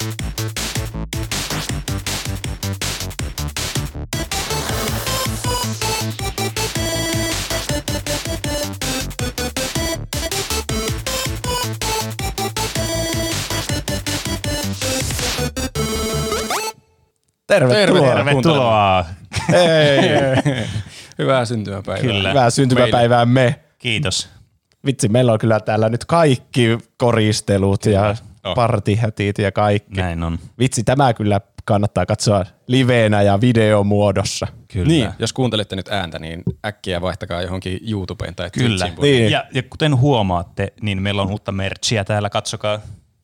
Tervetuloa. Hei. Hyvää syntymäpäivää. Kyllä. Hyvää syntymäpäivää me. Kiitos. Vitsi, meillä on kyllä täällä nyt kaikki koristelut ja partihätit ja kaikki. Näin on. Vitsi, tämä kyllä kannattaa katsoa liveenä ja videomuodossa. Kyllä. Niin, jos kuuntelette nyt ääntä, niin äkkiä vaihtakaa johonkin YouTubeen tai Kyllä. Twitchiin. Niin. Ja kuten huomaatte, niin meillä on uutta merchia täällä. Katsokaa.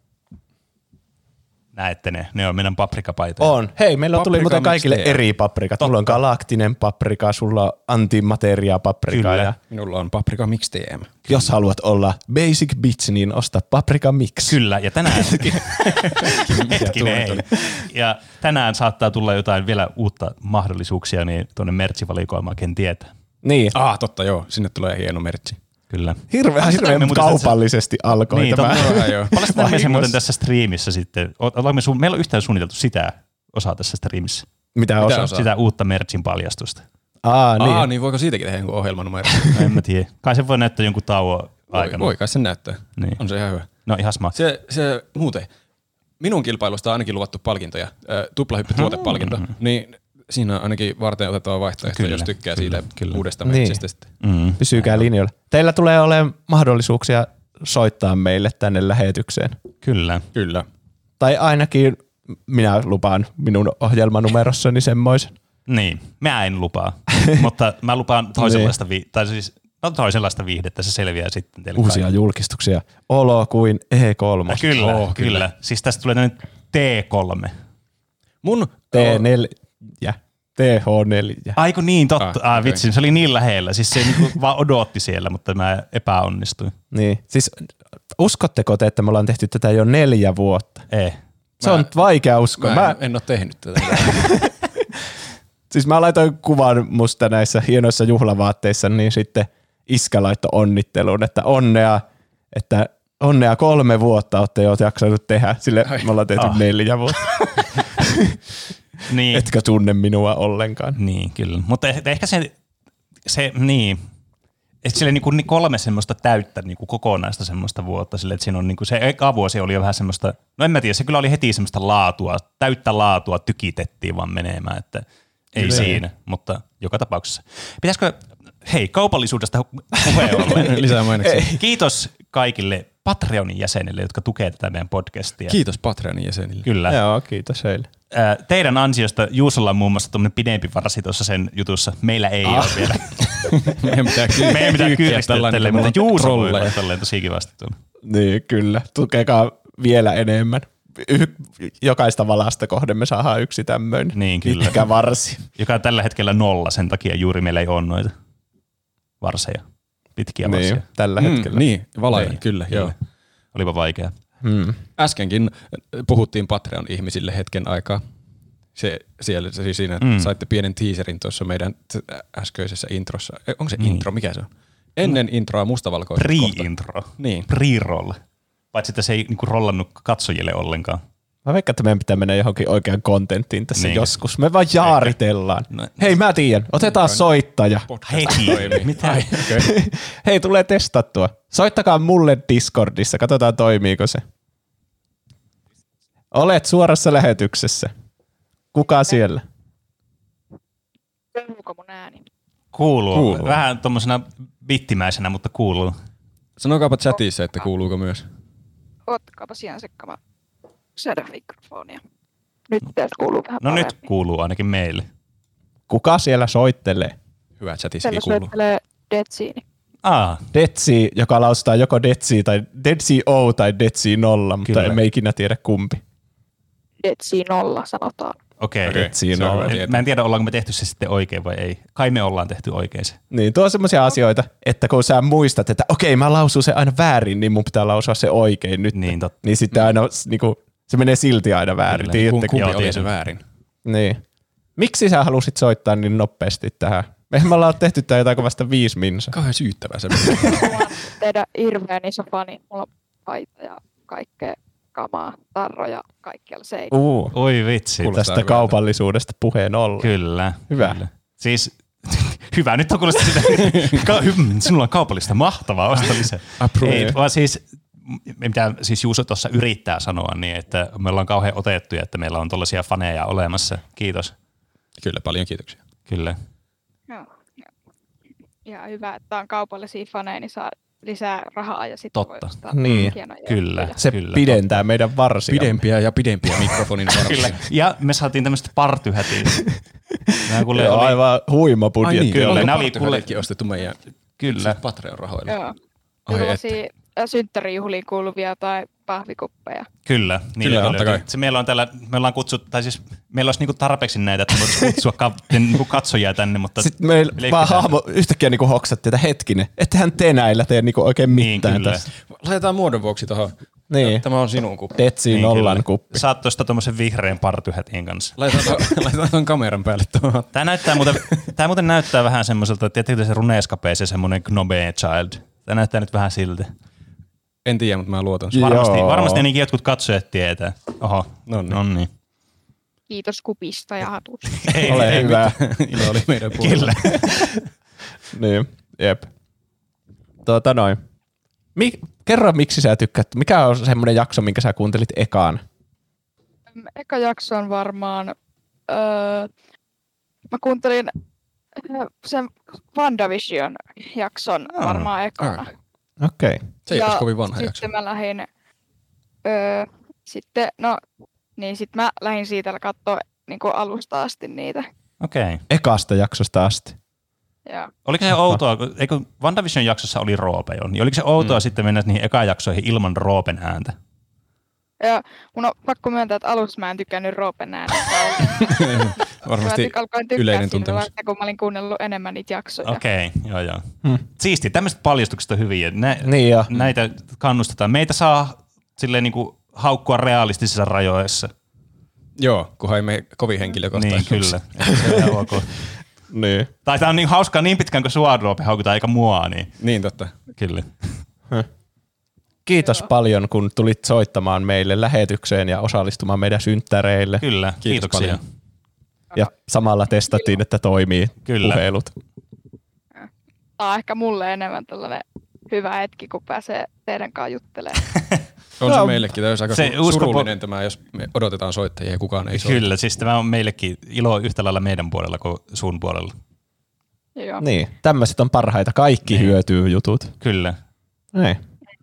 Näette ne. Ne on meidän paprikapaitoja. On. Hei, meillä tuli Paprika muuten kaikille mixtape. eri paprikat. Mulla on galaktinen paprika, sulla on antimateria paprika. Kyllä. Ja Minulla on Paprika Mix TM. jos haluat olla basic bitch, niin osta paprika mix. Kyllä, ja tänään hetkinen, ja tänään saattaa tulla jotain vielä uutta mahdollisuuksia, niin tuonne merchivalikoimaan, ken tietää. Niin. Totta joo. Sinne tulee hieno mertsi. Kyllä. Hirveän kaupallisesti alkoi Niin, tämä. Paljastetaan me se muuten tässä striimissä sitten. Meillä on yhtään suunniteltu sitä osaa tässä striimissä. Mitä osaa? Sitä uutta merchin paljastusta. Niin. Niin voiko siitäkin tehdä jonkun ohjelmanumero? No, en mä tiedä. Kai se voi näyttää jonkun tauon aikana. Voi kai sen näyttää. Niin. On se ihan hyvä. No ihan sama. Se muuten. Minun kilpailusta on ainakin luvattu palkintoja. Tuplahyppy-tuotepalkinto. Niin siinä on ainakin varten otettava vaihtoehto, Kyllä, jos tykkää siitä uudesta Niin. metsistä sitten. Pysykää linjoilla. Teillä tulee olemaan mahdollisuuksia soittaa meille tänne lähetykseen. Kyllä. Kyllä. Tai ainakin minä lupaan minun ohjelmanumerossani semmoisen. Niin. Mä en lupaa, mutta mä lupaan toisenlaista viihdettä, se selviää sitten teille Uusia kaikille. julkistuksia. Olo kuin E3. Kyllä. Siis tästä tulee tämmöinen T3. Mun T4. TH4. Aiku niin, totta. okei. Vitsi, se oli niin lähellä. Siis se niinku vaan odotti siellä, mutta mä epäonnistuin. Niin. Siis uskotteko te, että me ollaan tehty tätä jo 4 vuotta? Ei. Se on vaikea uskoa. Mä en ole tehnyt tätä. Siis mä laitoin kuvan musta näissä hienoissa juhlavaatteissa, niin sitten iskä laittoi onnitteluun, että onnea 3 vuotta olette jo jaksanut tehdä. Sille me ollaan tehty 4 vuotta. Niin. Etkä tunne minua ollenkaan. Niin, kyllä. Mutta ehkä se niin. Että sille niinku 3 semmoista täyttä niinku kokonaista semmoista vuotta sille, että siinä on niinku se eka vuosi oli jo vähän semmoista, no en mä tiedä, se kyllä oli heti semmoista laatua, täyttä laatua tykitettiin vaan menemään, että ei siinä, mutta joka tapauksessa. Pitäisikö, hei, kaupallisuudesta puheen ollen. Lisää mainoksia. Kiitos kaikille Patreonin jäsenille, jotka tukee tätä meidän podcastia. Kiitos Patreonin jäsenille. Kyllä. Joo, kiitos heille. Teidän ansiosta Juusolla on muun muassa tuommoinen pidempi varsi tuossa sen jutussa. Meillä ei ole vielä. Meidän Meidän pitää kyyristellä tälle, mutta Juuso voi trolleja. olla tälleen tosi kivasti tuolla. Niin, kyllä. Tukekaa vielä enemmän. Jokaista valasta kohden me saadaan yksi tämmöinen Niin, kyllä. pitkä varsi. Joka on tällä hetkellä 0, sen takia juuri meillä ei ole noita varseja, pitkiä varseja. Niin, tällä hetkellä. Niin, valajan, kyllä, joo. Olipa vaikea. Äskenkin puhuttiin Patreon-ihmisille hetken aikaa. Siinä saitte pienen teaserin tuossa meidän äskeisessä introssa. Onko se intro? Mikä se on? Ennen introa mustavalkoista. Pre-intro. Niin. Pre-roll. Paitsi että se ei niinku rollannut katsojille ollenkaan. Mä veikkaan, että meidän pitää mennä johonkin oikean kontenttiin tässä Niin. joskus. Me vaan jaaritellaan. No. Hei, mä tiedän. Otetaan soittaja. Heti. Mitä? Hei, tulee testattua. Soittakaa mulle Discordissa. Katsotaan, toimiiko se. Olet suorassa lähetyksessä. Kuka siellä? Kuuluuko mun ääni? Kuuluu. Vähän tommosena bittimäisenä, mutta kuuluu. Sanokaapa chatissa, että kuuluuko myös. Ottakaapa siihen sekkamaan mikrofonia. Nyt pitäisi kuulua vähän No paremmin. nyt kuuluu ainakin meille. Kuka siellä soittelee? Hyvä chatissa Siellä kuuluu. soittelee Detsiini. Detsi, joka lausutaan joko Detsi tai Detsi O tai Detsi 0, mutta Kyllä. emme ikinä tiedä kumpi. Detsi 0 sanotaan. Okei. Detsi se on 0. hyvä tietää. Mä en tiedä, ollaanko me tehty se sitten oikein vai ei. Kai me ollaan tehty oikein se. Niin, tuo on semmoisia asioita, että kun sä muistat, että okei, mä lausun se aina väärin, niin mun pitää lausua se oikein nyt. Niin, totta. Niin sitten aina niinku, se menee silti aina väärin. Kyllä. Tiedättekö? Kumpi Joo, oli tiedän. se väärin? Niin. Miksi sä halusit soittaa niin nopeasti tähän? Me ollaan tehty tää jotain vasta 5 minsa. Kauhean syyttävä se. Mulla on teidän hirveän iso fani. Mulla on paita ja kaikkea. kamaa, tarroja kaikkialla seinillä. Oi vitsi. Kuulostaa Tästä hyvältä. kaupallisuudesta puheen ollen. Kyllä. Hyvä. Kyllä. Siis hyvä, nyt on kuulostaa sitä, sinulla on kaupallista, mahtavaa, osta lisää. Ei, vaan siis, mitä siis Juuso tuossa yrittää sanoa, niin että me ollaan kauhean otettuja, että meillä on tollaisia faneja olemassa. Kiitos. Kyllä, paljon kiitoksia. Kyllä. Joo. Ja hyvä, että on kaupallisia faneja, niin saa lisää rahaa ja sitten voi Totta. ostaa Niin. hienoja Kyllä. juttuja. Se Kyllä, pidentää meidän varsia. Pidempiä ja pidempiä mikrofonin Kyllä. varsia. Ja me saatiin tämmöistä partyhätiä. Nämä kuule Joo, oli, aivan huima budjetti. Kyllä, onko nämä oli partyhädetkin ostettu meidän kyllä. Patreon-rahoilla? Joo. Ai Ja tällaisia synttärijuhliin kuuluvia tai pahvikuppeja. Kyllä, niin Kyllä, paljon. totta kai. Se meillä on täällä, me ollaan kutsuttu, tai siis meillä olisi niinku tarpeeksi näitä, että me voitaisiin kutsua niinku katsojia tänne, mutta Sitten meillä vaan hahmo yhtäkkiä niinku hoksatti, että hetkinen, ettehän te näillä tee niinku oikein Niin, mitään kyllä. tässä. Laitetaan muodon vuoksi tuohon. Niin. Tämä on sinun kuppi. Tetsiin Niin, nollan kyllä. kuppi. Saat tuosta tuommoisen vihreän partyhätin kanssa. Laitetaan tuon kameran päälle tuohon. Tämä muuten näyttää vähän semmoiselta, että tiedättekö se Runescape, se semmoinen Gnobe Child. Tämä näyttää nyt vähän siltä. En tiedä, mutta mä luotan. Joo. Varmasti ainakin jotkut katsojat tietää. Oho, Noniin. Kiitos kupista ja hatusta. Ole hyvä. Ilo oli meidän puolella. Kyllä. Niin, jep. Noin. Kerro, miksi sä tykkäät. Mikä on semmoinen jakso, minkä sä kuuntelit ekaan? Eka jakso on varmaan, mä kuuntelin sen WandaVision jakson varmaan ekana. Okei. Se ei olisi kovin vanha jakso. Sitten mä lähdin, sitten mä lähdin siitä katsoa niinku alusta asti niitä. Okei. Ekasta jaksosta asti. Ja Oliko se outoa, eikö WandaVision jaksossa oli Roope jo, niin oliko se outoa sitten mennä niihin eka-jaksoihin ilman Roopen ääntä? Ja mun on pakko myöntää, että alussa mä en tykännyt Roopen äänestä. Varmasti alkoin tykkää yleinen siitä tuntemus. vasta, kun mä olin kuunnellut enemmän niitä jaksoja. Okei, joo. Siisti, tämmöiset paljastukset on hyviä. Niin jo. Näitä kannustetaan. Meitä saa silleen niinku haukkua realistisissa rajoissa. Joo, kunhan ei mene kovin henkilökohtaisesti. Niin, kyllä. Se on ihan ok. Niin. Tai tää on niin hauskaa niin pitkään, kun sua Roope haukutaan, eikä mua, niin Niin totta. kyllä. Kiitos paljon, kun tulit soittamaan meille lähetykseen ja osallistumaan meidän synttäreille. Kyllä, kiitoksia. paljon. Ja samalla testattiin, että toimii Kyllä. puhelut. Tää on ehkä mulle enemmän tällainen hyvä hetki, kun pääsee teidän kanssa juttelemaan. On se meillekin. Tämä olisi aika Se surullinen tämä, jos me odotetaan soittajia ja kukaan ei soita. Kyllä, siis tämä on meillekin ilo yhtä lailla meidän puolella kuin sun puolella. Joo. Niin, tämmöiset on parhaita. Kaikki Niin. hyötyy jutut. Kyllä. Niin.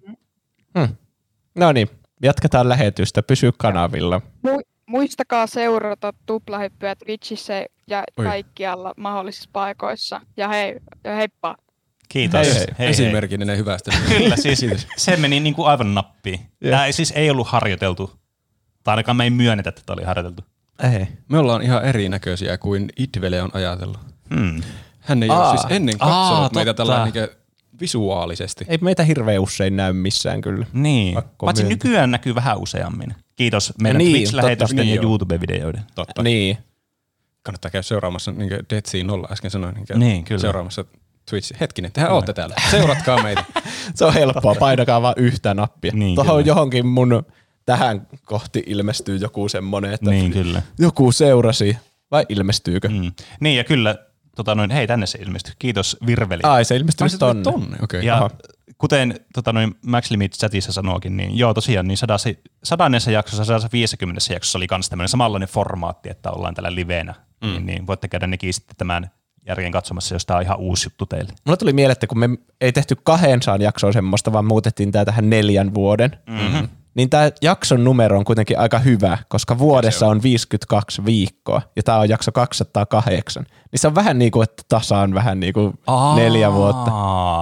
No niin, jatketaan lähetystä. Pysy kanavilla. Muistakaa seurata Tuplahyppyä Twitchissä ja Oi. kaikkialla mahdollisissa paikoissa. Ja heippa! Kiitos. Hei. Esimerkillinen hyvästä. Kyllä, siis se meni niin kuin aivan nappiin. Tämä ei, siis ei ollut harjoiteltu. Tai ainakaan me ei myönnetä, että tämä oli harjoiteltu. Ei. Me ollaan ihan erinäköisiä kuin Idvele on ajatellut. Hmm. Hän ei ole siis ennen katsonut meitä totta. tällä visuaalisesti. Ei meitä hirveän usein näy missään kyllä. Niin. Pakko Paitsi myöntää. nykyään näkyy vähän useammin. Kiitos meidän Niin, Twitch-lähetysten totta. ja Niin, joo. YouTube-videoiden. Totta. Niin. Kannattaa käydä seuraamassa, niin kuin Dead Sea 0 äsken sanoin, Niin, kyllä. seuraamassa Twitch. Hetkinen, tehän ootte täällä. Seuratkaa meitä. Se on helppoa, painakaa vaan yhtä nappia. Niin, Tuohon kyllä. johonkin mun tähän kohti ilmestyy joku semmonen, että Niin, kyllä. joku seurasi. Vai ilmestyykö? Mm. Niin, ja kyllä, hei, tänne se ilmestyi. Kiitos Virveli. Ai, se ilmestyy Ai se tuli tonne. tonne, okei. Ja Aha. kuten Max Limit chatissa sanookin, niin joo tosiaan, niin 100 jaksossa, 150 jaksossa oli myös tämmöinen samanlainen formaatti, että ollaan tällä livenä. Niin voitte käydä nekin sitten tämän järjen katsomassa, jos tämä on ihan uusi juttu teille. Mulla tuli mieleen, että kun me ei tehty 200 jaksoa semmoista, vaan muutettiin tää tähän 4 vuoden, niin tämä jakson numero on kuitenkin aika hyvä, koska vuodessa on 52 viikkoa, ja tämä on jakso 208. Niin se on vähän niin kuin, että tasaan vähän niin kuin 4 vuotta.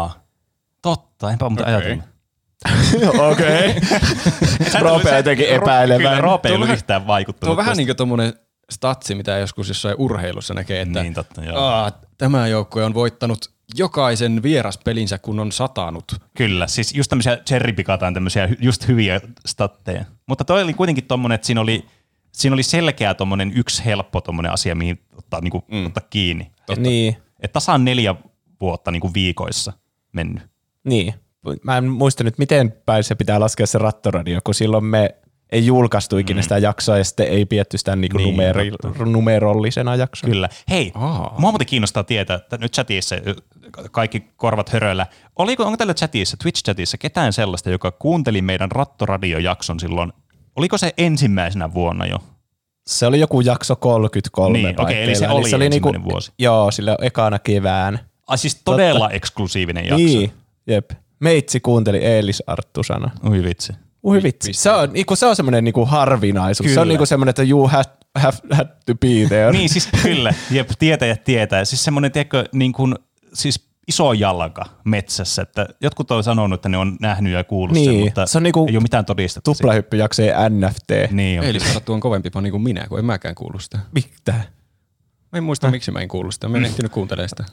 Totta, enpä muuta ajatellut. Okei. Roope on jotenkin epäilevä. Kyllä, Roope ei Tuo ollut vähän- yhtään vaikuttunut. Tuo on vähän tuosta. niin kuin tommonen statsi, mitä joskus jossain urheilussa näkee, että Niin, totta, joo. tämä joukkue on voittanut jokaisen vieraspelinsä, kun on satanut. Kyllä, siis just tämmöisiä cherrypikataan tämmöisiä just hyviä statteja. Mutta toi oli kuitenkin tommonen, että siinä oli selkeä tommonen yksi helppo tommonen asia, mihin ottaa, niinku, ottaa kiinni. Niin, Että tasaan 4 vuotta niinku viikoissa mennyt. niin. Mä en muista nyt, miten päin se pitää laskea se rattoradio, kun silloin me ei julkaistu ikinä sitä jaksoa ja sitten ei pietty sitä niinku numerollisena jaksona. Kyllä. Hei, mua muuten kiinnostaa tietää, että nyt chatissa kaikki korvat höröillä. Onko tällä chatissa, Twitch-chatissa ketään sellaista, joka kuunteli meidän Rattoradio-jakson silloin? Oliko se ensimmäisenä vuonna jo? Se oli joku jakso 33 niin, okei, eli se oli ensimmäinen niinku, vuosi. Joo, sillä ekana kevään. Siis todella eksklusiivinen jakso. Niin, jep. Meitsi kuunteli Eelis Arttusana. Ui vitsi. Ui vitsi. Se on semmoinen niinku harvinaisuus. Kyllä. Se on niinku semmoinen, että you have to be there. Niin siis kyllä, jep, tietää. Siis semmoinen, tiedätkö, niin kuin, siis iso jalka metsässä, että jotkut on sanonut, että ne on nähnyt ja kuullut sen, mutta se on niinku ei ole mitään todistettu. Tuplahyppyjakseen NFT. Niin Eelis Arttu on kovempi niin kuin minä, kun en mäkään kuulu sitä. Mitä? Mä en muista, miksi mä en kuulu sitä. Mä en ehtinyt kuuntelemaan sitä.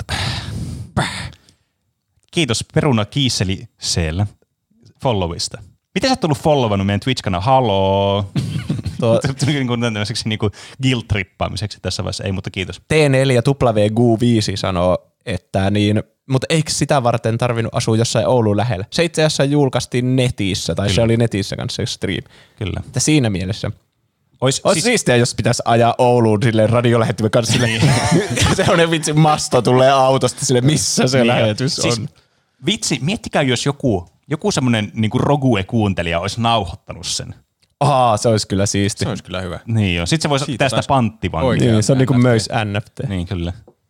Kiitos Peruna Kiisseli C:llä followista. Miten sä oot tullut followannut meidän Twitch-kanavaa? Haloo! Niinku guilt-trippaamiseksi tässä vaiheessa. Ei, mutta kiitos. T4WGU5 sanoo, että niin, mutta eikö sitä varten tarvinnut asua jossain Oulun lähellä? Se itse asiassa julkaistiin netissä, tai kyllä. Se oli netissä kanssa se stream. Kyllä. Että siinä mielessä. Olisi siistiä, jos pitäisi ajaa Ouluun silleen radiolähettimen kanssa silleen, sellainen vitsi masto tulee autosta silleen, missä se lähetys on. Siis, vitsi, miettikää jos joku semmoinen niinku Rogue-kuuntelija olisi nauhoittanut sen. Se olisi kyllä siisti. Se olisi kyllä hyvä. Niin joo. Sitten se voisi ottaa sitä panttivankia. Niin, se on niinku myös NFT. Niin, kyllä.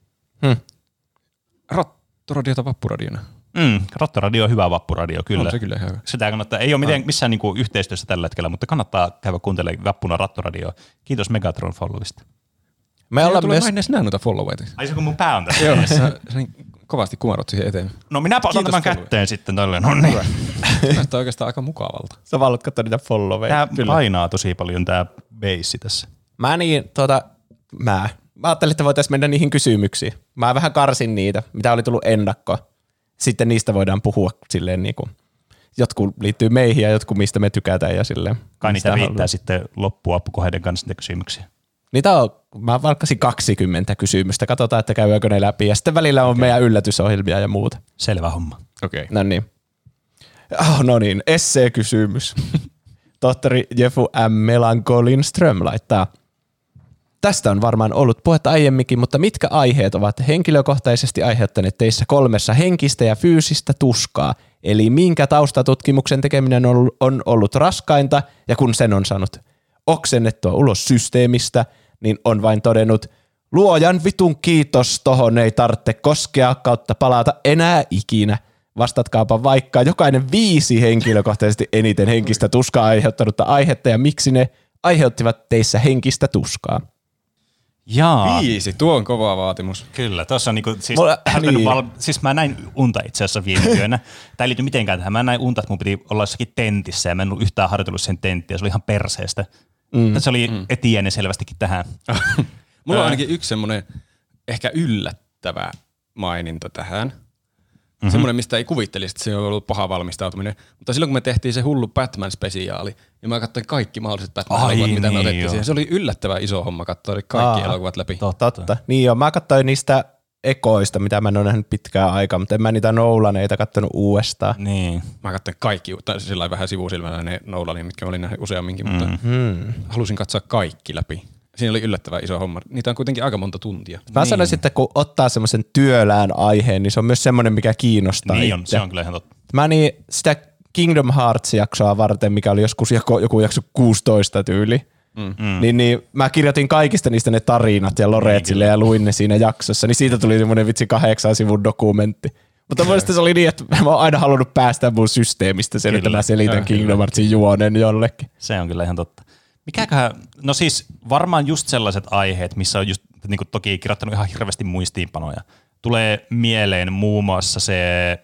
Rattoradiota vappuradiona. Rattoradio on hyvä vappuradio, kyllä. On se kyllä hyvä. Sitä kannattaa, ei ole missään niinku yhteistyössä tällä hetkellä, mutta kannattaa käydä kuuntelemaan vappuna Rattoradioa. Kiitos Megatron followista. Me ollaan myös... Mä en edes näe noita followeita. Ai se kun mun pää on tässä. Joo, sä kovasti kumarot siihen eteen. No minäpä otan tämän kätteen sitten tolleen. No niin. Näyttää oikeastaan aika mukavalta. Sä vaan katsoa niitä followeita. Tää painaa tosi paljon tää beissi tässä. Mä ajattelin, että voitaisiin mennä niihin kysymyksiin. Mä vähän karsin niitä, mitä oli tullut ennakkoon. Sitten niistä voidaan puhua silleen niinku, jotkut liittyy meihin ja jotkut mistä me tykätään ja silleen. Kai niitä riittää sitten loppuappukoheiden kanssa niitä kysymyksiä. Niitä on, mä valkkasin 20 kysymystä, katsotaan, että käydäänkö ne läpi. Ja sitten välillä on meidän yllätysohjelmia ja muuta. Selvä homma. Okei. No niin. No niin, essee-kysymys. Tohtori Jefu M. Melankolin Ström laittaa. Tästä on varmaan ollut puhetta aiemminkin, mutta mitkä aiheet ovat henkilökohtaisesti aiheuttaneet teissä 3 henkistä ja fyysistä tuskaa? Eli minkä taustatutkimuksen tekeminen on ollut raskainta ja kun sen on saanut oksennettua ulos systeemistä, niin on vain todennut, luojan vitun kiitos, tohon ei tarvitse koskea kautta palata enää ikinä. Vastatkaapa vaikka jokainen 5 henkilökohtaisesti eniten henkistä tuskaa aiheuttanutta aihetta ja miksi ne aiheuttivat teissä henkistä tuskaa. Jaa. 5, tuo on kova vaatimus. Kyllä, tuossa on niinku, siis mä näin unta itse asiassa viime yönä. Tää ei liity mitenkään tähän. Mä näin unta, että mun piti olla jossakin tentissä ja mä en ollut yhtään harjoitellut sen tenttiä. Se oli ihan perseestä. Se oli etienne selvästikin tähän. Mulla on ainakin yksi semmoinen ehkä yllättävä maininta tähän. Semmoinen, mistä ei kuvittelisi, että se on ollut paha valmistautuminen. Mutta silloin, kun me tehtiin se hullu Batman-spesiaali, niin mä katsoin kaikki mahdolliset Batman-elokuvat, mitä me otettiin siihen. Se oli yllättävän iso homma katsoa kaikki elokuvat läpi. Totta. Niin joo, mä katsoin niistä ekoista, mitä mä en ole nähnyt pitkään aikaa, mutta en mä niitä Nolaneita katsonut uudestaan. Niin. Mä katsoin kaikki, sillä vähän sivusilmällä ne Nolania, mitkä mä olin nähnyt useamminkin, mutta halusin katsoa kaikki läpi. Siinä oli yllättävän iso homma. Niitä on kuitenkin aika monta tuntia. Mä sanoisin, että kun ottaa semmoisen työlään aiheen, niin se on myös semmoinen, mikä kiinnostaa. Niin on, se on kyllä ihan totta. Mä niin sitä Kingdom Hearts-jaksoa varten, mikä oli joskus joku jakso 16 tyyli, niin mä kirjoitin kaikista niistä ne tarinat ja loreet sille ja luin ne siinä jaksossa, niin siitä tuli semmoinen vitsi 8 sivun dokumentti. Mutta mielestäni se oli niin, että mä oon aina halunnut päästä mun systeemistä sen, että mä selitän Kingdom Heartsin juonen jollekin. Se on kyllä ihan totta. Mikäköhän, no siis varmaan just sellaiset aiheet, missä on just niin kuin toki kirjoittanut ihan hirveästi muistiinpanoja. Tulee mieleen muun muassa se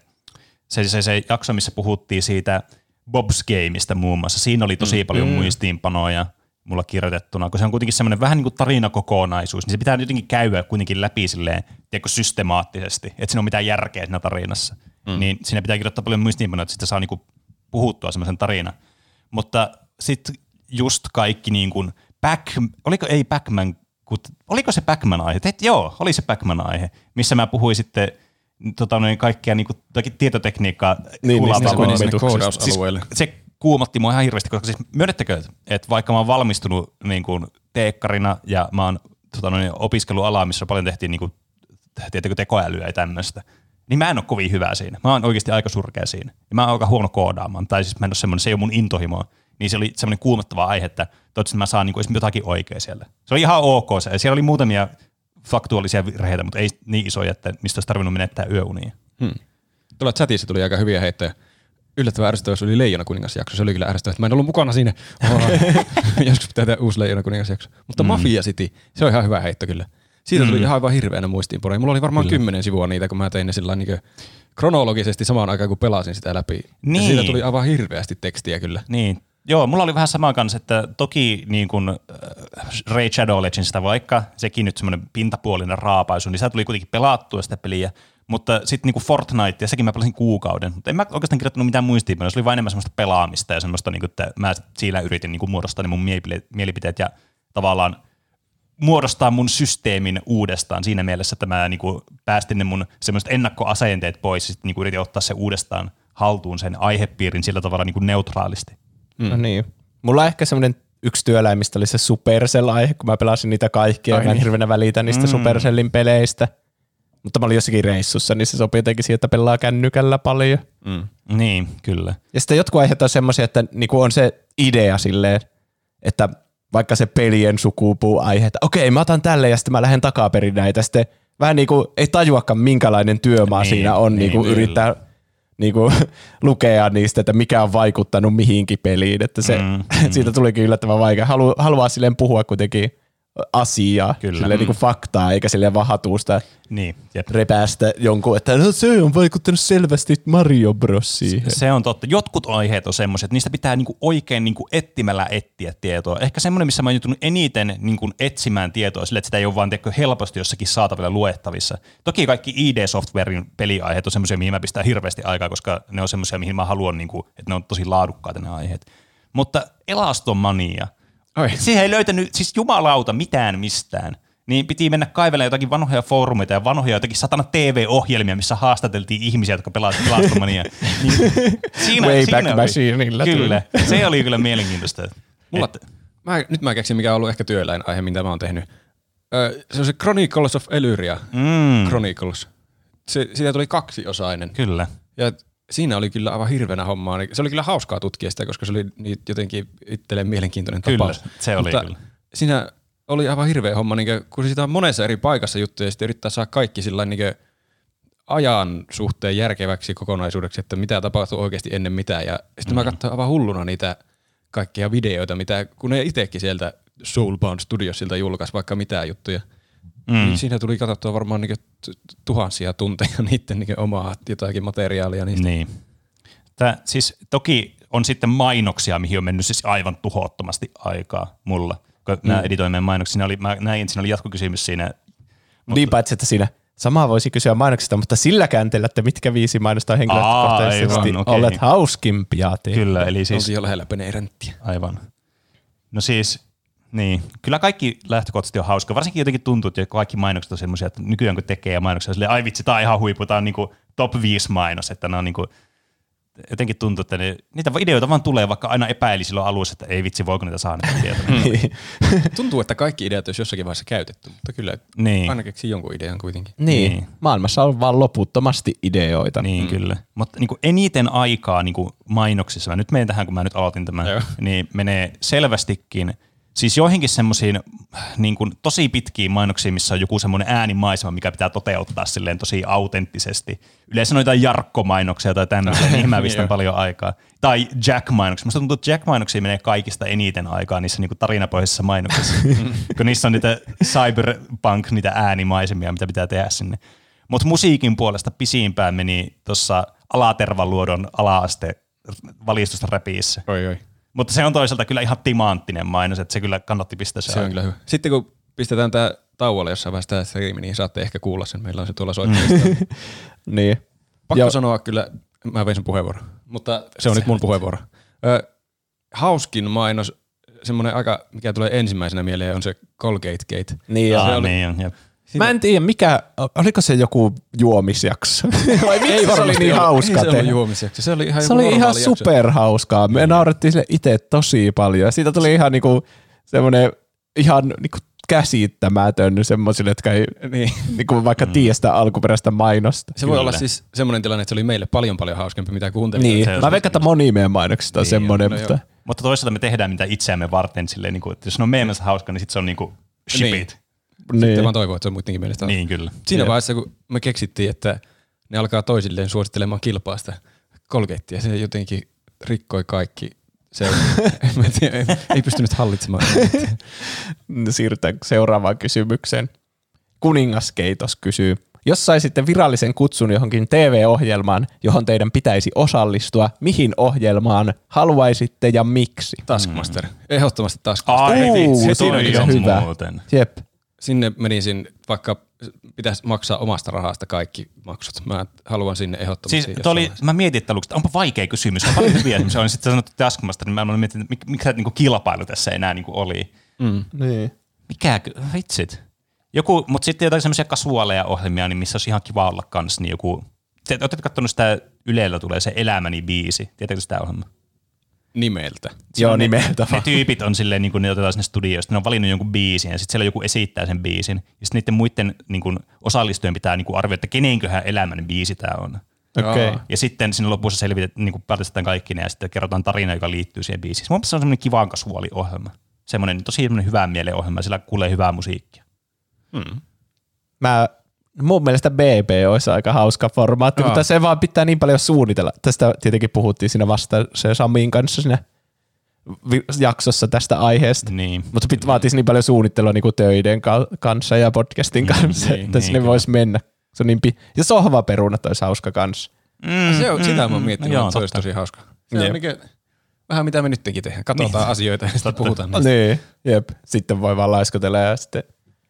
jakso, missä puhuttiin siitä Bob's Gameista muun muassa. Siinä oli tosi paljon muistiinpanoja mulla kirjoitettuna, kun se on kuitenkin semmoinen vähän niin kuin tarinakokonaisuus, niin se pitää jotenkin käydä kuitenkin läpi silleen, tiedätkö, systemaattisesti, että siinä on mitään järkeä siinä tarinassa. Niin siinä pitää kirjoittaa paljon muistiinpanoja, että sitä saa niin kuin puhuttua semmoisen tarina. Mutta sitten just kaikki niin kuin oliko se Pac-Man-aihe? Joo, oli se Pac-Man-aihe, missä mä puhuin sitten kaikkia niin kuin tietotekniikkaa niin, koodausalueelle. Siis se kuumotti mua ihan hirveästi, koska siis myönnettäkö, että vaikka mä oon valmistunut niin kuin teekkarina ja mä oon opiskellut alaa, missä paljon tehtiin niin kuin, tietääkö, tekoälyä ja tämmöistä, niin mä en ole kovin hyvä siinä. Mä oon oikeasti aika surkea siinä. Ja mä oon aika huono koodaamaan, tai siis mä en ole semmoinen, se ei ole mun intohimoa. Niin se oli semmoinen kuumottava aihe, että toivottavasti mä saan niin kuin jotakin oikein siellä. Se oli ihan ok se. Siellä oli muutamia faktuaalisia virheitä, mutta ei niin isoja, että mistä olisi tarvinnut menettää yöunia. Tuolla chatissa tuli aika hyviä heittoja. Yllättävän ärsyttävä oli Leijona kuningasjakso. Se oli kyllä ärsyttävä, että mä en ollut mukana siinä. Joskus pitää tehdä uusi Leijona kuningasjakso. Mutta Mafia City, se on ihan hyvä heitto kyllä. Siitä tuli ihan aivan hirveänä muistiinpanoja. Mulla oli varmaan 10 sivua niitä, kun mä tein ne sillä niin kronologisesti samaan aikaan, kun pelasin sitä läpi. Niin. Ja siitä tuli aivan hirveästi tekstiä kyllä. Niin. Joo, mulla oli vähän sama kanssa, että toki niin kuin Raid Shadow Legendsista vaikka, sekin nyt semmoinen pintapuolinen raapaisu, niin sitä tuli kuitenkin pelattua sitä peliä, mutta sitten niin kuin Fortnite, ja sekin mä pelasin kuukauden, mutta en mä oikeastaan kirjoittanut mitään muistiinpanoja, se oli vain enemmän semmoista pelaamista ja semmoista, niin kuin, että mä siinä yritin niin kuin muodostaa ne mun mielipiteet ja tavallaan muodostaa mun systeemin uudestaan siinä mielessä, että mä niin kuin päästin ne mun semmoiset ennakkoasenteet pois ja sitten niin kuin yritin ottaa se uudestaan haltuun sen aihepiirin sillä tavalla niin kuin neutraalisti. No niin. Mulla on ehkä semmoinen yksi työläimistä oli se Supercell-aihe, kun mä pelasin niitä kaikkia ja mä en hirveänä välitä niistä Supercellin peleistä. Mutta mä olin jossakin reissussa, niin se sopii jotenkin siihen, että pelaa kännykällä paljon. Niin, kyllä. Ja sitten jotkut aiheet on semmoisia, että niinku on se idea silleen, että vaikka se pelien sukupuu-aihe, että okei, mä otan tälle ja sitten mä lähden takaperin näitä. Sitten vähän niinku ei tajuakaan minkälainen työmaa siinä on niinku yrittää niinku lukea niistä, että mikä on vaikuttanut mihinkin peliin. Että se, siitä tulikin yllättävän vaikea. Haluaa silleen puhua kuitenkin asiaa, silleen niinku faktaa, eikä silleen vahatuusta repäästä jonkun, että no, se on vaikuttanut selvästi Mario Bros. Siihen. Se on totta. Jotkut aiheet on semmoiset, että niistä pitää niinku oikein niinku etsimällä etsiä tietoa. Ehkä semmoinen, missä mä oon joutunut eniten niinku etsimään tietoa sille, että sitä ei ole vaan helposti jossakin saatavilla luettavissa. Toki kaikki ID-softwarein peliaiheet on semmoisia, mihin mä pistän hirveästi aikaa, koska ne on semmoisia, mihin mä haluan, niinku, että ne on tosi laadukkaita ne aiheet. Mutta Elastomania. Siihen ei löytänyt siis jumalauta mitään mistään. Niin piti mennä kaivelemaan jotakin vanhoja foorumeita ja vanhoja jotakin satana TV-ohjelmia, missä haastateltiin ihmisiä, jotka pelasivat Elastomania. Niin, Way Back Machineilla. Kyllä, se oli kyllä mielenkiintoista. Nyt mä keksin, mikä on ollut ehkä työläinaihe, mitä mä oon tehnyt. Se on se Chronicles of Elyria. Chronicles. Siitä tuli 2-osainen. Kyllä. Ja siinä oli kyllä aivan hirveänä hommaa. Se oli kyllä hauskaa tutkia sitä, koska se oli jotenkin itselleen mielenkiintoinen tapaus. Kyllä, se oli kyllä. Siinä oli aivan hirveä homma, kun sitä on monessa eri paikassa juttuja ja sitten yrittää saada kaikki sillä ajan suhteen järkeväksi kokonaisuudeksi, että mitä tapahtuu oikeasti ennen mitä. Ja sitten mä katsoin aivan hulluna niitä kaikkia videoita, kun ne itsekin sieltä Soulbound Studiosilta julkaisi vaikka mitään juttuja. Niin siinä tuli katsottua varmaan tuhansia tunteja niiden omaa jotakin materiaalia niistä. Niin. Siis toki on sitten mainoksia, mihin on mennyt siis aivan tuhottomasti aikaa mulla. Kun mä editoin meidän mainoksia, mä näin, että siinä oli jatkokysymys siinä. Niin paitsi, että siinä samaa voisi kysyä mainoksista, mutta sillä käänteellä, että mitkä 5 mainosta henkilökohtaisesti olet hauskimpia. Kyllä, eli siis oltiin jo lähellä Peneiranttia. Aivan. No siis niin, kyllä kaikki lähtökohtaisesti on hauska. Varsinkin jotenkin tuntuu, että kaikki mainokset on semmoisia, että nykyään kun tekee mainoksia, silleen, ai vitsi, tää on ihan huippu, tää on niinku top 5 mainos, että ne on niinku, jotenkin tuntuu, että niitä ideoita vaan tulee, vaikka aina epäili silloin alussa, että ei vitsi, voiko niitä saada niitä tietoja. Tuntuu, että kaikki ideat olisi jossakin vaiheessa käytetty, mutta kyllä aina keksii jonkun idean kuitenkin. Niin. Maailmassa on vaan loputtomasti ideoita. Niin, kyllä. Mutta niinku eniten aikaa niinku mainoksissa, mä nyt menen tähän, kun mä nyt aloitin tämän, niin menee selvästikin siis joihinkin semmoisiin niin kuin tosi pitkiin mainoksiin, missä on joku semmoinen äänimaisema, mikä pitää toteuttaa silleen tosi autenttisesti. Yleensä noita Jarkko-mainoksia tai tämmöisiä, niihin mä pistän paljon aikaa. Tai Jack-mainoksia. Musta tuntuu, että Jack-mainoksiin menee kaikista eniten aikaa niissä niin kuin tarinapohjaisissa mainoksissa, kun niissä on niitä cyberpunk, niitä äänimaisemia, mitä pitää tehdä sinne. Mutta musiikin puolesta pisimpään meni tuossa Alatervaluodon ala-aste valistusta räpiissä. Oi. Mutta se on toisaalta kyllä ihan timanttinen mainos, että se kyllä kannatti pistää se. Se on kyllä hyvä. Sitten kun pistetään tämä tauolle jossain vaiheessa tämä striimi, niin saatte ehkä kuulla sen. Meillä on se tuolla soitteesta. Niin. Pakko sanoa kyllä, mä vein sen puheenvuoron, mutta se on nyt mun puheenvuoro. Hauskin mainos, semmoinen aika, mikä tulee ensimmäisenä mieleen, on se Colgate Gate. Niin, se oli, niin. Mä en tiedä, oliko se joku juomisjakso? Vai miksi se oli niin hauska? Ei se ollut juomisjakso. Se oli ihan, ihan superhauskaa. Me naurettiin sille itse tosi paljon. Ja siitä tuli ihan niinku semmoinen ihan niinku käsittämätön semmoisille, jotka ei niinku vaikka tiedä sitä alkuperäistä mainosta. Se voi olla siis semmoinen tilanne, että se oli meille paljon hauskempi, mitä kuuntelin. Niin, mä veikkaan, että moni meidän mainoksista on semmoinen. Mutta toisaalta me tehdään mitä itseämme varten silleen, niinku, että jos ne on meidän mielestä hauska, niin sit se on niinku shipit. Sitten vaan toivoo, että se on muidenkin mielestä. Niin, kyllä. Siinä vaiheessa, kun me keksittiin, että ne alkaa toisilleen suosittelemaan kilpaa sitä Colgatea, se jotenkin rikkoi kaikki. Ei pystynyt hallitsemaan. Siirrytään seuraavaan kysymykseen. Kuningaskeitos kysyy, jos saisitte virallisen kutsun johonkin TV-ohjelmaan, johon teidän pitäisi osallistua, mihin ohjelmaan haluaisitte ja miksi? Taskmaster. Ehdottomasti Taskmaster. Se on hyvä. Jep. Sinne menisin, vaikka pitäisi maksaa omasta rahasta kaikki maksut. Mä haluan sinne ehdottomasti. Siis mä mietin, että onpa vaikea kysymys. On paljon hyviä. Se on sitten sanottu Taskmaster, niin mä mietin, että mikä niinku kilpailu tässä enää niinku oli. Niin. Mikä, vitsit. Mutta sitten jotain semmoisia kasuaaleja ohjelmia, niin missä olisi ihan kiva olla kanssa. Niin joku, ootte katsonut sitä Ylellä tulee se Elämäni biisi. Tiedätkö sitä ohjelmaa? Nimeltä. Joo, nimeltä. Ne tyypit on silleen, niin kuin ne otetaan sinne studioista, ne on valinnut jonkun biisin ja sitten siellä joku esittää sen biisin. Ja sitten niiden muiden niin kuin osallistujien pitää niin kuin arvioida, että kenenköhän elämäni biisi tämä on. Okay. Ja sitten siinä lopussa selvitetään, niin kuin päätetään kaikki ne ja sitten kerrotaan tarina, joka liittyy siihen biisiin. Mun mielestä se on semmoinen kivaan kasuaaliohjelma. Semmoinen tosi hyvän mielen ohjelma, sillä kuulee hyvää musiikkia. Mun mielestä BB olisi aika hauska formaatti, mutta se vaan pitää niin paljon suunnitella. Tästä tietenkin puhuttiin siinä vasta se Samin kanssa siinä jaksossa tästä aiheesta, niin. Mutta vaatisi niin paljon suunnittelua niin kuin töiden kanssa ja podcastin kanssa, että sinne voisi mennä. Se on niin ja sohvaperunat olisi hauska kanssa. Sitä mä oon miettinyt, että se olisi tosi hauska. Se on vähän mitä me nytkin tehdään. Katsotaan asioita ja sitten puhutaan niistä. Niin, jep. Sitten voi vaan laiskotella ja sitten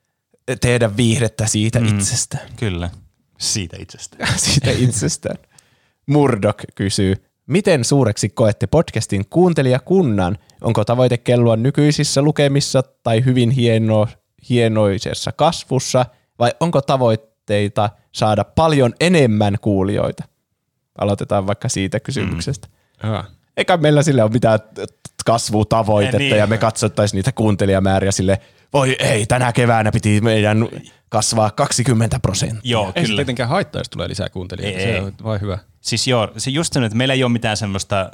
tehdä viihdettä siitä itsestään. Kyllä, siitä itsestään. Siitä itsestään. Murdoch kysyy, miten suureksi koette podcastin kuuntelijakunnan? Onko tavoite kellua nykyisissä lukemissa tai hyvin hienoisessa kasvussa vai onko tavoitteita saada paljon enemmän kuulijoita? Aloitetaan vaikka siitä kysymyksestä. Eikä meillä sille ole mitään kasvutavoitetta ja me katsottaisiin niitä kuuntelijamääriä sille, voi ei, tänä keväänä piti meidän kasvaa 20%. Joo, ei kyllä. se tietenkään haittaa, jos tulee lisää kuuntelijoita. Se on vain hyvä. Siis joo, se just sellainen, että meillä ei ole mitään semmoista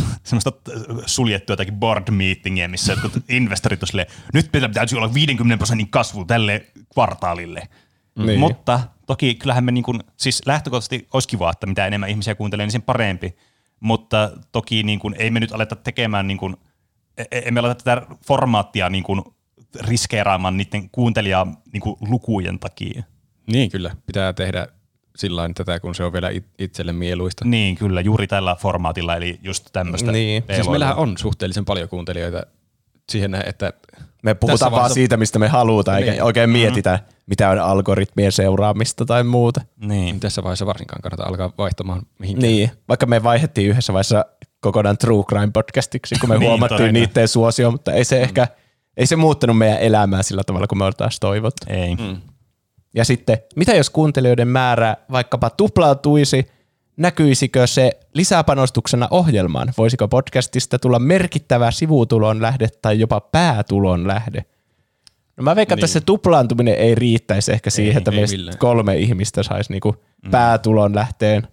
suljettua jotakin board meetingiä, missä jotkut investorit on silleen, nyt pitäisi olla 50% kasvu tälle kvartaalille. Niin. Mutta toki kyllähän me siis lähtökohtaisesti olisi kiva, että mitä enemmän ihmisiä kuuntelee, niin sen parempi. Mutta toki ei me nyt aleta tekemään, emme aleta tätä formaattia riskeeraamaan niiden kuuntelijalukujen takia. Niin kyllä, pitää tehdä sillain tätä, kun se on vielä itselle mieluista. Niin kyllä, juuri tällä formaatilla, eli just tämmöistä. Niin. Siis meillähän on suhteellisen paljon kuuntelijoita siihen näin, että me puhutaan vaan siitä, mistä me halutaan, eikä oikein mietitä, mitä on algoritmien seuraamista tai muuta. Niin. Tässä vaiheessa varsinkaan kannata alkaa vaihtamaan mihinkään. Niin, vaikka me vaihdettiin yhdessä vaiheessa kokonaan True Crime podcastiksi, kun me huomattiin niiden suosio, mutta ei se ehkä, ei se muuttanut meidän elämää sillä tavalla, kun me ollaan taas toivottu. Ei. Ja sitten, mitä jos kuuntelijoiden määrä vaikkapa tuplautuisi, näkyisikö se lisäpanostuksena ohjelmaan? Voisiko podcastista tulla merkittävä sivutulon lähde tai jopa päätulon lähde? No mä veikkaan, että se tuplaantuminen ei riittäisi ehkä siihen, että meistä 3 ihmistä saisi niinku päätulon lähteen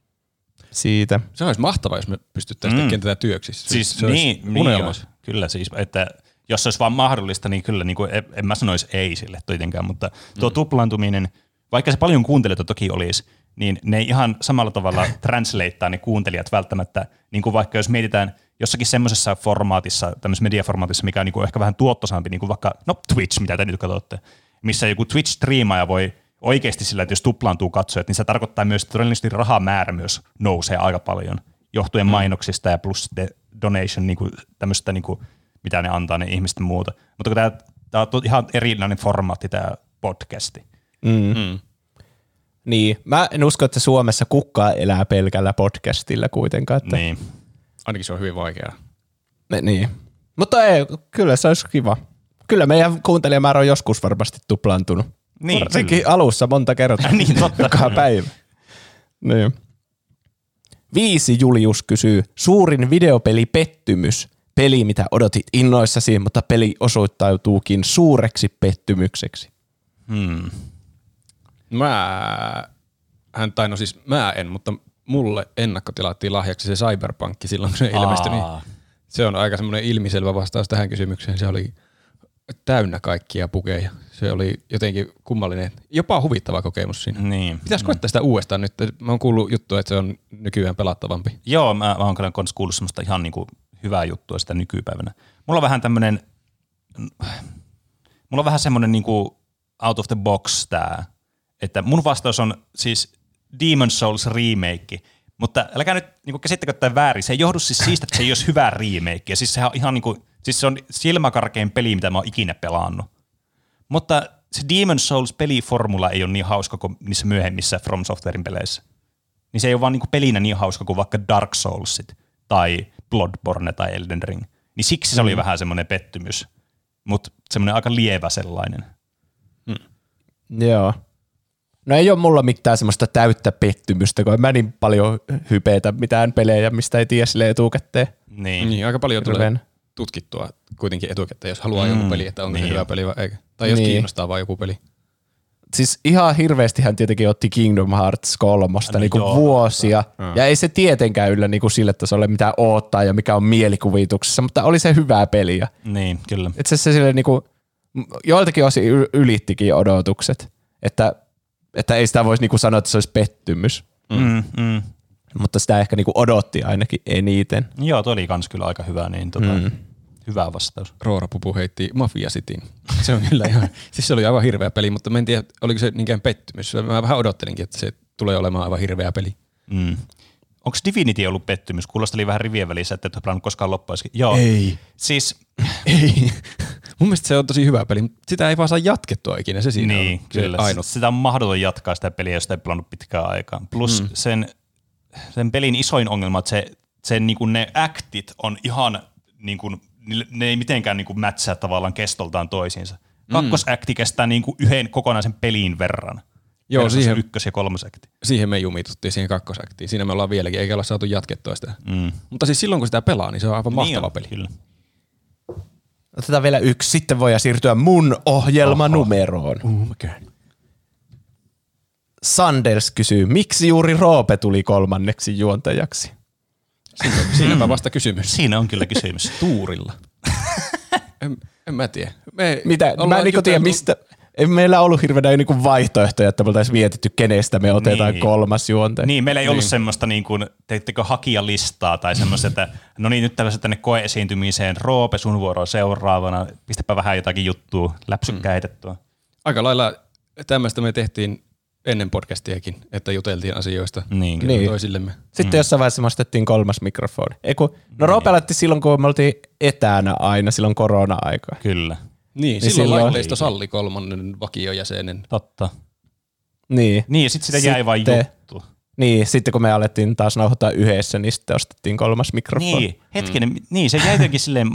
siitä. Se olisi mahtavaa, jos me pystyttäisiin tekemään tätä työksi. Siis se niin kyllä siis, että jos se olisi vaan mahdollista, niin kyllä en mä sanoisi ei sille tietenkään, mutta tuo tuplaantuminen, vaikka se paljon kuuntelijoita toki olisi, niin ne ei ihan samalla tavalla translateaa ne kuuntelijat välttämättä, niin kuin vaikka jos mietitään jossakin semmoisessa formaatissa, tämmöisessä mediaformaatissa, mikä on niin ehkä vähän tuottosampi, niin kuin vaikka Twitch, mitä te nyt katsotte, missä joku Twitch-striimaaja voi oikeasti sillä, että jos tuplaantuu katsojat, niin se tarkoittaa myös, että todennäköisesti rahamäärä myös nousee aika paljon, johtuen mainoksista ja plus donation, niin kuin tämmöistä, niin kuin, mitä ne antaa ne ihmisten muuta. Mutta kun tämä on ihan erilainen formaatti, tämä podcasti. Niin, mä en usko, että Suomessa kukaan elää pelkällä podcastilla kuitenkaan. Että niin. Ainakin se on hyvin vaikeaa. Niin. Mutta ei, kyllä se olisi kiva. Kyllä meidän kuuntelijamäärä on joskus varmasti tuplaantunut. Niin, Sekin alussa monta kertaa. Niin, totta. Joka päivä. Niin. 5 Julius kysyy, suurin videopelipettymys. Peli, mitä odotit innoissasi, mutta peli osoittautuukin suureksi pettymykseksi. Mä en, mutta mulle ennakkotilattiin lahjaksi se Cyberpunk silloin, kun se ilmestyi. Niin se on aika semmoinen ilmiselvä vastaus tähän kysymykseen. Se oli täynnä kaikkia pukeja. Se oli jotenkin kummallinen, jopa huvittava kokemus siinä. Niin. Pitäisi koittaa sitä uudestaan nyt. Mä oon kuullut juttua, että se on nykyään pelattavampi. Joo, mä oon kyllä kuullut semmoista ihan niinku hyvää juttua sitä nykypäivänä. Mulla on vähän semmoinen niinku out of the box tää, että mun vastaus on siis Demon's Souls remake, mutta älkää nyt niinku käsittäkö tämän väärin. Se ei johdu siis siitä, että se ei olisi hyvä remake. Ja siis sehän on ihan niinku, siis se on silmäkarkein peli, mitä mä oon ikinä pelannut. Mutta se Demon's Souls peliformula ei ole niin hauska kuin niissä myöhemmissä From Softwarein peleissä. Niin se ei ole vaan niinku pelinä niin hauska kuin vaikka Dark Soulsit tai Bloodborne tai Elden Ring. Niin siksi se oli vähän semmoinen pettymys, mutta semmoinen aika lievä sellainen. Joo. No ei ole mulla mitään semmoista täyttä pettymystä, kun en mä niin paljon hypetä mitään pelejä, mistä ei tiedä sille etukäteen. Niin, aika paljon tulee tutkittua kuitenkin etukäteen, jos haluaa joku peli, että onko se hyvä peli vai eikä. Tai jos kiinnostaa vaan joku peli. Siis ihan hirveästi hän tietenkin otti Kingdom Hearts 3 niinku vuosia. Ja ei se tietenkään yllä niinku sille tasolle, mitä odottaa ja mikä on mielikuvituksessa, mutta oli se hyvää peliä. Niin, kyllä. Itse asiassa sille niinku, joiltakin osin ylittikin odotukset, että ei sitä voisi niinku sanoa, että se olisi pettymys. Mutta sitä ehkä niinku odotti ainakin eniten. Joo, toi oli kans kyllä aika hyvä, niin hyvä vastaus. Roora Pupu heitti Mafia Cityn. Se on kyllä ihan, siis se oli aivan hirveä peli, mutta mä en tiedä, oliko se niinkään pettymys. Mä vähän odottelinkin, että se tulee olemaan aivan hirveä peli. Onko Divinity ollut pettymys? Kuulosteli vähän rivien välissä, että et ole pelannut koskaan loppuiskin. Joo. Ei. Siis ei. Mun mielestä se on tosi hyvä peli, mutta sitä ei vaan saa jatkettua ikinä. Se siinä niin, on kyllä. ainut. Sitä on mahdoton jatkaa sitä peliä, jos ei pelannut pitkään aikaa. Plus sen pelin isoin ongelma, että sen niinku ne actit on ihan niinku, ne ei mitenkään niinku mätsää tavallaan kestoltaan toisiinsa. Kakkosakti kestää niinku yhden kokonaisen pelin verran. Joo, siihen, ykkös- ja kolmosakti. Siihen me jumituttiin siihen kakkosaktiin. Siinä me ollaan vieläkin, eikä olla saatu jatkettua sitä. Mutta siis silloin, kun sitä pelaa, niin se on aivan mahtava peli. Kyllä. Otetaan vielä yksi, sitten voidaan siirtyä mun ohjelmanumeroon. Sanders kysyy, miksi juuri Roope tuli 3. juontajaksi? Siinäpä vasta kysymys. Siinä on kyllä kysymys. Tuurilla. en mä tiedä. Mitä? Mä en tiedä, mistä. Ei meillä ollut hirveänä niinku vaihtoehtoja, että me oltaisiin mietitty, kenestä me otetaan 3. juontaja. Niin, meillä ei ollut semmoista, niin kuin, teittekö hakijalistaa tai semmoista, että no niin, nyt tällaisen tänne koeesiintymiseen, Roope, sun vuoro seuraavana, pistäpä vähän jotakin juttua, läpsykkä heitettua. Aika lailla tämmöistä me tehtiin ennen podcastiakin, että juteltiin asioista toisillemme. Sitten jossain vaiheessa me ostettiin 3. mikrofoni. Roope aloitti silloin, kun me oltiin etänä aina, silloin korona-aikaa. Kyllä. Niin, silloin laitteisto salli 3. vakiojäsenen. Totta. Niin, ja sitten sitä jäi vain juttu. Niin, sitten kun me alettiin taas nauhoittaa yhdessä, niin sitten ostettiin 3. mikrofoni. Niin, hetkinen, se jäi jotenkin silleen,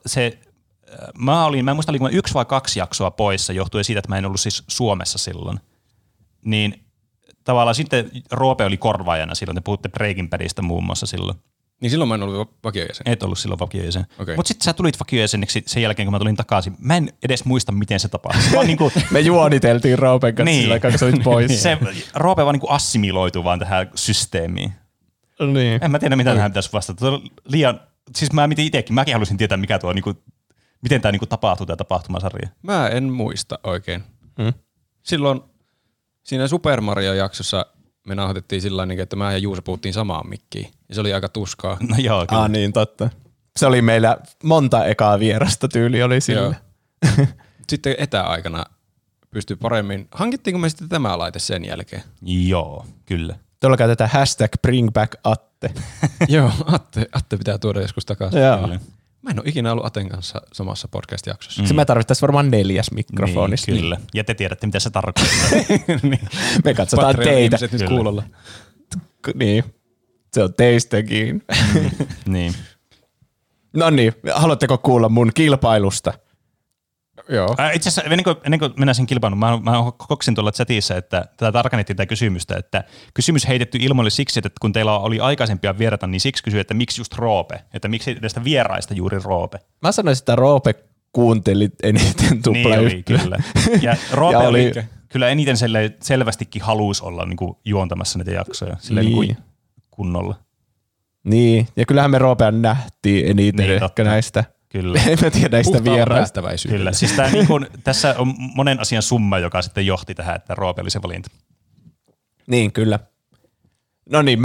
mä en muista, oliko 1 vai 2 jaksoa poissa, johtuen siitä, että mä en ollut siis Suomessa silloin. Niin tavallaan sitten Roope oli korvaajana silloin, te puhutte Breaking Badista muun muassa silloin. Niin silloin mä en ollut vakiojäsen. Et ollut silloin vakiojäsen. Okay. Mutta sitten sä tulit vakiojäseneksi sen jälkeen, kun mä tulin takaisin. Mä en edes muista, miten se tapahtui. Niinku, me juoniteltiin Roopen kanssa sillä aikaa, kun sä olit pois. Roope vaan niinku assimiloituu vaan tähän systeemiin. Niin. En mä tiedä, mitä tähän pitäisi vastata. Siis mä mietin itsekin, mäkin halusin tietää, mikä tuo, niinku, miten tämä niinku tapahtuu, tämä tapahtumasarja. Mä en muista oikein. Silloin siinä Super Mario-jaksossa me nauhoitettiin sillä tavalla, että mä ja Juuso puhuttiin samaan mikkiin. Ja se oli aika tuskaa. No joo, kyllä. Niin, totta. Se oli meillä monta ekaa vierasta tyyli oli sillä. Sitten etäaikana pystyi paremmin. Hankittiinko me sitten tämä laite sen jälkeen? Joo, kyllä. Tuolla käytetään #BringBackAtte. Joo, Atte pitää tuoda joskus takaisin. Joo. Mä en ole ikinä ollut Aten kanssa samassa podcast-jaksossa. Se me tarvittaisiin varmaan 4. mikrofonista. Niin, kyllä. Ja te tiedätte, mitä se tarkoittaa. Niin. Me katsotaan teitä. Nyt kuulolla. Niin. Se on teistäkin. Niin. No niin, haluatteko kuulla mun kilpailusta? Joo. Itse asiassa ennen kuin mennään sen kilpailuun, mä koksin tuolla chatissa, että tätä tarkennettiin tätä kysymystä, että kysymys heitetty ilmoille siksi, että kun teillä oli aikaisempia vieraita, niin siksi kysyi, että miksi just Roope, että miksi tästä vieraista juuri Roope. Mä sanoisin, että Roope kuunteli eniten Tuplahyppyä. Niin oli, kyllä. Ja Roope oli kyllä eniten selvästikin halusi olla niin kuin juontamassa näitä jaksoja niin kuin kunnolla. Niin, ja kyllähän me Roopea nähtiin eniten ehkä näistä. Kyllä. En mä tiedä näistä vieraista. Kyllä, siis tää, niin kun, tässä on monen asian summa, joka sitten johti tähän, että Roope oli se valinta. Niin, kyllä. No niin,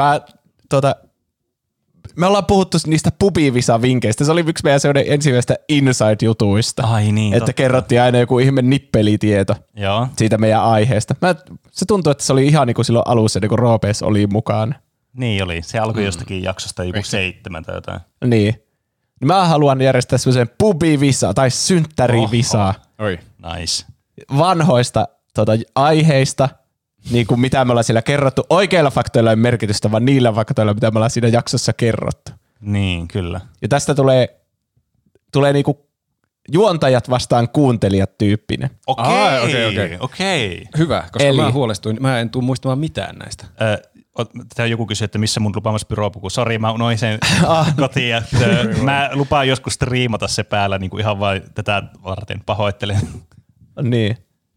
me ollaan puhuttu niistä pubivisa-vinkkeistä. Se oli yksi meidän sellainen ensimmäistä inside-jutuista. Ai niin, että kerrottiin aina joku ihme nippelitieto siitä meidän aiheesta. Se tuntui, että se oli ihan niin kuin silloin alussa, niin kuin Roopeessa oli mukaan. Niin oli. Se alkoi jostakin jaksosta joku 7 tai jotain. Niin. Mä haluan järjestää sellaisen pubivisa tai synttärivisa. Oi. Nice. Vanhoista aiheista, niin kuin mitä me ollaan siellä kerrottu. Oikeilla faktoilla ei ole merkitystä, vaan niillä faktoilla, mitä me ollaan siinä jaksossa kerrottu. Niin, kyllä. Ja tästä tulee niinku juontajat vastaan kuuntelijat -tyyppinen. Okei. Hyvä, koska mä huolestuin. Mä en tule muistamaan mitään näistä. Tää joku kysyi, että missä mun lupaamassa pyropuku. Sori, mä unoin sen kotiin. Ja, mä lupaan joskus striimata se päällä niin kuin ihan vain tätä varten. Pahoittelen. Niin.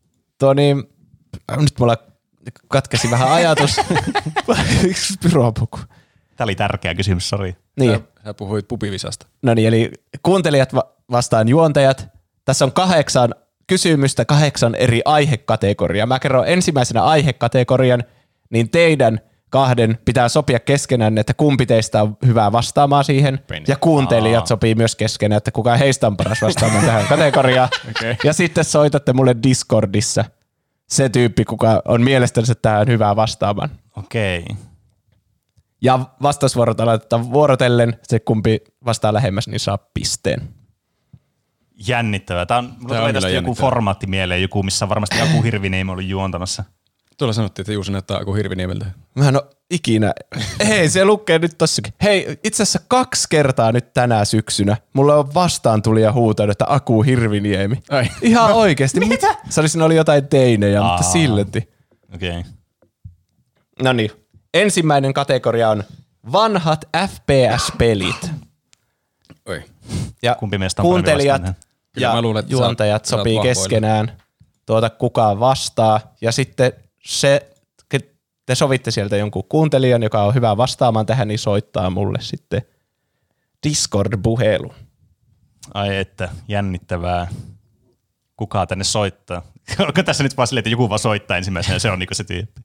Nyt mulla katkesi vähän ajatus. Pyropuku. Tää oli tärkeä kysymys, sori. Niin. Sä puhuit pubivisasta. No niin, eli kuuntelijat vastaan juontajat. Tässä on 8 kysymystä, 8 eri aihekategoriaa. Mä kerron ensimmäisenä aihekategorian, niin teidän 2 pitää sopia keskenään, että kumpi teistä on hyvää vastaamaan siihen. Ja kuuntelijat sopii myös keskenään, että kuka heistä on paras vastaamaan tähän kategoriaan. Okay. Ja sitten soitatte mulle Discordissa se tyyppi, kuka on mielestänsä tähän hyvää vastaamaan. Okei. Ja vastausvuorot aloitetaan vuorotellen. Se kumpi vastaa lähemmäs, niin saa pisteen. Jännittävää. Mulla tulee tästä joku formaatti mieleen, joku, missä varmasti Aku Hirviniemi oli juontamassa. Tuolla sanottiin, että Juuso näyttää Aku Hirviniemeltä. Mä en ole ikinä. Hei, se lukee nyt tossakin. Hei, itse asiassa 2 kertaa nyt tänä syksynä mulla on vastaan tulija huutanut, että Aku Hirviniemi. Ai. Ihan oikeesti. Mitä? Siinä oli jotain teinejä, mutta silti. Okei. No niin. Ensimmäinen kategoria on vanhat FPS-pelit. Oi. Ja kumpi meistä on kuuntelijat ja juontajat sopii keskenään kuka vastaa. Ja sitten te sovitte sieltä jonkun kuuntelijan, joka on hyvä vastaamaan tähän, niin soittaa mulle sitten Discord-puhelu. Ai että, jännittävää. Kuka tänne soittaa? Onko tässä nyt vaan silleen, että joku vaan soittaa ensimmäisenä ja se on niinku se tyyppi?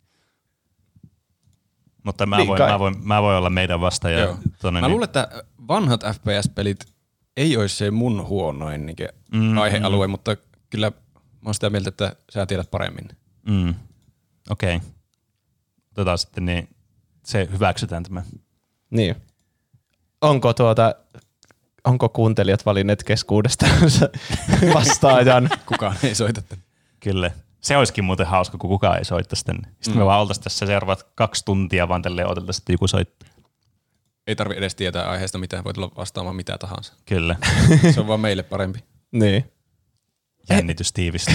Mutta mä voin olla meidän vastaaja. Mä luulen, että vanhat FPS-pelit ei olisi se mun huonoin aihealue, mutta kyllä mä oon sitä mieltä, että sä tiedät paremmin. Okei. Otetaan sitten niin, se hyväksytään tämä. Niin. Onko kuuntelijat valinneet keskuudestaan vastaajan? Kukaan ei soita tänne. Kyllä. Se olisikin muuten hauska, kun kukaan ei soittaisi tänne. Sitten me vaan oltaisiin tässä seuraavat 2 tuntia, vaan tälleen odoteltaisiin, että joku soittaa. Ei tarvitse edes tietää aiheesta mitään, voi tulla vastaamaan mitä tahansa. Kyllä. Se on vaan meille parempi. Niin. Jännitys tiivistyy.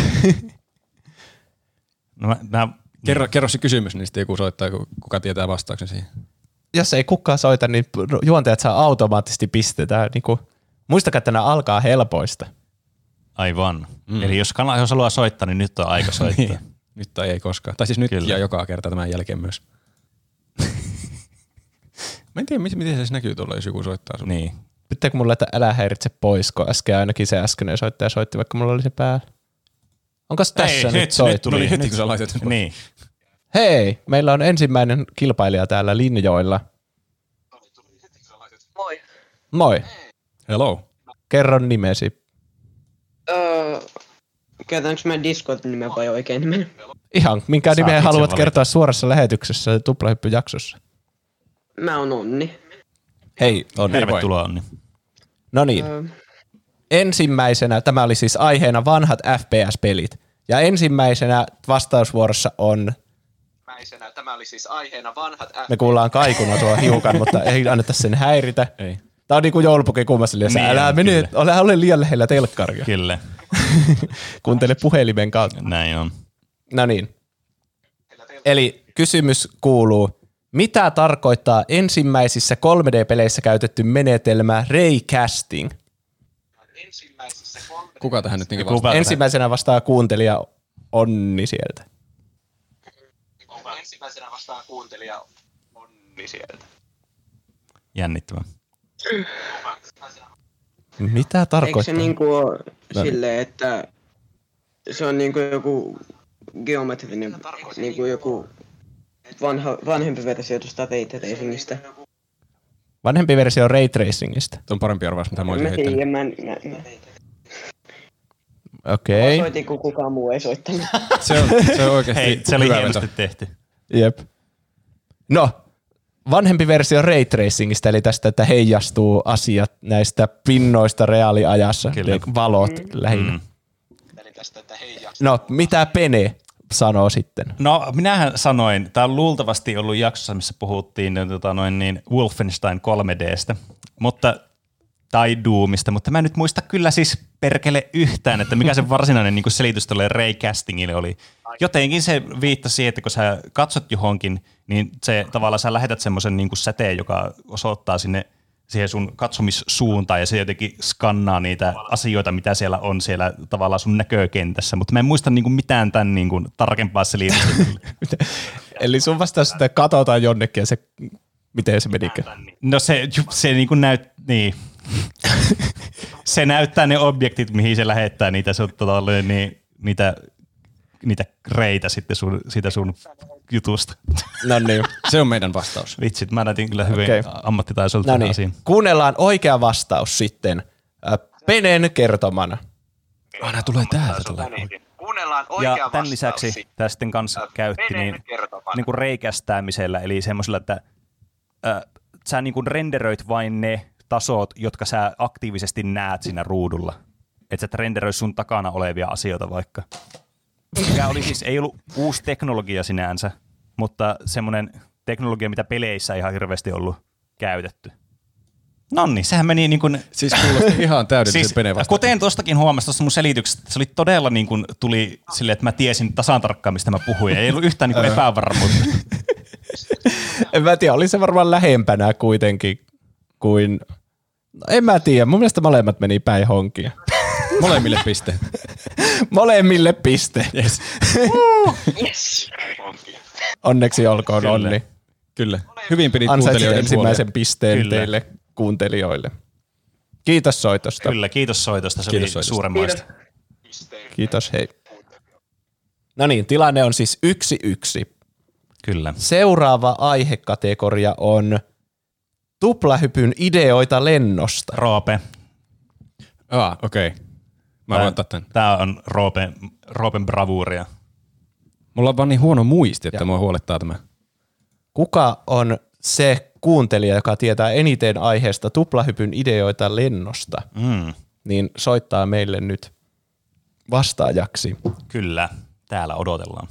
Kerro se kysymys, niin sitten joku soittaa, kuka tietää vastauksen siihen. Jos ei kukaan soita, niin juontajat saa automaattisesti pistetä. Niin muistakaa, että nämä alkaa helpoista. Aivan. Eli jos haluaa soittaa, niin nyt on aika soittaa. Niin. Nyt tai ei koskaan. Tai siis nyt ja joka kerta tämän jälkeen myös. Mä en tiedä, miten se näkyy tuolla, jos joku soittaa sun. Niin. Pitääkö mulle, että älä häiritse pois, kun ainakin se äskeinen soittaja soitti, vaikka mulla oli se päällä. Onko tässä nyt soittu? Nyt tuli heti, kun sä laitat. Niin. Hei, meillä on ensimmäinen kilpailija täällä linjoilla. Moi. Moi. Hello. Kerro nimesi. Käytänkö mä Discord-nimen vai oikein nimen? Ihan, minkä nimen haluat kertoa suorassa lähetyksessä Tuplahyppy-jaksossa? Mä oon Onni. Hei, Onni. Tervetuloa, Onni. No niin. Ensimmäisenä, tämä oli siis aiheena vanhat FPS-pelit. Ja ensimmäisenä vastausvuorossa on... Tämä oli siis aiheena vanhat FPS-pelit. Me kuullaan kaikuna tuo hiukan, mutta ei anneta sen häiritä. Ei. Tää on niinku joulupukin kummassa, niin älä mene, ole liian lähellä telkkaria. Kyllä. Kuuntele puhelimen kautta. Näin on. No niin. Eli kysymys kuuluu, mitä tarkoittaa ensimmäisissä 3D-peleissä käytetty menetelmä raycasting? Kuka tähän nyt niinkin Kuka- vastaa? Ensimmäisenä vastaa kuuntelija Onni sieltä. Jännittävää. Mitä Eikö tarkoittaa? se niinku ole silleen, että se on niinku joku geometrinen, niinku joku vanhempi versio tuosta Ray Tracingista? Vanhempi versio Ray Tracingista. Tuo on parempi arvaus, mitä mä olisin Mä heittänyt. tiedän, Okei. mä soitin, kun kukaan muu ei soittanut. Se on oikeasti Hei, se oli hyvä hienosti veto. tehty. Jep. No, vanhempi versio Ray Tracingista, eli tästä, että heijastuu asiat näistä pinnoista reaaliajassa. Kyllä. Valot lähinnä. No, mitä Pene sanoo sitten? No, minähän sanoin, tämä on luultavasti ollut jaksossa, missä puhuttiin Wolfenstein 3Dstä, tai Doomista, mutta mä en nyt muista kyllä siis perkele yhtään, että mikä se varsinainen niin kuin selitys tuolle raycastingille oli. Jotenkin se viittasi siihen, että kun sä katsot johonkin, niin se tavallaan sä lähetät semmoisen niin kuin säteen, joka osoittaa sinne siihen sun katsomissuuntaan ja se jotenkin skannaa niitä asioita, mitä siellä on siellä tavallaan sun näkökentässä, mutta mä en muista niin kuin mitään tämän niin kuin tarkempaa selitystä. Eli sun vastaus, että katsotaan jonnekin ja se, miten se menikö? No se niin kuin niin. Se näyttää ne objektit, mihin se lähettää niitä, niitä reitä sitten siitä sun jutusta. No niin. Se on meidän vastaus. Vitsit, mä näytin kyllä hyvin Okei. ammattitaisolta No tähän asiaan. niin. Kuunnellaan oikea vastaus sitten Penen kertomana. Nää tulee täältä. Kuunnellaan oikea Ja tämän lisäksi tämä sitten kanssa käytti niin kuin reikästäämisellä, eli semmoisella, että sä niin kuin renderöit vain ne tasot, jotka sä aktiivisesti näet siinä ruudulla. Että sä et renderöi sun takana olevia asioita vaikka. Mikä oli siis, ei ollut uusi teknologia sinänsä, mutta semmoinen teknologia, mitä peleissä ei ihan hirveästi ollut käytetty. Nonni, sehän meni niin kuin... Siis kuulosti ihan täydellisen Siis, Pene vastaus. kuten tuostakin huomasi tuossa mun selityksestä, se oli todella niin kuin tuli silleen, että mä tiesin tasan tarkkaan, mistä mä puhuin. Ei ollut yhtään niin kuin epävarmuutta. En mä tiedä, oli se varmaan lähempänä kuitenkin kuin... No, en mä tiedä, mun mielestä molemmat meni päin honkia. Molemmille piste. Molemmille piste. Yes. Yes! Onneksi olkoon Kyllä. Onni. Kyllä. Hyvin pidit Ansaitsit kuuntelijoiden ensimmäisen pisteen Kyllä. teille kuuntelijoille. Kiitos soitosta. Kyllä, kiitos soitosta. Se Kiitos oli soitosta. suuremmaista. Kiitos, hei. No niin, tilanne on siis 1-1. Kyllä. Seuraava aihekategoria on tuplahypyn ideoita lennosta. Roope. Okei. Mä voin ottaa tän. Tää on Roopen bravuuria. Mulla on vaan niin huono muisti, että mua huolettaa tämä. Kuka on se kuuntelija, joka tietää eniten aiheesta tuplahypyn ideoita lennosta? Niin soittaa meille nyt vastaajaksi. Kyllä, täällä odotellaan.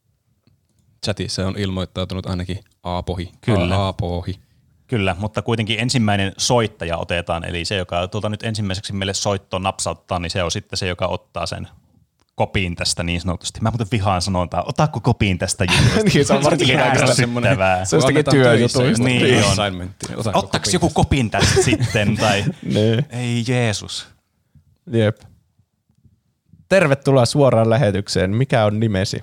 Chatissa on ilmoittautunut ainakin Aapohi. Kyllä. Aapohi. Kyllä, mutta kuitenkin ensimmäinen soittaja otetaan, eli se, joka nyt ensimmäiseksi meille soittoon napsauttaa, niin se on sitten se, joka ottaa sen kopin tästä niin sanotusti. Mä muuten vihaan sanontaa, otaako kopin tästä jutusta. Niin, se on varsinkin ärsyttävää. Se on jostakin työjutuista. Niin on. Assignmenttia. Ottaako joku kopin tästä sitten? Tai Nee. ei Jeesus. Jep. Tervetuloa suoraan lähetykseen. Mikä on nimesi?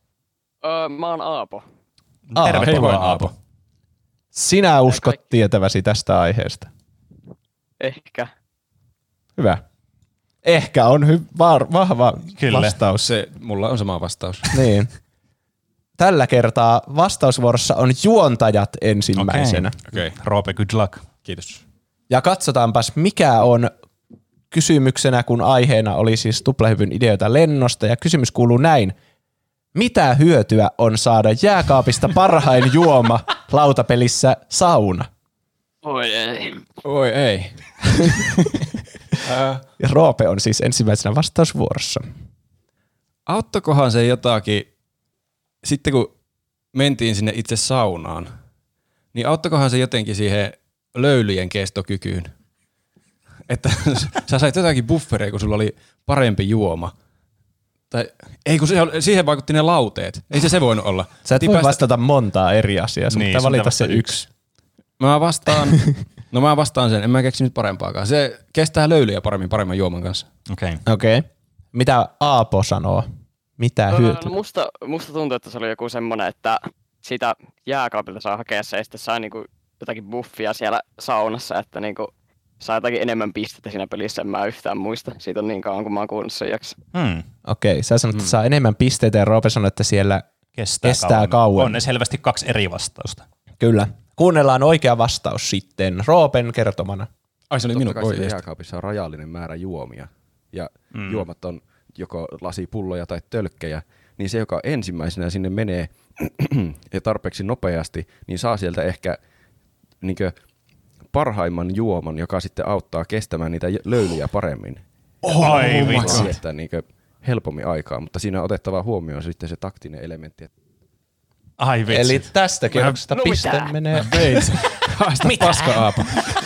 Mä oon Aapo. Tervetuloa hei vaan, Aapo. Sinä uskot tietäväsi tästä aiheesta. Ehkä. Hyvä. Ehkä on vahva Kyllä. vastaus. Mulla on sama vastaus. Niin. Tällä kertaa vastausvuorossa on juontajat ensimmäisenä. Okei. Roope, good luck. Kiitos. Ja katsotaanpas, mikä on kysymyksenä, kun aiheena oli siis tuplahypyn ideoita lennosta. Ja kysymys kuuluu näin. Mitä hyötyä on saada jääkaapista parhain juoma lautapelissä sauna? Oi ei. Oi ei. Ja Roope on siis ensimmäisenä vastausvuorossa. Auttokohan se jotakin, sitten kun mentiin sinne itse saunaan, niin auttokohan se jotenkin siihen löylyjen kestokykyyn? että sä sait jotakin bufferia, kun sulla oli parempi juoma. Tai ei, kun siihen vaikutti ne lauteet. Ei se voinut olla. Sä et voi vastata montaa eri asiaa, sun pitää valita se yksi. Mä vastaan sen, en mä keksi nyt parempaakaan. Se kestää löylyjä paremman juoman kanssa. Okei. Mitä Aapo sanoo? Mitä hyötyä? No musta tuntuu, että se oli joku semmonen, että siitä jääkaapilta saa hakea se ja sitten saa niinku jotakin buffia siellä saunassa, että niinku saa jotakin enemmän pistettä siinä pelissä, en mä yhtään muista. Siitä on niin kauan, kun mä oon kuunnut sen jakso. Okei, sä sanot, että saa enemmän pisteitä ja Roope sanoo, että siellä kestää kauan. On ne selvästi 2 eri vastausta. Kyllä. Kuunnellaan oikea vastaus sitten Roopen kertomana. Ai se oli minun oikeasti. Jääkaapissa on rajallinen määrä juomia ja juomat on joko lasipulloja tai tölkkejä, niin se, joka ensimmäisenä sinne menee ja tarpeeksi nopeasti, niin saa sieltä ehkä niinkö parhaimman juoman, joka sitten auttaa kestämään niitä löylyjä paremmin. Ai vitsi. Että niinkö helpommin aikaa, mutta siinä on otettava huomioon sitten se taktinen elementti. Ai vitsi. Eli tästä kierroksesta piste menee. Haista paska Aapo.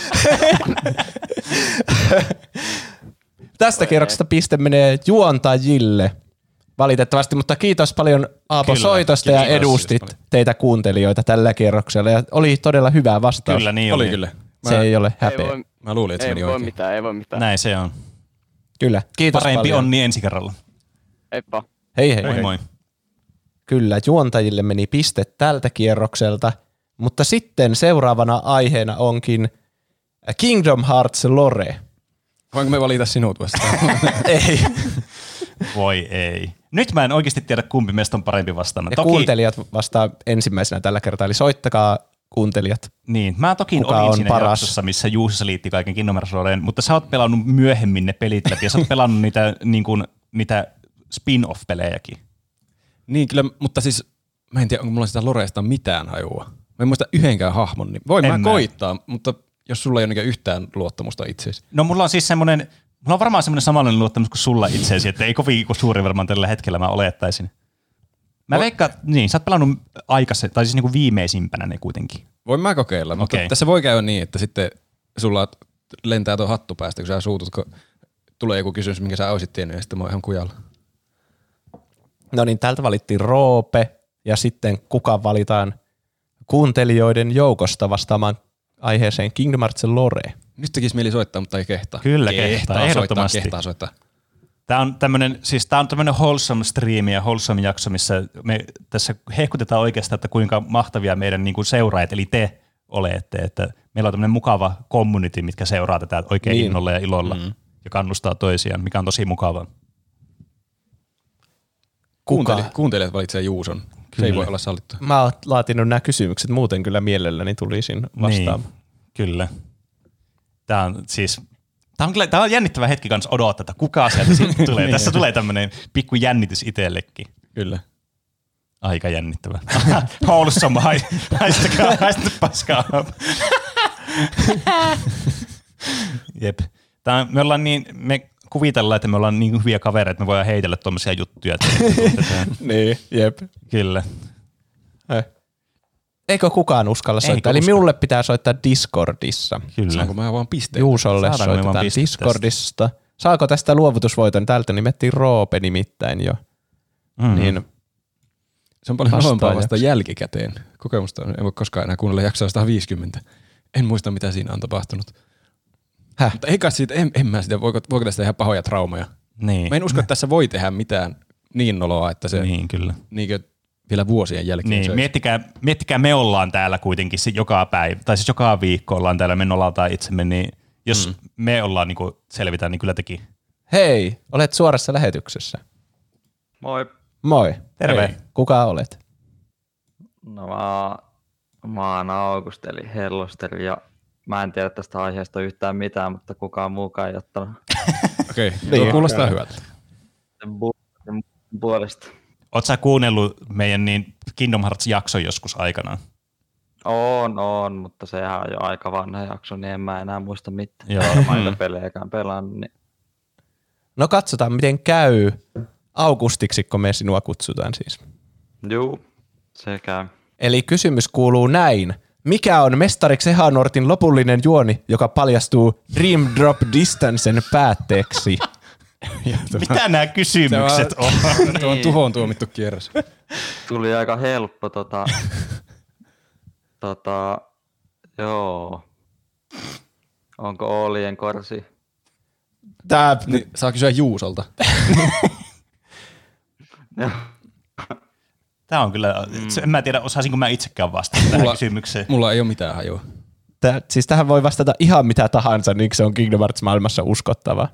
Tästä kierroksesta piste menee juontajille. Valitettavasti, mutta kiitos paljon Aapo soitosta ja edustit teitä kuuntelijoita tällä kierroksella. Ja oli todella hyvä vastaus. Kyllä niin oli. Kyllä. Se ei ole häpeä. Mä luulin, että se meni oikein. Ei voi mitään. Näin se on. Kyllä, kiitos Parempi paljon. on niin ensi kerralla. Heippa. Hei. Moi. Kyllä, juontajille meni piste tältä kierrokselta, mutta sitten seuraavana aiheena onkin Kingdom Hearts lore. Voinko me valita sinut vastaan? Ei. Voi ei. Nyt mä en oikeasti tiedä, kumpi meistä on parempi vastaana. Ja kuuntelijat vastaa ensimmäisenä tällä kertaa, eli soittakaa kuuntelijat. Niin, mä toki Kuka olin on siinä paras? jaksossa, missä Juusossa liitti kaiken Kingdom Hearts loreen, mutta sä oot pelannut myöhemmin ne pelit läpi ja sä oot pelannut niitä spin-off-pelejäkin. Niin kyllä, mutta siis mä en tiedä, onko mulla sitä loreesta mitään hajua. Mä en muista yhdenkään hahmon, niin voin mä koittaa, mutta jos sulla ei ole yhtään luottamusta itseesi. No mulla on varmaan semmoinen samanlainen luottamus kuin sulla itseesi, että ei kovin suuri varmaan tällä hetkellä mä olettaisin. Mä veikkaan, niin sä oot pelannut aikaisemmin, tai siis viimeisimpänä ne kuitenkin. Voin mä kokeilla, mutta tässä voi käydä niin, että sitten sulla lentää tuo hattu päästä, kun sä suutut, kun tulee joku kysymys, minkä sä olisit tiennyt, ja sitten mä oon ihan kujalla. No niin, täältä valittiin Roope, ja sitten kuka valitaan kuuntelijoiden joukosta vastaamaan aiheeseen Kingdom Hearts lore. Nyt tekisi mieli soittaa, mutta ei kehtaa. Kyllä kehtaa, ehdottomasti. Kehtaa soittaa. Tää on tämmönen wholesome striimi ja wholesome jakso, missä me tässä hehkutetaan oikeastaan, että kuinka mahtavia meidän niin kuin seuraajat, eli te olette, että meillä on tämmöinen mukava community, mitkä seuraa tätä oikein innolla ja ilolla ja kannustaa toisiaan, mikä on tosi mukavaa. Kuuntelijat valitsee Juuson. Se ei voi olla sallittua. Mä oon laatinut nämä kysymykset, muuten kyllä mielelläni tulisin vastaamaan. Niin, kyllä. Tää on jännittävä hetki kanssa odottaa, että kuka sieltä tulee. Tässä tulee tämmönen pikku jännitys itsellekin. Kyllä. Aika jännittävä. Wholesome, haistakaa paskaa. Jep. Me kuvitellaan, että me ollaan niin hyviä kavereita, että me voidaan heitellä tuommoisia juttuja. Niin, jep. Kyllä. Eikö kukaan uskalla soittaa? Eli minulle pitää soittaa Discordissa. Kyllä. Saanko mä vaan pisteitä? Juusolle soitetaan Discordista. Saako tästä luovutusvoiton? Täältä nimettiin Roope nimittäin jo. Niin se on paljon nolompaa vasta jälkikäteen. Kokemusta en voi koskaan enää kuunnella jaksoa 150. En muista, mitä siinä on tapahtunut. Mutta eikä siitä, en mä sitä, voiko tästä tehdä pahoja traumaja? Niin. Mä en usko, että tässä voi tehdä mitään niin noloa, että se kyllä. Niinkö vielä vuosien jälkeen. Niin, miettikää, me ollaan täällä kuitenkin joka päivä, tai siis joka viikko ollaan täällä, me nolataan itsemme, niin jos me ollaan selvitään, niin kyllä teki. Hei, olet suorassa lähetyksessä. Moi. Moi. Terve. Hei. Kuka olet? No mä oon August, eli hellosteli, ja mä en tiedä tästä aiheesta yhtään mitään, mutta kukaan muukaan ei ottanut. Okei, niin, kuulostaa hyvältä. Puolesta. Oot sä kuunnellut meidän Kingdom Hearts-jakson joskus aikanaan? On, mutta sehän on jo aika vanha jakso, niin en mä enää muista mitään. Joo. Varmaan pelejäkään pelannut. Niin. No katsotaan, miten käy. Augustiksiko me sinua kutsutaan siis? Juu, se käy. Eli kysymys kuuluu näin. Mikä on mestari Xehanortin lopullinen juoni, joka paljastuu Dream Drop Distancen päätteeksi? Mitä nämä kysymykset on? Tuo on tuhoon tuomittu kierros. Tuli aika helppo joo. Onko Oolien korsi? Tää, Niin, saa kysyä Juusolta. Tämä on kyllä, en mä tiedä, osaisinko mä itsekään vastata tähän kysymykseen. Mulla ei ole mitään hajua. siis tähän voi vastata ihan mitä tahansa, niin se on Kingdom Hearts-maailmassa uskottava.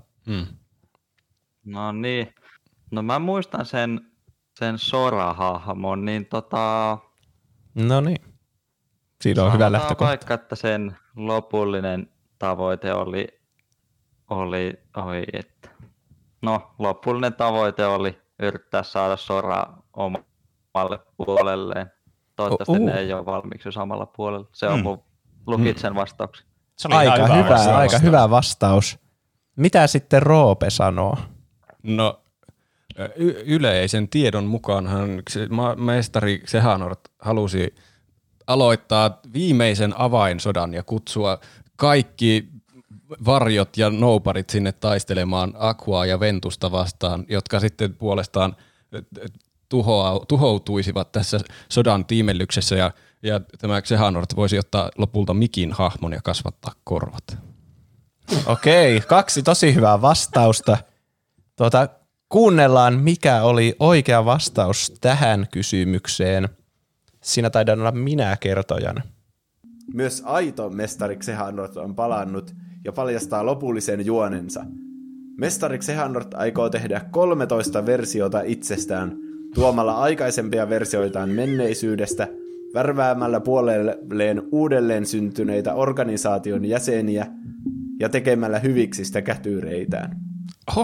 No niin. No mä muistan sen Sora-hahmon, niin No niin. Siinä on hyvä lähtökohta. Vaikka, että sen lopullinen tavoite lopullinen tavoite oli yrittää saada Sora omalle puolelleen. Toivottavasti ne ei ole valmiiksi jo samalla puolella. Se on mun lukitsen vastauksen. Se oli Aika hyvä vastaus. Mitä sitten Roope sanoo? No yleisen tiedon mukaanhan mestari Xehanort halusi aloittaa viimeisen avainsodan ja kutsua kaikki varjot ja noparit sinne taistelemaan Aquaa ja Ventusta vastaan, jotka sitten puolestaan tuhoutuisivat tässä sodan tiimellyksessä ja tämä Xehanort voisi ottaa lopulta Mikin hahmon ja kasvattaa korvat. Okei, 2 tosi hyvää vastausta. Kuunnellaan, mikä oli oikea vastaus tähän kysymykseen. Siinä taidan olla minä kertojan. Myös aito mestari Xehanort on palannut ja paljastaa lopullisen juonensa. Mestari Xehanort aikoo tehdä 13 versiota itsestään, tuomalla aikaisempia versioitaan menneisyydestä, värväämällä puolelleen uudelleen syntyneitä organisaation jäseniä ja tekemällä hyviksistä kätyreitään. Oho,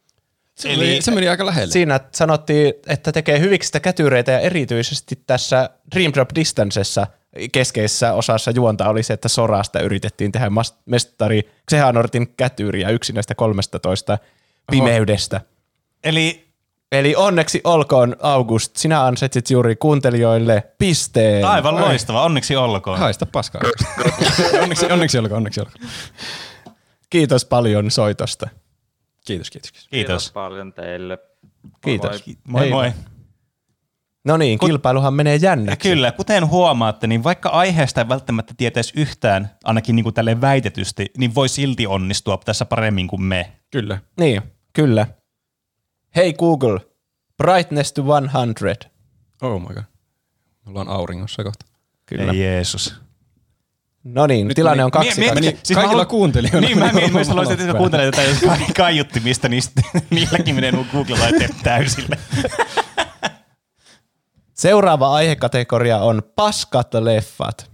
se meni aika lähelle. Siinä sanottiin, että tekee hyviksistä kätyreitä ja erityisesti tässä Dream Drop Distancessa keskeisessä osassa juonta oli se, että Sorasta yritettiin tehdä mestari Xehanortin kätyriä yksi näistä 13 pimeydestä. Eli onneksi olkoon, August, sinä ansaitsit juuri kuuntelijoille pisteen. Aivan loistava, onneksi olkoon. Haista paskaa. onneksi olkoon. Kiitos paljon soitosta. Kiitos. Kiitos paljon teille. Kiitos. Moi. No niin, kilpailuhan menee jännäksi. Kyllä, kuten huomaatte, niin vaikka aiheesta ei välttämättä tietäisi yhtään, ainakin niin kuin tälleen väitetysti, niin voi silti onnistua tässä paremmin kuin me. Kyllä. Niin, kyllä. Hei Google, brightness to 100. Oh my god. Me ollaan auringossa kohta. Kyllä. Ei Jeesus. No niin, tilanne on 2. Siis kaikilla kuuntelijoilla. Niin, mä haluaisin, että kuuntelee tätä jos kaiuttimista, niin niilläkin menee nuo Google-laitteet täysille. Seuraava aihekategoria on paskat leffat.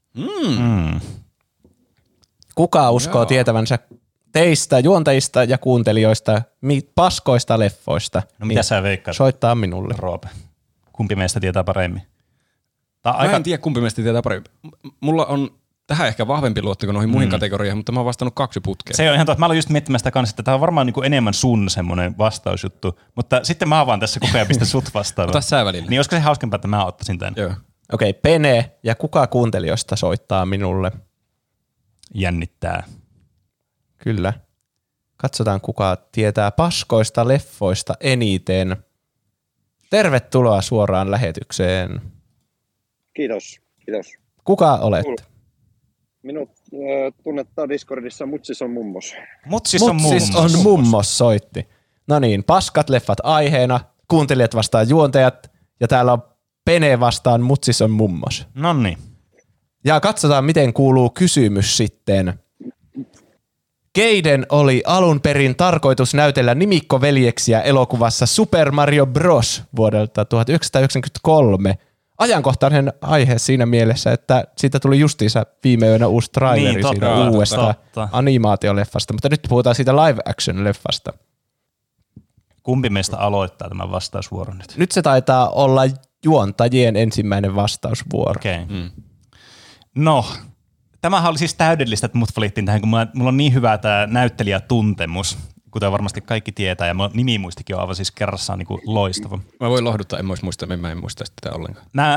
Kuka uskoo tietävänsä teistä, juontajista ja kuuntelijoista paskoista leffoista? No mitä sä veikkaat? Soittaa minulle. Roope. Kumpi meistä tietää paremmin? Mä en tiedä, kumpi meistä tietää paremmin. Mulla on tähän ehkä vahvempi luotto kuin noihin muihin kategorioihin, mutta mä oon vastannut 2 putkea. Se on ihan totta. Mä aloin just miettimään sitä kanssa, että tää on varmaan niin kuin enemmän sun semmoinen vastausjuttu, mutta sitten mä avaan tässä koko ajan pistä sut vastaan. Ota sä välillä. Niin olisiko se hauskempaa, että mä ottaisin tän? Joo. Okei, Pene ja kuka kuuntelijoista soittaa minulle? Jännittää. Kyllä. Katsotaan, kuka tietää paskoista leffoista eniten. Tervetuloa suoraan lähetykseen. Kiitos. Kuka olet? Minut tunnetaan Discordissa Mutsis on mummos. Mutsis on mummos soitti. No niin, paskat leffat aiheena, kuuntelijat vastaan juontajat ja täällä on Pene vastaan Mutsis on mummos. Noniin. Ja katsotaan, miten kuuluu kysymys sitten. Keiden oli alun perin tarkoitus näytellä nimikkoveljeksiä elokuvassa Super Mario Bros. Vuodelta 1993? Ajankohtainen aihe siinä mielessä, että siitä tuli justiinsa viime yönä uusi traileri siitä uudesta animaatioleffasta, mutta nyt puhutaan siitä live action leffasta. Kumpi meistä aloittaa tämän vastausvuoron nyt? Nyt se taitaa olla juontajien ensimmäinen vastausvuoro. Okei. No, tämähän oli siis täydellistä, että mut valittiin tähän, kun mulla on niin hyvä tämä näyttelijätuntemus, kuten varmasti kaikki tietää, ja nimimuistikin on aivan siis kerrassaan niin kuin loistava. Mä voin lohduttaa, mä en muista tätä ollenkaan. Nämä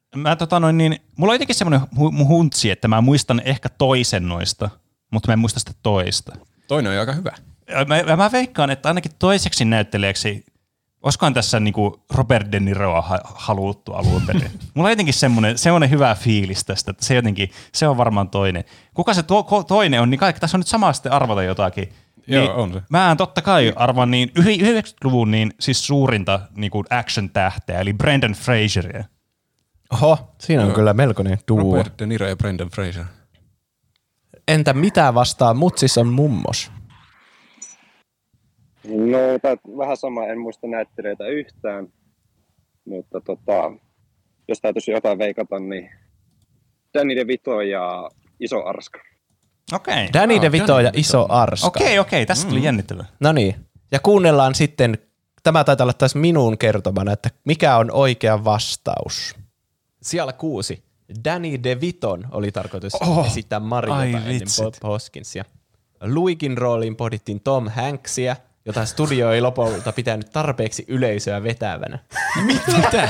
Mulla on jotenkin semmoinen huntsi, että mä muistan ehkä toisen noista, mutta mä en muista sitä toista. Toinen on aika hyvä. Mä veikkaan, että ainakin toiseksi näyttelijäksi, olisikohan tässä niinku Robert De Niroa haluttu alun perin. Mulla on jotenkin semmoinen hyvä fiilis tästä, että se on varmaan toinen. Kuka se toinen on, niin kaikki tässä on nyt sama sitten arvata jotakin. Joo, niin on se. Mä totta kai arvan niin 90-luvun niin siis suurinta niinku action-tähteä, eli Brendan Fraseria. Oho, siinä on kyllä melkoinen duo. Robert De Niro ja Brendan Fraser. Entä mitä vastaa Mutsis on mummos? No, vähän sama, en muista näyttelijöitä yhtään, mutta jos täytyisi jotain veikata, niin Danny DeVito ja Iso Arska. Okei. Danny DeVito ja Iso Arska. Okei, tästä tuli jännittävää. No niin, ja kuunnellaan sitten, tämä taitaa olla taas minun kertomana, että mikä on oikea vastaus. Siellä 6. Danny DeViton oli tarkoitus esittää Mariota ennen Bob Hoskinsia. Luikin rooliin pohdittiin Tom Hanksia, jota studio ei lopulta pitänyt tarpeeksi yleisöä vetävänä. Mitä?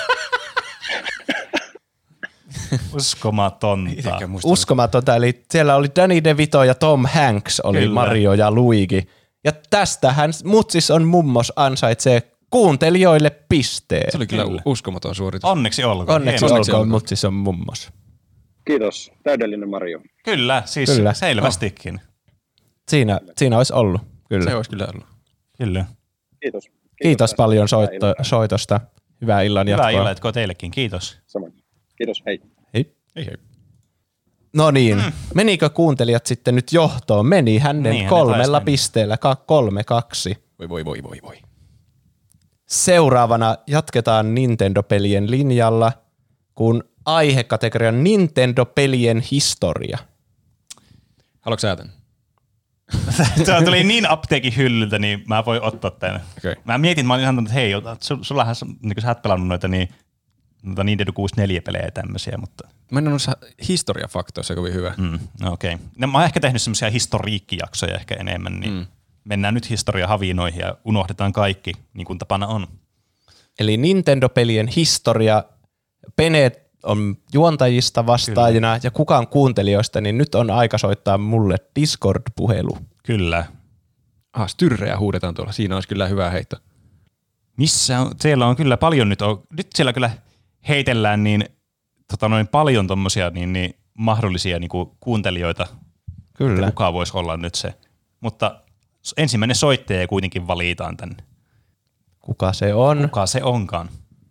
Uskomatonta. Uskomatonta, eli siellä oli Danny DeVito ja Tom Hanks oli kyllä. Mario ja Luigi. Ja tästähän Mutsis on mummos ansaitsee kuuntelijoille pisteen. Se oli kyllä uskomaton suoritus. Onneksi olkoon. Onneksi olkoon, Mutsis on mummos. Kiitos, täydellinen Mario. Kyllä, siis kyllä. Selvästikin. Siinä olisi ollut. Kyllä. Se olisi kyllä ollut. Kyllä. Kiitos paljon soitosta. Hyvää illan jatkoa. Hyvää illan jatkoa teillekin, kiitos. Samoin. Kiitos, hei. Hei. No niin, menikö kuuntelijat sitten nyt johtoon? Meni hänen 3 pisteellä, 3-2. Voi. Seuraavana jatketaan Nintendo-pelien linjalla, kun aihekategorian Nintendo-pelien historia. Haluatko sä tän? Tämä tuli niin apteekin hyllyltä, niin mä voin ottaa tämän. Okay. Mä mietin, mä olin sanonut, että hei, sullahan, niin kun sä oot pelannut noita Nintendo 64-pelejä ja tämmöisiä, mutta... Mä en ole noissa historiafaktoissa kovin hyvä. Okei. No, mä oon ehkä tehnyt semmoisia historiikkijaksoja ehkä enemmän, niin mennään nyt historiahavinoihin ja unohdetaan kaikki, niin kuin tapana on. Eli Nintendo-pelien historia, Pene on juontajista vastaajina kyllä. Ja kukaan kuuntelijoista, niin nyt on aika soittaa mulle Discord-puhelu. Kyllä. Styrrejä huudetaan tuolla, siinä olisi kyllä hyvä heitto. Missä on? Siellä on kyllä paljon nyt siellä kyllä heitellään niin, paljon tommosia niin mahdollisia niin kuin kuuntelijoita, kyllä. Kuka voisi olla nyt se. Mutta ensimmäinen soittaja kuitenkin valitaan tänne. Kuka se on? Kuka se onkaan?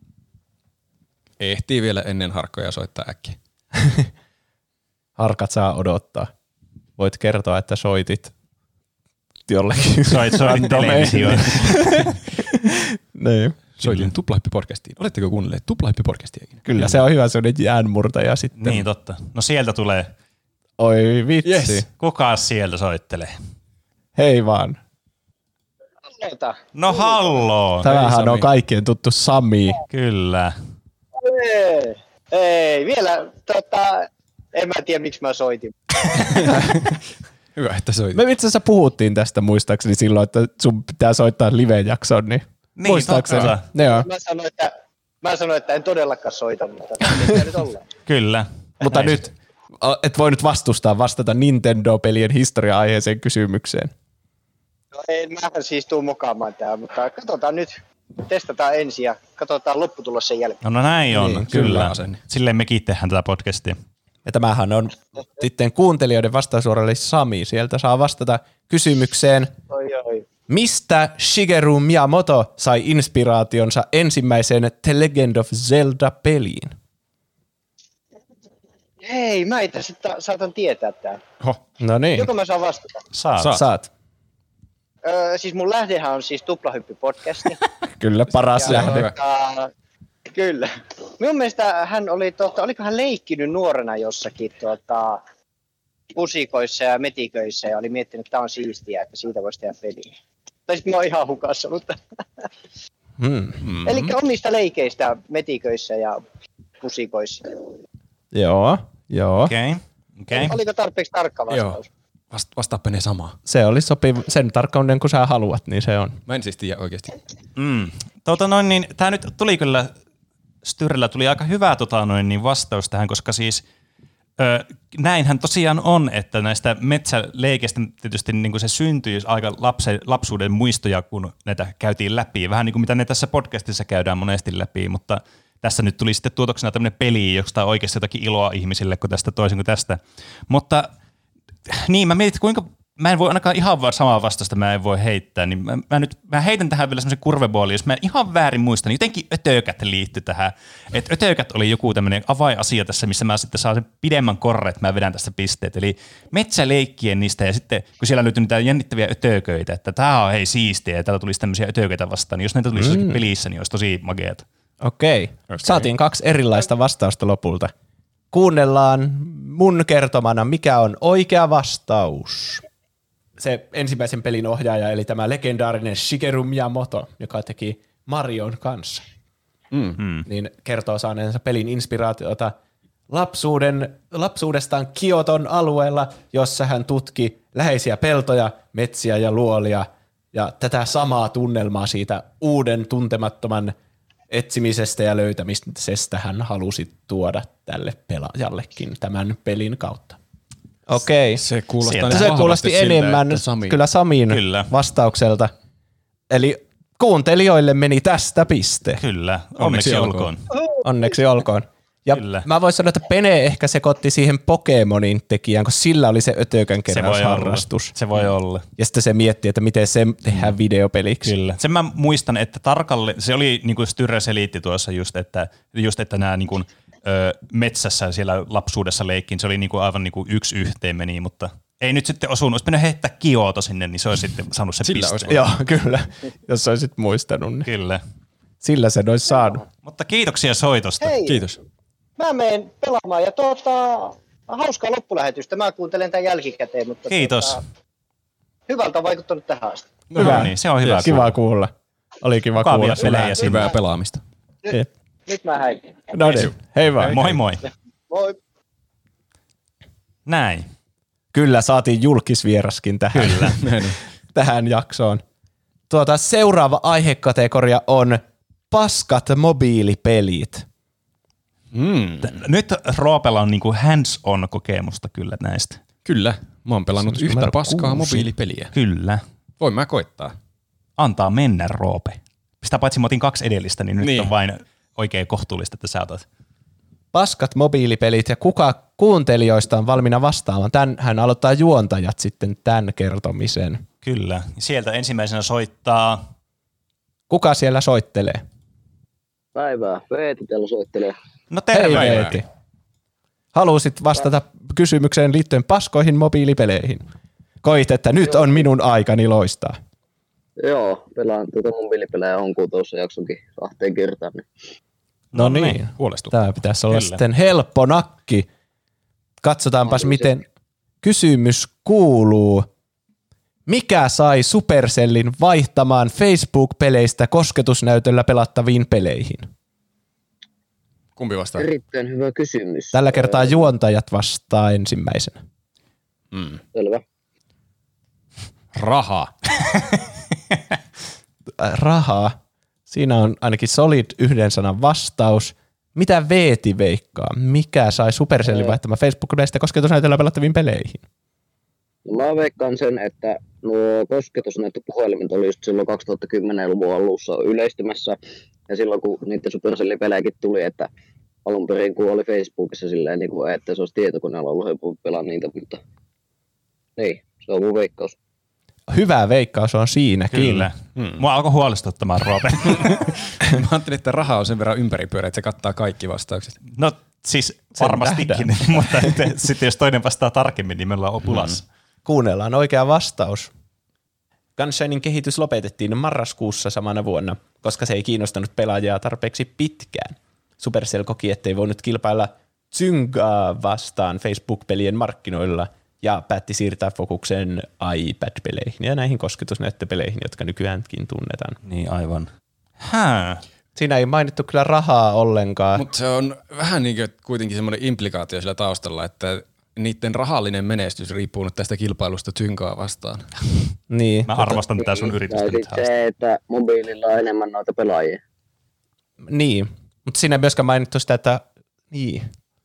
Ehtii vielä ennen harkkoja soittaa äkkiä. Harkat saa odottaa. Voit kertoa, että soitit jollekin. Soitit televisioon. Niin. Soitin Tuplahyppi-podcastiin. Oletteko kuunnelleet Tuplahyppi-podcastiakin? Kyllä, se on hyvä sellainen jäänmurtaja sitten. Niin, totta. No sieltä tulee. Oi vitsi. Yes. Kuka sieltä soittelee? Hei vaan. No halloo. Tämähän on kaikkien tuttu Sami. Kyllä. Ei, vielä en mä tiedä miksi mä soitin. Hyvä, että soitit. Me itse asiassa puhuttiin tästä muistaakseni silloin, että sun pitää soittaa live-jakson, niin muistaakseni. Mä sanoin, että en todellakaan soita, mutta mitä nyt ollaan. Kyllä. Mutta nyt et voi nyt vastata Nintendo-pelien historia-aiheeseen kysymykseen. No ei, mähän siis tuun mokaamaan tähän, mutta katsotaan nyt. Testataan ensin ja katsotaan lopputulos sen jälkeen. No näin on, niin, kyllä. Silleen mekin tehdään tätä podcastia. Ja tämähän on sitten kuuntelijoiden vastausuoralle Sami. Sieltä saa vastata kysymykseen, mistä Shigeru Miyamoto sai inspiraationsa ensimmäiseen The Legend of Zelda-peliin? Hei, mä itse saatan tietää tämän. No niin. Joko mä saan vastata? Saat. Siis mun lähdehän on siis Tuplahyppi-podcasti. Kyllä, paras lähde. Kyllä. Minun mielestä hän oli, oliko hän leikkinyt nuorena jossakin pusikoissa ja metiköissä ja oli miettinyt, että tämä on siistiä, että siitä voisi tehdä peliä. Tai sitten mä oon ihan hukassa, mutta... Eli omista leikeistä metiköissä ja pusikoissa. Joo. Okei. Oliko tarpeeksi tarkka vastaus? Joo. Vastaappa ne samaa. Se oli sopiva, sen tarkkauden kun sä haluat, niin se on. Mä en siis tiedä oikeasti. Niin, tää nyt tuli kyllä Styrellä tuli aika hyvä vastaus tähän, koska siis näinhän tosiaan on, että näistä metsäleikeistä tietysti niin kuin se syntyy aika lapsuuden muistoja, kun näitä käytiin läpi. Vähän niin kuin mitä ne tässä podcastissa käydään monesti läpi, mutta tässä nyt tuli sitten tuotoksena tämmöinen peli, josta on oikeasti jotakin iloa ihmisille kuin tästä toisin kuin tästä. Mutta niin, mä mietin, kuinka mä en voi ainakaan ihan vaan samaa vastausta mä en voi heittää, niin mä heitän tähän vielä semmoisen kurveboolin, jos mä ihan väärin muistan, niin jotenkin ötökät liittyi tähän. Että ötökät oli joku tämmöinen avainasia tässä, missä mä sitten saan sen pidemmän korre, että mä vedän tästä pisteet. Eli metsäleikkien niistä ja sitten kun siellä löytyi niitä jännittäviä ötököitä, että tää on hei siistiä ja täällä tulisi tämmöisiä ötököitä vastaan, niin jos näitä tulisi jossakin pelissä, niin olisi tosi mageata. Okei. Saatiin 2 erilaista vastausta lopulta. Kuunnellaan mun kertomana, mikä on oikea vastaus. Se ensimmäisen pelin ohjaaja, eli tämä legendaarinen Shigeru Miyamoto, joka teki Marion kanssa, niin kertoo saaneensa pelin inspiraatiota lapsuudestaan Kioton alueella, jossa hän tutki läheisiä peltoja, metsiä ja luolia, ja tätä samaa tunnelmaa siitä uuden tuntemattoman etsimisestä ja löytämisestä hän halusi tuoda tälle pelaajallekin tämän pelin kautta. Okei. Se kuulosti enemmän kyllä Samin vastaukselta. Eli kuuntelijoille meni tästä piste. Kyllä, onneksi olkoon. Onneksi olkoon. Ja kyllä. Mä voisin sanoa, että Pene ehkä sekoitti siihen Pokemonin tekijään, kun sillä oli se ötökön keräysharrastus. Se voi olla. Ja sitten se mietti, että miten se tehdään videopeliksi. Kyllä. Sen mä muistan, että tarkalleen, se oli niin kuin Styrre selitti tuossa just, että nämä niin kuin, metsässä siellä lapsuudessa leikkiin, se oli niin kuin aivan niin kuin yksi yhteen meni, mutta ei nyt sitten osunut. Olisi mennyt heittää Kioto sinne, niin se olisi sitten saanut se piste. Joo, kyllä. Jos olisit muistanut. Niin. Kyllä. Sillä se olisi saanut. Mutta kiitoksia soitosta. Hei. Kiitos. Mä menen pelaamaan ja hauskaa loppulähetystä. Mä kuuntelen tämän jälkikäteen, mutta kiitos. Hyvältä on vaikuttanut tähän asti. Hyvä. Niin, se on hyvä. Kiva kuulla. Oli kiva kuulla. Hyvää pelaamista. Nyt mä häikin. No niin, hei vaan. Moi moi. Moi. Näin. Kyllä, saatiin julkisvieraskin tähän, tähän jaksoon. Seuraava aihekategoria on paskat mobiilipelit. Nyt Roopella on niinku hands-on kokemusta kyllä näistä. Kyllä, mä oon pelannut yhtä paskaa mobiilipeliä. Kyllä. Voin mä koittaa. Antaa mennä, Roope. Sitä paitsi mä otin 2 edellistä, niin nyt on vain oikein kohtuullista, että sä otat. Paskat mobiilipelit ja kuka kuuntelijoista on valmiina vastaamaan. Hän aloittaa juontajat sitten tämän kertomisen. Kyllä. Sieltä ensimmäisenä soittaa. Kuka siellä soittelee? Päivää. Veeti täällä soittelee. No terve. Hei Veeti. Halusit vastata kysymykseen liittyen paskoihin mobiilipeleihin. Koit, että nyt on minun aikani loistaa. Joo, pelaan mobiilipelejä onkuu tuossa jaksonkin 2 kertaan. No niin, tämä pitäisi olla sitten helppo nakki. Katsotaanpas miten kysymys kuuluu. Mikä sai Supercellin vaihtamaan Facebook-peleistä kosketusnäytöllä pelattaviin peleihin? Kumpi vastaa? Erittäin hyvä kysymys. Tällä kertaa juontajat vastaa ensimmäisenä. Selvä. Raha. Rahaa. Siinä on ainakin solid 1 sanan vastaus. Mitä Veeti veikkaa? Mikä sai Supercellin vaihtamaan Facebook-peleistä kosketusnäytöllä pelattaviin peleihin? No mä veikkaan sen, että nuo kosketusnäyttöpuhelimet oli just silloin 2010-luvun alussa yleistymässä. Ja silloin kun niiden Supercellin pelejäkin tuli, että alun perin kun oli Facebookissa silleen, niin kuin, että se olisi tietokoneella ollut helpompi pelaa niitä, mutta ei, se on mun veikkaus. Hyvä veikkaus on siinäkin. Kyllä. Mua alkoi huolestuttamaan, Roope. Mä ajattelin, että raha on sen verran ympäripyörä, että se kattaa kaikki vastaukset. No siis varmastikin, mutta sitten jos toinen vastaa tarkemmin, niin me ollaan opulassa. Kuunnellaan oikea vastaus. Gunshinein kehitys lopetettiin marraskuussa samana vuonna, koska se ei kiinnostanut pelaajaa tarpeeksi pitkään. Supercell koki, ettei voinut kilpailla Zyngaa vastaan Facebook-pelien markkinoilla ja päätti siirtää fokuksen iPad-peleihin ja näihin kosketusnäyttöpeleihin, jotka nykyäänkin tunnetaan. Niin aivan. Siinä ei mainittu kyllä rahaa ollenkaan. Mutta se on vähän niin kuin kuitenkin semmoinen implikaatio sillä taustalla, että niiden rahallinen menestys riippuu nyt tästä kilpailusta Zyngaa vastaan. Niin. Mä arvostan tätä sun yritystä nyt se, että mobiililla on enemmän noita pelaajia. Niin. Mutta siinä ei myöskään mainittu sitä, että niin.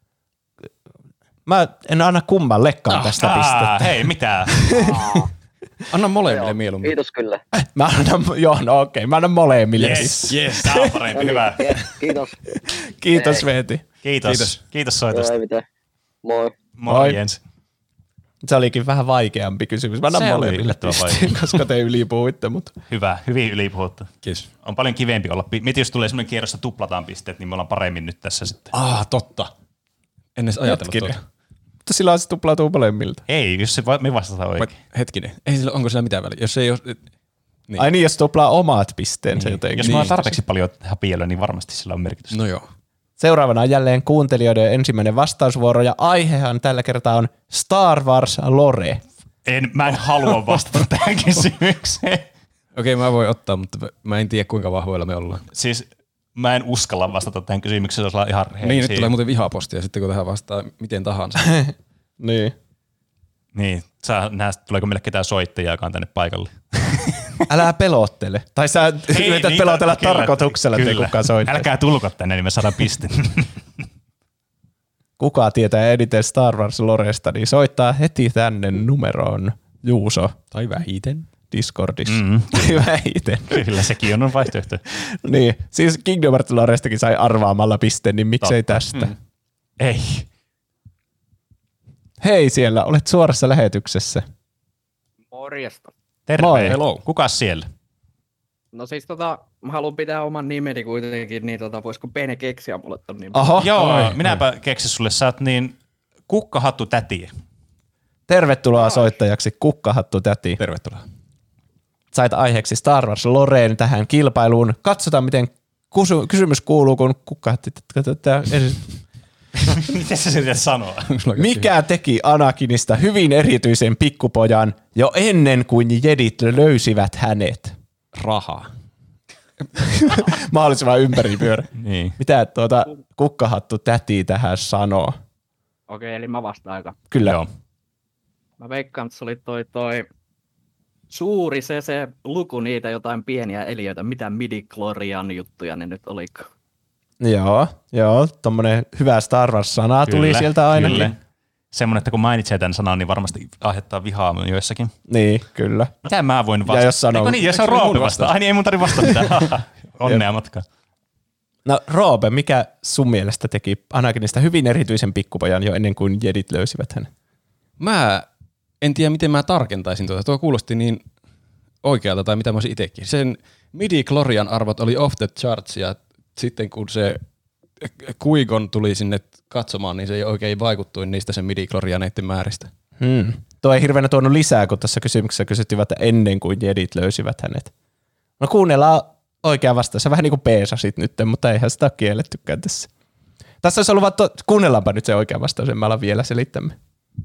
Mä en anna kummallekaan tästä pistettä. Hei, mitään. Anna molemmille mieluummin. Kiitos kyllä. Mä annan molemmille. Yes. Tää on parempi, hyvä. Kiitos. Kiitos Veeti. Kiitos soitosta. Joo, ei mitään. Moi. Moi Jens. Se olikin vähän vaikeampi kysymys. Mä annan molemmille pisteen, koska te ylipuhuitte. Mutta. Hyvä, hyvin ylipuhuttu. Kiitos. On paljon kivempi olla. Mietin, jos tulee semmoinen kierros, tuplataan pisteet, niin me ollaan paremmin nyt tässä sitten. Totta. En edes ajatellut tuota. Mutta silloin se tuplautuu molemmilta. Ei, jos me vastataan oikein. Hetkinen, onko sillä mitään väliä? Jos ei ole... Niin. Ai niin, jos tuplaa omat pisteensa jotenkin. Jos mä oon tarpeeksi paljon häpiöllä, niin varmasti sillä on merkitystä. No joo. Seuraavana on jälleen kuuntelijoiden ensimmäinen vastausvuoro, ja aihehan tällä kertaa on Star Wars lore. Mä en halua vastata tähän kysymykseen. Okei, mä voin ottaa, mutta mä en tiedä kuinka vahvoilla me ollaan. Siis mä en uskalla vastata tähän kysymykseen, jos ollaan ihan rehellisiä. Niin, nyt tulee muuten vihapostia sitten, kun tähän vastaa miten tahansa. Niin, sä näet, tuleeko meille ketään soittajaakaan tänne paikalle. Älä pelottele. Tai sä yrität pelotella tarkoituksella, ettei kukaan soittaa. Älkää tulko tänne, niin me saadaan piste. Kuka tietää eniten Star Wars loresta, niin soittaa heti tänne numeroon Juuso. Tai vähiten. Discordissa. Tai vähiten. Kyllä, sekin on vaihtoehto. Niin, siis Kingdom Hearts lorestakin sai arvaamalla pisteen, niin miksei tästä? Ei. Hei siellä, olet suorassa lähetyksessä. Morjesta. Terve. Moi. Hello. Kukas siellä? No siis mä haluan pitää oman nimeni kuitenkin, niin voisiko Bene keksiä mulle ton nimen? Oho. Joo, minäpä keksin sulle, sä oot niin kukkahattu täti. Tervetuloa soittajaksi Kukkahattu täti. Tervetuloa. Sait aiheeksi Star Wars loreen tähän kilpailuun. Katsotaan, miten kysymys kuuluu, kun Kukkahattu Miten sä yrität sanoa? Mikä teki Anakinista hyvin erityisen pikkupojan jo ennen kuin jedit löysivät hänet? Rahaa. Mahdollisimman ympäripyörä. Niin. Mitä Kukkahattu täti tähän sanoo? Okei, eli mä vastaan aika. Kyllä. Joo. Mä veikkaan, että se oli toi suuri se luku niitä jotain pieniä eliöitä. Mitä midi-chlorian juttuja ne nyt oliko? Joo, tommonen hyvä Star Wars-sana tuli sieltä ainakin. Kyllä. Semmoinen, että kun mainitsee tämän sanan, niin varmasti aiheuttaa vihaa joissakin. Niin, kyllä. Mitä mä voin vastata? Ja jos sanoo... Niin, jos on Roope vastaa. Ai niin, ei mun tarvitse vastata mitään. Onnea matkaa. No Roope, mikä sun mielestä teki Anakinista hyvin erityisen pikkupojan jo ennen kuin jedit löysivät hänen? Mä en tiedä, miten mä tarkentaisin tuota. Tuo kuulosti niin oikealta tai mitä mä olisin itsekin. Sen midi-chlorian arvot oli off the charts ja sitten kun se Qui-Gon tuli sinne katsomaan, niin se ei oikein vaikuttuin niistä sen midi-chlorianeiden määristä. Tuo ei hirveänä tuonut lisää, kun tässä kysymyksessä kysyttiin, että ennen kuin jedit löysivät hänet. No kuunnellaan oikea vastaus. Sä vähän niin kuin peesasit nyt, mutta eihän sitä ole kiellettykään tässä. Tässä olisi ollut vaan, kuunnellaanpa nyt se oikea vastaus, en mä ala vielä selittämään.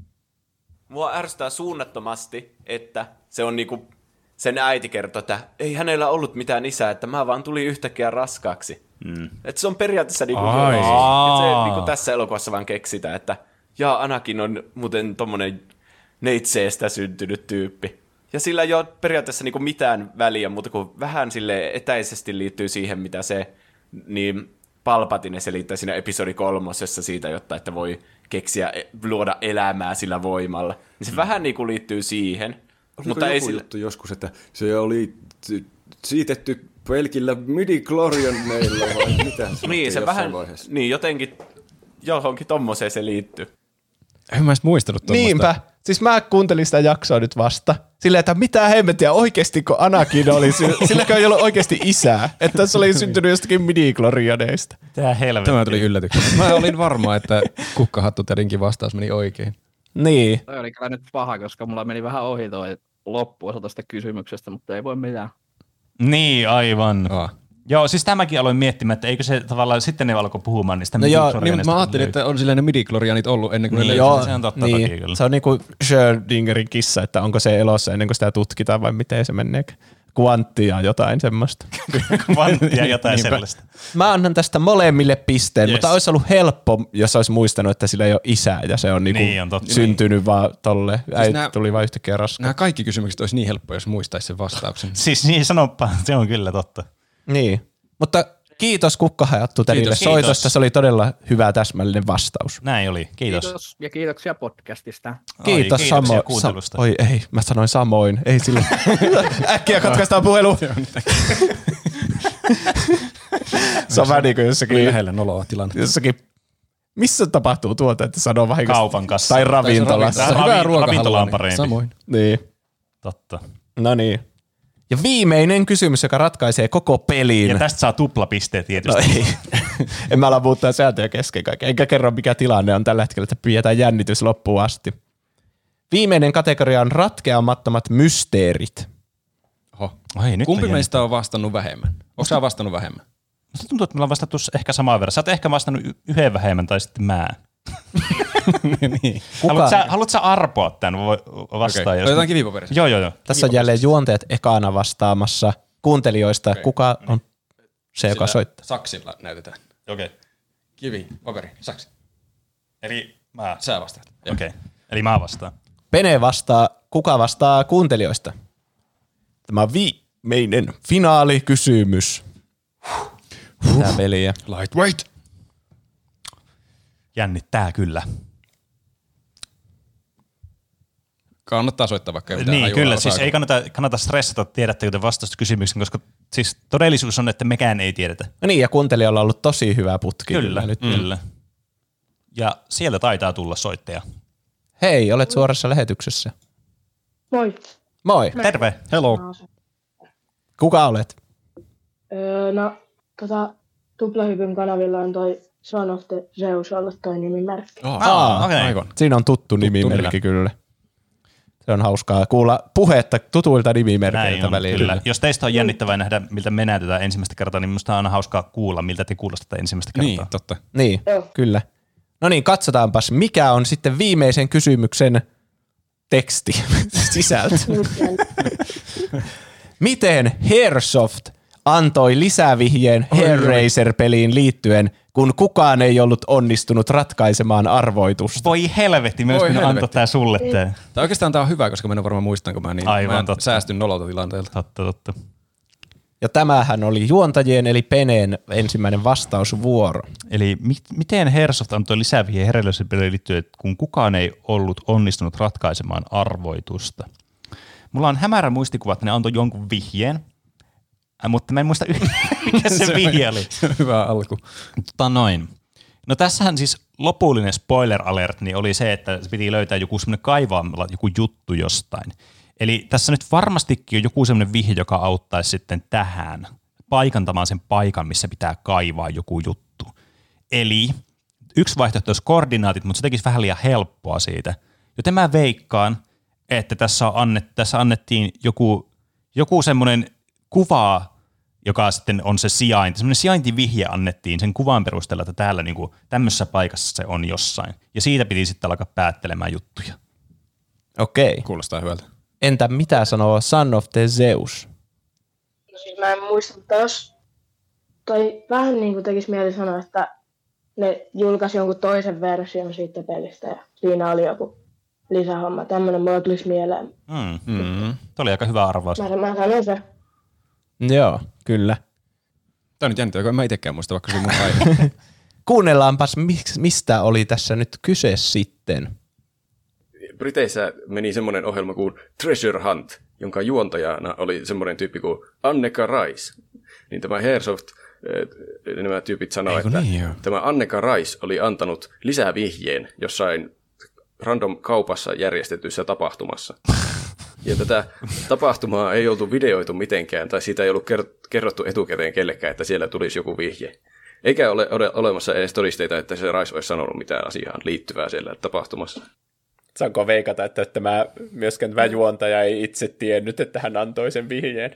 Mua ärsyttää suunnattomasti, että se on niinku, sen äiti kertoo, että ei hänellä ollut mitään isää, että mä vaan tulin yhtäkkiä raskaaksi. Että se on periaatteessa niinku, että se niinku tässä elokuvassa vaan keksitään, että Anakin on muuten tommonen neitseestä syntynyt tyyppi. Ja sillä ei ole periaatteessa niinku mitään väliä, mutta kun vähän sille etäisesti liittyy siihen, mitä se niin Palpatine selittää siinä episodi 3 siitä, jotta että voi keksiä, luoda elämää sillä voimalla. Niin se vähän niinku liittyy siihen. Oliko mutta joku ei sillä... juttu joskus, että se oli siitetty pelkillä midi-chlorianeilla vai mitä? Niin, se vähän, niin jotenkin johonkin tommoseen se liittyy. En mä edes muistanut tommoista. Niinpä. Siis mä kuuntelin sitä jaksoa nyt vasta. Silleen, että mitä hemmettiä oikeesti, kun Anakin oli, silläkään ei ollut oikeesti isää. Että se oli syntynyt jostakin midi-chlorianeista. Tää helvetti. Tämä tuli yllätyksenä. Mä olin varma, että Kukkahattu tädinkin vastaus meni oikein. Niin. Toi oli kyllä nyt paha, koska mulla meni vähän ohi toi loppuosa tästä kysymyksestä, mutta ei voi mitään. Niin, aivan. Joo, siis tämäkin aloin miettimään, että eikö se tavallaan, sitten ne alkoi puhumaan niistä midi-chlorianeista. Niin, mä ajattelin, että on silleen ne midi-chlorianit ollut ennen kuin ne löytyy. Se on totta niin. toki kyllä. Se on niinku Schrödingerin kissa, että onko se elossa ennen kuin sitä tutkitaan vai miten se menee. Kvanttia jotain semmoista. Kvanttia jotain sellaista. Mä annan tästä molemmille pisteen, mutta olisi ollut helppo, jos olisi muistanut, että sillä ei ole isää ja se on, niin on syntynyt vaan tolle. Siis tuli vaan yhtäkkiä raskaus. Nämä kaikki kysymykset olisi niin helppo, jos muistaisi sen vastauksen. Siis niin sanoppa, se on kyllä totta. Niin, mutta Kiitos Kukkahajattu Terille soitosta. Se oli todella hyvä täsmällinen vastaus. Näin oli. Kiitos. Kiitos ja kiitoksia podcastista. Kiitos samoin. Oi ei, mä sanoin samoin. Ei sillä. Äkkiä katkaistaan puhelu. Se on vähän niin kuin jossakin. Lähellä noloa tilanne. Jossakin. Missä tapahtuu tuota, että sanoo vahingossa? Kaupan kanssa. Tai ravintolassa. Hyvää ravintola on parempi. Samoin. Niin. Totta. No niin. Ja viimeinen kysymys, joka ratkaisee koko pelin. Ja tästä saa tuplapisteet tietysti. No ei. En mä ala muuttaa sääntöjä kesken kaiken. Enkä kerro mikä tilanne on tällä hetkellä, että pidetään jännitys loppuun asti. Viimeinen kategoria on ratkeamattomat mysteerit. Oho. Oi, kumpi meistä on vastannut vähemmän? Onko sä vastannut vähemmän? Musta tuntuu, että me ollaan vastattu ehkä samaan verran. Sä oot ehkä vastannut yhden vähemmän tai sitten mä. Niin. Haluatko sä arpoa tämän vastaan? Okay. Otetaan kivipaperissa. Joo. Tässä on jälleen juonteet ekana vastaamassa kuuntelijoista. Okay. Kuka on se, joka soittaa? Saksilla näytetään. Okei. Okay. Kivi, paperi, saksi. Eli mä. Sä vastaat. Okei. Okay. Eli mä vastaan. Pene vastaa. Kuka vastaa kuuntelijoista? Tämä on viimeinen finaalikysymys. Tää peliä. Lightweight. Jännittää kyllä. Kannattaa soittaa vaikka. Niin, kyllä. Siis ei kannata stressata, tiedättekö te vastausta kysymykseen, koska siis todellisuus on, että mekään ei tiedetä. No niin, ja kuuntelijalla on ollut tosi hyvä putki. Kyllä. Ja sieltä taitaa tulla soittaja. Hei, olet suorassa lähetyksessä. Moi. Moi. Terve. Hello. Kuka olet? Tuplahypyn kanavilla on toi Son of the Zeus ollut toi nimimerkki. Okay. Siinä on tuttu nimimerkki kyllä. Se on hauskaa kuulla puhetta tutuilta nimimerkeiltä välillä. Kyllä. Jos teistä on jännittävää nähdä, miltä me näytetään ensimmäistä kertaa, niin minusta on aina hauskaa kuulla, miltä te kuulostatte ensimmäistä kertaa. Niin, totta. Niin, kyllä. No niin, katsotaanpas, mikä on sitten viimeisen kysymyksen teksti, sisältö. Miten Hairsoft antoi lisävihjeen Hellraiser-peliin liittyen, kun kukaan ei ollut onnistunut ratkaisemaan arvoitusta? Voi helvetti, myös minä antoi tää sulle tää. Tai oikeastaan tää on hyvä, koska mä en varmaan muistan, kun mä säästyn nololta tilanteelta. Totta. Ja tämähän oli juontajien eli Peneen ensimmäinen vastausvuoro. Eli miten Hairsoft antoi lisävihjeen Hellraiser-peliin liittyen, kun kukaan ei ollut onnistunut ratkaisemaan arvoitusta? Mulla on hämärä muistikuva, että ne antoi jonkun vihjeen, mutta mä en muista mikä se vihje oli. Hyvä alku. No tässähän siis lopullinen spoiler alert niin oli se, että se piti löytää joku semmoinen kaivaamalla joku juttu jostain. Eli tässä nyt varmastikin on joku semmoinen vihje, joka auttaisi sitten tähän paikantamaan sen paikan, missä pitää kaivaa joku juttu. Eli yksi vaihtoehto olisi koordinaatit, mutta se tekisi vähän liian helppoa siitä. Joten mä veikkaan, että tässä annettiin joku semmoinen kuva, joka sitten on se sijainti. Semmoinen sijaintivihje annettiin sen kuvan perusteella, että täällä niinku tämmöisessä paikassa se on jossain. Ja siitä piti sitten alkaa päättelemään juttuja. Okei. Kuulostaa hyvältä. Entä mitä sanoo Son of the Zeus? No siis mä en muista, että jos toi vähän niin kuin tekisi mieli sanoa, että ne julkaisi jonkun toisen version siitä pelistä ja siinä oli joku lisähomma. Tämmönen mulla tulisi mieleen. Tuo oli aika hyvä arvaus. Mä sanon se. Joo, kyllä. Tämä on nyt jännittävää, kun en mä itsekään muista, vaikka se oli mun aihe. Kuunnellaanpas, mistä oli tässä nyt kyse sitten. Briteissä meni semmoinen ohjelma kuin Treasure Hunt, jonka juontajana oli semmoinen tyyppi kuin Anneka Rice. Niin tämä Hairsoft, nämä tyypit sanoo, että tämä Anneka Rice oli antanut lisävihjeen jossain random kaupassa järjestetyissä tapahtumassa. Ja tätä tapahtumaa ei oltu videoitu mitenkään, tai siitä ei ollut kerrottu etukäteen kellekään, että siellä tulisi joku vihje. Eikä ole olemassa edes todisteita, että se Rice olisi sanonut mitään asiaan liittyvää siellä tapahtumassa. Saanko veikata, että tämä juontaja ei itse tiennyt, että hän antoi sen vihjeen?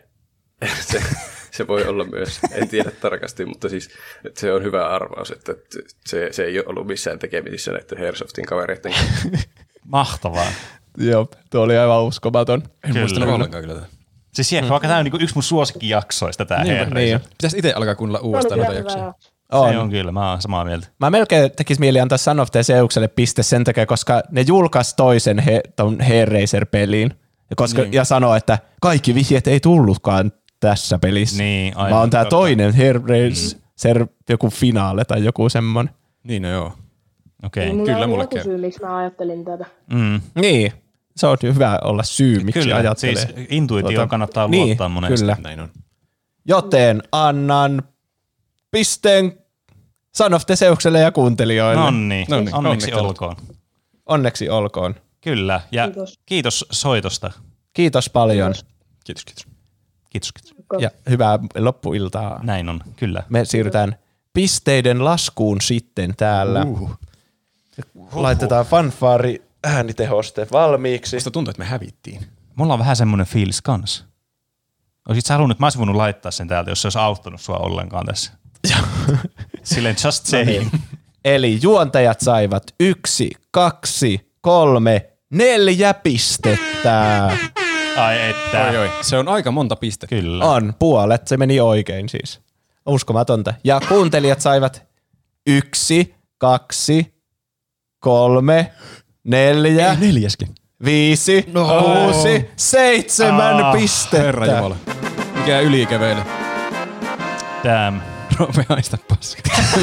Se voi olla myös. En tiedä tarkasti, mutta siis että se on hyvä arvaus, että se ei ole ollut missään tekemisissä näiden Hairsoftin kavereiden kanssa. Mahtavaa. Joo, tuo oli aivan uskomaton. En muistanut ollenkaan kyllä tätä. Siis vaikka tämä on niinku yksi mun suosikkijaksoista tämä Hellraiser. Pitäisi itse alkaa kuunnella uudestaan noita jaksoja. Se on kyllä, mä oon samaa mieltä. Mä melkein tekis mieli antaa Son of the Zeukselle piste sen takia, koska ne julkaisi toisen ton Hellraiser-peliin. Ja sanoi, että kaikki vihjeet ei tullutkaan tässä pelissä. Niin, vaan tää toinen joku finaale tai joku semmoinen. Niin, no joo. Okei. Mulla Kyllä on mulle joku käy. syy, miksi mä ajattelin tätä. Niin. Se on hyvä olla syy, miksi Kyllä, ajattelee. siis intuitioon kannattaa luottaa monesti. Kyllä. Näin on. Joten annan pisteen Son of Teseukselle ja kuuntelijoille. Noniin. Onneksi olkoon. Onneksi olkoon. Kyllä, ja kiitos soitosta. Kiitos paljon. Kiitos. Kiitos. Ja hyvää loppuiltaa. Näin on, kyllä. Me siirrytään pisteiden laskuun sitten täällä. Laitetaan fanfaari äänitehoste valmiiksi. Musta tuntuu, että me hävittiin. Mulla on vähän semmoinen fiilis kans. Oisit sä halunnut, mä olisin voinut laittaa sen täältä, jos se olisi auttanut sua ollenkaan tässä. Silleen just saying. Eli juontajat saivat 1, 2, 3, 4 pistettä. Ai että. Oi. Se on aika monta pistettä. Kyllä. On, puolet. Se meni oikein siis. Uskomatonta. Ja kuuntelijat saivat 1, 2, 3, 4, Ei, 4. 5, 6, 7 pistettä. Herra Jumala. Mikä ylikäveily. Damn. Roope haista paska.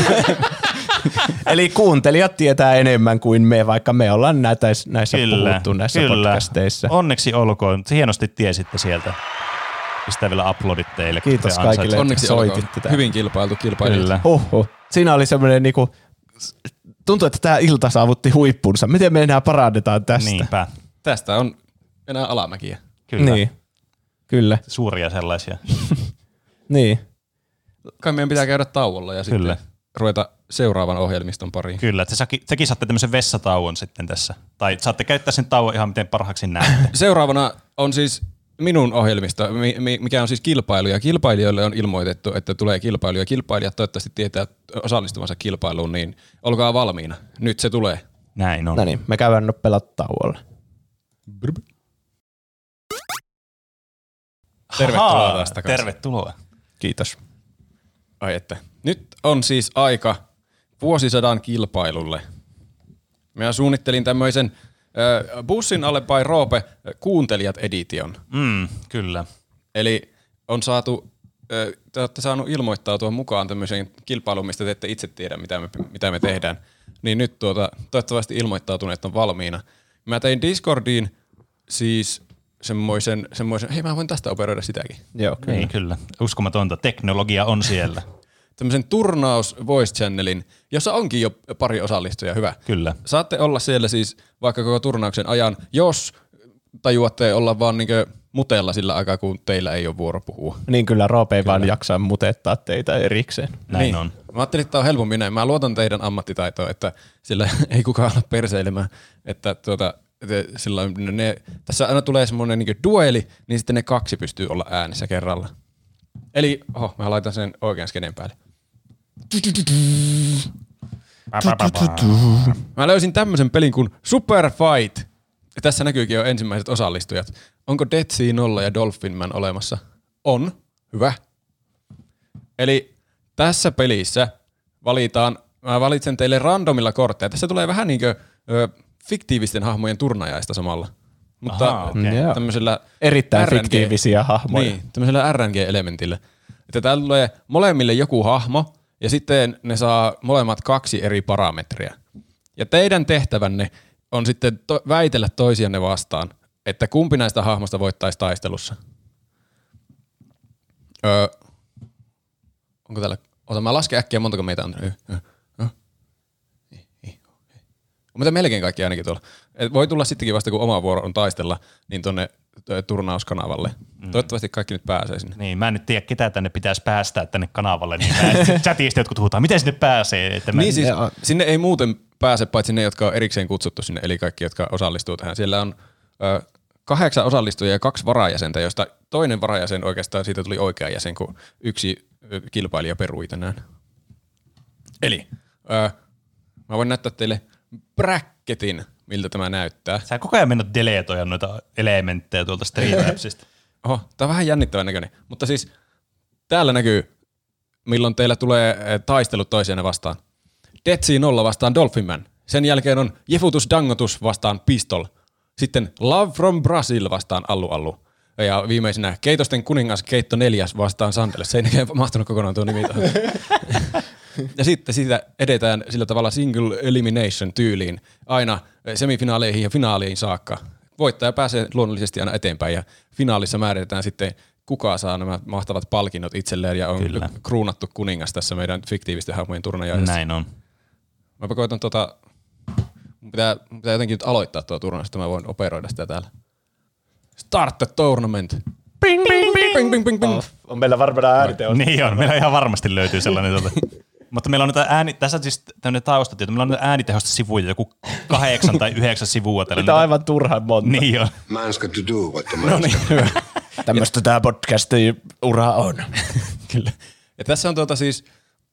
Eli kuuntelijat tietää enemmän kuin me, vaikka me ollaan näissä puhuttu näissä podcasteissa. Onneksi olkoon. Hienosti tiesitte sieltä. Pistää vielä uploadit teille. Kiitos kaikille, Onneksi että soititte tätä. Hyvin kilpailtu kilpailijat. Kyllä. Siinä oli semmoinen niinku, tuntuu, että tämä ilta saavutti huippunsa. Miten me enää parannetaan tästä? Niinpä. Tästä on enää alamäkiä. Kyllä. Niin. Kyllä. Suuria sellaisia. Niin. Kai meidän pitää käydä tauolla ja Kyllä. sitten ruveta seuraavan ohjelmiston pariin. Kyllä, että tekin saatte tämmöisen vessatauon sitten tässä. Tai saatte käyttää sen tauon ihan miten parhaaksi näette. Seuraavana on siis minun ohjelmisto, mikä on siis kilpailu. Ja kilpailijoille on ilmoitettu, että tulee kilpailu. Ja kilpailijat toivottavasti tietää osallistuvansa kilpailuun, niin olkaa valmiina. Nyt se tulee. Näin on. No niin, me käydään nopealla tauolla. Tervetuloa taas takaisin. Tervetuloa. Kiitos. Ai että. Nyt on siis aika vuosisadan kilpailulle. Mä suunnittelin tämmöisen Bussin alle by Roope kuuntelijat edition. Kyllä. Eli on saatu, te olette saanut ilmoittautua mukaan tämmöiseen kilpailuun, mistä te ette itse tiedä, mitä me tehdään. Niin nyt toivottavasti ilmoittautuneet on valmiina. Mä tein Discordiin siis semmoisen, hei mä voin tästä operoida sitäkin. Joo, kyllä. Niin, kyllä. Uskomatonta. Teknologia on siellä. Tämmöisen turnaus voice channelin, jossa onkin jo pari osallistujaa. Hyvä. Kyllä. Saatte olla siellä siis vaikka koko turnauksen ajan, jos tajuatte olla vaan niinkö mutella sillä aikaa, kun teillä ei ole vuoro puhua. Niin kyllä, Roope ei vaan jaksaa mutettaa teitä erikseen. Näin niin. on. Mä ajattelin, että tää on helpommin näin. Mä luotan teidän ammattitaitoon, että sillä ei kukaan ala perseilemään. Että silloin tässä aina tulee semmoinen niin dueli, niin sitten ne kaksi pystyy olla äänessä kerralla. Eli, mä laitan sen oikean skenen päälle. Mä löysin tämmöisen pelin kuin Super Fight. Ja tässä näkyykin jo ensimmäiset osallistujat. Onko Dead Sea 0 ja Dolphin Man olemassa? On. Hyvä. Eli tässä pelissä mä valitsen teille randomilla kortteja. Tässä tulee vähän niinkö fiktiivisten hahmojen turnajaista samalla. Mutta tämmöisellä erittäin fiktiivisiä hahmoja. Niin, tämmöisellä RNG-elementillä. Että täällä tulee molemmille joku hahmo, ja sitten ne saa molemmat 2 eri parametria. Ja teidän tehtävänne on sitten väitellä toisianne vastaan, että kumpi näistä hahmosta voittaisi taistelussa. Onko täällä... mä lasken äkkiä, montako meitä on. Mutta melkein kaikki ainakin tuolla. Voi tulla sittenkin vasta, kun oma vuoro on taistella, niin tonne turnauskanavalle. Toivottavasti kaikki nyt pääsee sinne. Niin, mä en nyt tiedä, ketä tänne pitäisi päästää tänne kanavalle, niin chatista jotkut huutaa, miten sinne pääsee? Että niin siis, sinne ei muuten pääse, paitsi ne, jotka on erikseen kutsuttu sinne, eli kaikki, jotka osallistuu tähän. Siellä on 8 osallistujaa ja 2 varajäsentä, josta toinen varajäsen oikeastaan siitä tuli oikea jäsen, kun yksi kilpailija perui tänään. Eli mä voin näyttää teille bracketin, miltä tämä näyttää. Sä koko ajan mennä deletoja noita elementtejä tuolta Street Appsista. Oho, tää on vähän jännittävän näköinen. Mutta siis täällä näkyy, milloin teillä tulee taistelut toisiaan vastaan. Dead Sea 0 vastaan Dolphin Man. Sen jälkeen on Jefutus Dangotus vastaan Pistol. Sitten Love from Brazil vastaan Allu Allu. Ja viimeisenä Keitosten kuningas Keitto 4 vastaan Sandelle. Se ei näkään mahtunut kokonaan tuo nimi. Ja sitten siitä edetään sillä tavalla single elimination tyyliin aina semifinaaleihin ja finaaliin saakka. Voittaja pääsee luonnollisesti aina eteenpäin ja finaalissa määritetään sitten kuka saa nämä mahtavat palkinnot itselleen ja on kruunattu kuningas tässä meidän fiktiivisten hahmojen turnajaisessa. Näin on. Mäpä koitan mun pitää jotenkin nyt aloittaa tuo turnaus, että mä voin operoida sitä täällä. Start the tournament. Ping, ping, ping, ping, ping, ping, ping. On meillä varmaan ääniteos. Niin on, meillä ihan varmasti löytyy sellainen. Mutta meillä on tässä on siis tämmöinen taustatieto. Meillä on äänitehosta sivuja, joku 8 tai 9 sivua. Mitä aivan turhaan monta. Niin on. Man's got to do what the No niin, hyvä. Tämmöistä tää podcast-ura on. Kyllä. Ja tässä on siis,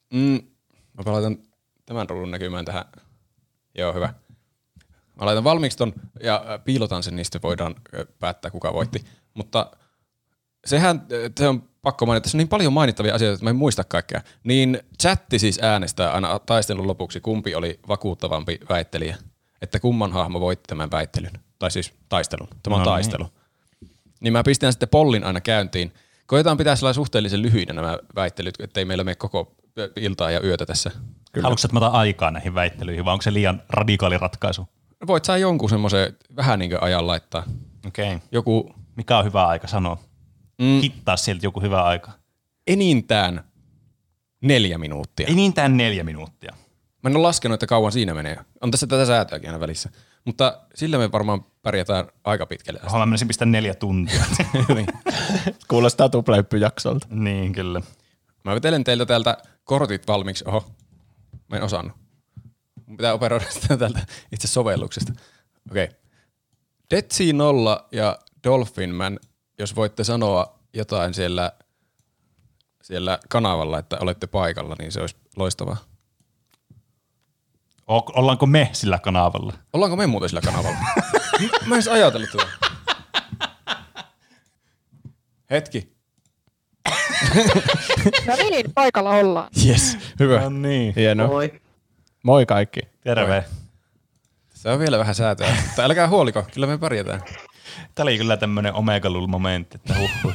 mä laitan tämän ruudun näkymään tähän. Joo, hyvä. Mä laitan valmiiksi ton ja piilotan sen, niin sitten voidaan päättää, kuka voitti. Mutta se on pakko mainita, tässä on niin paljon mainittavia asioita, että mä en muista kaikkea. Niin chatti siis äänestää aina taistelun lopuksi, kumpi oli vakuuttavampi väittelijä. Että kumman hahmo voitti tämän väittelyn. Tai siis taistelun. Tämä on taistelu. Niin mä pistän sitten pollin aina käyntiin. Koetaan pitää sellainen suhteellisen lyhyinä nämä väittelyt, ettei meillä mene koko iltaa ja yötä tässä. Haluatko että mä otan aikaa näihin väittelyihin, vai onko se liian radikaali ratkaisu? Voit sä jonkun semmoisen vähän niin kuin ajan laittaa. Okei. Joku... Mikä on hyvä aika sanoa? Hittaa sieltä joku hyvä aika. Enintään 4 minuuttia. Enintään 4 minuuttia. Mä en ole laskenut, että kauan siinä menee. On tässä tätä säätöäkin aina välissä. Mutta sillä me varmaan pärjätään aika pitkälle. Mä menisin pistää 4 tuntia. Niin. Kuulostaa tuplahyppyjaksolta. Niin, kyllä. Mä vetelen teiltä täältä kortit valmiiksi. Oho, mä en osannut. Mun pitää operoida sitä täältä itse sovelluksesta. Okei. Dead Sea 0 ja Dolphin Man, jos voitte sanoa jotain siellä kanavalla, että olette paikalla, niin se olisi loistavaa. Ollaanko me sillä kanavalla? Ollaanko me muuten sillä kanavalla? Mä en edes ajatellut tätä. Hetki. No niin, paikalla ollaan. Yes, hyvä. No niin. Hienoa. Moi. Moi kaikki. Terve. Se on vielä vähän säätöä, mutta älkää huoliko, kyllä me pärjätään. Tää oli kyllä tämmönen Omega-lull-momentti, että huhhuh.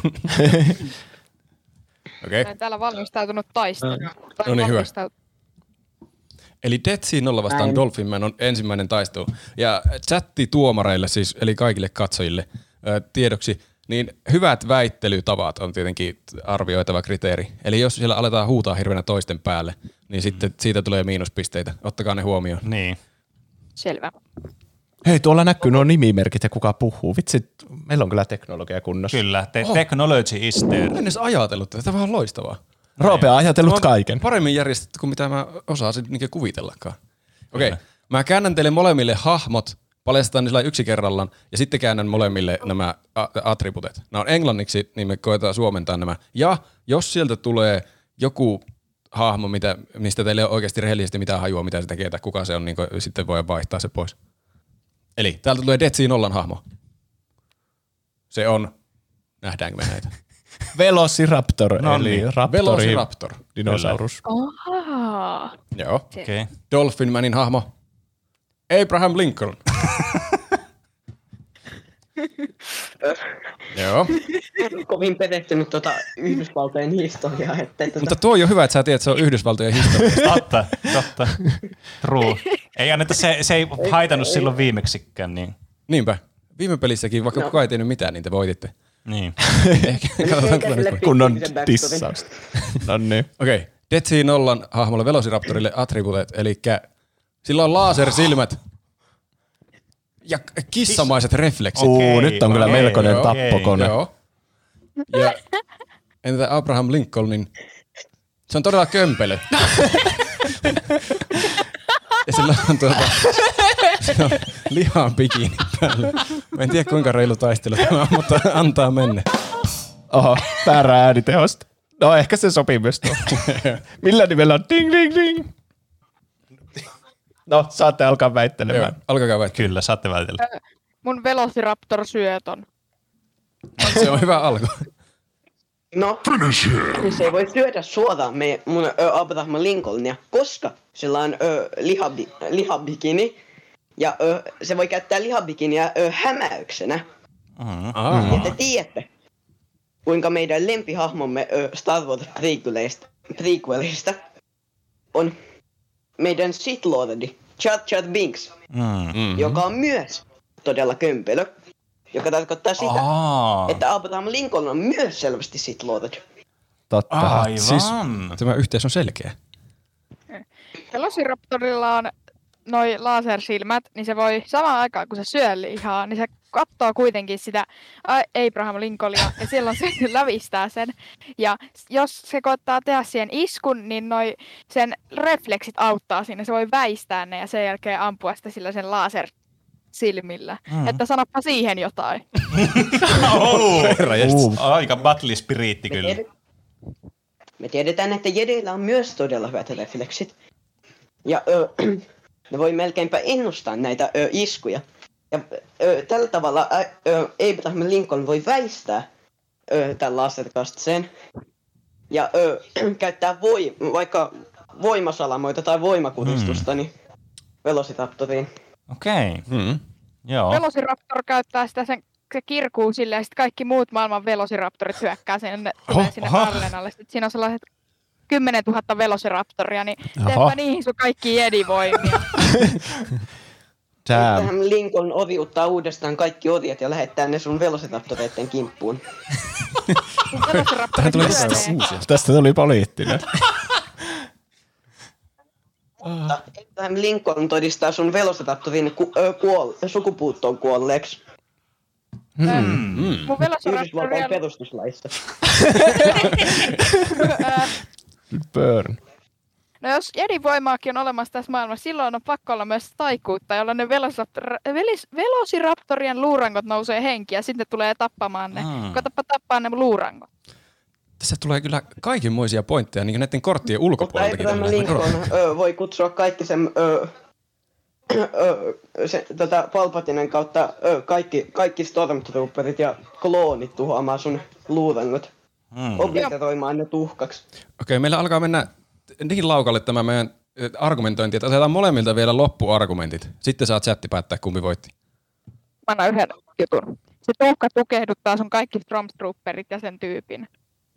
Okei. Olen täällä valmistautunut taistelemaan. No niin, hyvä. Eli Dead Sea 0 vastaan Dolphin Man on ensimmäinen taistelu. Ja chattituomareille siis, eli kaikille katsojille tiedoksi, niin hyvät väittelytavat on tietenkin arvioitava kriteeri. Eli jos siellä aletaan huutaa hirveänä toisten päälle, niin sitten siitä tulee miinuspisteitä. Ottakaa ne huomioon. Niin. Selvä. Hei, tuolla näkyy nuo nimimerkit ja kuka puhuu. Vitsi, meillä on kyllä teknologia kunnossa. Kyllä, technology is there. En edes ajatellut tätä, tämä on loistavaa. Roope on ajatellut kaiken. Paremmin järjestetty kuin mitä mä osasin niinkään kuvitellakaan. Okei, mä käännän teille molemmille hahmot, paljastan niillä yksi kerrallaan, ja sitten käännän molemmille nämä attribuutit. Nämä on englanniksi, niin me koetaan suomentaa nämä. Ja jos sieltä tulee joku hahmo, mistä teille ei ole oikeasti rehellisesti mitään hajua, mitä se tekee, tai kuka se on, niin sitten voi vaihtaa se pois. Eli täältä tulee Dead Sea 0 hahmo. Se on, nähdäänkö me näitä? Velociraptor, No eli niin. raptori, Velociraptor. dinosaurus. Ohaa. Joo. Okay. Dolphin Manin hahmo. Abraham Lincoln. Joo. Kovin perehtynyt Yhdysvaltojen historiaa. Mutta tuo on jo hyvä, että sä tiedät, että se on Yhdysvaltojen historia. Totta. True. Ei anneta, se ei haitannut silloin viimeksikään. Niin. Niinpä. Viime pelissäkin, vaikka kukaan ei tiennyt mitään, niin te voititte. Niin. Kunnon dissausta. No niin. Okei. Dead Sea 0 hahmolle Velociraptorille attribuutit, eli sillä on lasersilmät ja kissamaiset refleksit. Nyt on kyllä melkoinen tappokone. Joo. Ja entä Abraham Lincoln, niin se on todella kömpelö. Ja sillä on lihan bikini päällä. Mä en tiedä kuinka reilu taistelu tämä on, mutta antaa mennä. Oho, väärä äänitehosta. No ehkä se sopii myös tuohon. Millä nimellä on ding ding ding? No, saatte alkaa väittelemään. Joo, alkakaa väittelemään. Kyllä, saatte väitellä. Mun Velociraptor syöton. Se on hyvä alku. No, se ei voi syödä suoraan mun Abraham Lincolnia, koska sillä on lihabikini ja se voi käyttää lihabikinia hämäyksenä. Ja te tiedätte, kuinka meidän lempihahmomme Star Wars prequelista on meidän Sith Lordi Jar Jar Binks, joka on myös todella kömpelö, joka tarkoittaa sitä, että Abraham Lincoln on myös selvästi Sith Lord. Totta. Aivan. Siis tämä yhteys on selkeä. Velociraptorilla on noi lasersilmät, niin se voi samaan aikaan, kun se syö lihaa, niin se katsoo kuitenkin sitä Abraham Lincolnia ja silloin se lävistää sen. Ja jos se koittaa tehdä siihen iskun, niin sen refleksit auttaa siinä. Se voi väistää ne ja sen jälkeen ampua sitä sillä sen lasersilmillä. Että sanoppa siihen jotain. Aika battle spiritti kyllä. Me tiedetään, että jedeillä on myös todella hyvät refleksit. Ja ne voi melkeinpä ennustaa näitä iskuja. Ja tällä tavalla Abraham Lincoln voi väistää tämän laserkastseen ja käyttää vaikka voimasalamoita tai voimakuristusta niin Velociraptoriin. Okei. Joo. Velociraptor käyttää sitä se kirkuu silleen, ja sitten kaikki muut maailman velociraptorit hyökkää sinne arenalle. Sitten siinä on sellaiset 10 000 velociraptoria, niin teepä niihin sun kaikki jedivoimia. Abraham Lincoln orjuuttaa uudestaan kaikki orjat ja lähettää ne sun velociraptoreiden kimppuun. Tästä tuli poliittinen. Abraham Lincoln todistaa sun velociraptorin sukupuuttoon kuolleeksi. Mun velociraptoria... perustuslaissa. Burn. No jos jedivoimaakin on olemassa tässä maailmassa, silloin on pakko olla myös taikuutta, jolla ne velociraptorien luurangot nousee henkiä ja sitten tulee tappamaan ne. Koetapa tappaa ne luurangot. Tässä tulee kyllä kaikenmoisia pointteja, niin näiden korttien ulkopuoleltakin. Abraham Lincoln voi kutsua kaikki sen Palpatinen kautta kaikki Stormtrooperit ja kloonit tuhoamaan sun luurangot. Obliteroimaan ne tuhkaksi. Okei, meillä alkaa mennä niin laukalle tämä meidän argumentointi, että otetaan molemmilta vielä loppuargumentit. Sitten saat chatti päättää, kumpi voitti. Mä annan yhden jutun. Se tuhka tukehduttaa sun kaikki Stormtrooperit ja sen tyypin.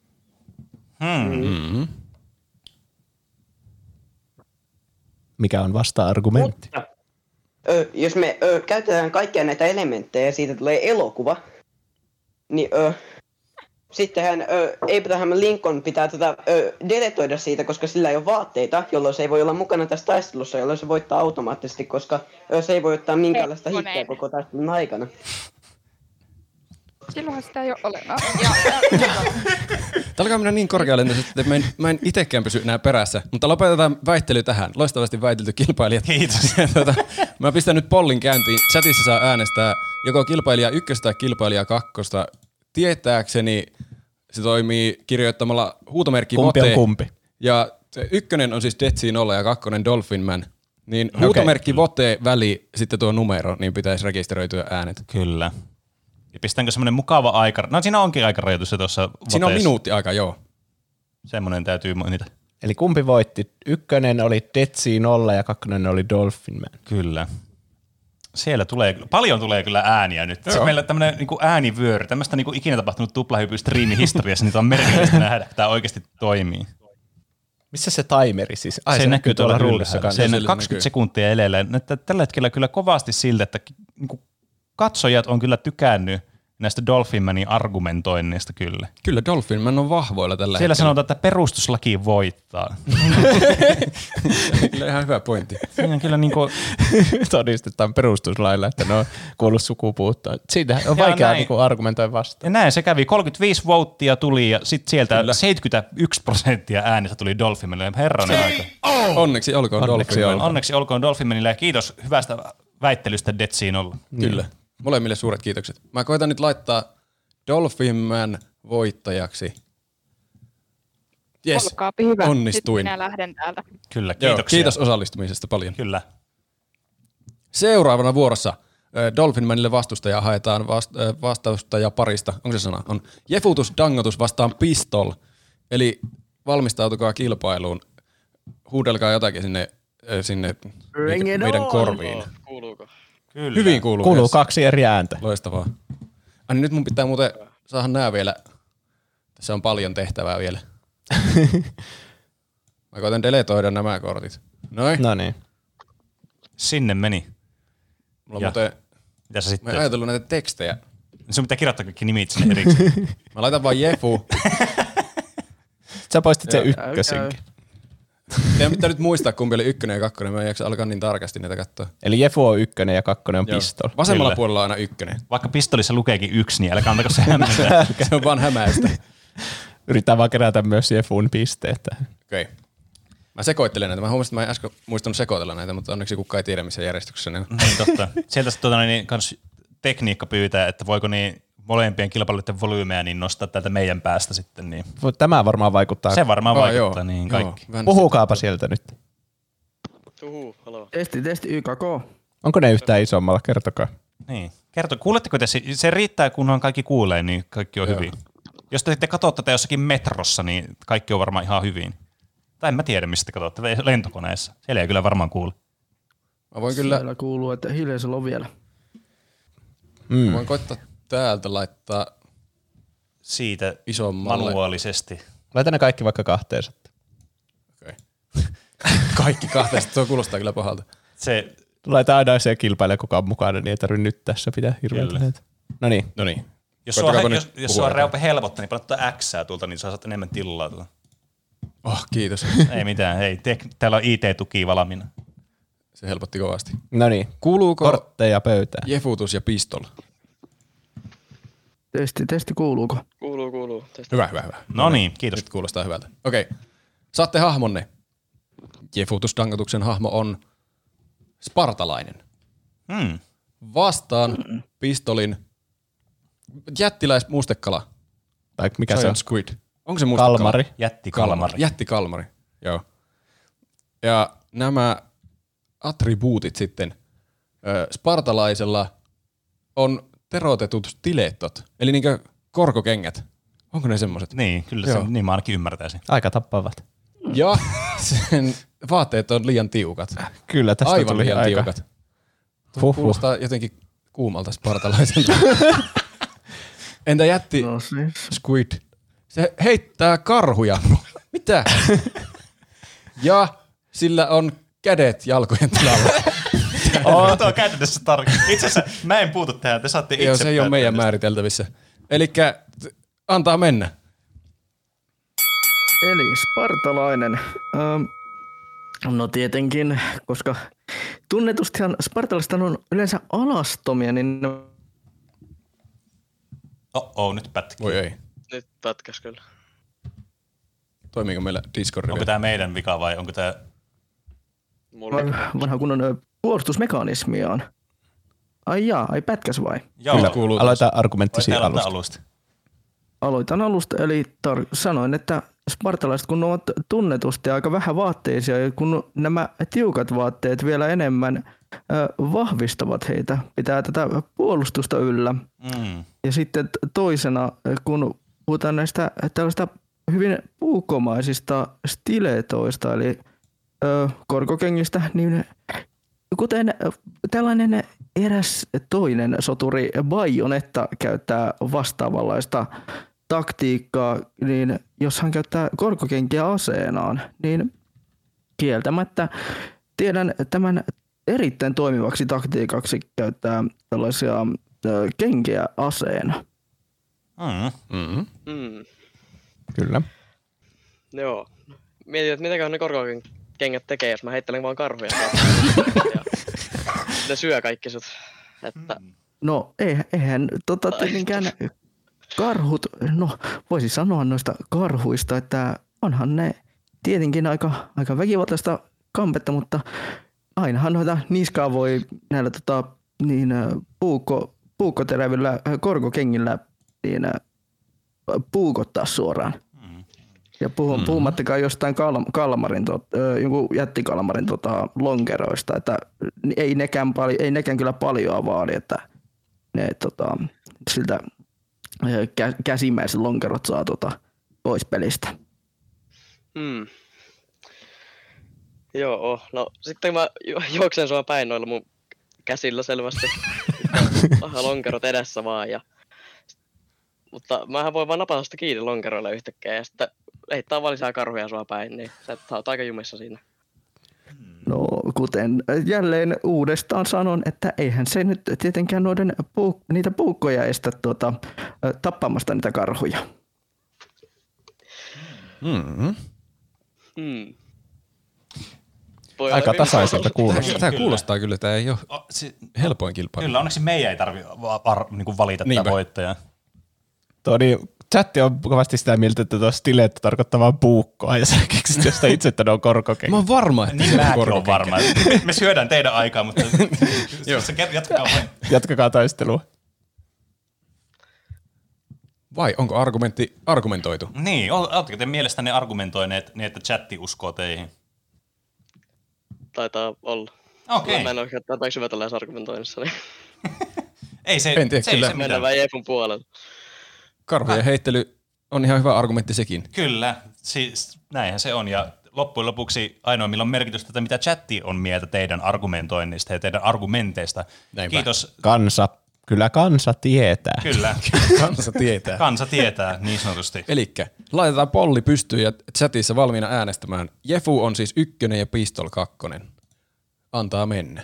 Mikä on vasta-argumentti? Mutta, jos me käytetään kaikkia näitä elementtejä ja siitä tulee elokuva, niin sittenhän Abraham Lincoln pitää deletoida siitä, koska sillä ei ole vaatteita, jolloin se ei voi olla mukana tässä taistelussa, jolloin se voittaa automaattisesti, koska se ei voi ottaa minkäänlaista hittiä koko taistelun aikana. Silloinhan sitä ei ole olemassa. Tämä alkaa mennä niin korkealle, että mä en itsekään pysy enää perässä, mutta lopetetaan väittely tähän. Loistavasti väitelty kilpailijat. Kiitos. Mä pistän nyt pollin käyntiin. Chatissa saa äänestää joko kilpailija 1 tai kilpailija 2. Tietääkseni se toimii kirjoittamalla huutomerkki kumpi vote. On kumpi? Ja 1 on siis Dead Sea 0 ja 2 Dolphin Man. Niin huutomerkki vote väli, sitten tuo numero, niin pitäisi rekisteröityä äänet. Kyllä. Ja pistäänkö semmoinen mukava aika? No siinä onkin aikarajoitus se tuossa voteessa. Siinä on minuutti aika, joo. Semmoinen täytyy mainita. Eli kumpi voitti? 1 oli Dead Sea 0 ja 2 oli Dolphin Man. Kyllä. Siellä paljon tulee kyllä ääniä nyt. Se meillä tämmöinen niinku äänivyöry, tämmöistä niinku ikinä tapahtunut tuplahypy-striimin historiassa, niin on merkillistä nähdä, että tämä oikeasti toimii. Missä se timeri siis? Ai, se näkyy tuolla ruudussa kanssa. Sen 20 näkyy. sekuntia elellä. Tällä hetkellä kyllä kovasti siltä, että niinku katsojat on kyllä tykännyt näistä Dolphin Manin argumentoinnista kyllä. Kyllä Dolphin Man on vahvoilla tällä Siellä hetkellä. sanotaan, että perustuslaki voittaa. Kyllä ihan hyvä pointti. Siinä on kyllä niinku todistetaan perustuslailla, että ne on kuollut sukupuuttoon. Siitä on vaikea niinku argumentoida vastaan. Ja näin se kävi. 35 vouttia tuli ja sitten sieltä kyllä 71% äänistä tuli Dolphin Manille. Herranen aika. Onneksi olkoon Dolphin Man. Onneksi olkoon Dolphin Manille ja kiitos hyvästä väittelystä Dead Sea 0. Kyllä. Molemmille suuret kiitokset. Mä koitan nyt laittaa Dolphin Man voittajaksi. Yes, olkaapi hyvä. onnistuin. Nyt minä lähden täältä. Kyllä, kiitoksia. Kiitos osallistumisesta paljon. Kyllä. Seuraavana vuorossa Dolphin Manille vastustaja haetaan vastaustaja parista. Onko se sana? On Jefutus Dangotus vastaan Pistol. Eli valmistautukaa kilpailuun. Huudelkaa jotakin sinne meidän korviin. Kuuluuko? Kyllä. Hyvin kuuluu. Kuuluu 2 eri ääntä. Loistavaa. Nyt mun pitää muuten saada nää vielä Tässä on paljon tehtävää vielä. Mä koitan deletoida nämä kortit. Noin. No niin. Sinne meni. Mulla on muuten... Mitä sä sitten? Mä oon ajatellut näitä tekstejä. Sun pitää kirjoittaa kaikki nimit sinne erikseen. Mä laitan vaan Jefu. Sä poistit sen ykkösenkin. Teidän pitää nyt muistaa, kumpi oli 1 ja 2. Mä en jaksa alkaa niin tarkasti näitä katsoa. Eli Jefu on 1 ja 2 on pistol. Vasemmalla puolella on aina 1. Vaikka pistolissa lukeekin 1, niin älkää antako se hämmentää. Se on vaan hämäistä. Yritetään vaan kerätä myös Jefun pisteet. Okei. Mä sekoittelen näitä. Mä huomasin, että mä en äsken muistanut sekoitella näitä, mutta onneksi kukaan ei tiedä, missä järjestyksessä ne on. Niin totta. Sieltä kans tekniikka pyytää, että voiko niin molempien kilpailuiden volyymeja niin nostaa täältä meidän päästä sitten. Niin. Tämä varmaan vaikuttaa. Se varmaan vaikuttaa niin kaikki. Puhukaapa sieltä nyt. Haloo. Testi, YKK. Onko ne yhtään isommalla? Kertokaa. Niin. Kuuletteko te? Se riittää, kunhan kaikki kuulee, niin kaikki on hyvin. Jos te sitten katsotte tätä jossakin metrossa, niin kaikki on varmaan ihan hyvin. Tai en mä tiedä, mistä te katsotte. Lentokoneessa. Siellä ei kyllä varmaan kuule. Mä voin kyllä... Siellä kuuluu, että hiljaisella on vielä. Mä voin koittaa täältä laittaa siitä isommalle. Manuaalisesti. Laita ne kaikki vaikka 200. Okei. Kaikki 200, tuo kuulostaa kyllä pahalta. Se... Laita aina se kilpailija, kuka on mukana, niin ei tarvitse nyt tässä pitää hirveätä näitä. No niin. Jos sua helpottaa, niin paljon Xää tuolta, niin sä saat enemmän tilaa tuolta. Kiitos. Ei mitään, hei. Täällä on IT-tuki valmiina. Se helpotti kovasti. No niin. Kuuluuko kortteja pöytään? Jefutus ja pistol? Testi kuuluuko? Kuuluu. Testi. Hyvä. No niin, kiitos. Nyt kuulostaa hyvältä. Okei. Saatte hahmonne. Jefutus-dangotuksen hahmo on spartalainen. Vastaan pistolin jättiläismustekala. Tai mikä se on? Squid. Onko se mustekala? Kalmari. Jättikalmari. Joo. Ja nämä attribuutit sitten. Spartalaisella on terotetut stilettot, eli niinkö korkokengät. Onko ne semmoiset? Niin, kyllä se, niin mä ainakin ymmärtäisin. Aika tappavat. Ja sen vaatteet on liian tiukat. Kyllä, tästä aivan tuli liian aika. tiukat. Kuulostaa jotenkin kuumalta spartalaiselta. Entä jätti Squid? Se heittää karhuja. Mitä? Ja sillä on kädet jalkojen tilalla. Tuo on käytännössä tarkkaan. Itse asiassa mä en puutu tähän, te saatte itse. Joo, se ei ole meidän määriteltävissä. Elikkä antaa mennä. Eli spartalainen. No tietenkin, koska tunnetustihan spartalaiset on yleensä alastomia, niin... Nyt pätkii. Voi ei. Nyt pätkäs kyllä. Toimiiko meillä Discord? Onko tää meidän vika vai onko tää... Vanha kunnon puolustusmekanismiaan. Ai pätkäs vai? Joo. Kyllä, kuuluu. Aloita argumenttisi alusta. Aloitan alusta, eli sanoin, että spartalaiset kun ovat tunnetusti aika vähän vaatteisia ja kun nämä tiukat vaatteet vielä enemmän vahvistavat heitä, pitää tätä puolustusta yllä. Ja sitten toisena, kun puhutaan näistä tällaista hyvin puukomaisista stiletoista, eli korkokengistä, niin kuten tällainen eräs toinen soturi Bajonetta käyttää vastaavanlaista taktiikkaa, niin jos hän käyttää korkokenkiä aseenaan, niin kieltämättä tiedän tämän erittäin toimivaksi taktiikaksi käyttää tällaisia kenkiä aseena. Kyllä. Joo. Mietin, että mitäköhän ne korkokengät tekee, jos mä heittelen vaan karhuja. Ne syö kaikki sut. Että... No eihän tietenkään karhut, no voisi sanoa noista karhuista, että onhan ne tietenkin aika väkivaltaista kampetta, mutta ainahan noita niskaa voi näillä puukkoterävillä korkokengillä niin puukottaa suoraan. Ja puhumattakaan jostain kalmarin, jonkun jättikalmarin lonkeroista, että ei nekään kyllä paljoa vaadi, että ne siltä käsimäiset lonkerot saa pois pelistä. Joo, no sitten mä juoksen sua päin noilla mun käsillä selvästi. Lonkerot edessä vaan ja Mutta mähän voi vaan napata sitä kiinni lonkeroille yhtäkkiä ja sitten heittää vaan lisää karhuja sua päin, niin sä oot aika jumissa siinä. No, kuten jälleen uudestaan sanon, että eihän se nyt tietenkään niitä puukkoja estä tappamasta niitä karhuja. Aika tasaiselta kuulostaa. Tämä kuulostaa kyllä, tämä ei ole helpoin kilpailu. Kyllä, onneksi meidän ei tarvitse niinku valita tätä voittajaa. Chatti on kovasti sitä mieltä, että tuo stiletto tarkoittaa vaan puukkoa, ja sä keksit jostain itse, että ne on korkokenkä. Mä oon varma, että niin mäkin on varma. Me syödään teidän aikaa, mutta jatkakaa vain. Jatkakaa taistelua. Vai onko argumentti argumentoitu? Niin, oletteko te mielestänne argumentoineet niin, että chatti uskoo teihin? Taitaa olla. Okei. Mä en ole tarpeeksi hyvä tällaisessa argumentoinnissa. Niin. Ei se, en tiedä, se kyllä. ei se Mennään vähän Jefun puolelle. Karhujen heittely on ihan hyvä argumentti sekin. Kyllä, siis näinhän se on. Ja loppujen lopuksi ainoa, millä on merkitystä, että mitä chatti on mieltä teidän argumentoinnista ja teidän argumenteista. Näinpä. Kiitos. Kyllä kansa tietää. Kyllä. Kansa tietää. Kansa tietää, niin sanotusti. Elikkä laitetaan polli pystyyn ja chatissa valmiina äänestämään. Jefu on siis 1 ja Pistol 2. Antaa mennä.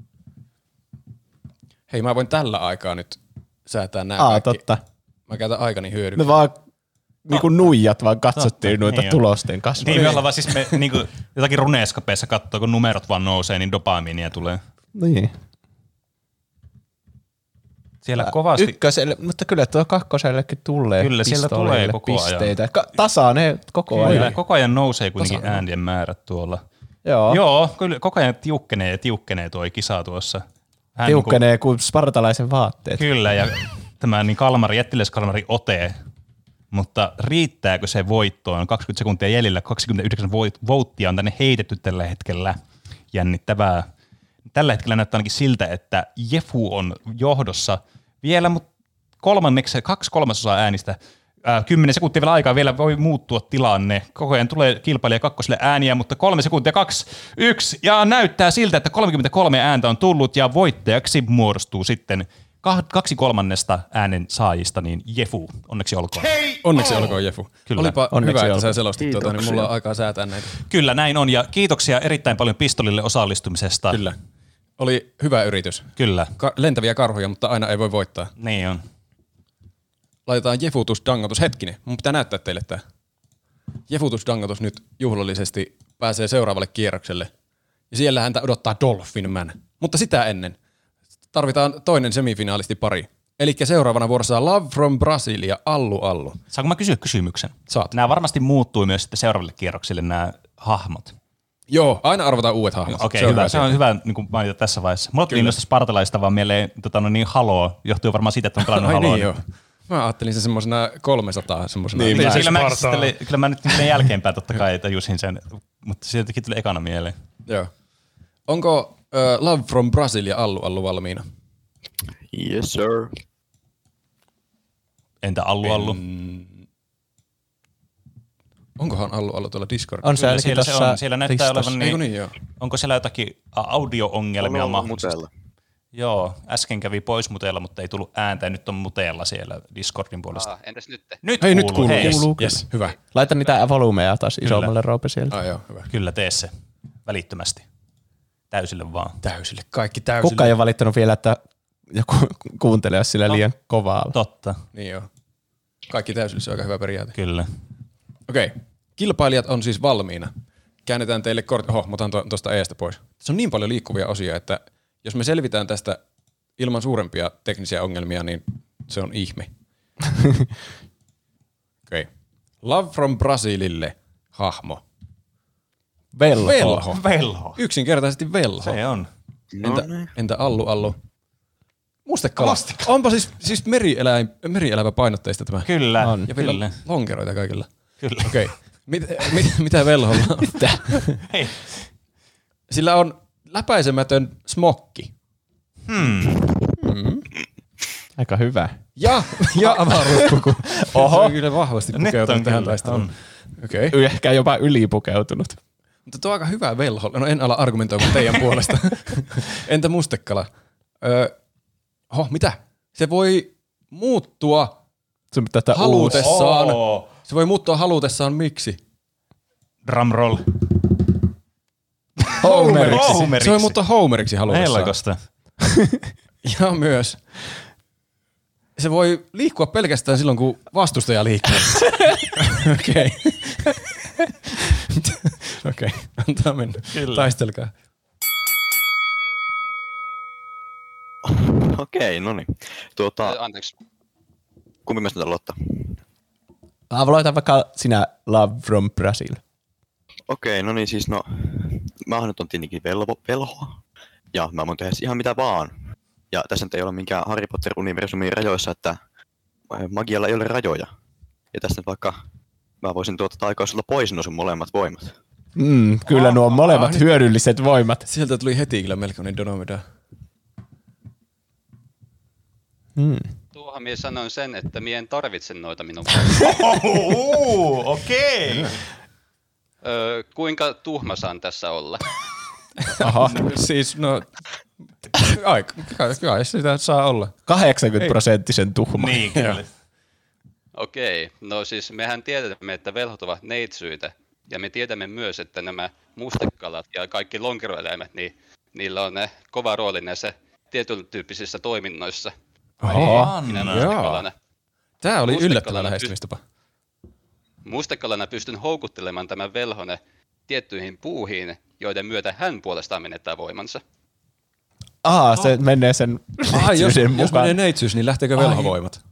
Hei, mä voin tällä aikaa nyt säätää nämä kaikki. Totta. Mä käytän aikani hyödyksi. Me vaan niinku nuijat vaan katsottiin noita niin tulosten kasvua. Niin, me ollaan vaan siis me niinku, jotakin runeeskapeissa katsoo, kun numerot vaan nousee, niin dopamiinia tulee. Niin. Siellä kovasti. Ykköselle, mutta kyllä tuo kakkosellekin tulee. Kyllä, siellä tulee koko ajan. Pisteitä. Tasaa ne koko ajan. Kyllä, koko ajan nousee kuitenkin äänien määrät tuolla. Joo, kyllä koko ajan tiukkenee tuo kisa tuossa. Tiukkenee kuin spartalaisen vaatteet. Kyllä, ja tämä niin jättiläiskalmari ote, mutta riittääkö se voittoon? 20 sekuntia jäljellä, 29 vouttia on tänne heitetty tällä hetkellä. Jännittävää. Tällä hetkellä näyttää ainakin siltä, että Jefu on johdossa vielä, mutta 2/3 äänistä. 10 sekuntia vielä aikaa, vielä voi muuttua tilanne. Koko ajan tulee kilpailija kakkoselle ääniä, mutta 3 sekuntia, 2, 1, ja näyttää siltä, että 33 ääntä on tullut, ja voittajaksi muodostuu sitten 2/3 äänen saajista, niin Jefu. Onneksi olkoon. Onneksi olkoon, Jefu. Kyllä. Olipa onneksi hyvä, että sä selostit tuota, niin mulla on aikaa säätää näitä. Kyllä, näin on, ja kiitoksia erittäin paljon Pistolille osallistumisesta. Kyllä. Oli hyvä yritys. Kyllä. Lentäviä karhuja, mutta aina ei voi voittaa. Niin on. Laitetaan jefutus-dangotus. Hetkinen, mun pitää näyttää teille tää. Jefutus-dangotus nyt juhlallisesti pääsee seuraavalle kierrokselle. Ja siellä häntä odottaa Dolphin Man. Mutta sitä ennen tarvitaan toinen semifinaalisti pari. Elikkä seuraavana vuorossa Love from Brazil ja Allu Allu. Saanko mä kysyä kysymyksen? Saat. Nämä varmasti muuttuu myös sitten seuraaville kierroksille nämä hahmot. Joo, aina arvotaan uudet hahmot. Okei, hyvä. Se on hyvä niin mainita tässä vaiheessa. Mulla tuli noista spartalaista vaan mieleen niin Halo. Johtuu varmaan siitä, että on pelannut Haloa. Niin joo. Mä ajattelin sen semmosena 300 semmosena. Niin, kyllä mä nyt jälkeenpäin totta kai tajusin sen, mutta se jotenkin tuli ekana mieleen. Joo. Onko Love from Brazil ja Allu Allu valmiina? Yes sir. Entä Allu Allu? Onkohan Allu Allu tuolla Discordissa? On se ainakin tuossa siellä näyttää olevan niin. Niin, joo. Onko siellä jotakin audio-ongelmia mahdollisesti? Joo, äsken kävi pois muteella, mutta ei tullut ääntä ja nyt on muteella siellä Discordin puolesta. Entäs nyt? Nyt kuuluu. Yes, hyvä. Laita niitä volumeja taas isommalle Roope sieltä. Joo, hyvä. Kyllä, tee se välittömästi. Täysille vaan. Täysille, kaikki täysille. Kuka ei ole valittanut vielä, että joku kuuntelee sillä liian kovaa. Totta. Niin joo. Kaikki täysille, se on aika hyvä periaate. Kyllä. Okei. Kilpailijat on siis valmiina. Käännetään teille kortti. Oho, mä otan tuosta eestä pois. Se on niin paljon liikkuvia osia, että jos me selvitään tästä ilman suurempia teknisiä ongelmia, niin se on ihme. Okei. Love from Brazilille hahmo. Velho. Yksinkertaisesti velho. Se on. Entä Allu Allu? Mustekala. Onpa siis merielävä painotteista tämä. Kyllä. On. Ja vielä lonkeroita kaikilla. Kyllä. Okei. Mitä velholla on? Mitä? Hei. Sillä on läpäisemätön smokki. Aika hyvä. Ja avaruuspuku. Oho. Se on kyllä vahvasti pukeutunut tähän taisteluun. Okay. Ehkä jopa ylipukeutunut. Mutta tuo on aika hyvä velho. No en ala argumentoimaan teidän puolesta. Entä mustekala? Mitä? Se voi muuttua Halutessaan. Se voi muuttua halutessaan miksi? Drumroll. Homeriksi. Se voi muuttua Homeriksi halutessaan. Helkosta. Ja myös se voi liikkua pelkästään silloin, kun vastustaja liikkuu. Okei. Antaa mennä. Kyllä. Taistelkaa. Okei, no niin. Anteeksi. Kumpi meistä aloittaa? Aloita vaikka sinä Love from Brazil. Okei, no niin siis mä nyt on tietenkin velho. Ja mä voin tehdä ihan mitä vaan. Ja tässä nyt ei ole minkään Harry Potter-universumin rajoissa, että magialla ei ole rajoja. Ja tästä nyt vaikka mä voisin taikauksella pois nuo sun molemmat voimat. Kyllä nuo molemmat hyödylliset voimat. Sieltä tuli heti kyllä melkoinen Donomeda. Tuohan minä sanoin sen, että minä en tarvitse noita minun okei. Kuinka tuhma saan tässä olla? Aha, siis kai sitä saa olla. 80% tuhma. Niin, kyllä. Okei, no siis mehän tiedämme, että velhot ovat neitsyitä. Ja me tiedämme myös, että nämä mustekalat ja kaikki lonkeroeläimet, niin niillä on kova rooli näissä tietyn tyyppisissä toiminnoissa. Tämä oli yllättävä lähestymistapa. Mustekalana pystyn houkuttelemaan tämän velhone tiettyihin puuhiin, joiden myötä hän puolestaan menettää voimansa. Se menee sen neitsyyden mukaan. Jos menee neitsyys, niin lähteekö velhovoimat?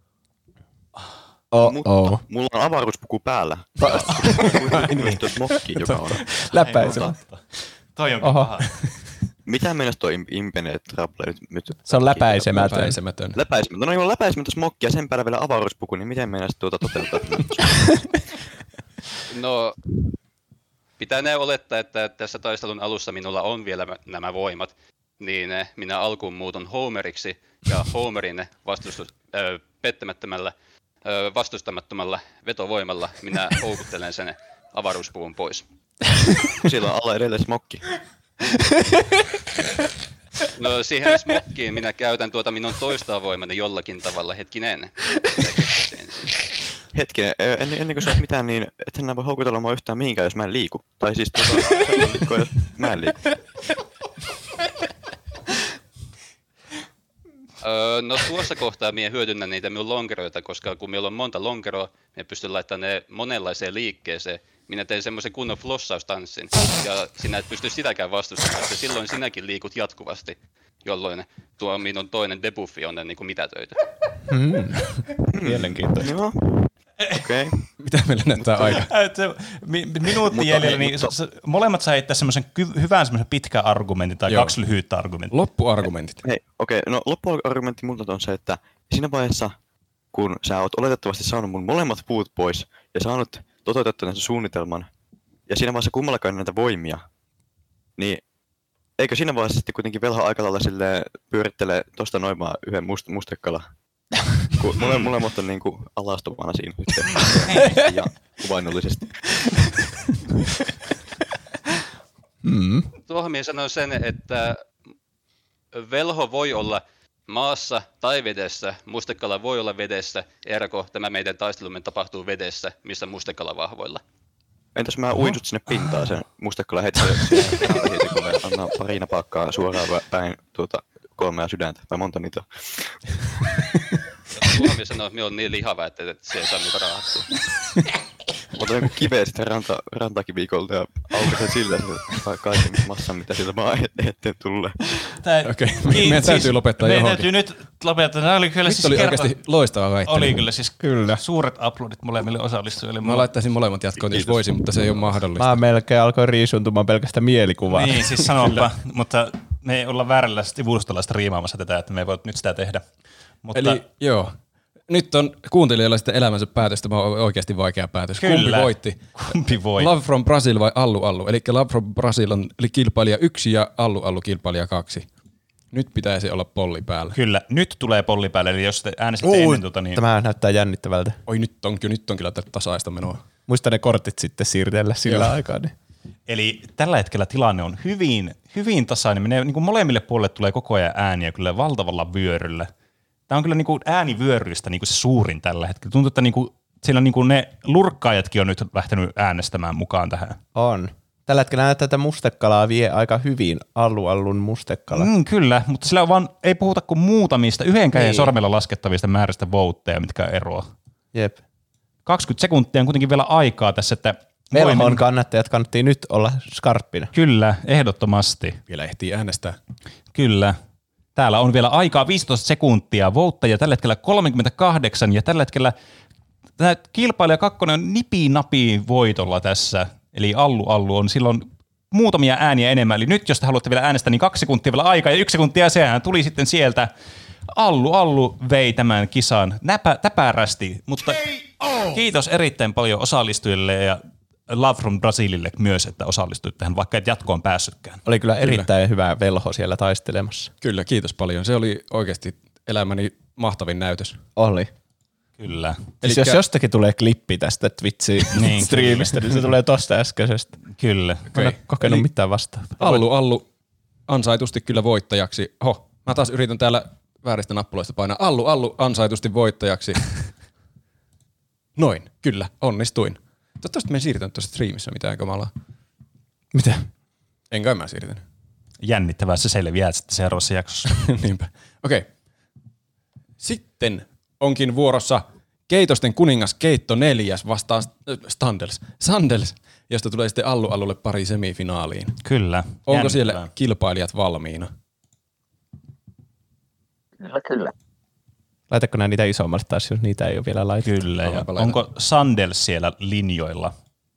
Mutta mulla on avaruuspuku päällä. Investoit mokkiin, joka on läpäisemä. Toi onkin paha. Mitä mennessä toi impenetrable nyt? Se on läpäisemätön. Läpäisemätön. No niin, on läpäisemätön smokki ja sen päällä vielä avaruuspuku, niin miten mennessä toteuttaa? No, pitää olettaa, että tässä taistelun alussa minulla on vielä nämä voimat, niin minä alkuun muutun Homeriksi ja Homerin vastustamattomalla vetovoimalla minä houkuttelen sen avaruuspuvun pois. Sillä on alla edelleen smokki. No siihen smokkiin minä käytän minun toista voimani jollakin tavalla, hetkinen. Hetkinen, ennen kuin sä oot mitään, niin et enää voi houkutella mua yhtään mihinkään, jos mä en liiku. Tai siis jos mä en liiku. No tuossa kohtaa minä hyödynnän niitä minun lonkeroita, koska kun meillä on monta lonkeroa, minä pystyn laittamaan ne monenlaiseen liikkeeseen. Minä tein semmoisen kunnon flossaustanssin, ja sinä et pysty sitäkään vastustamaan, että silloin sinäkin liikut jatkuvasti, jolloin tuo minun toinen debuffi on niin kuin mitätöity. Mielenkiintoista. Okei. Mitä meillä näyttää aika? Minuutti jäljellä, niin molemmat saa heittää semmoisen hyvän semmoisen pitkän argumentin tai kaksi lyhyyttä argumenttia. Loppuargumentit. No loppuargumentti multa on se, että siinä vaiheessa, kun sä oot oletettavasti saanut mun molemmat puut pois ja saanut toteutettua näitä suunnitelman, ja siinä vaiheessa kummallakaan näitä voimia, niin eikö siinä vaiheessa sitten kuitenkin velho aika lailla silleen pyörittelee tosta noin vaan yhden mustekala? Kun molemmat on niinku alastomana siinä nyt ja kuvainnollisesti. Tuohon minä sanoin sen, että velho voi olla maassa tai vedessä, mustekala voi olla vedessä, ergo tämä meidän taistelumme tapahtuu vedessä, missä mustekala vahvoilla. Entäs mä uin sut sinne pintaan sen mustekala heti, kun me annan pari napakkaa suoraan päin 3 sydäntä, vai monta niitä on? Tuohon sanoo, että minä olen niin lihava, että se ei saa minua raahattua. Otan joku kiveä sitten rantakivikolta ja aukaisen sillä kaiken massan, mitä sieltä maa eteen tulee. Okei, meidän täytyy lopettaa johonkin. Meidän täytyy nyt lopettaa. Nämä oli kyllä nyt oli oikeasti loistava väittely. Oli kyllä siis suuret uploadit molemmille osallistujille. Mä laittaisin molemmat jatkoon, jos voisin, mutta se ei ole mahdollista. Mä melkein alkoi riisuntumaan pelkästä mielikuvaa. Niin, siis sanoppa, mutta me ei olla väärällä sivustolla striimaamassa tätä, että me ei voi nyt sitä tehdä. Mutta eli joo. Nyt on kuuntelijoilla sitten elämänsä päätöstä, tämä on oikeasti vaikea päätös. Kyllä. Kumpi voitti? Kumpi voitti? Love from Brazil vai Allu Allu? Eli Love from Brazil on kilpailija 1 ja Allu Allu kilpailija 2. Nyt pitäisi olla polli päällä. Kyllä, nyt tulee polli päälle, eli jos te äänestitte ennen niin... Tämä näyttää jännittävältä. Oi, nyt on kyllä tasaista menoa. Muista ne kortit sitten siirtellä sillä aikaa. Niin. Eli tällä hetkellä tilanne on hyvin tasainen. Niin kuin molemmille puolille tulee koko ajan ääniä kyllä valtavalla vyöryllä. Tämä on kyllä niinku äänivyöryistä niinku se suurin tällä hetkellä. Tuntuu, että niinku, siellä niinku ne lurkkaajatkin on nyt lähtenyt äänestämään mukaan tähän. On. Tällä hetkellä näyttää, että mustekalaa vie aika hyvin Allun mustekala. Kyllä, mutta sillä on vaan, ei puhuta kuin muutamista, yhden käden sormella laskettavista määristä voutteja, mitkä eroaa. Jep. 20 sekuntia on kuitenkin vielä aikaa tässä, että Velhon kannattajat kannattiin nyt olla skarppina. Kyllä, ehdottomasti. Vielä ehtii äänestää. Kyllä. Täällä on vielä aikaa 15 sekuntia, vouttajia tällä hetkellä 38 ja tällä hetkellä tämä kilpailija 2 on nipi-napi voitolla tässä. Eli Allu on silloin muutamia ääniä enemmän. Eli nyt jos te haluatte vielä äänestää, niin 2 sekuntia vielä aikaa ja 1 sekuntia sehän tuli sitten sieltä. Allu vei tämän kisan täpärästi, mutta kiitos erittäin paljon osallistujille ja Love from Brazilille myös, että osallistuit tähän, vaikka et jatkoon päässytkään. Oli kyllä erittäin hyvä velho siellä taistelemassa. Kyllä, kiitos paljon. Se oli oikeasti elämäni mahtavin näytös. Oli. Kyllä. Siis jos jostakin tulee klippi tästä Twitch-striimistä, niin se tulee tosta äskeisestä. Kyllä. Mä en kokenut mitään vastaavaa. Allu ansaitusti kyllä voittajaksi. Mä taas yritän täällä vääristä nappuloista painaa. Allu ansaitusti voittajaksi. Noin, kyllä, onnistuin. Toivottavasti me ei siirtynyt tuossa striimissä mitään kamalaa. Mitä? Enkä mä siirtynyt. Jännittävää, se selviää sitten seuraavassa jaksossa. Niinpä. Okei. Sitten onkin vuorossa Keitosten kuningas Keitto 4 vastaan Sandels, josta tulee sitten Allulle pari semifinaaliin. Kyllä. Onko siellä kilpailijat valmiina? Kyllä. Laitatko nämä niitä isommalle taas, jos niitä ei ole vielä laitettu? Kyllä. Ja onko Sandels siellä linjoilla?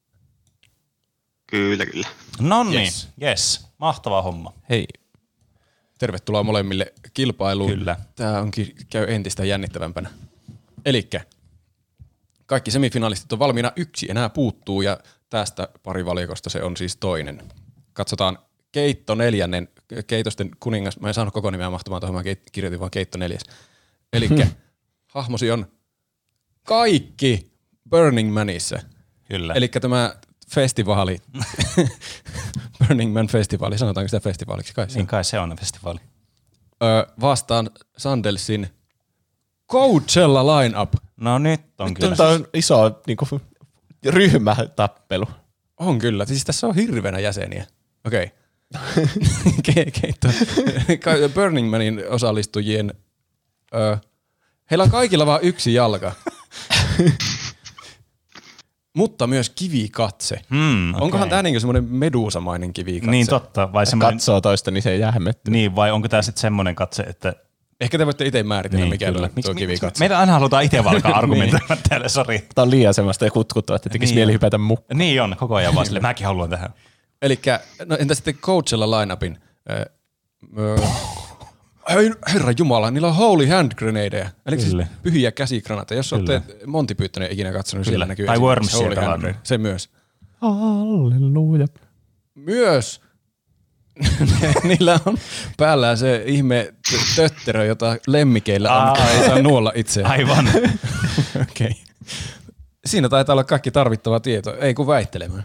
Kyllä. Noniin, yes. Mahtava homma. Hei. Tervetuloa molemmille kilpailuun. Kyllä. Tää onkin käy entistä jännittävämpänä. Elikkä kaikki semifinaalistit on valmiina, 1 enää puuttuu ja tästä parivalikosta se on siis toinen. Katsotaan Keitto 4, Keitosten kuningas. Mä en saanut koko nimeä mahtumaan tuohon, mä kirjoitin vaan Keitto 4. Elikkä hahmosi on kaikki Burning Manissa. Kyllä. Elikkä tämä festivaali, Burning Man festivaali, sanotaanko sitä festivaaliksi? Niin kai se on festivaali. Vastaan Sandelsin Coachella line-up. No nyt on kyllä. Tämä on iso niinku, ryhmätappelu. On kyllä, siis tässä on hirveänä jäseniä. Okei. Burning Manin osallistujien, heillä on kaikilla vaan 1 jalka. Mutta myös kivikatse. Okay. Onkohan tämä niinku semmoinen medusamainen kivikatse? Niin totta. Vai katsoo toista, niin se ei jähmetty. Niin, vai onko tämä sitten semmoinen katse, että... Ehkä te voitte itse määritellä, mikä on tuo kivikatse. Meitä aina halutaan itse valkaa argumentoimaan täällä, sori. Tämä on liian semmoista ja kutkuttavaa, että tekisi mieli hypätä mukaan. Niin on, koko ajan vaan sille. Mäkin haluan tähän. Elikkä, no entä sitten Coachella line-upin? Herra Jumala, niillä on holy hand grenadeja. Eli siis pyhiä käsigranaatteja. Jos olette Monty Pythonen ikinä katsonut, siellä näkyy tai Wormsia holy hand grenade. Se myös. Halleluja. Myös niillä on päällään se ihme tötterö, jota lemmikeillä on, ei saa nuolla itseään. Aivan. Okei. Siinä taitaa olla kaikki tarvittava tieto, ei kun väittelemään.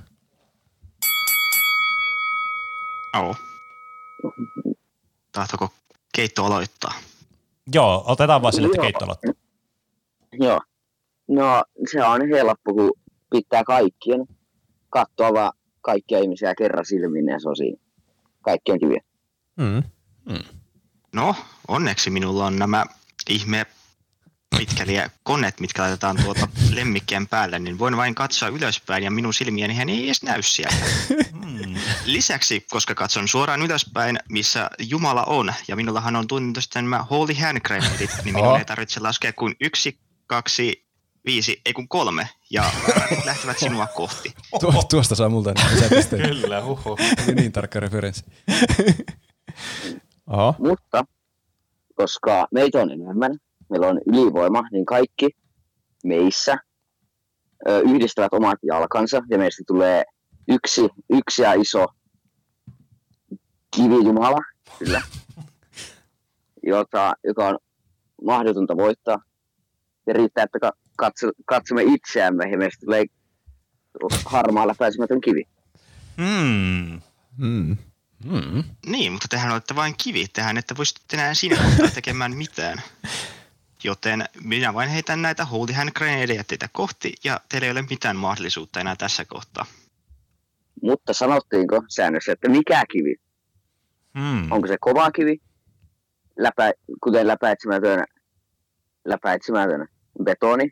Tahtoko Keitto aloittaa? Joo, otetaan vaan sille, että Keitto aloittaa. Joo. No se on helppo, kun pitää kaikkien katsoa vaan kaikkia ihmisiä kerran silmiin ja se on siinä. Kaikki on kiviä. No, onneksi minulla on nämä ihme pitkäliä koneet, mitkä laitetaan tuota lemmikkien päälle, niin voin vain katsoa ylöspäin ja minun silmieni hän ei edes näy sieltä. Lisäksi, koska katson suoraan ylöspäin, missä Jumala on, ja minullahan on tunnetusti nämä holy hand grenadeit, niin minun ei tarvitse laskea kuin 1, 2, 5, ei kun 3, ja lähtevät sinua kohti. Tuosta saa multa lisäpisteitä. Kyllä, niin tarkka referenssi. Mutta, koska meitä on enemmän, meillä on ylivoima, niin kaikki meissä yhdistävät omat jalkansa, ja meistä tulee yksi ja iso kivijumala, kyllä, joka on mahdotonta voittaa. Ja riittää, että katsomme itseämme, ja meistä tulee harmaalla pääsemätön kivi. Niin, mutta tehän olette vain kivi. Tehän ette voisi enää siinä kohtaa tekemään mitään. Joten minä vain heitän näitä Holy Hand Grenadeja teitä kohti, ja teillä ei ole mitään mahdollisuutta enää tässä kohtaa. Mutta sanottiinko säännössä, että mikä kivi? Onko se kova kivi, kuten läpäitsemätön betoni,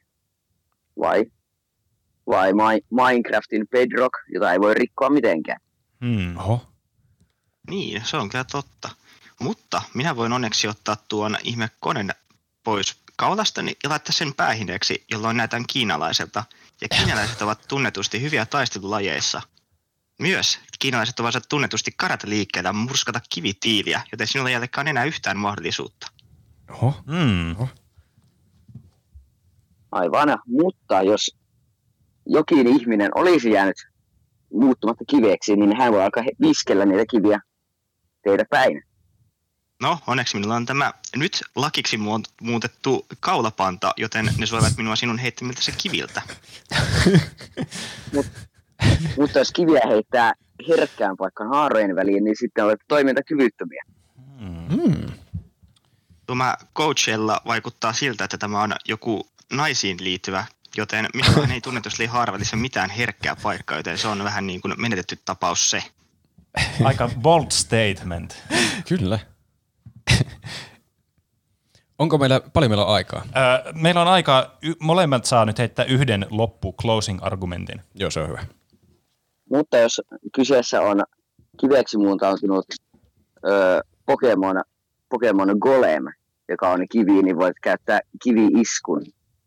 vai Minecraftin bedrock, jota ei voi rikkoa mitenkään? Oho. Niin, se on kyllä totta. Mutta minä voin onneksi ottaa tuon ihme koneen pois kaulastani ja laittaa sen päähineeksi, jolloin näytän kiinalaiselta. Ja kiinalaiset ovat tunnetusti hyviä taistelulajeissa. Myös kiinalaiset ovat tunnetusti karate-liikkeellä murskata kivitiiliä, joten sinulla ei olekaan enää yhtään mahdollisuutta. Oho. Aivan, mutta jos jokin ihminen olisi jäänyt muuttumatta kiveksi, niin hän voi alkaa viskellä niitä kiviä teitä päin. No, onneksi minulla on tämä nyt lakiksi muutettu kaulapanta, joten ne suojavat minua sinun heittämiltä kiviltä. Mutta jos kiviä heittää herkkään paikkaan haarojen väliin, niin sitten olette toimintakyvyttömiä. Tämä coachella vaikuttaa siltä, että tämä on joku naisiin liittyvä, joten minulla ei tunnetusti haaravälissä mitään herkkää paikkaa, joten se on vähän niin kuin menetetty tapaus se. Aika bold statement. Kyllä. Paljon meillä on aikaa? Meillä on aikaa, molemmat saa nyt heittää yhden closing-argumentin. Joo, se on hyvä. Mutta jos kyseessä on kiveksi muuntautunut Pokemon Golem, joka on kivi, niin voit käyttää kivi-iskun,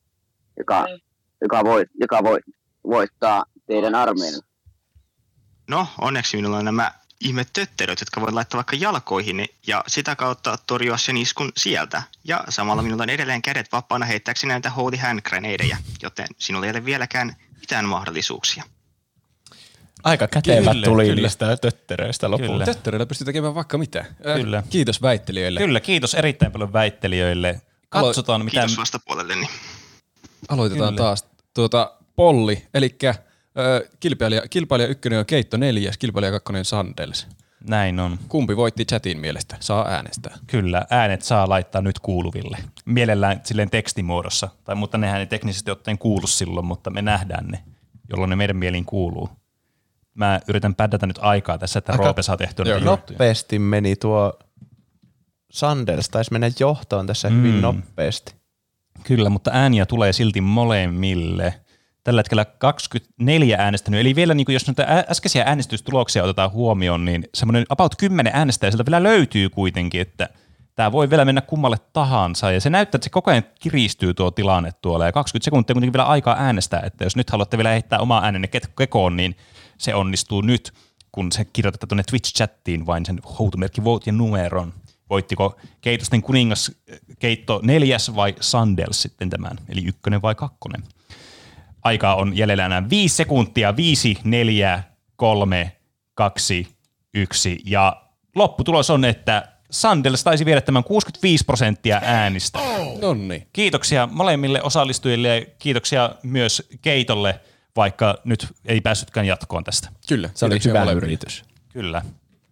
joka voi voittaa teidän armeijan. No, onneksi minulla on nämä ihme tötteröt, jotka voi laittaa vaikka jalkoihin ja sitä kautta torjua sen iskun sieltä. Ja samalla minulla on edelleen kädet vapaana heittääkseni näitä Holy Hand Grenadeja, joten sinulla ei ole vieläkään mitään mahdollisuuksia. Aika kätevät tuli niistä tötteröistä lopulta. Tötteröillä pystyy tekemään vaikka mitä. Kyllä. Kiitos väittelijöille. Kyllä, kiitos erittäin paljon väittelijöille. Katsotaan mitä... Kiitos vastapuolelleni. Aloitetaan taas. Polli, eli kilpailija 1 on Keitto 4, kilpailija 2 on Sandels. Näin on. Kumpi voitti chatin mielestä? Saa äänestää. Kyllä, äänet saa laittaa nyt kuuluville. Mielellään silleen tekstimuodossa, mutta nehän ei teknisesti ottaen kuulu silloin, mutta me nähdään ne, jolloin ne meidän mieliin kuuluu. Mä yritän pädätä nyt aikaa tässä, että Roope saa tehtyä näitä juttuja. Nopeasti meni tuo Sanders, taisi mennä johtoon tässä hyvin nopeasti. Kyllä, mutta ääniä tulee silti molemmille. Tällä hetkellä 24 äänestänyt, eli vielä niin kuin jos näitä äskeisiä äänestystuloksia otetaan huomioon, niin semmoinen about 10 äänestäjä sieltä vielä löytyy kuitenkin, että tämä voi vielä mennä kummalle tahansa, ja se näyttää, että se koko ajan kiristyy tuo tilanne tuolla, ja 20 sekuntia kuitenkin vielä aikaa äänestää, että jos nyt haluatte vielä heittää omaa äänenne kekoon, niin se onnistuu nyt, kun se kirjoitetaan tuonne Twitch-chattiin vain sen houtumerkki vote ja numeron. Voittiko Keitosten kuningas Keitto 4 vai Sandels sitten tämän, eli 1 vai 2? Aikaa on jäljellä enää 5 sekuntia, 5, 4, 3, 2, 1 ja lopputulos on, että Sandels taisi viedä tämän 65% äänistä. Nonni. Kiitoksia molemmille osallistujille ja kiitoksia myös Keitolle, vaikka nyt ei päässytkään jatkoon tästä. Kyllä, se oli hyvä yritys. Kyllä.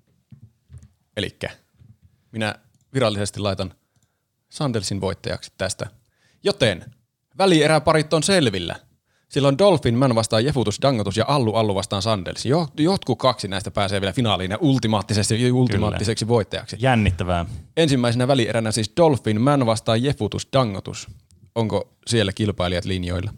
Elikkä minä virallisesti laitan Sandelsin voittajaksi tästä. Joten välieräparit on selvillä. Silloin Dolphin Man vastaan Jefutus Dangotus ja Allu vastaan Sandels. Jotkut 2 näistä pääsee vielä finaaliin ja ultimaattiseksi voittajaksi. Jännittävää. Ensimmäisenä välieränä siis Dolphin Man vastaan Jefutus Dangotus. Onko siellä kilpailijat linjoilla?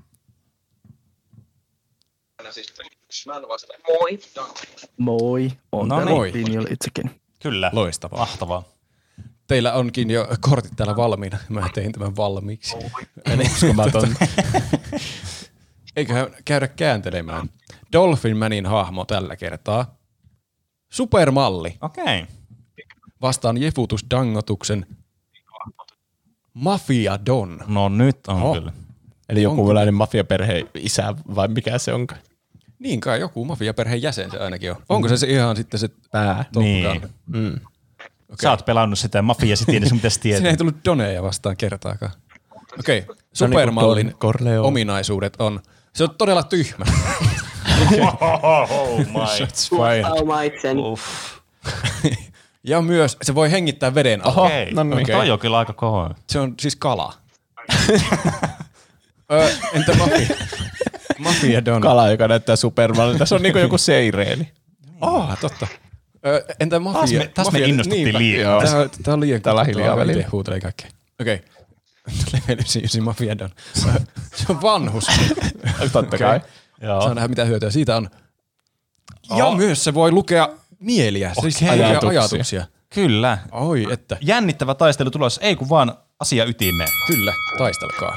Moi. Moi. On linjoilla itsekin. Kyllä. Loistavaa. Mahtavaa. Teillä onkin jo kortit täällä valmiina. Mä tein tämän valmiiksi. Uskomaton. Eiköhän käydä kääntelemään. Dolphin Manin hahmo tällä kertaa. Supermalli. Okei. Vastaan Jefutus Dangotuksen Mafia Don. No nyt on kyllä. Eli joku mafiaperheen isä vai mikä se onkaan? Niin kai, joku mafiaperheen jäsen se ainakin on. Onko se ihan sitten se pää? Niin. Okay. Sä oot pelannut sitä Mafia Cityä, sun pitäisi tietää. Siinä ei tullut Doneja vastaan kertaakaan. Okei, Supermallin ominaisuudet on, se on todella tyhmä. Oh my. Ja myös se voi hengittää veden alla. Okei, no niin. Toi on kyllä aika kohoa. Se on siis kala. Entä Mafia Don? Kala, joka näyttää Supermanilta. Se on niinku joku seireeni. Totta. Entä Mafia? Taas me innostuttiin liikaa. Tää on liian Täällä hiljaa välillä. Huutelee kaikkea. Okei. Level 99 Mafia Don. Se on vanhus. Totta kai. Saa nähdä mitä hyötyä siitä on. Ja myös se voi lukea mieliä. Siis ajatuksia. Kyllä. Oi, että. Jännittävä taistelu tulossa, ei kun vaan asia ytimeen. Kyllä, taistelkaa.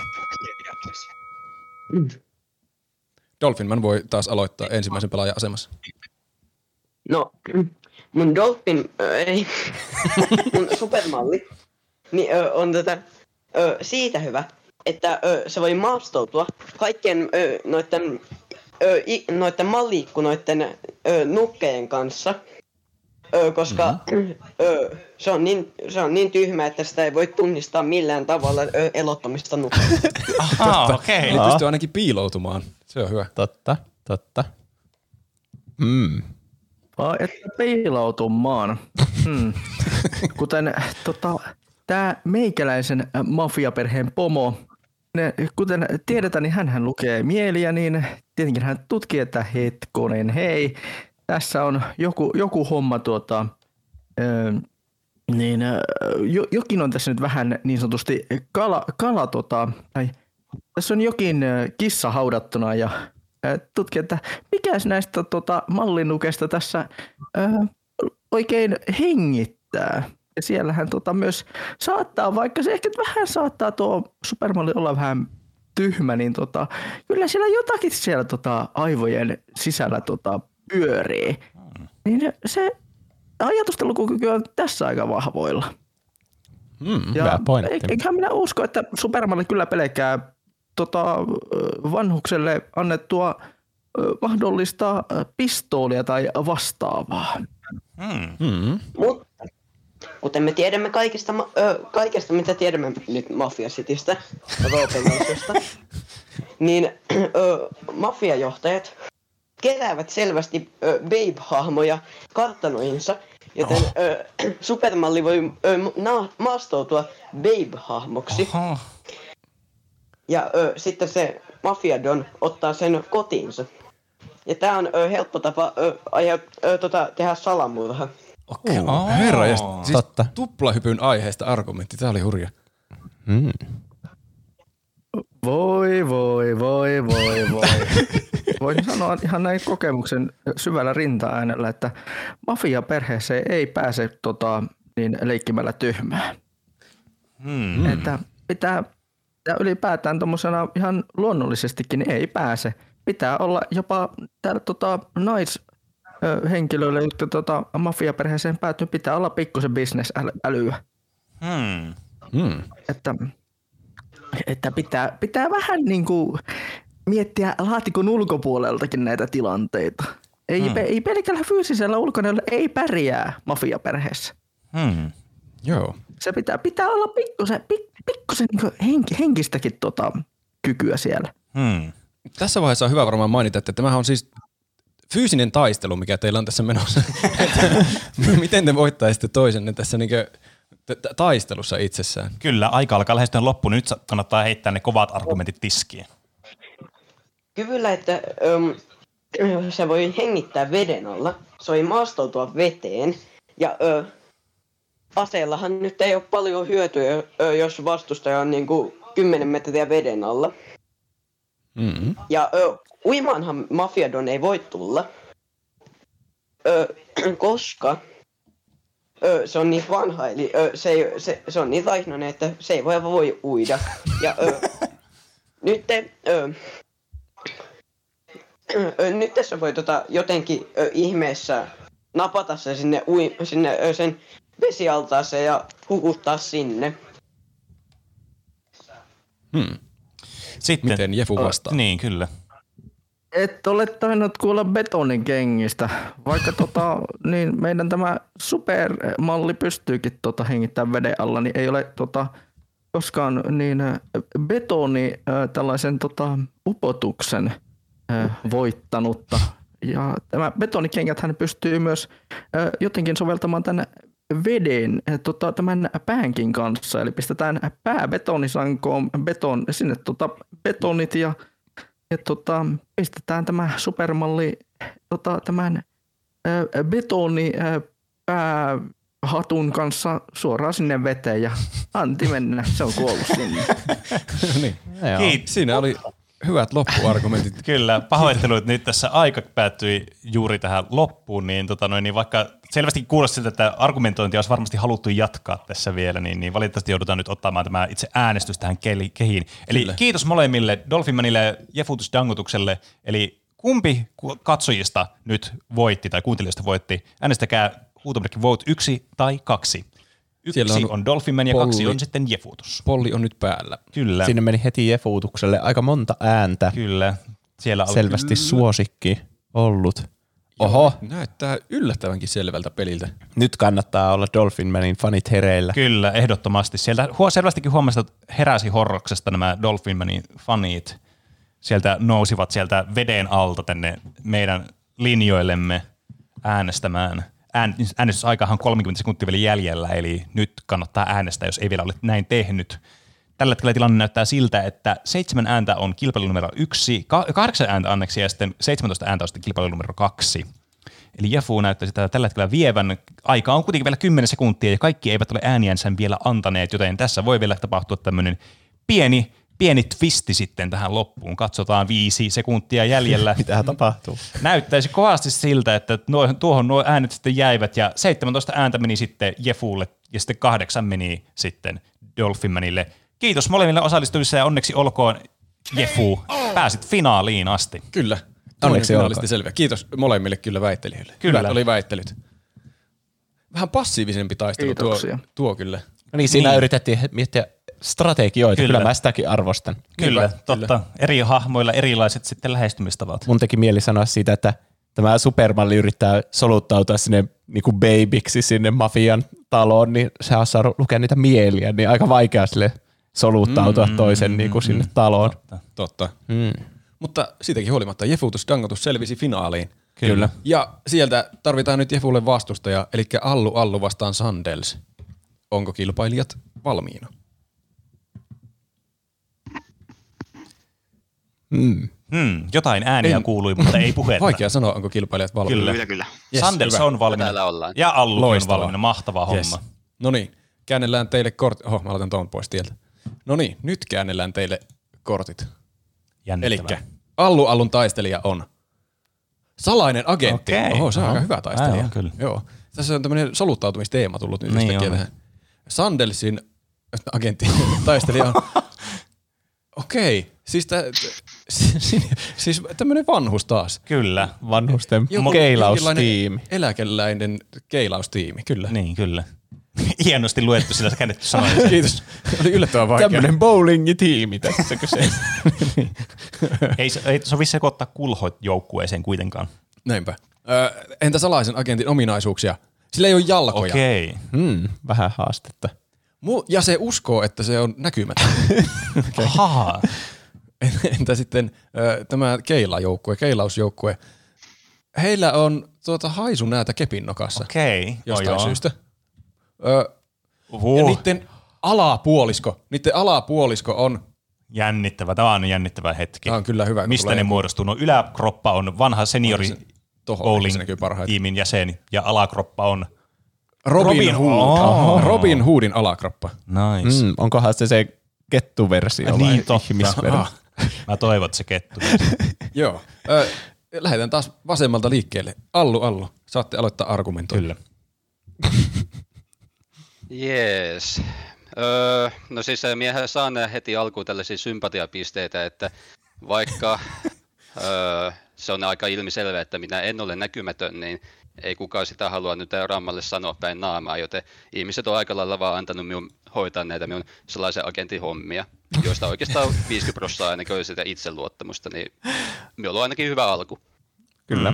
Dolphinman voi taas aloittaa ensimmäisen pelaajan asemassa. No, mun Dolphin, mun supermalli, niin on siitä hyvä, että se voi maastoutua kaikkien noitten malliikkunoitten nukkeen kanssa, koska se on niin tyhmä, että sitä ei voi tunnistaa millään tavalla elottomista nukkeista. Okei. Eli pystyy ainakin piiloutumaan. Se on hyvä. Totta. Vai että piiloutumaan. Kuten tää meikäläisen mafiaperheen pomo, kuten tiedetään, niin hänhän lukee mieliä, niin tietenkin hän tutkii, että hetkonen, hei, tässä on joku homma jokin on tässä nyt vähän niin sanotusti tai tässä on jokin kissa haudattuna ja tutki, että mikäs näistä mallinukesta tässä oikein hengittää. Ja siellähän myös saattaa, vaikka se ehkä vähän saattaa tuo supermalli olla vähän tyhmä, niin kyllä siellä jotakin siellä aivojen sisällä pyörii. Niin se ajatustelukyky on tässä aika vahvoilla. Hyvä pointti. Eiköhän minä usko, että supermalli kyllä pelkää vanhukselle annettua mahdollista pistoolia tai vastaavaa. Mutta kuten me tiedämme kaikesta mitä tiedämme nyt Mafia Citystä, Roopenauksesta, niin mafiajohtajat keräävät selvästi Babe-hahmoja kartanoihinsa, joten supermalli voi maastoutua Babe-hahmoksi. Ja sitten se Mafia Don ottaa sen kotiinsa. Ja tää on helppo tapa tehdä salamurha. Herra, ja siis tuplahypyn aiheesta argumentti. Tää oli hurja. Voi. Voisin sanoa ihan näin kokemuksen syvällä rinta-äänellä, että mafia-perheeseen ei pääse leikkimällä tyhmää. Että pitää ylipäätään tommosena ihan luonnollisestikin ei pääse. Pitää olla jopa täällä naishenkilöille, jotka mafiaperheeseen päätyy, pitää olla pikkusen bisnesälyä. Että pitää vähän niinku miettiä laatikon ulkopuoleltakin näitä tilanteita. Ei pelkällä fyysisellä ulkonäöllä ei pärjää mafiaperheessä. Joo. Se pitää olla pikkusen niinku henkistäkin kykyä siellä. Tässä vaiheessa on hyvä varmaan mainita, että tämähän on siis fyysinen taistelu, mikä teillä on tässä menossa. Miten te voittaisitte toisenne tässä niinku taistelussa itsessään? Kyllä, aika alkaa lähestyä loppuun. Nyt kannattaa heittää ne kovat argumentit tiskiin. Kyllä, että se voi hengittää veden alla, se voi maastoutua veteen ja aseellahan nyt ei ole paljon hyötyä, jos vastustaja on niinku 10 metriä veden alla. Ja uimaanhan Mafia Don ei voi tulla, koska se on niin vanha, eli se on niin vaihdoinen, että se ei voi uida. Ja nyt tässä voi jotenkin ihmeessä napata se sinne sen vesialtaaseen ja hukuttaa sinne. Sitten, miten Jefu vastaa? Niin, kyllä. Et ole tainnut kuulla betonin kengistä, vaikka niin meidän tämä supermalli pystyykin hengittämään veden alla, niin ei ole koskaan niin betoni tällaisen upotuksen voittanutta. Ja tämä betonikengät hän pystyy myös jotenkin soveltamaan tänne veden tämän päänkin kanssa. Eli pistetään pää betonisankoon, sinne betonit ja pistetään tämä supermalli tämän betoni päähatun kanssa suoraan sinne veteen ja anti mennä. Se on kuollut sinne. Niin. Kiitos. Siinä oli hyvät loppuargumentit. Kyllä, pahoittelut nyt tässä aika päättyi juuri tähän loppuun, niin, niin vaikka selvästi kuulosti siltä, että argumentointia olisi varmasti haluttu jatkaa tässä vielä, niin valitettavasti joudutaan nyt ottamaan tämä itse äänestys tähän kehiin. Eli kyllä. Kiitos molemmille, Dolphinmanille ja Jefutus Dangotukselle, eli kumpi katsojista nyt voitti tai kuuntelijoista voitti, äänestäkää huutomerkki vote 1 tai 2. 1 on Dolphinman ja 2 on sitten Jefutus. Polli on nyt päällä. Kyllä. Sinne meni heti Jefutukselle aika monta ääntä. Kyllä. Siellä oli selvästi suosikki ollut. Oho. Näyttää yllättävänkin selvältä peliltä. Nyt kannattaa olla Dolphinmanin fanit hereillä. Kyllä, ehdottomasti. Sieltä selvästikin huomasi, että heräsi horroksesta nämä Dolphinmanin fanit. Sieltä nousivat sieltä veden alta tänne meidän linjoillemme äänestämään. Äänestysaikahan on 30 sekuntia vielä jäljellä, eli nyt kannattaa äänestää, jos ei vielä ole näin tehnyt. Tällä hetkellä tilanne näyttää siltä, että 7 ääntä on kilpailu numero 1, 8 ääntä anneksi ja sitten 17 ääntä on sitten kilpailu numero 2. Eli Jefu näyttää sitä tällä hetkellä vievän. Aika on kuitenkin vielä 10 sekuntia ja kaikki eivät ole ääniänsä vielä antaneet, joten tässä voi vielä tapahtua tämmöinen pieni twisti sitten tähän loppuun. Katsotaan 5 sekuntia jäljellä. Mitähän tapahtuu? Näyttäisi kovasti siltä, että tuohon nuo äänet sitten jäivät ja 17 ääntä meni sitten Jefulle ja sitten 8 meni sitten Dolphinmanille. Kiitos molemmille osallistujille ja onneksi olkoon Jefu. Pääsit finaaliin asti. Kyllä. Onneksi olkoon. Selviä. Kiitos molemmille kyllä väittelijöille. Kyllä. Hyvät oli väittelyt. Vähän passiivisempi taistelu tuo kyllä. No niin, siinä yritettiin miettiä strategioita. Kyllä mä sitäkin arvostan. Kyllä, totta. Eri hahmoilla erilaiset sitten lähestymistavat. Mun teki mieli sanoa siitä, että tämä supermalli yrittää soluttautua sinne niinku babyksi sinne mafian taloon, niin se on saanut lukea niitä mieliä, niin aika vaikea sille soluttautua toisen niinku sinne taloon. Totta. Mutta siitäkin huolimatta Jefutus Dangotus selvisi finaaliin. Kyllä. Ja sieltä tarvitaan nyt Jefulle vastustaja, eli Allu vastaan Sandels. Onko kilpailijat valmiina? Jotain ääniä kuului, mutta ei puhetta. Vaikea sanoa, onko kilpailijat valmiina. Kyllä. Yes, Sanders hyvä. on valmiina. Täällä ollaan. Ja Allu Loistavaa. on valmiina. Mahtava homma. No niin, käännellään teille kortit. Oho, mä laitan tuon pois tieltä. No niin, nyt käännellään teille kortit. Elikkä Allun taistelija on salainen agentti. Okei. Oho, se on aika hyvä taistelija. Aivan, kyllä. Joo. Tässä on tämmöinen soluttautumisteema tullut nyt Niin yhtäkkiä on. tähän. Sandelsin agentti taistelija on okei. Siis tämmöinen vanhus taas. Kyllä. Vanhusten keilaustiimi. Eläkeläinen keilaustiimi, kyllä. Niin, kyllä. Hienosti luettu sillä sä käännetty sanoa. Kiitos. Oli yllättävän vaikea. Tämmöinen bowling-tiimi tässä kyseessä. Ei sovi sekoittaa kulhot joukkueeseen kuitenkaan. Näinpä. Entä salaisen agentin ominaisuuksia? Sillä ei ole jalkoja. Okei. Vähän haastetta. Ja se uskoo, että se on näkymätön. Ahaa. Entä sitten tämä keilausjoukkue? Heillä on haisunäätä kepinnokassa. Okei. Jostain syystä. Ja niiden alapuolisko on jännittävä. Tämä on jännittävä hetki. Tämä on kyllä hyvä. Mistä ne muodostuu? No yläkroppa on vanha seniori bowling-tiimin jäsen ja alakroppa on Robin Hood. Robin Hoodin alakroppa. Nice. Onkohan se kettuversio vai ihmisversio? Mä toivon, että se kettu. Joo. Lähdetään taas vasemmalta liikkeelle. Allu. Saatte aloittaa argumentoida. Kyllä. Jees. No siis miehän saa heti alkuun tällaisia sympatiapisteitä, että vaikka se on aika ilmiselvä, että minä en ole näkymätön, niin ei kukaan sitä halua nyt Rammalle sanoa päin naamaa, joten ihmiset on aika lailla vaan antanut minun hoitaa näitä minun sellaisen agentin hommia, joista oikeastaan 50% ainakin oli sitä itseluottamusta, niin minulla on ainakin hyvä alku. Kyllä.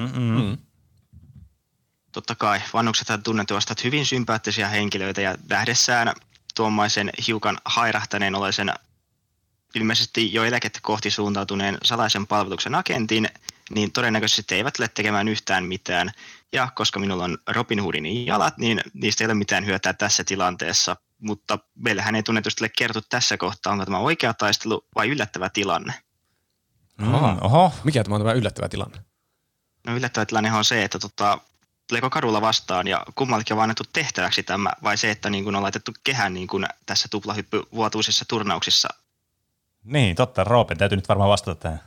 Totta kai, vanhukset tunnetaan hyvin sympaattisia henkilöitä ja nähdessään tuommoisen hiukan hairahtaneen oleisen ilmeisesti jo eläkettä kohti suuntautuneen salaisen palveluksen agentin, niin todennäköisesti eivät tule tekemään yhtään mitään. Ja koska minulla on Robin Hoodin jalat, niin niistä ei ole mitään hyötyä tässä tilanteessa. Mutta meillähän ei tunnetusti ole kerrottu tässä kohtaa, onko tämä oikea taistelu vai yllättävä tilanne. Oho. Mikä tämä on tämä yllättävä tilanne? No yllättävä tilanne on se, että tuleeko kadulla vastaan ja kummallekin on vaan annettu tehtäväksi tämä, vai se, että niin kun on laitettu kehään niin kun tässä tuplahyppyvuotuisissa turnauksissa. Niin, totta. Roopen täytyy nyt varmaan vastata tähän.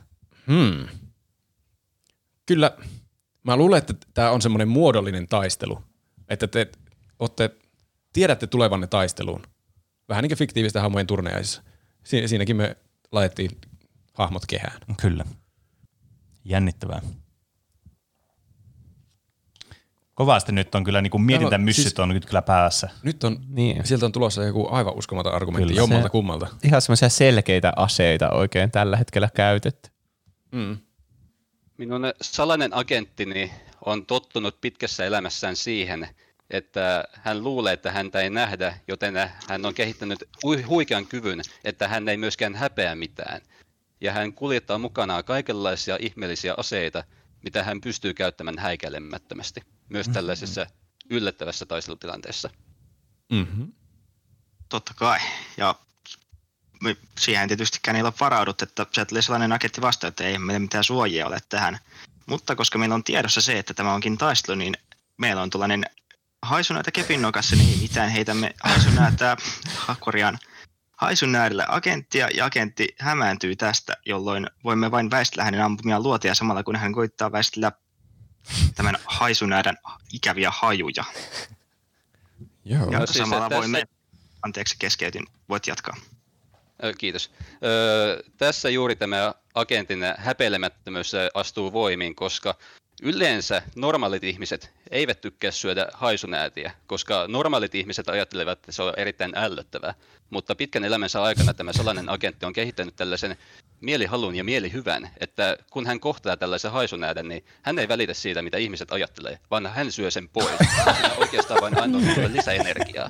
Kyllä. Mä luulen, että tämä on semmoinen muodollinen taistelu. Että te tiedätte tulevanne taisteluun. Vähän niin kuin fiktiivisten hahmojen turneaisissa. Siinäkin me laitettiin hahmot kehään. Kyllä. Jännittävää. Kovasti nyt on kyllä niin kuin mietintämyssyt on nyt kyllä päässä. Nyt on, sieltä on tulossa joku aivan uskomaton argumentti Kyllä, jommalta kummalta. Ihan semmoisia selkeitä aseita oikein tällä hetkellä käytetty. Minun salainen agenttini on tottunut pitkässä elämässään siihen, että hän luulee, että häntä ei nähdä, joten hän on kehittänyt huikean kyvyn, että hän ei myöskään häpeä mitään. Ja hän kuljettaa mukanaan kaikenlaisia ihmeellisiä aseita, mitä hän pystyy käyttämään häikäilemättömästi, myös tällaisessa yllättävässä taistelutilanteessa. Totta kai. Ja siihen tietystikään ei ole varaudut, että sieltä tulee sellainen agentti vastaan, että ei meillä mitään suojia ole tähän. Mutta koska meillä on tiedossa se, että tämä onkin taistelu, niin meillä on tuollainen haisunäätä kepinnokassa, niin mitään heitämme haisunäädille agenttia, ja agentti hämääntyy tästä, jolloin voimme vain väistellä hänen ampumia luoteja samalla, kun hän koittaa väistellä tämän haisunäädän ikäviä hajuja. Joo. Ja No siis samalla tässä- voimme, anteeksi keskeytin, voit jatkaa. Kiitos. Tässä juuri tämä agentin häpeilemättömyys astuu voimiin, koska yleensä normaalit ihmiset eivät tykkää syödä haisunäätiä, koska normaalit ihmiset ajattelevat, että se on erittäin ällöttävää. Mutta pitkän elämänsä aikana tämä salainen agentti on kehittänyt tällaisen mielihalun ja mielihyvän, että kun hän kohtaa tällaisen haisunäädän, niin hän ei välitä siitä, mitä ihmiset ajattelee, vaan hän syö sen pois. Hän oikeastaan vain antaa sinulle lisäenergiaa.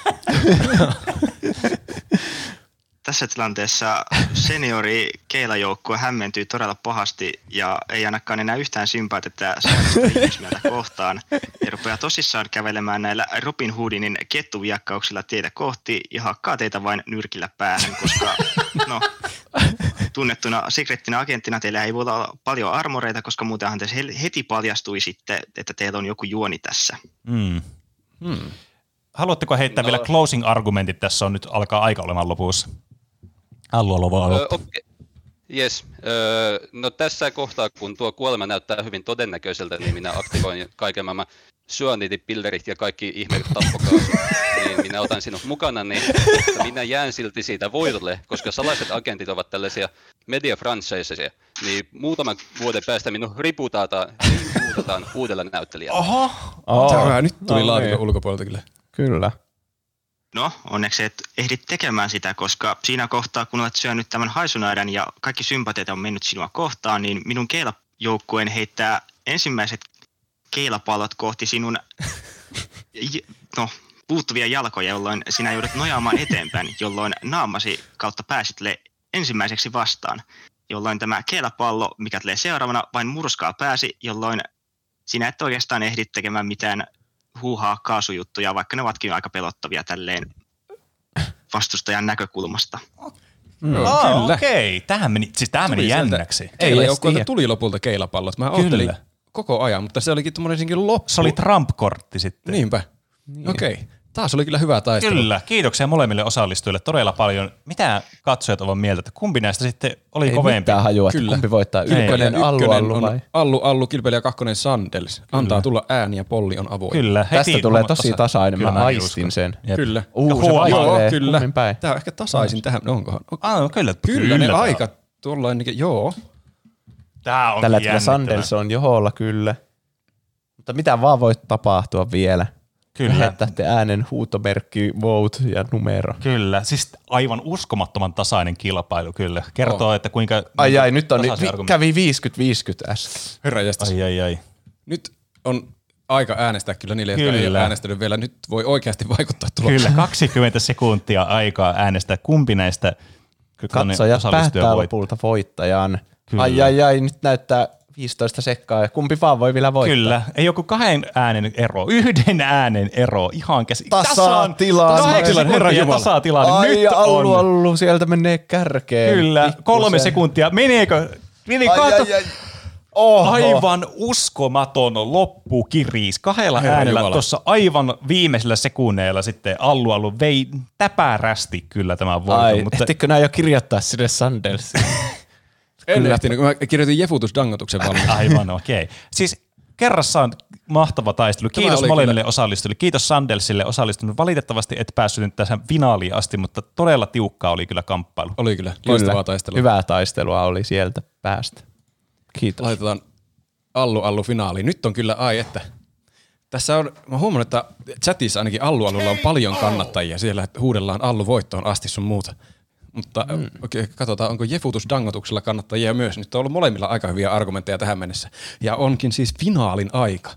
Tässä tilanteessa seniori keilajoukkue hämmentyy todella pahasti ja ei ainakaan enää yhtään sympaatiaa sairasta ihmismieltä kohtaan. Ja rupeaa tosissaan kävelemään näillä Robin Hoodinin kettuviakkauksilla teitä kohti ja hakkaa teitä vain nyrkillä päähän, koska tunnettuna sekrettinä agenttina teillä ei voi olla paljon armoreita, koska muutenhan te heti paljastui sitten, että teillä on joku juoni tässä. Haluatteko heittää vielä closing argumentit? Tässä on nyt alkaa aika olemaan lopussa. Okay. Yes. No tässä kohtaa, kun tuo kuolema näyttää hyvin todennäköiseltä, niin minä aktivoin kaiken maailman syöniitipillerit ja kaikki ihme tappokaasu, niin minä otan sinut mukana, niin että minä jään silti siitä voitolle, koska salaiset agentit ovat tällaisia media-franchiseja, niin muutaman vuoden päästä minun riputataan uudella näyttelijällä. Nyt tuli laatikon ulkopuolelta kyllä. Kyllä. No, onneksi et ehdit tekemään sitä, koska siinä kohtaa, kun olet syönyt tämän haisunäädän ja kaikki sympatiat on mennyt sinua kohtaan, niin minun keilajoukkueen heittää ensimmäiset keilapallot kohti sinun puuttuvia jalkoja, jolloin sinä joudut nojaamaan eteenpäin, jolloin naamasi kautta pääsit ensimmäiseksi vastaan, jolloin tämä keilapallo, mikä tulee seuraavana, vain murskaa pääsi, jolloin sinä et oikeastaan ehdi tekemään mitään huuhaa kaasujuttuja, vaikka ne ovatkin aika pelottavia tälleen vastustajan näkökulmasta. Okei. Tämähän meni jännäksi. Keilajoukkueelta tuli lopulta keilapallot. Mä oottelin koko ajan, mutta se olikin tommoinen loppu. Se oli Trump-kortti sitten. Niinpä. Okei. Taas oli kyllä hyvä taistelu. Kyllä. Kiitoksia molemmille osallistujille todella paljon. Mitä katsojat ovat mieltä, että kumpi näistä sitten oli kovempi? Ei mitään hajua, että kumpi voittaa. Ykkönen Allu vai? Allu, Kilpeli ja kakkonen Sandels. Antaa tulla ääni ja polli on avoin. Kyllä. Tästä tulee tosi tasainen, mä aistin sen. Kyllä. Se vaihtelee kyllä. kummin päin. Tää on ehkä tasaisin tähän. Onkohan? Kyllä. Ne aika tuollainen, joo. Tää on tällä hetkellä Sandels on joholla kyllä. Mutta mitä vaan voi tapahtua vielä. Kyllä. Lähettätte äänen huutomerkki, vote ja numero. Kyllä, siis aivan uskomattoman tasainen kilpailu kyllä. Kertoo, että kuinka... Ai, nyt on kävi 50-50 äsken. Herranjestas. Ai. Nyt on aika äänestää kyllä niille, jotka ei ole äänestänyt vielä. Nyt voi oikeasti vaikuttaa tulokseen. Kyllä, 20 sekuntia aikaa äänestää kumpi näistä katsojat päättää lopulta voittajan. Ai, nyt näyttää 15 sekkaa ja kumpi vaan voi vielä voittaa. Kyllä, ei joku 2 äänen ero, 1 äänen ero, ihan Tasatilanne, Herra Jumala. Tasatilanne, nyt on. Allu, sieltä menee kärkeen. Kyllä, 3 sekuntia. Meneekö? Aivan uskomaton loppukiris. 2 äänellä tuossa aivan viimeisellä sekunneilla sitten Allu vei täpärästi kyllä tämän voiton. Mutta ehtikö nää jo kirjoittaa sinne Sandelsiin? En ehtinyt, mä kirjoitin jefutusdangotuksen valmiin. Aivan, okei. Okay. Siis kerrassaan mahtava taistelu. Kiitos molemmille osallistujille. Kiitos Sandelsille osallistunut. Valitettavasti et päässyt nyt tässä finaaliin asti, mutta todella tiukkaa oli kyllä kamppailu. Oli kyllä. Loistavaa taistelua. Hyvää taistelua oli sieltä päästä. Kiitos. Laitetaan Allu finaaliin. Nyt on kyllä että tässä on, mä huomannut, että chatissa ainakin Allulla on paljon kannattajia. Siellä huudellaan Allu voittoon asti sun muuta. Mutta katsotaan, onko jefutusdangotuksella kannattajia myös. Nyt on ollut molemmilla aika hyviä argumentteja tähän mennessä. Ja onkin siis finaalin aika.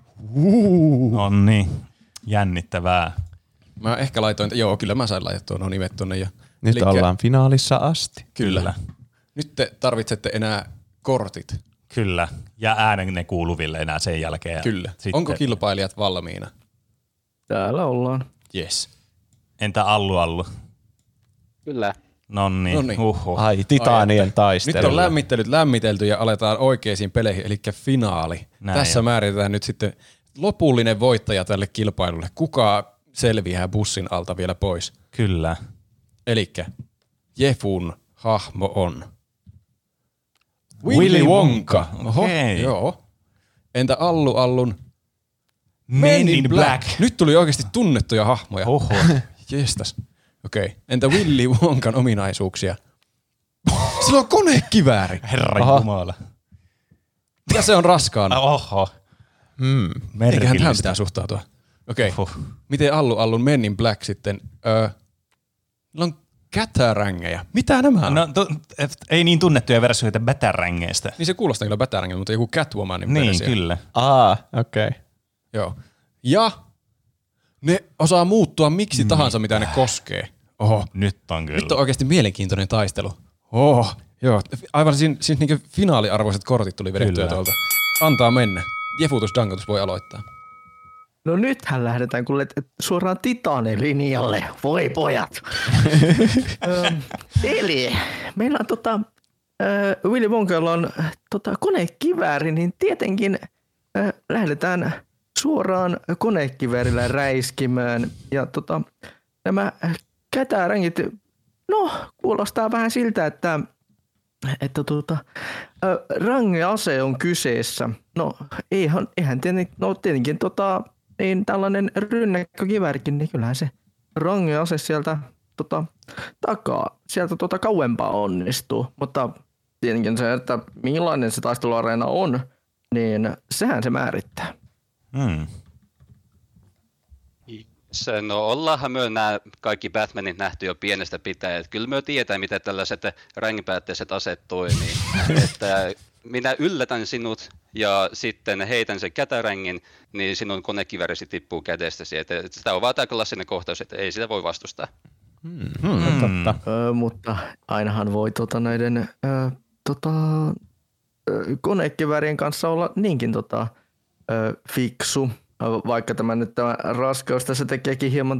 No niin, jännittävää. Mä ehkä laitoin, kyllä mä sain laitettua nuo nimet tonne. Nyt ollaan finaalissa asti. Kyllä. Nyt te tarvitsette enää kortit. Kyllä, ja äänenne kuuluville enää sen jälkeen. Kyllä. Sitten. Onko kilpailijat valmiina? Täällä ollaan. Yes. Entä Allu? Kyllä. Noniin. Ai, titaanien taistelu. Nyt on lämmittelyt lämmitelty ja aletaan oikeisiin peleihin, eli finaali. Näin Tässä on. määritetään nyt sitten lopullinen voittaja tälle kilpailulle. Kuka selviää bussin alta vielä pois? Kyllä. Elikkä Jefun hahmo on Willy Wonka. Oho, joo. Entä Allun? Men in Black. Nyt tuli oikeasti tunnettuja hahmoja. Oho. Jestas. Okei. Entä Willy Wonkan ominaisuuksia? Sillä on konekivääri. Herra Jumala. Ja se on raskaana. Oho. Eiköhän tähän pitää suhtautua. Okei. Miten Allun Men in Black sitten? Niillä on kätärängejä. Mitä nämä on? No, ei niin tunnettuja versioita bätärängeistä. Niin se kuulostaa kyllä bätärängeltä, mutta joku Catwomanin Niin, versio. kyllä. Okei. Joo. Ja ne osaa muuttua miksi tahansa, mitä ne koskee. Oho. Nyt on kyllä. Nyt on oikeasti mielenkiintoinen taistelu. Joo. Aivan siis niin finaaliarvoiset kortit tuli vedettyä tuolta. Antaa mennä. Jefutusdangotus voi aloittaa. No nythän lähdetään kuule suoraan Titane-linjalle. Voi pojat. Eli meillä on Willy Wonkalla on konekivääri, niin tietenkin lähdetään suoraan konekiväärillä räiskimään. Ja nämä kätärängit, no kuulostaa vähän siltä, että rangease on kyseessä. No eihän tietenkin niin tällainen rynnäkkökiväärikin, niin kyllähän se rangease sieltä takaa, sieltä kauempaa onnistuu. Mutta tietenkin se, että millainen se taisteluareena on, niin sehän se määrittää. No ollaanhan me nämä kaikki Batmanit nähty jo pienestä pitäen. Että kyllä me tiedetään, miten tällaiset rängipäätteiset aseet toimii. Että minä yllätän sinut ja sitten heitän sen kätärängin, niin sinun konekivärisi tippuu kädestäsi. Tämä on vaan tämä klassinen kohtaus, että ei sitä voi vastustaa. Mutta ainahan voi näiden konekivärien kanssa olla niinkin fiksu. Vaikka tämä raskaus tässä tekeekin hieman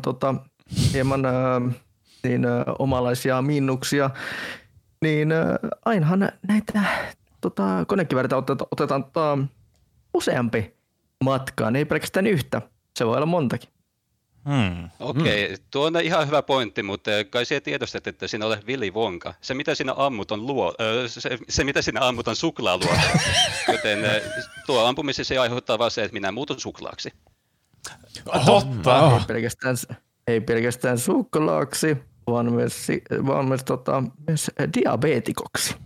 omalaisia minnuksia, niin ainahan näitä konekivääreitä otetaan useampi matkaan, ei pelkästään yhtä. Se voi olla montakin. Okei, tuo on ihan hyvä pointti, mutta kai sinä tiedostat, että sinä olet Willy Wonka. Se mitä sinä ammut on se mitä sinä ammut on suklaaluoto. Joten tuo ampumisessa ei aiheuttaa vaan se, että minä muutun suklaaksi. Totta. Ei pelkästään suklaaksi, vaan myös diabeetikoksi.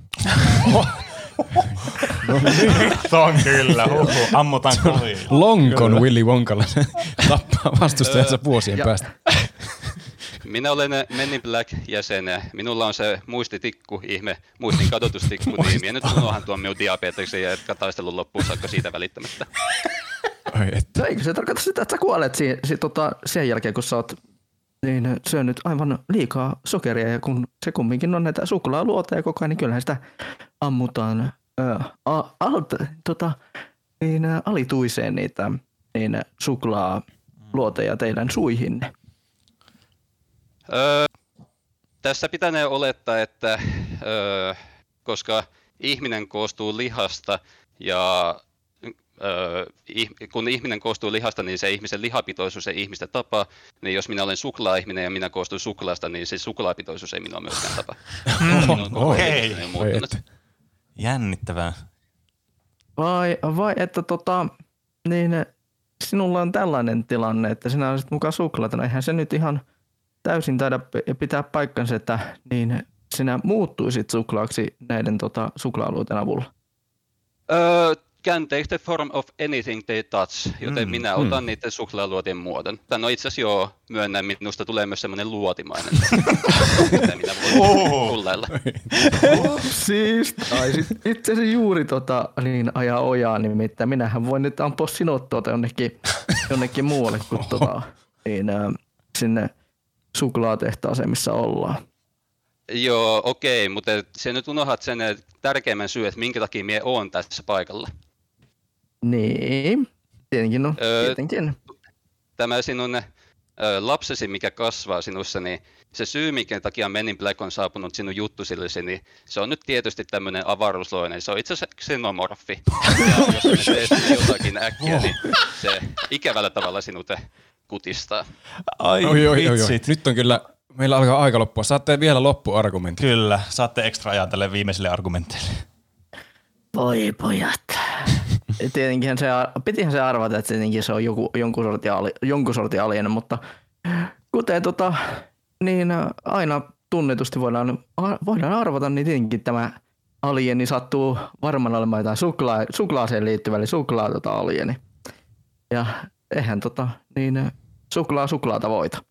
No nyt on kyllä. Ammutaan kovin. Lonkon Willy Wonkalla tappaa vastustajansa vuosien päästä. Minä olen Men in Black jäsen. Minulla on se muistitikku, muistin kadotustikku, niin minä nyt unohan tuon minun diabeteksen ja jatkaa taistelun loppuun saakka siitä välittämättä. No eikö se tarkoita sitä, että sä kuolet sen jälkeen, kun sä oot syönyt aivan liikaa sokeria ja kun se kumminkin on näitä suklaaluoteja koko ajan, niin kyllähän sitä ammutaan alituiseen niitä suklaaluoteja teidän suihinne? Tässä pitänee olettaa, että koska ihminen koostuu lihasta ja kun ihminen koostuu lihasta, niin se ihmisen lihapitoisuus ei ihmistä tapa, niin jos minä olen suklaa-ihminen ja minä koostun suklaasta, niin se suklaapitoisuus ei minua myöskään tapa. Okei. Jännittävää. Vai että niin sinulla on tällainen tilanne, että sinä olisit mukaan suklaata. Eihän se nyt ihan täysin taida pitää paikkansa, että niin sinä muuttuisit suklaaksi näiden suklaaluiden avulla. Can take the form of anything they touch, joten minä otan niiden suklaaluotien muodon. Tän on itse asiassa myönnän, minusta tulee myös semmoinen luotimainen, mitä minä voin kullailla. Siis taisit itse asiassa juuri niin ajaa ojaa, nimittäin minähän voin nyt ampua sinut jonnekin muualle kuin niin, sinne suklaatehtaaseen, missä ollaan. Joo, okei, mutta se nyt unohdat sen tärkeimmän syy, että minkä takia minä oon tässä paikalla. Niin, tietenkin on. Tietenkin. Tämä sinun lapsesi, mikä kasvaa sinussa, niin se syy, minkä takia Men in Black on saapunut sinun juttusillesi, niin se on nyt tietysti tämmöinen avaruusloinen. Se on itse asiassa xenomorfi. Ja jos me teet jotakin äkkiä, niin se ikävällä tavalla sinut kutistaa. Ai vitsit. Nyt on kyllä, meillä alkaa aika loppua. Saatte vielä loppuargumentti. Kyllä, saatte ekstra ajan tälle viimeiselle argumenteille. Voi pojat. Tietenkin pitihän se arvata, että tietenkin se on jonkun sortin alien, mutta kuten niin aina tunnetusti voidaan arvata, niin tietenkin tämä alieni sattuu varmaan olemaan jotain suklaaseen liittyvä, eli alieni. Ja eihän niin suklaata voita.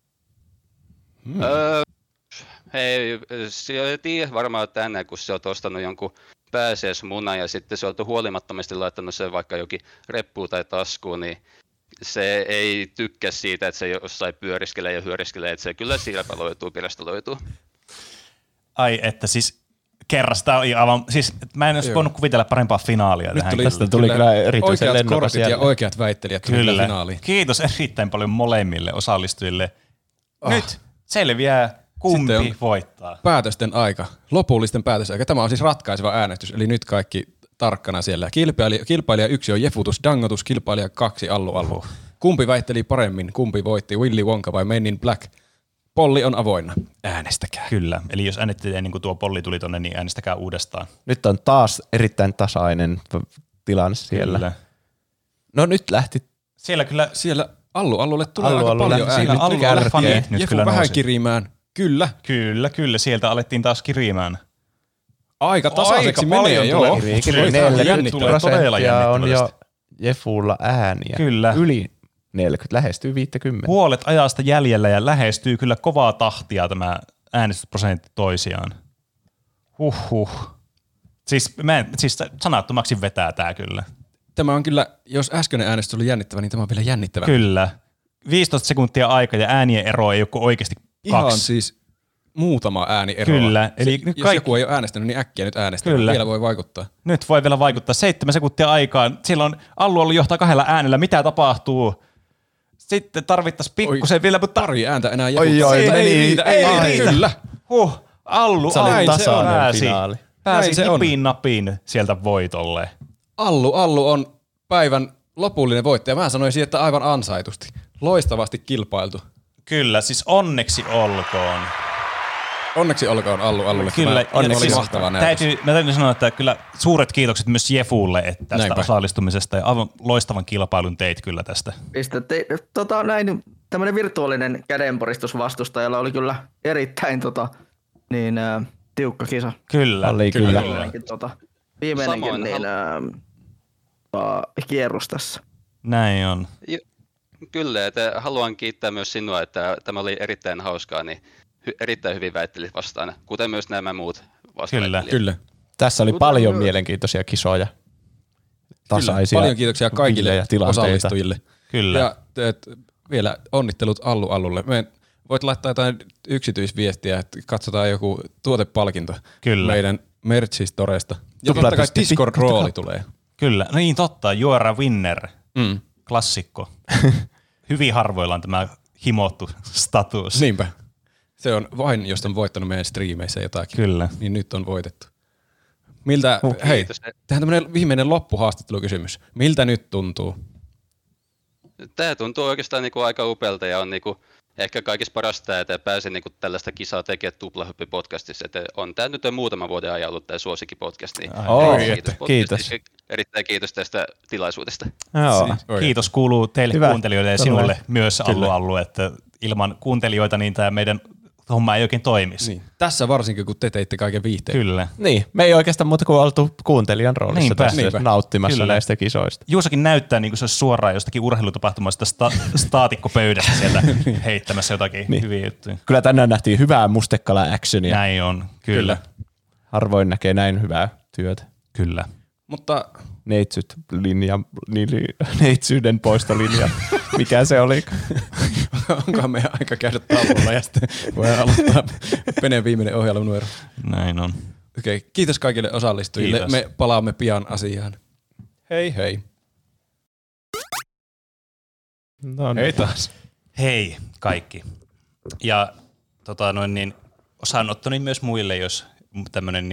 Hei, se tiedä varmaan tänään, kun se on ostanut jonkun pääsiäismunan ja sitten se on huolimattomasti laittanut sen vaikka jokin reppuun tai taskuun, niin se ei tykkää siitä, että se jossain pyöriskelee ja hyöriskelee, että se kyllä sirpaloituu, pirstaloituu. Ai, että siis kerrasta oli aivan, siis mä en olisi voinut kuvitella parempaa finaalia tähän. Tästä tuli kyllä erityisen oikeat kortit ja oikeat väittelijät kyllä finaaliin. Kiitos erittäin paljon molemmille osallistujille. Nyt selviää, kumpi voittaa. Päätösten aika, lopullisten päätösten aika. Tämä on siis ratkaiseva äänestys, eli nyt kaikki tarkkana siellä. Kilpailija 1 on Jefutus Dangotus, kilpailija 2 Allu. Kumpi väitteli paremmin, kumpi voitti, Willy Wonka vai Men in Black? Polli on avoinna. Äänestäkää. Kyllä, eli jos äänettiin niin kuin tuo polli tuli tonne, niin äänestäkää uudestaan. Nyt on taas erittäin tasainen tilanne siellä. Kyllä. No nyt lähti. Siellä Allulle tulee aika paljon ääniä. Allulle fanit nyt Jefu kyllä vähän nousi. kirimään. Kyllä. Kyllä. Sieltä alettiin taas kirimään. Aika tasaiseksi menee, joo. 40% on jo Jefulla ääniä. Kyllä. Yli 40, lähestyy 50. Puolet ajasta jäljellä ja lähestyy kyllä kovaa tahtia tämä äänestysprosentti toisiaan. Siis sanattomaksi vetää tää kyllä. Tämä on kyllä, jos äskeinen äänestys oli jännittävä, niin tämä on vielä jännittävä. Kyllä. 15 sekuntia aika ja äänien ero ei ole oikeasti 2. Ihan siis muutama ääni eroa. Kyllä. Eli jos joku ei ole äänestänyt, niin äkkiä nyt äänestää. Kyllä. Vielä voi vaikuttaa. Nyt voi vielä vaikuttaa. 7 sekuntia aikaa. Silloin Allu ollut johtaa 2 äänellä. Mitä tapahtuu? Sitten tarvittaisiin pikkusen vielä, mutta... Pari ääntä enää Ei, kyllä. Allu pääsi nipin napiin sieltä voitolle. Allu on päivän lopullinen voittaja. Mä sanoisin, että aivan ansaitusti. Loistavasti kilpailtu. Kyllä, siis onneksi olkoon. Onneksi olkoon Allulle. Kyllä, onneksi oli mahtava näytös. Mä täytyy sanoa, että kyllä suuret kiitokset myös Jefulle tästä osallistumisesta ja aivan loistavan kilpailun teit kyllä tästä. Näin tämmöinen virtuaalinen kädenporistus vastustajalla oli kyllä erittäin tiukka kisa. Kyllä. Viimeinenkin kierros tässä. Näin on. Kyllä, että haluan kiittää myös sinua, että tämä oli erittäin hauskaa, niin erittäin hyvin väittelit vastaan, kuten myös nämä muut vastaväittelijät. Kyllä. Tässä oli paljon mielenkiintoisia kisoja. Tasaisia. Kyllä. Paljon kiitoksia kaikille osallistujille. Kyllä. Ja vielä onnittelut Allulle. Voit laittaa jotain yksityisviestiä, että katsotaan joku tuotepalkinto Kyllä. meidän merch-storesta. Ja totta kai Discord-rooli tulee. Kyllä, no niin totta, You are a winner, klassikko. Hyvin harvoilla on tämä himottu status. Niinpä. Se on vain, jos on voittanut meidän striimeissä jotakin. Kyllä. Niin nyt on voitettu. Miltä, hei, tehdään tämmöinen viimeinen loppuhaastattelukysymys. Miltä nyt tuntuu? Tämä tuntuu oikeastaan niinku aika upealta ja on niinku ehkä kaikista parasta, että pääsin niinku tällaista kisaa tekemään Tuplahyppy-podcastissa. Että on tämä nyt muutaman vuoden ajan ollut tämä suosikkipodcast. Niin Kiitos. Erittäin kiitos tästä tilaisuudesta. Kiitos kuuluu teille kuuntelijoille ja sinulle myös Allu, että ilman kuuntelijoita niin tämä meidän homma ei oikein toimisi. Niin. Tässä varsinkin, kun te teitte kaiken viihteen. Kyllä. Niin, me ei oikeastaan muuta kuin oltu kuuntelijan roolissa tässä nauttimassa näistä kisoista. Juusakin näyttää niin kuin se olisi suoraan jostakin urheilutapahtumasta staatikkopöydästä sieltä heittämässä jotakin hyviä juttuja. Kyllä tänään nähtiin hyvää Mustekala-actionia. Näin on, kyllä. Harvoin näkee näin hyvää työtä. Kyllä. Mutta neitsyyden poistolinja. Mikä se oli? Onkohan meidän aika käydä tauolla ja sitten voidaan aloittaa Peneen viimeinen ohjelmanumero. Näin on. Okei, kiitos kaikille osallistujille. Kiitos. Me palaamme pian asiaan. Hei hei. No, hei taas. Hei kaikki. Ja osanottoni myös muille, jos tämmönen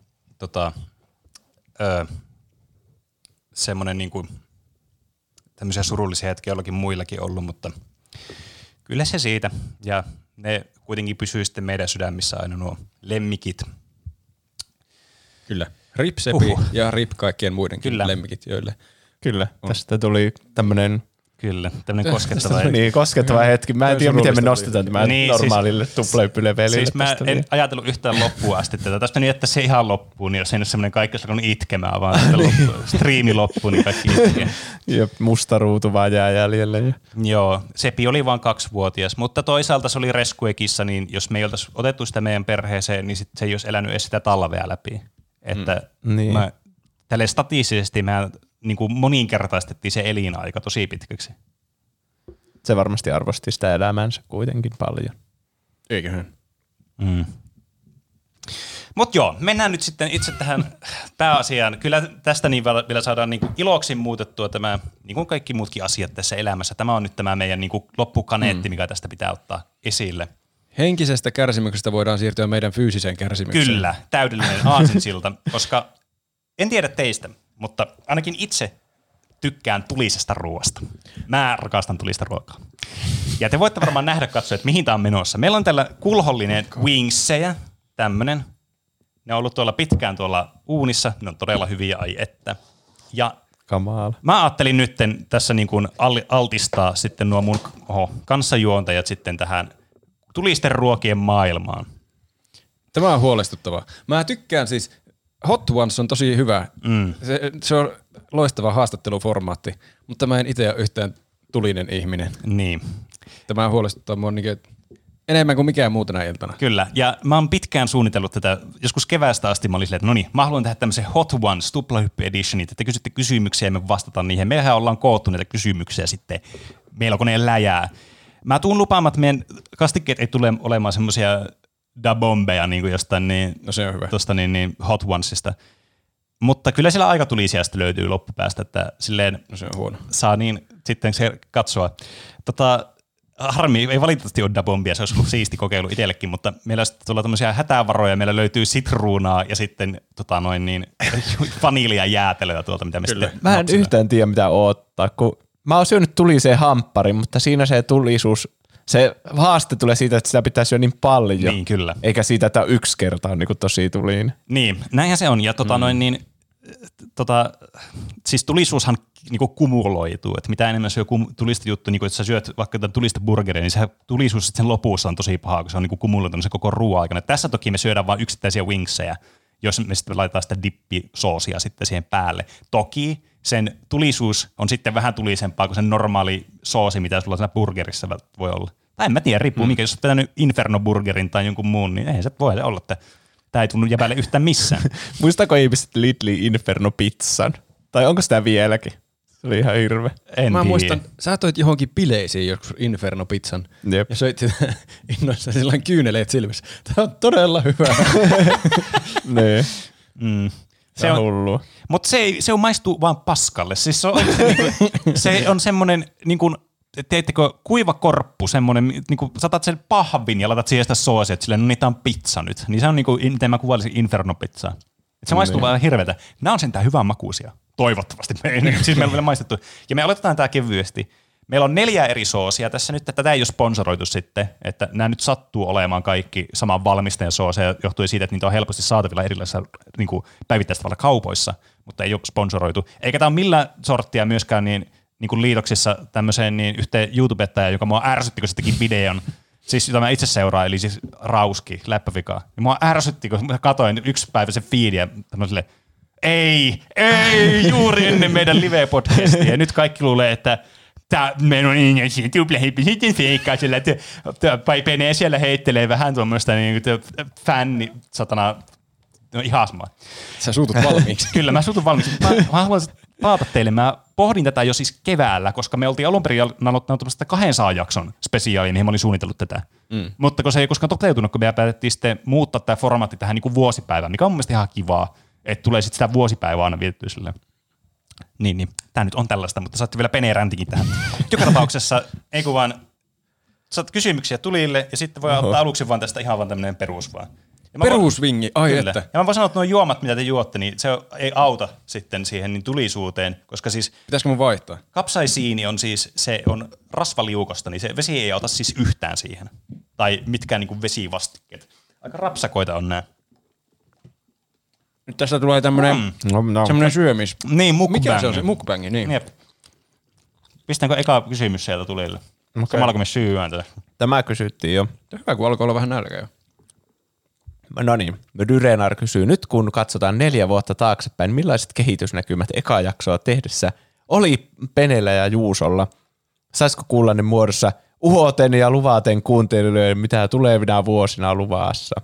semmoinen niinku tämmöisiä surullisia hetkiä jollakin muillakin ollut, mutta kyllä se siitä. Ja ne kuitenkin pysyy sitten meidän sydämissä aina nuo lemmikit. Kyllä. Rip Sepi ja rip kaikkien muidenkin lemmikit, joille Kyllä. Tästä tuli tämmöinen koskettava hetki. Niin, koskettava hetki. Mä en tiedä, miten me nostetaan tämä normaalille tuplahyppylevelille. Siis mä en ajatellut yhtään loppuun asti tätä. Tästä meni jättää se ihan loppuun, niin jos ei ole semmoinen kaikki, jos on itkemään, vaan sitten striimi loppuun, niin kaikki itkee. Ja musta ruutu vaan jää jäljelle. Joo, Sepi oli vaan 2-vuotias, mutta toisaalta se oli reskuekissa, niin jos me ei oltaisi otettu sitä meidän perheeseen, niin sit se ei olisi elänyt edes sitä talvea läpi. Että tälleen statistisesti mä niin kuin moninkertaistettiin se elinaika tosi pitkäksi. Se varmasti arvosti sitä elämänsä kuitenkin paljon. Eiköhän. Mutta joo, mennään nyt sitten itse tähän pääasiaan. Kyllä tästä niin vielä saadaan niin kuin iloksi muutettua tämä, niin kuin kaikki muutkin asiat tässä elämässä. Tämä on nyt tämä meidän niin kuin loppukaneetti, mikä tästä pitää ottaa esille. Henkisestä kärsimyksestä voidaan siirtyä meidän fyysiseen kärsimykseen. Kyllä, täydellinen aasinsilta, koska en tiedä teistä, mutta ainakin itse tykkään tulisesta ruoasta. Mä rakastan tulista ruokaa. Ja te voitte varmaan nähdä katsoa, että mihin tää on menossa. Meillä on tällä kulhollinen wingsejä, tämmönen. Ne on ollut tuolla pitkään tuolla uunissa, ne on todella hyviä, ai että. Ja mä ajattelin nyt tässä niin kuin altistaa sitten nuo mun kanssajuontajat sitten tähän tulisten ruokien maailmaan. Tämä on huolestuttavaa. Mä tykkään siis, Hot Ones on tosi hyvä. Se on loistava haastatteluformaatti, mutta mä en itse ole yhtään tulinen ihminen. Niin. Tämä huolestuttaa mua enemmän kuin mikään muu tänä iltana. Kyllä, ja mä oon pitkään suunnitellut tätä, joskus keväästä asti mä olin silleen, että no niin, mä haluan tehdä tämmöisen Hot Ones tuplahyppy editionit, että kysytte kysymyksiä ja me vastataan niihin. Meillähän ollaan koottu näitä kysymyksiä sitten melkoinen läjää. Mä tuun lupaamaan, että meidän kastikkeet ei tule olemaan semmoisia dabombeja niin kuin jostain tosta niin Hot Onesista. Mutta kyllä siellä aika tulisiasta löytyy loppupäästä, että silleen se on huono. Saa niin sitten se katsoa. Harmi, ei valitettavasti ole dabombia, se olisi ollut siisti kokeilu itsellekin, mutta meillä sitten tulee tämmöisiä hätävaroja, meillä löytyy sitruunaa ja sitten vanilja jäätelöä tuolta, mitä me sitten Mä en yhtään tiedä, mitä odottaa, kun mä oon syönyt tuliseen hampparin, mutta siinä se tulisuus, se haaste tulee siitä, että sitä pitäisi syödä niin paljon. Niin, kyllä. Eikä siitä, että yksi kerta on niin tosi tuliin. Niin, näinhän se on. Ja siis tulisuushan niinku kumuloituu, että mitä enemmän syö tulista juttu, niinku, että sä syöt vaikka tulista burgeria, niin se tulisuus sen lopussa on tosi paha, kun se on niinku kumuloitunut se koko ruoan aikana. Tässä toki me syödään vain yksittäisiä wingsejä, jos me sitten laitetaan sitä dippisoosia sitten siihen päälle. Toki sen tulisuus on sitten vähän tulisempaa kuin sen normaali soosi, mitä sulla siinä burgerissa voi olla. Tai en mä tiedä, riippuu mikä, jos olet pitänyt Inferno-burgerin tai jonkun muun, niin ei se voi olla, että tämä ei tunnu jäbälle yhtään missään. Muistaako ihmiset Lidli Inferno-pizzan? Tai onko sitä vieläkin? Se oli ihan hirveä. Mä muistan, sä toit johonkin bileisiin joskus Inferno-pizzan. Jep. Ja söit sitä innoissa sillain kyyneleet silmissä. Tää on todella hyvä. Niin. Se on hullua. Mutta se on maistuu vaan paskalle. Siis se on semmoinen, niinku, teettekö kuiva korppu, semmoinen, niinku, saatat sen pahvin ja laitat siihen sitä soosia, että silleen, no niitä on pizza nyt. Niin se on niinku, miten mä kuvailisin Inferno-pizzaa. Se maistuu vaan hirveätä. Nämä on sentään hyvän makuisia. Toivottavasti. Siis meillä on vielä maistettu. Ja me aloitetaan tää kevyesti. Meillä on 4 eri soosia tässä nyt, että tätä ei ole sponsoroitu sitten, että nämä nyt sattuu olemaan kaikki saman valmistajan sooseja, johtuen siitä, että niitä on helposti saatavilla erilaisissa niin kuin päivittäistavalla kaupoissa, mutta ei ole sponsoroitu. Eikä tämä ole millään sorttia myöskään niin kuin liitoksissa tämmöiseen niin yhteen YouTubettajaan, joka mua ärsytti, kun se teki videon, siis jota mä itse seuraan, eli siis Rauski, Läppävika. Ja mua ärsytti, kun mä katsoin yksi päivä sen feedia, ja ei, juuri ennen meidän live-podcastia. Ja nyt kaikki luulee, että meillä on ingesiä tuplahiippi sitten feikkaisella, että Pene siellä heittelee vähän tuommoista niin fänni, satana, no ihan sama. Sä suutut valmiiksi. Kyllä, mä suutun valmiiksi. Mä haluan palata teille. Mä pohdin tätä jo siis keväällä, koska me oltiin alun perin aloittanut 200 jakson spesiaalia, mihin mä olin suunnitellut tätä. Mutta kun se ei koskaan toteutunut, kun me päätettiin sitten muuttaa tämä formaatti tähän niin kuin vuosipäivään, mikä on mun mielestä ihan kivaa, että tulee sitten sitä vuosipäivää aina vietettyä silleen. Niin. Tää nyt on tällaista, mutta saatte vielä Pene-räntikin tähän. Joka tapauksessa, ei kun vaan, saat kysymyksiä tulille ja sitten voi ottaa aluksi vaan tästä ihan vaan tämmönen perus vaan. Perusvingi, ai kyllä. että. Ja mä voin sanoa, että nuo juomat, mitä te juotte, niin se ei auta sitten siihen niin tulisuuteen, koska siis... Pitäisikö mun vaihtaa? Kapsaisiini on siis, se on rasvaliukosta, niin se vesi ei auta siis yhtään siihen. Tai mitkään niin kuin vesivastikkeet. Aika rapsakoita on nää. Nyt tästä tulee tämmönen syömis. Niin, mukbang. Mikä se on se? Mukbangi, niin. Jep. Pistäänkö eka kysymys sieltä tulille? Okay. Samalla kun me syyään tätä. Tämä kysyttiin jo. Hyvä, kun alkoi olla vähän nälkä jo. No niin, Dyrenar kysyy, nyt kun katsotaan 4 vuotta taaksepäin, millaiset kehitysnäkymät eka jaksoa tehdessä oli Penellä ja Juusolla? Saisiko kuulla ne muodossa uhoten ja luvaten kuuntelijoille, mitä tulevina vuosina luvassa?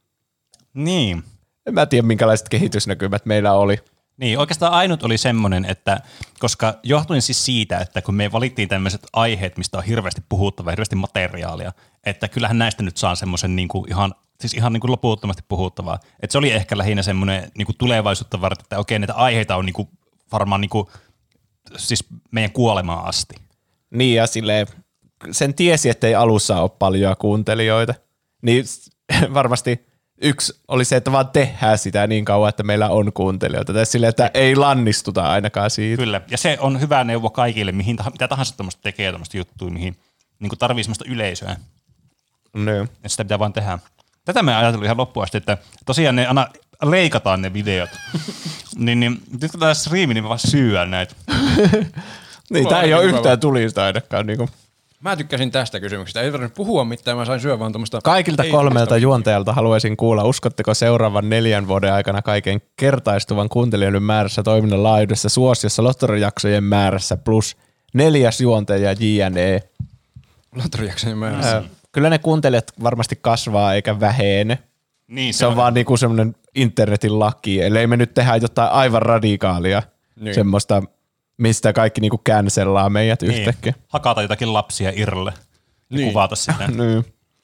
Niin. En mä tiedä, minkälaiset kehitysnäkymät meillä oli. Niin, oikeastaan ainut oli semmoinen, että koska johtuen siis siitä, että kun me valittiin tämmöiset aiheet, mistä on hirveästi puhuttavaa, hirveästi materiaalia, että kyllähän näistä nyt saa semmoisen niinku ihan niin kuin loputtomasti puhuttavaa. Että se oli ehkä lähinnä semmoinen niin kuin tulevaisuutta varten, että okei, näitä aiheita on niin kuin varmaan niin kuin, siis meidän kuolemaan asti. Niin, ja silleen, sen tiesi, ettei alussa ole paljon kuuntelijoita. Niin varmasti yksi oli se, että vaan tehdään sitä niin kauan, että meillä on kuuntelijoita. Tai silleen, että ei lannistuta ainakaan siitä. Kyllä, ja se on hyvä neuvo kaikille, mitä tahansa tuommoista tekee tuommoista juttuja, mihin niin kuin tarvii semmoista yleisöä. No. Että sitä pitää vaan tehdä. Tätä me ajatellut ihan loppuun asti, että tosiaan ne aina leikataan ne videot. niin nyt kun tämä striimi, niin me vaan syödään näitä. Niin, tää ei ole yhtään tulista ainakaan. Niin Mä tykkäsin tästä kysymyksestä. Ei tarvitse puhua mitään, mä sain syödä vaan tuommoista... Kaikilta 3 juontajalta haluaisin kuulla, uskotteko seuraavan 4 vuoden aikana kaiken kertaistuvan kuuntelijoiden määrässä, toiminnan laajuudessa, suosiossa, lottorijaksojen määrässä plus 4. juontaja JNE? Lottorijaksojen määrässä. Kyllä ne kuuntelijat varmasti kasvaa eikä vähene. Niin, se on vaan niinku semmoinen internetin laki, ellei me nyt tehdä jotain aivan radikaalia, semmoista, mistä kaikki niinku cancellaa meidät yhtäkkiä. Hakata jotakin lapsia irle ja kuvata sitä. Niin.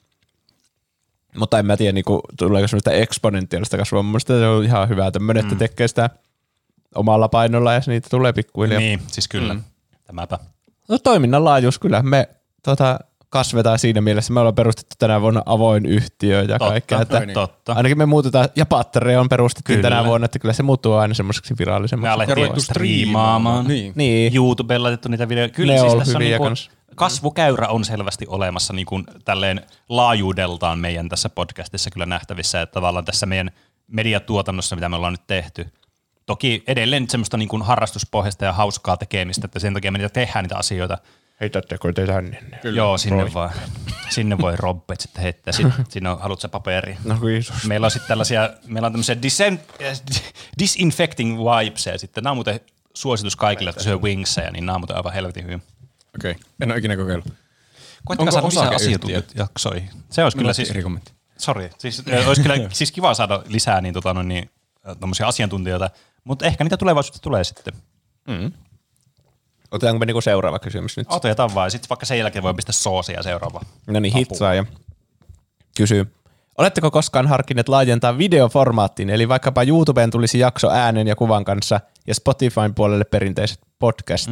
Mutta en mä tiedä, niinku, tuleeko semmoista eksponentiaalista kasvua. Mun mielestä se on ihan hyvä tämmöinen, että tekee sitä omalla painolla ja niitä tulee pikkuhiljaa. Niin, siis kyllä. Tämäpä. No toiminnan laajuus kyllä. Me kasvetaan siinä mielessä. Me ollaan perustettu tänä vuonna avoin yhtiö ja kaikkea. Totta. Ainakin me muutetaan, ja Patreon perustettiin tänä vuonna, että kyllä se muuttuu aina semmoiseksi virallisemmaksi. Me alettiin striimaamaan. Niin. YouTubella laitettu niitä videoita. Kyllä ne siis on tässä on hyviä niinku, kasvukäyrä on selvästi olemassa niin kuin tälleen laajuudeltaan meidän tässä podcastissa kyllä nähtävissä, että tavallaan tässä meidän mediatuotannossa, mitä me ollaan nyt tehty, toki edelleen semmoista niin kuin harrastuspohjasta ja hauskaa tekemistä, että sen takia me tehdään niitä asioita. Heitättekö te tänne? Joo, sinne vaan. Sinne voi Robbet sitten heittää. Siinä on, haluatko sä paperi? No kiitos. Meillä on sitten tällaisia, meillä on tämmöisiä disinfecting wipesia sitten. Nämä on muuten suositus kaikille, jotka syö wingsejä, niin nämä on muuten aivan helvetin hyvin. Okei, en ole ikinä kokeillut. Koittakaa saada lisää asiantuntijat jaksoihin. Se olisi kyllä siis... eri kommentti. Sori, siis olisi kyllä siis kiva saada lisää niin, tommosia asiantuntijoita, mutta ehkä niitä tulevaisuudessa tulee sitten. Otetaanko me niinku seuraava kysymys nyt? Otetaan vaan, sitten vaikka sen jälkeen voi pistää soosia seuraava. No niin, hitsaaja kysyy. Oletteko koskaan harkinneet laajentaa videoformaattiin, eli vaikkapa YouTubeen tulisi jakso äänen ja kuvan kanssa ja Spotifyn puolelle perinteiset podcast?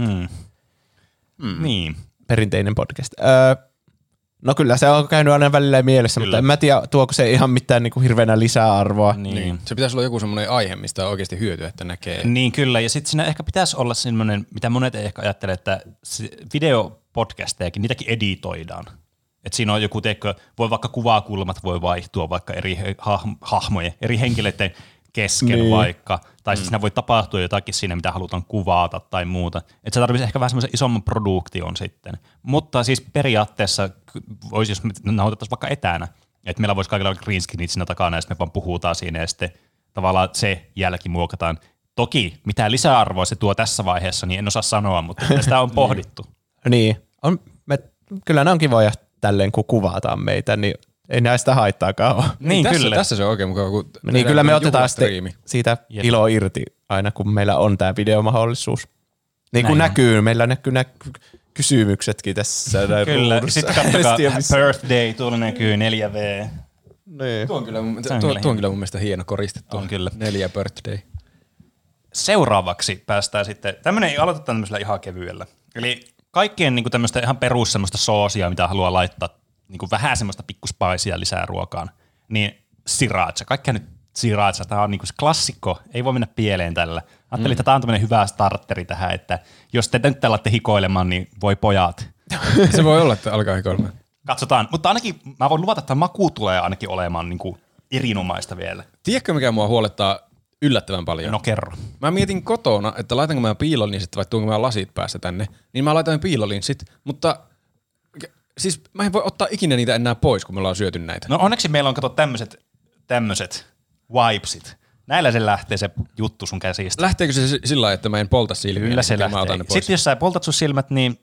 Niin. Perinteinen podcast. No kyllä se on käynyt aina välillä mielessä, mutta en mä tiedä, tuoko se ihan mitään niinku hirveänä lisäarvoa. Niin. Se pitäisi olla joku semmoinen aihe, mistä on oikeasti hyötyä, että näkee. Niin kyllä, ja sitten siinä ehkä pitäisi olla semmoinen, mitä monet ehkä ajattelee, että videopodcastejakin, niitäkin editoidaan. Että siinä on joku, voi vaikka kuvakulmat voi vaihtua vaikka eri hahmojen, eri henkilöiden kesken vaikka, tai sitten siinä voi tapahtua jotakin siinä, mitä halutaan kuvata tai muuta. Että se tarvitsisi ehkä vähän semmoisen isomman produktion sitten. Mutta siis periaatteessa voisi, jos me nauhoitettaisiin vaikka etänä, että meillä voisi kaikilla olla green screenit siinä takana, ja sitten me vaan puhutaan siinä, ja sitten tavallaan se jälki muokataan. Toki mitään lisäarvoa se tuo tässä vaiheessa, niin en osaa sanoa, mutta sitä on pohdittu. Niin, kyllä ne on kivoja tälleen, kun kuvataan meitä, niin ei näistä haittaakaan ole. Niin, kyllä. Tässä se on oikein mukava, kun niin kyllä me otetaan siitä iloa irti aina, kun meillä on tämä videomahdollisuus. Niin kuin näkyy, meillä näkyy kysymyksetkin tässä. Kyllä, sitten katsokaa birthday, tuolla näkyy 4V. Niin. Tuo on kyllä mun mielestä hieno koristettu. On kyllä. 4 birthday. Seuraavaksi päästään sitten, aloitetaan tämmöisellä ihan kevyellä. Eli kaikkien niin tämmöistä ihan perus semmoista soosia, mitä haluaa laittaa niin vähän semmoista pikkuspaisia lisää ruokaan, niin sriracha. Kaikkea nyt sriracha. Tämä on niin se klassikko. Ei voi mennä pieleen tällä. Ajattelin, että tämä on tämmöinen hyvä starteri tähän, että jos te nyt alatte hikoilemaan, niin voi pojat. Se voi olla, että alkaa hikoilemaan. Katsotaan. Mutta ainakin mä voin luvata, että maku tulee ainakin olemaan niin kuin erinomaista vielä. Tiedätkö, mikä mua huolettaa yllättävän paljon? No kerro. Mä mietin kotona, että laitanko mä piilolinsit vai tuonko mä lasit päässä tänne. Niin mä laitoin piilolinsit, mutta siis mä en voi ottaa ikinä niitä enää pois, kun me ollaan syöty näitä. No onneksi meillä on tämmöiset wipesit. Näillä se lähtee se juttu sun käsistä. Lähteekö se sillä lailla, että mä en polta silmiä? Kyllä se lähtee. Sitten jos sä poltat sun silmät, niin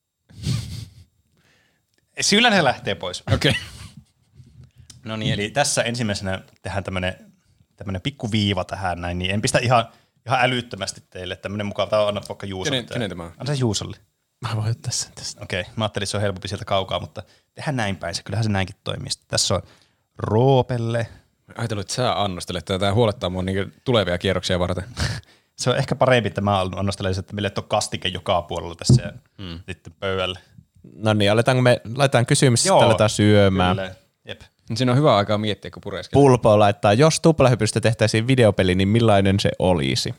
kyllä se lähtee pois. Okei. Okay. No niin, eli tässä ensimmäisenä tehdään tämmönen pikku viiva tähän näin, niin en pistä ihan älyttömästi teille. Tämmönen mukava, tää on anna vaikka Juusolle. Kenen tämä on? Anna se Juusolle. Mä voin ottaa sen tästä. Okei, mä ajattelin, että se on helpompi sieltä kaukaa, mutta tehdään näin päin. Kyllähän se näinkin toimii. Tässä on Roopelle. Ajatellut, että sä annostelet. Tämä huolettaa mua niin tulevia kierroksia varten. Se on ehkä parempi, että mä annostelen, että meille on kastike joka puolella tässä ja sitten pöydälle. No niin, laitetaan kysymys, sitten aletaan syömään. Kyllä. Jep. Siinä on hyvä aikaa miettiä, kun pureskelee. Pulpo laittaa, jos tuplahypystä tehtäisiin videopeli, niin millainen se olisi?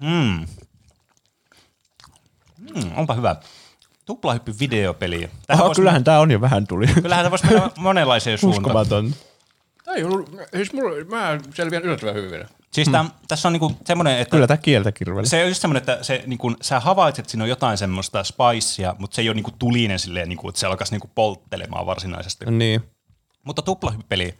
Onpa hyvä. Tuplahyppy videopeli. Kyllähän tää on jo vähän tuli. Kyllähän tämä voisi mennä monenlaiseen suuntaan. Uskomaton. Siis mä selviän yllättävän hyvin vielä. Siis tässä on niinku semmoinen, että kyllä tämä kieltä kirvelee. Se on just semmoinen, että se, niinku, sä havaitset, että siinä on jotain semmoista spicea, mutta se ei ole niinku tulinen silleen, niinku, että se alkaisi niinku polttelemaan varsinaisesti. Niin. Mutta tuplahyppeli.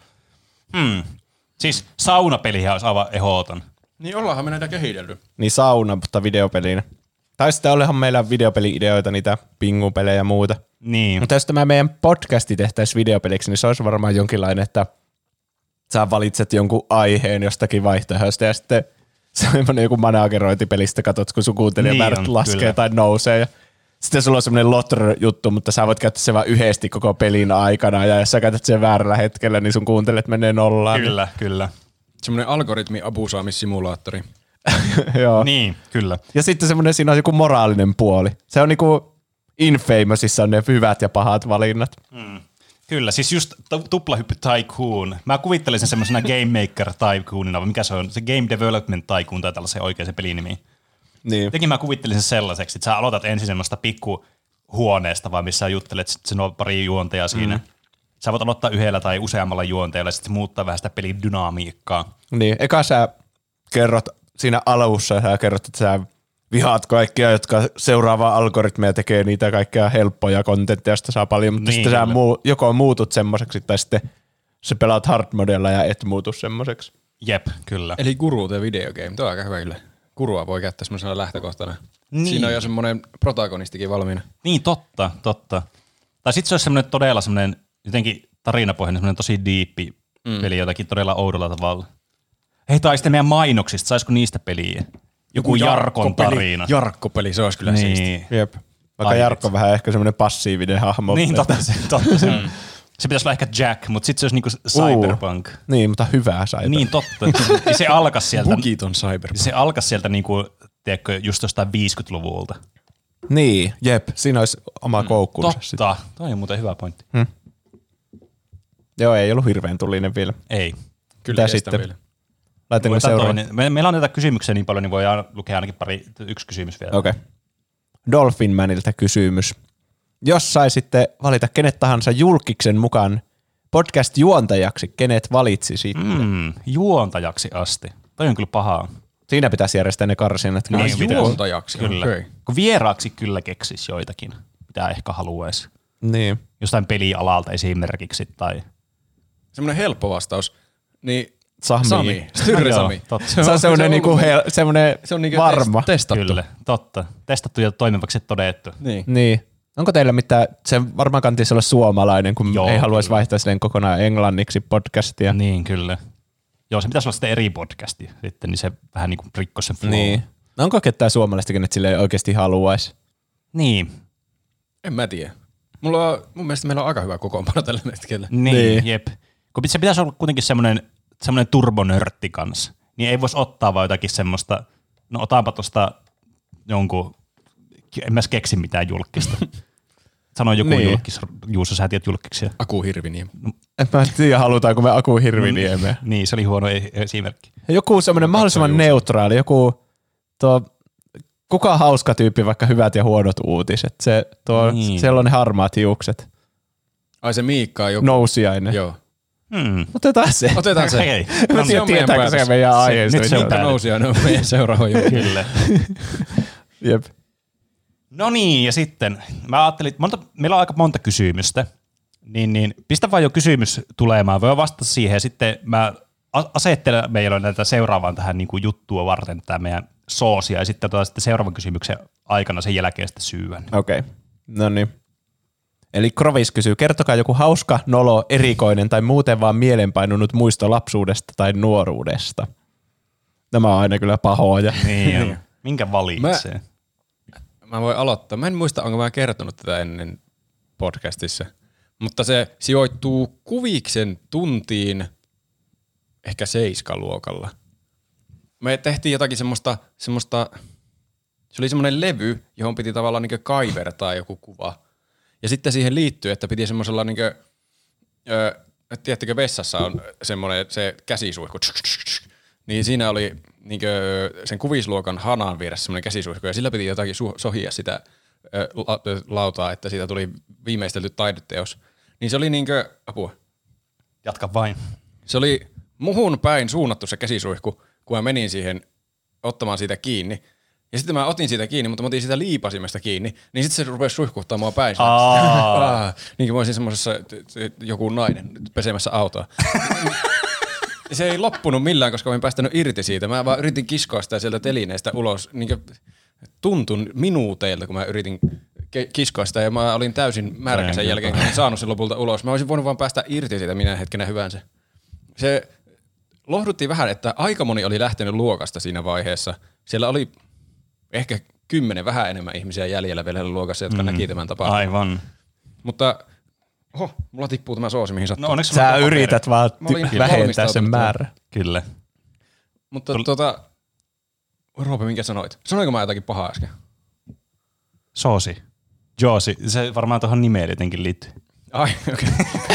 Siis saunapelihän olisi aivan ehdoton. Niin ollaanhan me näitä kehitelty. Niin sauna, mutta videopelinä. Tai sitten olehan meillä videopeli-ideoita, niitä pingupelejä ja muuta. Niin. Mutta jos tämä meidän podcasti tehtäisiin videopeliksi, niin se olisi varmaan jonkinlainen, että sä valitset jonkun aiheen jostakin vaihtoehdosta ja sitten semmoinen joku managerointipelistä katsot, kun sun kuuntelijamäärät niin laskee kyllä. Tai nousee. Ja sitten sulla on semmoinen lotr-juttu, mutta sä voit käyttää sen vaan yhdesti koko pelin aikana ja jos sä käytät sen väärällä hetkellä, niin sun kuuntelijat menee nollaan. Kyllä, niin. Kyllä. Semmoinen algoritmi abusaamissimulaattori. Joo. Niin, kyllä. Ja sitten semmoinen, siinä on joku moraalinen puoli. Se on niinku Infamousissa on ne hyvät ja pahat valinnat. Kyllä, siis just tuplahyppy tycoon. Mä kuvittelen sen semmoisena Game Maker tycoonina, vai mikä se on? Se Game Development Tycoon tai tällaisen oikein se pelinimi. Niin. Jotenkin mä kuvittelin sen sellaiseksi, että sä aloitat ensin semmoista pikkuhuoneesta, vaan missä juttelet, sitten siinä on pari juonteja siinä. Sä voit aloittaa yhdellä tai useammalla juonteella, ja sitten muuttaa vähän sitä pelin dynamiikkaa. Niin, eka sä kerrot siinä alussa, sä kerrot, että sä vihaat kaikkia, jotka seuraavaa algoritmeja tekee niitä kaikkea helppoja kontentteja, josta saa paljon, mutta niin, sitten sä joko muutut semmoiseksi, tai sitten sä pelaat hard modella ja et muutu semmoiseksi. Jep, kyllä. Eli Guru the Video Game, tuo on aika hyvä kyllä. Gurua voi käyttää semmoisena lähtökohtana. Niin. Siinä on jo semmoinen protagonistikin valmiina. Niin, totta. Tai sitten se olisi semmoinen todella semmoinen jotenkin tarinapohjainen, semmoinen tosi diippi peli jotakin todella oudolla tavalla. Hei, tai sitten meidän mainoksista, saisiko niistä peliä? Joku Jarkon tarina. Jarkko-peli, se olisi kyllä siisti. Jep. Vaikka Jarkko on vähän ehkä semmoinen passiivinen hahmo. Niin, totta se. Se pitäisi olla ehkä Jack, mutta sitten se olisi niinku cyberpunk. Niin, mutta hyvää cyberpunk. Niin, totta. Se alkaisi sieltä. Bugiton cyberpunk. Se alkaisi sieltä niinku, tiedätkö, just jostain 50-luvulta. Niin, jep. Siinä olisi oma koukkunsa. Totta. Toi on muuten hyvä pointti. Joo, ei ollut hirveän tulinen vielä. Ei. Kyllä mitä sitten? vielä. Laitaanko seuraava? Meillä on näitä kysymyksiä niin paljon, niin voi lukea ainakin yksi kysymys vielä. Okei. Dolphin Manilta kysymys. Jos saisitte valita kenet tahansa julkiksen mukaan podcast-juontajaksi, kenet valitsisitte? Juontajaksi asti. Toi on kyllä pahaa. Siinä pitäisi järjestää ne karsinat. Niin, juontajaksi, kyllä. okei. Kun vieraaksi kyllä keksisi joitakin, mitä ehkä haluaisi. Niin. Jostain pelialalta esimerkiksi tai... Semmoinen helppo vastaus. Niin Sami. Styrri Sami. Se on semmoinen niinku varma. Testattu. Kyllä, totta. Testattu ja toimivaksi todettu. Niin. Onko teillä mitään, se varmaan kannattaisi olla suomalainen, kun Joo, ei haluaisi vaihtaa sen kokonaan englanniksi podcastia. Niin, kyllä. Joo, se pitäisi olla sitten eri podcasti sitten, niin se vähän niin kuin rikkoisi sen flow. Niin. No onko ketään suomalaista, kenet sille oikeasti haluaisi? Niin. En mä tiedä. Mun mielestä meillä on aika hyvä kokoonpano tällä hetkellä. Niin, jep. Kun se pitäisi olla kuitenkin semmoinen turbonörtti kanssa, niin ei voisi ottaa vaan jotakin semmoista, no otaanpa tuosta jonkun, en mä keksi mitään julkista. Sano joku julkis, Juuso, sä tiedät julkiksia. Aku Hirviniemi. En mä tiedä, halutaanko me Aku Hirviniemeä. Niin, se oli huono esimerkki. Joku semmoinen mahdollisimman neutraali, joku kuka hauska tyyppi, vaikka hyvät ja huonot uutiset. Siellä on ne harmaat hiukset. Ai se Miikka on joku. Nousiainen. Joo. Otetaan se. Otetaan se. Mä tiedän, tietääkö se meidän aiheesta. Nyt se on Nousiainen on meidän seuraava joku. Kyllä. Jep. No niin, ja sitten mä ajattelin, että meillä on aika monta kysymystä, niin pistä vaan jo kysymys tulemaan, voi vastata siihen, ja sitten mä asettelen meillä näitä seuraavaan tähän niin kuin juttua varten tämä meidän soosia, ja sitten seuraavan kysymyksen aikana sen jälkeen sitten syyän. Okei, no niin. Eli Krovis kysyy, kertokaa joku hauska, nolo, erikoinen tai muuten vaan mielenpainunut muisto lapsuudesta tai nuoruudesta. Nämä on aina kyllä pahoja. Niin, minkä valitsee? Mä voin aloittaa. Mä en muista, onko mä kertonut tätä ennen podcastissa, mutta se sijoittuu Kuviksen tuntiin ehkä 7-luokalla. Me tehtiin jotakin semmoista, se oli semmoinen levy, johon piti tavallaan niin kaivertaa joku kuva. Ja sitten siihen liittyy, että piti semmoisella niin kuin, tiedättekö, vessassa on semmoinen se käsisuihku, niin siinä oli niin sen kuvisluokan hanan vieressä semmoinen käsisuihku, ja sillä piti jotakin sohia sitä lautaa, että siitä tuli viimeistelty taideteos. Niin se oli niinkö, apua. Jatka vain. Se oli muhun päin suunnattu se käsisuihku, kun mä menin siihen ottamaan siitä kiinni. Ja sitten mä otin siitä kiinni, mutta mä otin siitä liipasimesta kiinni, niin sitten se rupesi suihkuttaa mua päin. Niin kuin mä olisin semmoisessa joku nainen pesemässä autoa. Se ei loppunut millään, koska mä en päästänyt irti siitä. Mä vaan yritin kiskoa sitä sieltä telineestä ulos. Niin tuntun minuuteilta, kun mä yritin kiskoa sitä, ja mä olin täysin märkä sen jälkeen, kun en saanut sen lopulta ulos. Mä olisin voinut vaan päästä irti siitä minä hetkenä hyvänsä. Se lohdutti vähän, että aika moni oli lähtenyt luokasta siinä vaiheessa. Siellä oli ehkä 10 vähän enemmän ihmisiä jäljellä vielä luokassa, jotka näki tämän tapahtuman. Aivan. Mutta mulla tippuu tämä soosi, mihin sattuu. No, sä yrität vaan vähentää sen määrä. Kyllä. Mutta Roope, minkä sanoit? Sanoinko mä jotakin pahaa äsken? Soosi. Joosi. Se varmaan tuohon nimeen jotenkin liittyy. Ai, okei.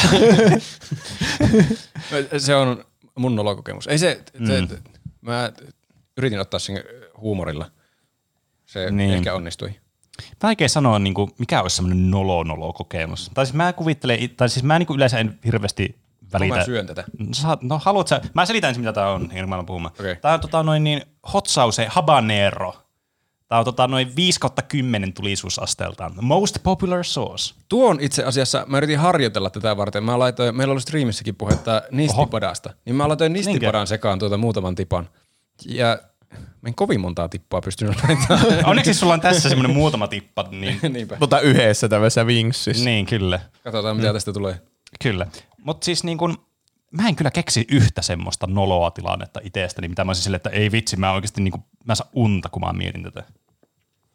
Se on mun nolokokemus. Ei mä yritin ottaa sen huumorilla. Se ehkä onnistui. Vaikea sanoa, niin kuin, mikä olisi semmoinen nolo-kokemus. Tai siis mä kuvittelen, mä niin kuin yleensä en hirveästi välitä. Mä syön tätä. No haluat sä? Mä selitän ensin, mitä tää on, niin mä alan puhumaan. Okay. Tää on hot sauce habanero. Tää on noin 5/10 tulisuusasteeltaan. Most popular sauce. Tuon itse asiassa, mä yritin harjoitella tätä varten. Meillä oli streamissäkin puhetta nistipadasta. Niin mä laitoin nistipadan sekaan muutaman tipan. Ja mä en kovin montaa tippaa pystynyt laittamaan. Onneksi sulla on tässä semmoinen muutama tippa. Niin. Mutta yhdessä tämmöisessä vinksissä. Niin, kyllä. Katsotaan, mitä tästä tulee. Kyllä. Mutta siis niin kun, mä en kyllä keksi yhtä semmoista noloa tilannetta itsestäni, mitä mä olisin silleen, että ei vitsi, mä oikeasti niin kun, mä saan unta, kun mä mietin tätä.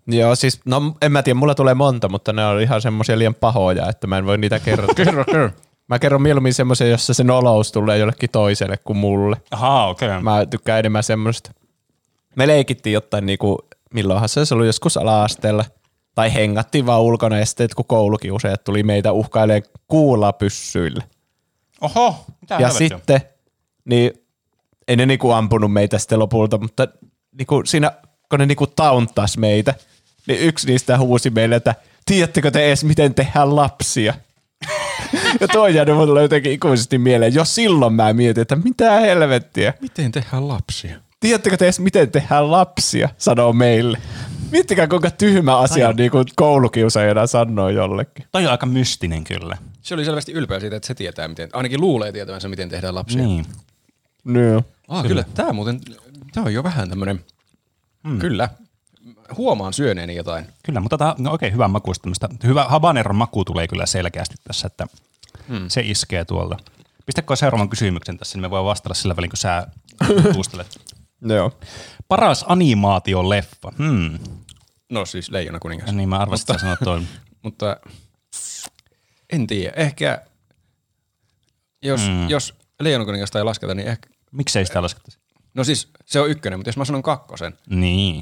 Joo, siis no en mä tiedä, mulla tulee monta, mutta ne on ihan semmoisia liian pahoja, että mä en voi niitä kertoa. Kerro. Mä kerron mieluummin semmoisia, jossa se nolous tulee jollekin toiselle kuin mulle. Ahaa, okei. Okay. Mä tykkään enemmän semmoista. Me leikittiin jotain niinku, milloinhan se olisi ollut joskus ala-asteella, tai hengattiin vaan ulkona ja sitten kun koulukiuseet tuli meitä uhkailemaan kuulapyssyillä. Oho, mitä ja helvettiä? sitten, niin ei ne niinku ampunut meitä sitten lopulta, mutta niinku siinä, kun ne niinku tauntas meitä, niin yksi niistä huusi meille, että tiedättekö te edes, miten tehdään lapsia? Ja tuo on jäänyt mulle jotenkin ikuisesti mieleen. Jo silloin mä mietin, että mitä helvettiä. Miten tehdään lapsia? Tiedättekö te edes, miten tehdään lapsia, sanoo meille. Miettikää, kuinka tyhmä asia niin kuin koulukiusaajana sanoo jollekin. Toi on aika mystinen kyllä. Se oli selvästi ylpeä siitä, että se tietää, miten, ainakin luulee tietävänsä, miten tehdään lapsia. Niin. No. Kyllä, tää on jo vähän tämmönen, kyllä, huomaan syöneeni jotain. Kyllä, mutta tää on oikein hyvä makuista. Hyvä habaneron maku tulee kyllä selkeästi tässä, että se iskee tuolta. Pistäkö seuraavan kysymyksen tässä, niin me voidaan vastata sillä välin, kun sä tuustelet. Joo. Paras animaatioleffa. No siis Leijona kuningas. Niin mä arvasin, että sä sanot toi. Mutta en tiedä. Ehkä jos Leijona kuningasta ei lasketa, niin ehkä... Miksei sitä laskettaisi? No siis se on ykkönen, mutta jos mä sanon kakkosen, niin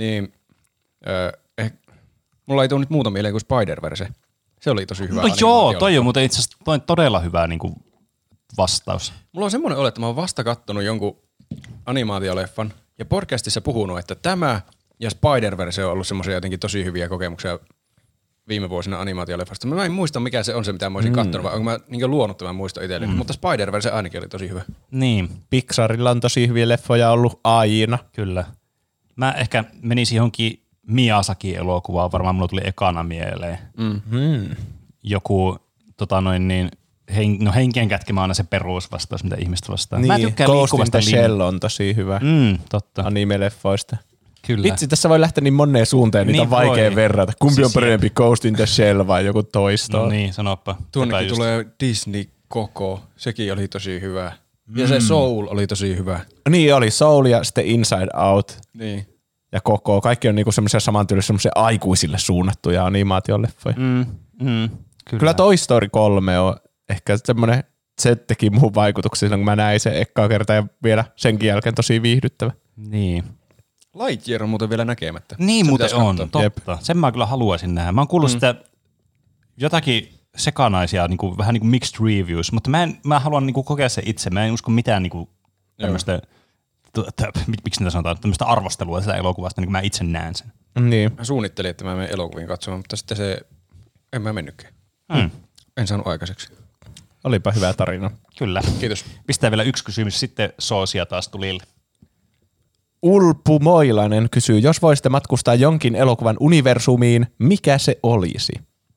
mulla ei tule nyt muuta mieleen kuin Spider-Verse. Se oli tosi hyvä. No joo, toi on muuten itse asiassa todella hyvä niin kuin vastaus. Mulla on semmoinen olo, että mä oon vasta kattonut jonkun animaatioleffan ja podcastissa puhunut, että tämä ja Spider-Verse on ollut semmoisia jotenkin tosi hyviä kokemuksia viime vuosina animaatioleffasta. Mä en muista, mikä se on se, mitä mä olisin kattonut, vai onko mä niin luonut tämän muiston itselleni. Mutta Spider-Verse ainakin oli tosi hyvä. Niin. Pixarilla on tosi hyviä leffoja ollut aina. Kyllä. Mä ehkä menisin johonkin Miyazaki-elokuvaan, varmaan mulla tuli ekana mieleen. Joku henkien kätkemä on aina se perusvastaus, mitä ihmiset vastaa. Niin, mä tykkään Ghost in liikkuvasta the Shell on tosi hyvä. Totta. Anime-leffoista. Kyllä. Vitsi, tässä voi lähteä niin moneen suuntaan, niitä Niin on vaikea voi. verrata. Kumpi Siis on parempi, Ghost in the Shell vai joku toisto? No niin, sanoppa. Tuonnekin tulee Disney Coco, sekin oli tosi hyvä. Ja se Soul oli tosi hyvä. Niin oli, Soul ja sitten Inside Out. Niin. Ja Coco. Kaikki on niinku semmoisia samantyylisiä, semmoisia aikuisille suunnattuja animaatioleffoja. Kyllä Toy Story 3 on ehkä semmoinen, se teki muuhun vaikutuksia silloin, kun mä näin sen ekkaa kertaa ja vielä senkin jälkeen tosi viihdyttävä. Niin. Lightyear on muuten vielä näkemättä. Niin se muuten on, totta. Jep. Sen mä kyllä haluaisin nähdä. Mä oon kuullut sitä jotakin sekanaisia, niin kuin, vähän niin kuin mixed reviews, mutta mä haluan niin kuin kokea se itse. Mä en usko mitään niin kuin tämmöistä, miksi niitä sanotaan, tämmöistä arvostelua sitä elokuvasta, niin kuin mä itse näen sen. Niin. Mä suunnittelin, että mä menen elokuviin katsomaan, mutta sitten en mä mennytkään. En saanut aikaiseksi. Olipa hyvä tarina. Kyllä. Kiitos. Pistää vielä yksi kysymys, sitten soosia taas tulille. Ulpu Moilanen kysyy, jos voisitte matkustaa jonkin elokuvan universumiin, mikä se olisi?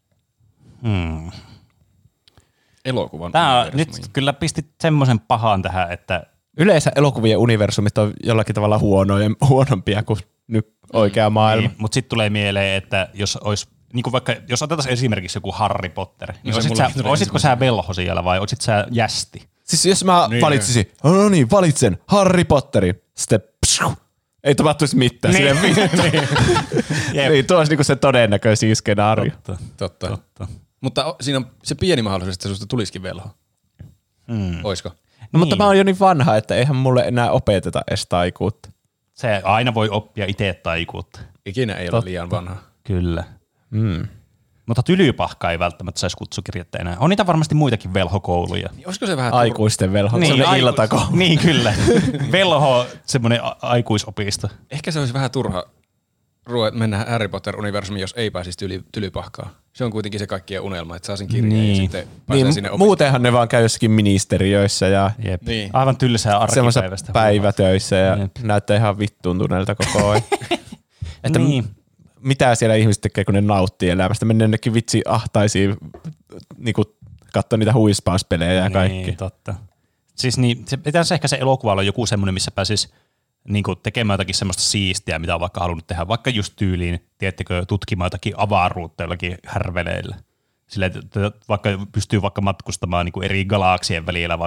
Elokuvan Tää universumiin. nyt kyllä pistit semmoisen pahan tähän, että Yleensä elokuvien universumit on jollakin tavalla huonompia kuin nyt oikea maailma. Niin, mutta sitten tulee mieleen, että jos olisi, niin kuin vaikka, jos otetaan esimerkiksi joku Harry Potter, niin olisitko sä velho siellä vai olisit sä jästi? Siis jos mä valitsisin, no niin, valitsen Harry Potterin, sitten ei tapahtuisi mitään. Niin, tuo olisi niinku se todennäköisin skenaario. Totta. Mutta siinä on se pieni mahdollisuus, että susta tulisikin velho. Oisko? No, mutta mä oon jo niin vanha, että eihän mulle enää opeteta edes taikuutta. Se aina voi oppia itse taikuutta. Ikinä ei ole liian vanha. Kyllä. Mutta Tylypahka ei välttämättä saisi kutsukirjettä enää. On niitä varmasti muitakin velhokouluja. Niin, olisiko se vähän aikuisten velho? Niin, se iltako. Niin, kyllä. Velho, semmoinen aikuisopisto. Ehkä se olisi vähän turha mennä Harry Potter-universumiin, jos ei pääsisi Tylypahkaan. Se on kuitenkin se kaikkien unelma, että saa sen kirjeen ja sitten pääsee sinne opistoon. Muutenhan ne vaan käy jossakin ministeriöissä ja niin. Aivan tylsää arkipäivästä. Päivätöissä ja näyttää ihan vittuuntuneelta koko ajan. Että mitä siellä ihmiset tekee, kun ne nauttii elämästä. Mennään jonnekin vitsi ahtaisiin, niin katsoa niitä huispauspelejä ja kaikki. Niin, totta. Siis niin, pitäisi ehkä se elokuva olla joku semmoinen, missä pääsisi niin tekemään jotakin semmoista siistiä, mitä on vaikka halunnut tehdä. Vaikka just tyyliin, tiedättekö, tutkimaan jotakin avaruutta jollakin härveleillä. Silleen, että vaikka pystyy vaikka matkustamaan niin eri galaksien välillä vaikka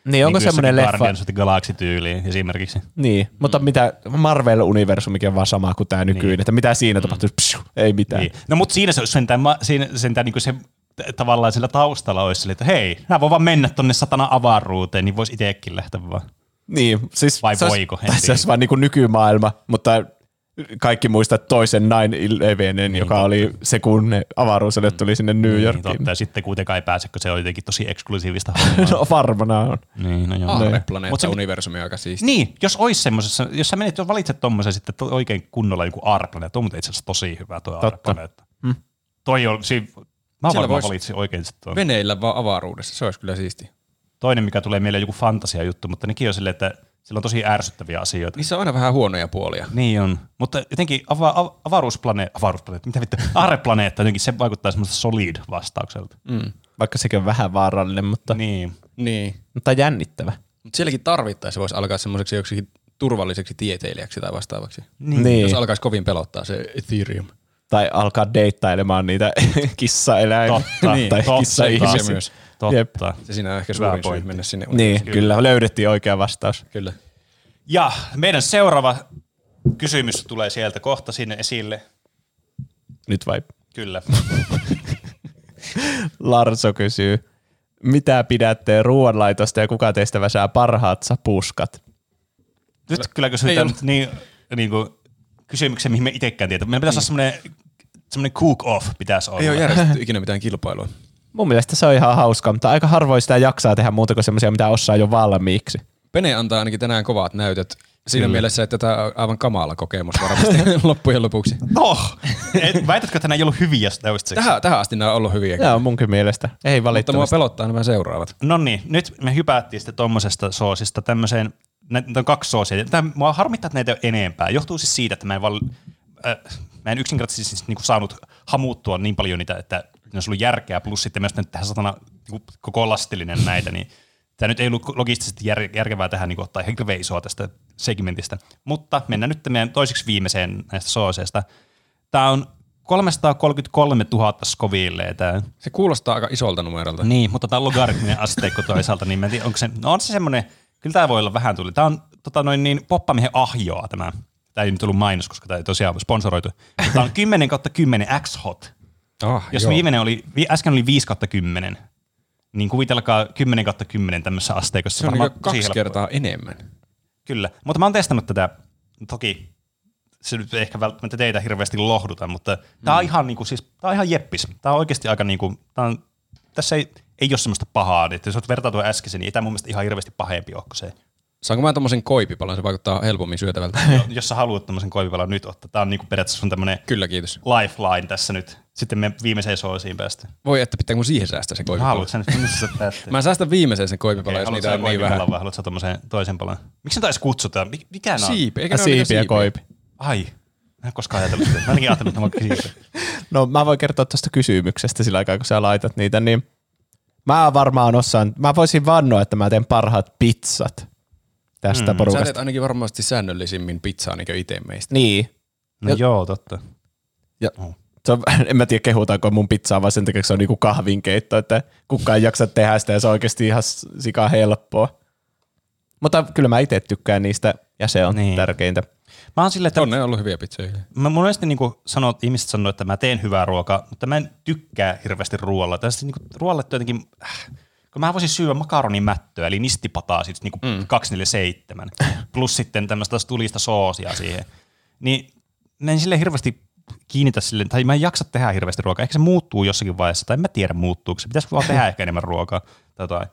Niin, onko semmoinen leffa? Guardians of the Galaxy-tyyliin esimerkiksi. Niin, mutta mitä Marvel-universumikin on vaan sama kuin tämä nykyinen, että mitä siinä tapahtuu? Ei mitään. Niin. No mutta siinä se olisi sentään niin se tavallaan sillä taustalla olisi sille, että hei, nämä voi vaan mennä tonne satana avaruuteen, niin voisi itsekin lähteä vaan. Niin, siis vai voiko? Se olisi vaan niin kuin nykymaailma, mutta kaikki muistat toisen 9/11, niin, joka oli se, kun ne avaruuselle tuli sinne New Yorkiin. Totta, ja sitten kuitenkaan ei pääse, kun se on jotenkin tosi eksklusiivista. No varmana on. Niin, no joo. Aarreplaneetta-universumi aika siisti. Niin, jos olisi semmoisessa, jos sä menet, jos valitset tommosen sitten oikein kunnolla joku aarreplaneetta, on mutta itse asiassa tosi hyvä tuo aarreplaneetta. Toi on, mä varmaan valitsin oikein sitten tuon. Veneillä vaan avaruudessa, se olisi kyllä siisti. Toinen, mikä tulee mieleen, joku fantasia-juttu, mutta nekin on silleen, että sillä on tosi ärsyttäviä asioita. Niissä on aina vähän huonoja puolia. Niin on, mutta jotenkin avaruusplaneetta, mitä vittu, aarreplaneetta, jotenkin se vaikuttaa semmoista solid-vastaukselta. Vaikka sekin on vähän vaarallinen, mutta, niin. mutta jännittävä. Mutta sielläkin tarvittaessa voisi alkaa semmoiseksi joksikin turvalliseksi tieteilijäksi tai vastaavaksi. Niin. Jos alkaisi kovin pelottaa se Ethereum. Tai alkaa deittailemaan niitä kissaeläimiä tai kissaihmisiä myös. Totta. Se siinä on ehkä suurin syy mennä sinne. Niin, kyllä. Löydettiin oikea vastaus. Kyllä. Ja meidän seuraava kysymys tulee sieltä kohta sinne esille. Nyt vai? Kyllä. Larso kysyy, mitä pidätte ruoanlaitosta ja kuka teistä väsää parhaat sapuskat? Nyt kyllä kysytään niin kuin kysymyksen, mihin me itsekään tiedä. Meidän pitäisi olla semmoinen cook-off pitäisi olla. Ei ole järjestetty ikinä mitään kilpailua. Mun mielestä se on ihan hauskaa, mutta aika harvoin sitä jaksaa tehdä muuta kuin semmoisia, mitä osaa jo valmiiksi. Pene antaa ainakin tänään kovat näytöt. Siinä mielessä, että tämä on aivan kamala kokemus varmasti loppujen lopuksi. Väitätkö, että nämä ei ollut hyviä täystäksi? Tähän asti nämä on ollut hyviä. Joo, munkin mielestä. Ei valitettavasti. Mutta mua pelottaa nämä seuraavat. No niin, nyt me hypättiin sitten tommosesta soosista tämmöiseen, näitä on 2 soosia. Mua harmittaa, että näitä ei ole enempää. Johtuu siis siitä, että mä en yksinkertaisesti siis niinku saanut hamuttua niin paljon niitä, että ne olisi ollut järkeä, plus sitten myös tähän satana koko lastillinen näitä, niin tämä nyt ei ollut logistisesti järkevää tähän niin ottaa hirveän isoa tästä segmentistä, mutta mennään nyt meidän toiseksi viimeiseen näistä sooseista. Tämä on 333 000 Scovillea. Se kuulostaa aika isolta numerolta. Niin, mutta tämä on logaritminen asteikko toisaalta, niin mä en tiedä, onko se, on se semmoinen, kyllä tämä voi olla vähän tuli. Tämä on Poppamiehen ahjoa tämä. Tämä ei nyt ollut mainos, koska tämä ei tosiaan sponsoroitu. Tämä on 10/10 X-Hot. Jos viimeinen oli, äsken oli 5/10, niin kuvitelkaa 10/10 tämmöisessä asteikossa. Se on niin 2 kertaa enemmän. Kyllä, mutta mä oon testannut tätä, toki se nyt ehkä välttämättä teitä hirveästi lohduta, mutta tää on ihan niinku, siis tää on ihan jeppis. Tää on oikeasti aika niinku, tässä ei ole semmoista pahaa, että jos olet vertautua äskeisen, niin ei tää mun mielestä ihan hirveästi pahempi ole kuin se. Saanko mä tommosen koipipalan? Se vaikuttaa helpommin syötävältä. Jos sä haluat tommosen koipipalan nyt ottaa, tää on niinku periaatteessa sun tämmönen kyllä, kiitos. Lifeline tässä nyt. Sitten me viimeiseen soosiin päästä. Voi, että pitää mun siihen säästää se koipipala. Haluat sä nyt, missä sä päästä? Mä säästän viimeiseen sen koipipalan, jos niitä on niin vähän. Vai haluat sä tommoseen toisen palan? Miksi sitä edes kutsutaan? Mikä nää on? Siipi, eikä siipi ja koipi. Ai, mä en koskaan ajatellut sitä. Mä ainakin ajatellut, että mä siipi. No mä voin kertoa tuosta kysymyksestä sillä aikaa, kun sä laitat niitä, niin mä voisin vannoa, että mä teen parhaat pizzat tästä porukasta. Sä teet ainakin varmasti säännöllisimmin pizzaa niin kuin itse meistä. Niin. No joo, totta. Ja se on, en mä tiedä kehutaanko mun pizzaa, vaan sen takia se on niinku kahvinkeitto, että kukaan ei jaksa tehdä sitä ja se on oikeasti ihan sika helppoa. Mutta kyllä mä itse tykkään niistä ja se on tärkeintä. Mä oon silleen, että on ne ollut hyviä pizzoja. Mun mielestä niinku ihmiset sanoo, että mä teen hyvää ruokaa, mutta mä en tykkää hirveästi ruoalla. Tässä niinku ruoalle jotenkin, kun mä voisin syödä makaronimättöä, eli nistipataa siis niinku 247, plus sitten tämmöistä tulista soosia siihen. Niin mä en silleen hirveästi kiinnitä silleen, tai mä en jaksa tehdä hirveästi ruokaa. Ehkä se muuttuu jossakin vaiheessa, tai en mä tiedä muuttuuko se. Pitäisi vaan tehdä ehkä enemmän ruokaa tai jotain.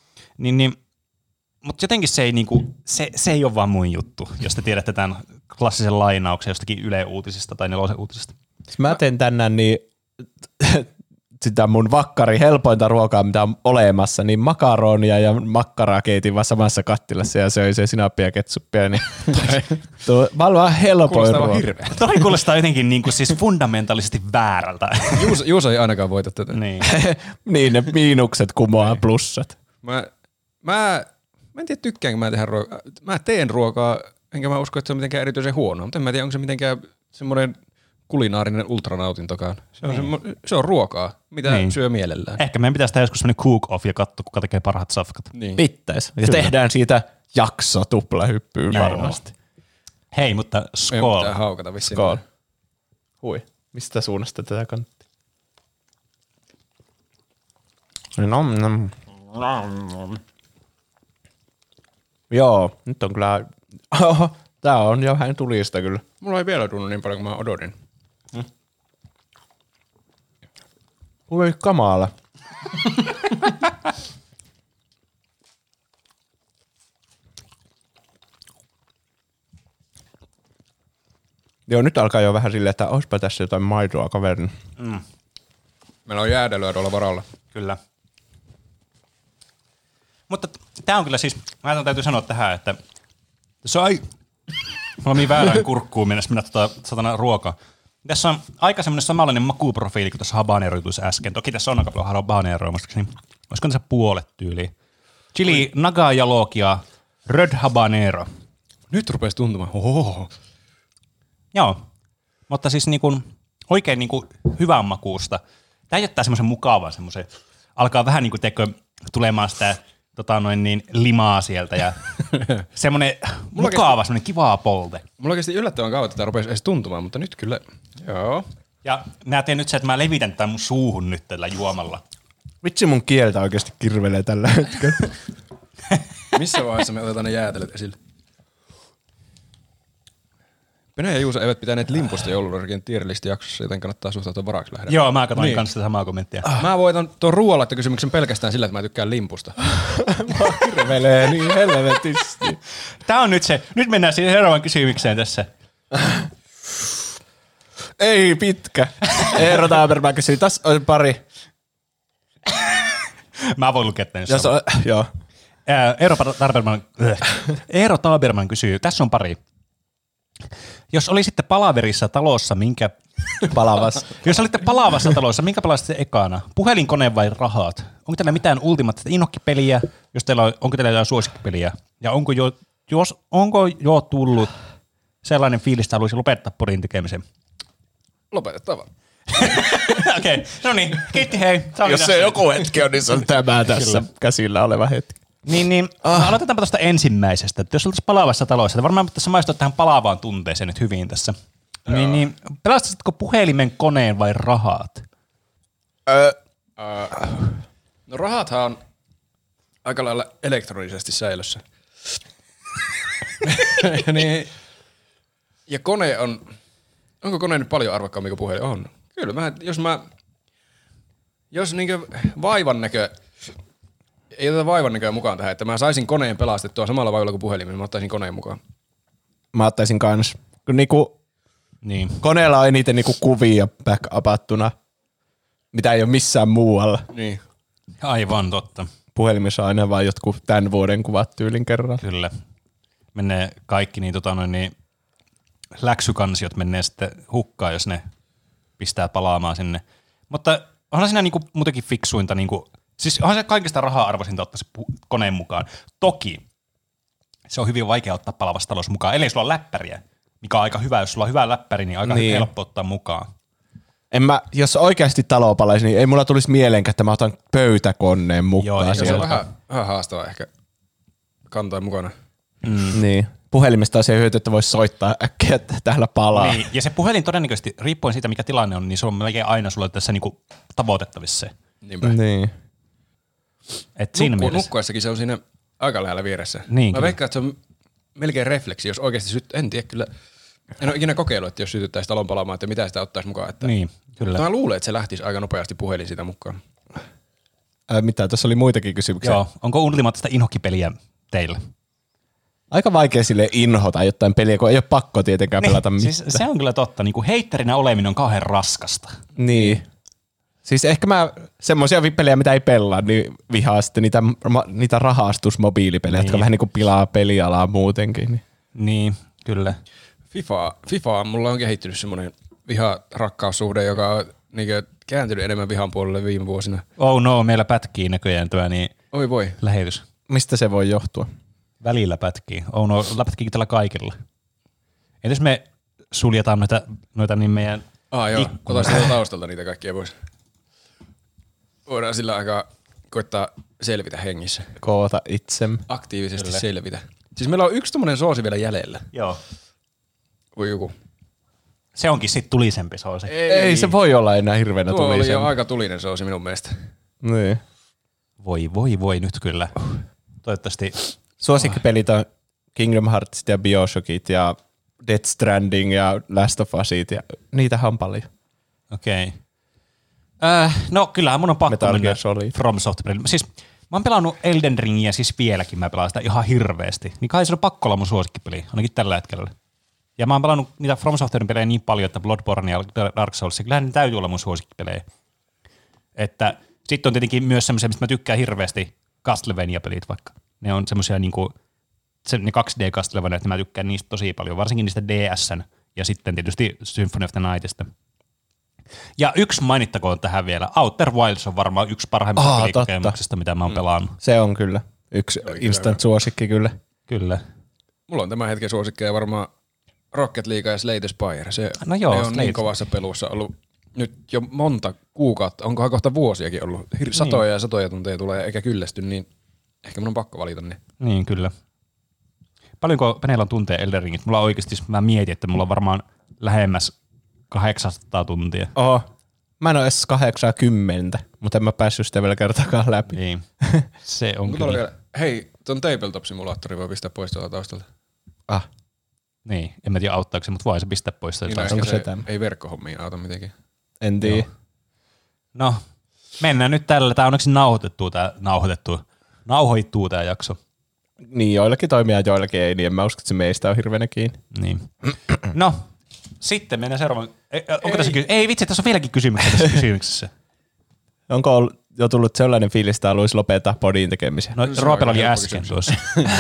Mutta jotenkin se ei, niinku, se ei ole vaan mun juttu, jos te tiedätte tämän klassisen lainauksen jostakin Yle Uutisista tai Nelosen Uutisista. Mä teen tänään niin sitä mun vakkari helpointa ruokaa, mitä on olemassa, niin makaronia ja makkaraa keitin vaan samassa kattilassa ja söi se sinappia ja ketsuppia. Niin mä olen vaan helpoin ruoka. Toi kuulostaa jotenkin niinku siis fundamentaalisesti väärältä. Juuso ei ainakaan voita tätä. Niin, ne miinukset kumoaa plussat. Mä en tiedä tykkäänkö mä tehdä ruokaa. Mä teen ruokaa, enkä mä usko, että se on mitenkään erityisen huonoa, mutta en mä tiedä, onko se mitenkään semmoinen kulinaarinen ultranautintokaan. Se on ruokaa, mitä syö mielellään. Ehkä meidän pitäisi tehdä joskus semmoinen cook-off ja katsoa, kuka tekee parhaat safkat. Niin. Pitäis. Ja tehdään siitä jakso tuplahyppyyn varmasti. Hei, mutta skool. Pitää haukata vissiin. Skool. Hui, mistä suunnasta tätä kannattaa? Nom. Joo, nyt on kyllä... Tää on jo vähän tulista kyllä. Mulla ei vielä tunnu niin paljon kuin mä odotin. Ui kamala. Joo, nyt alkaa jo vähän silleen, että oispa tässä jotain maitoa kaverin. Meillä on jäädelyä tuolla varalla. Kyllä. Mutta tää on kyllä siis, mä täytyy sanoa tähän, että mulla on niin väärään kurkkuun mennessä minä satana ruokaa. Tässä on aika semmoinen samanlainen makuprofiili kuin tuossa habanero-jutussa äsken. Toki tässä on aika paljon habaneroa, muistaakseni. Olisiko tässä puolet tyyliin? Chili naga jalokia, red habanero. Nyt rupesi tuntumaan. Oho. Joo, mutta siis niinku, oikein niinku hyvän makuusta. Tää jättää semmoisen mukavan semmoisen, alkaa vähän niinku tulemaan sitä limaa sieltä ja semmoinen mukava, semmoinen kivaa polte. Mulla oikeasti yllättävän kauan, että tämä rupesi edes tuntumaan, mutta nyt kyllä, joo. Ja mä teen nyt se, että mä levitän tämän mun suuhun nyt tällä juomalla. Vitsi mun kieltä oikeasti kirvelee tällä hetkellä. Missä vaiheessa me otetaan ne jäätelöt esille? Pene ja Juuso eivät pitäneet limpusta joulurarkien tierlist-jaksossa, joten kannattaa suhtautua varaksi lähdellä. Joo, mä katsoin kanssa sitä samaa kommenttia. Mä voitan tuon ruoanlaittokysymyksen pelkästään sillä, että mä tykkään limpusta. Mä kirvelee niin helvetisti. Tää on nyt se. Nyt mennään siihen seuraavaan kysymykseen tässä. Ei pitkä. Eero Taberman kysyi. Tässä on pari. Mä voin lukea tämän. Joo. Eero Taberman kysyy. Tässä on pari. Jos olisitte palaverissa talossa, Jos olitte palaavassa talossa, minkä palaisitte ekana? Puhelin, kone vai rahat? Onko teillä mitään ultimaattista innokkipeliä? Onko teillä jotain suosikkipeliä? Ja onko jo tullut sellainen fiilis, että haluaisi lopettaa porin tekemisen? Lopetetaan vaan. Okei, no niin. Kiitti, hei. Jos se joku hetki on, niin se on tämä tässä käsillä oleva hetki. Niin. Aloitetaanpa tuosta ensimmäisestä. Että jos oltaisiin palaavassa talossa, että varmaan pitäisi maistua tähän palaavaan tunteeseen nyt hyvin tässä. Niin, pelastasitko puhelimen, koneen vai rahat? No rahathan on aika lailla elektronisesti säilössä. Niin, ja kone on... Onko kone nyt paljon arvokkaampi kuin puhelin? On. Kyllä, jos niinkö vaivan näkö... Ei oteta vaivan näköä mukaan tähän, että mä saisin koneen pelastettua samalla vaivalla kuin puhelimen, mä ottaisin koneen mukaan. Mä ottaisin kans. Niin. Koneella on eniten kuvia backupattuna, mitä ei ole missään muualla. Niin. Aivan totta. Puhelimessa on aina vaan jotkut tämän vuoden kuvat tyylin kerran. Kyllä. Menee kaikki niin läksykansiot menee sitten hukkaan, jos ne pistää palaamaan sinne. Mutta onhan siinä muutenkin fiksuinta siis onhan se kaikista rahaa-arvoisinta ottaa se koneen mukaan. Toki se on hyvin vaikea ottaa palaavassa talossa mukaan, ellei sulla on läppäriä, mikä on aika hyvä. Jos sulla on hyvä läppäri, niin aika helppo ottaa mukaan. Jos oikeasti talo palaisi, niin ei mulla tulisi mieleenkään, että mä otan pöytäkoneen mukaan. Joo, se on vähän haastavaa ehkä kantaa mukana. Niin. Puhelimesta on se hyöty, että voisi soittaa äkkiä, että täällä palaa. Niin. Ja se puhelin todennäköisesti, riippuen siitä mikä tilanne on, niin se on melkein aina sulla tässä tavoitettavissa se. Niinpä. Niin. Nukkuessakin se on siinä aika lähellä vieressä. Niin, mä veikkaan, että se on melkein refleksi, jos oikeasti en tiedä kyllä. En ole ikinä kokeillut, että jos sytyttäisi talon palaamaan, että mitä sitä ottaisi mukaan. Että niin, kyllä. Mä luulen, että se lähtisi aika nopeasti puhelin siitä mukaan. Mitä? Tässä oli muitakin kysymyksiä. Joo. Onko ultimaattista inhokkipeliä teillä? Aika vaikea sille inhota jotain peliä, kun ei ole pakko tietenkään pelata mitään. Siis se on kyllä totta. Heitterinä oleminen on kauhean raskasta. Niin. Siis ehkä mä semmoisia pelejä, mitä ei pelaa, niin vihaa sitten niitä rahastusmobiilipelejä, jotka vähän pilaa pelialaa muutenkin. Niin, kyllä. FIFA mulla on kehittynyt semmoinen viha-rakkaussuhde, joka on kääntynyt enemmän vihan puolelle viime vuosina. Oh no, meillä pätkii näköjään tuo Oi voi. lähetys. Mistä se voi johtua? Välillä pätkii. Oh no, pätkii tällä kaikilla. Entäs me suljetaan noita niin meidän Joo, ota sieltä taustalta niitä kaikkia pois. Voidaan sillä aikaa koittaa selvitä hengissä. Koota itsemme. Aktiivisesti Kyllä. selvitä. Siis meillä on yksi tommonen soosi vielä jäljellä. Joo. Voi joku. Se onkin sit tulisempi soosi. Ei se voi olla enää hirveänä tulisempi. Tuo oli jo aika tulinen soosi minun mielestä. Niin. Voi nyt kyllä. Toivottavasti. Suosikkipelit on Kingdom Heartsit ja Bioshockit ja Death Stranding ja Last of Usit ja niitähän on paljon. Okei. No kyllähän mun on pakko mennä From Software. Siis mä oon pelannut Elden Ringiä siis vieläkin, mä pelaan sitä ihan hirveästi. Niin kai se on pakko olla mun suosikkipeli, ainakin tällä hetkellä. Ja mä oon pelannut niitä From Softwaren pelejä niin paljon, että Bloodborne ja Dark Souls, kyllähän ne täytyy olla mun suosikkipelejä. Että sitten on tietenkin myös semmoisia, mistä mä tykkään hirveästi, Castlevania-pelit vaikka. Ne on semmoisia niinku, ne 2D Castlevania, että mä tykkään niistä tosi paljon, varsinkin niistä DS:n ja sitten tietysti Symphony of the Nightista. Ja yksi mainittakoon tähän vielä. Outer Wilds on varmaan yksi parhaimmista pelikokemuksista, mitä mä oon pelannut. Se on kyllä. Yksi instant suosikki kyllä. Kyllä. Mulla on tämän hetken suosikkeja varmaan Rocket League ja Slay the Spire. No joo, ne on niin kovassa pelussa ollut nyt jo monta kuukautta, onkohan kohta vuosiakin ollut. Satoja ja satoja tunteja tulee eikä kyllästy, niin ehkä mun on pakko valita ne. Niin, kyllä. Paljonko Penellä on tunteja Elden Ringit? Mulla oikeasti, mä mietin, että mulla on varmaan lähemmäs 800 tuntia. Oho. Mä en ole edes 80, mutta en mä päässyt sitä vielä kertaakaan läpi. Niin. Se on kyllä. Vielä, hei, ton Tabletop-simulaattori voi pistää pois tuolta taustalta. Niin, en mä tiedä auttaako se, mutta voi se pistää pois. Niin, onko se ei verkkohommiin auta mitenkään. En tiedä. No, mennään nyt tällä. Tää on onneksi nauhoitettu tää jakso. Niin, joillakin toimii ja joillakin ei, niin en mä usko, että se meistä on hirveänä kiinni. Niin. No, sitten mennään seuraavaan. Ei vitsi, tässä on vieläkin kysymyksiä tässä kysymyksessä. Onko jo tullut sellainen fiilis, että haluaisi lopettaa podin tekemisen? No, Roopella oli äsken tuossa.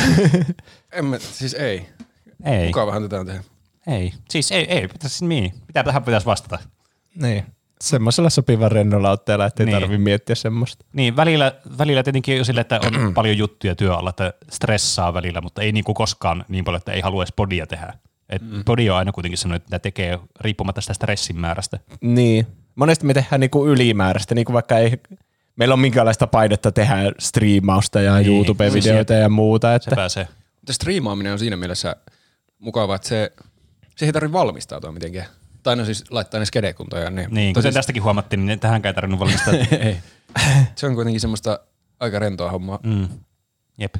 Siis ei. Ei. Mukavahan tätä on tehdä. Ei. Siis ei. Tähän pitäisi vastata. Niin. Semmoisella sopivan rennolla otteella, ettei tarvitse miettiä semmoista. Niin, välillä tietenkin jo sille, että on paljon juttuja työalla, että stressaa välillä, mutta ei niinku koskaan niin paljon, että ei halua edes podia tehdä. Podi on aina kuitenkin semmoinen, että tekee riippumatta sitä stressin määrästä. Niin. Monesti me tehdään niinku ylimääräistä, niinku vaikka ei meillä on minkäänlaista painetta tehdä striimausta ja YouTube-videoita ja muuta. Että se pääsee. Mutta striimaaminen on siinä mielessä mukava, että se ei tarvitse valmistautua mitenkään. Tai no siis laittaa ne skedekuntoja. Niin, kuten tästäkin huomattiin, niin tähänkään ei tarvinnut valmistautua. Ei. Se on kuitenkin semmoista aika rentoa hommaa. Jep.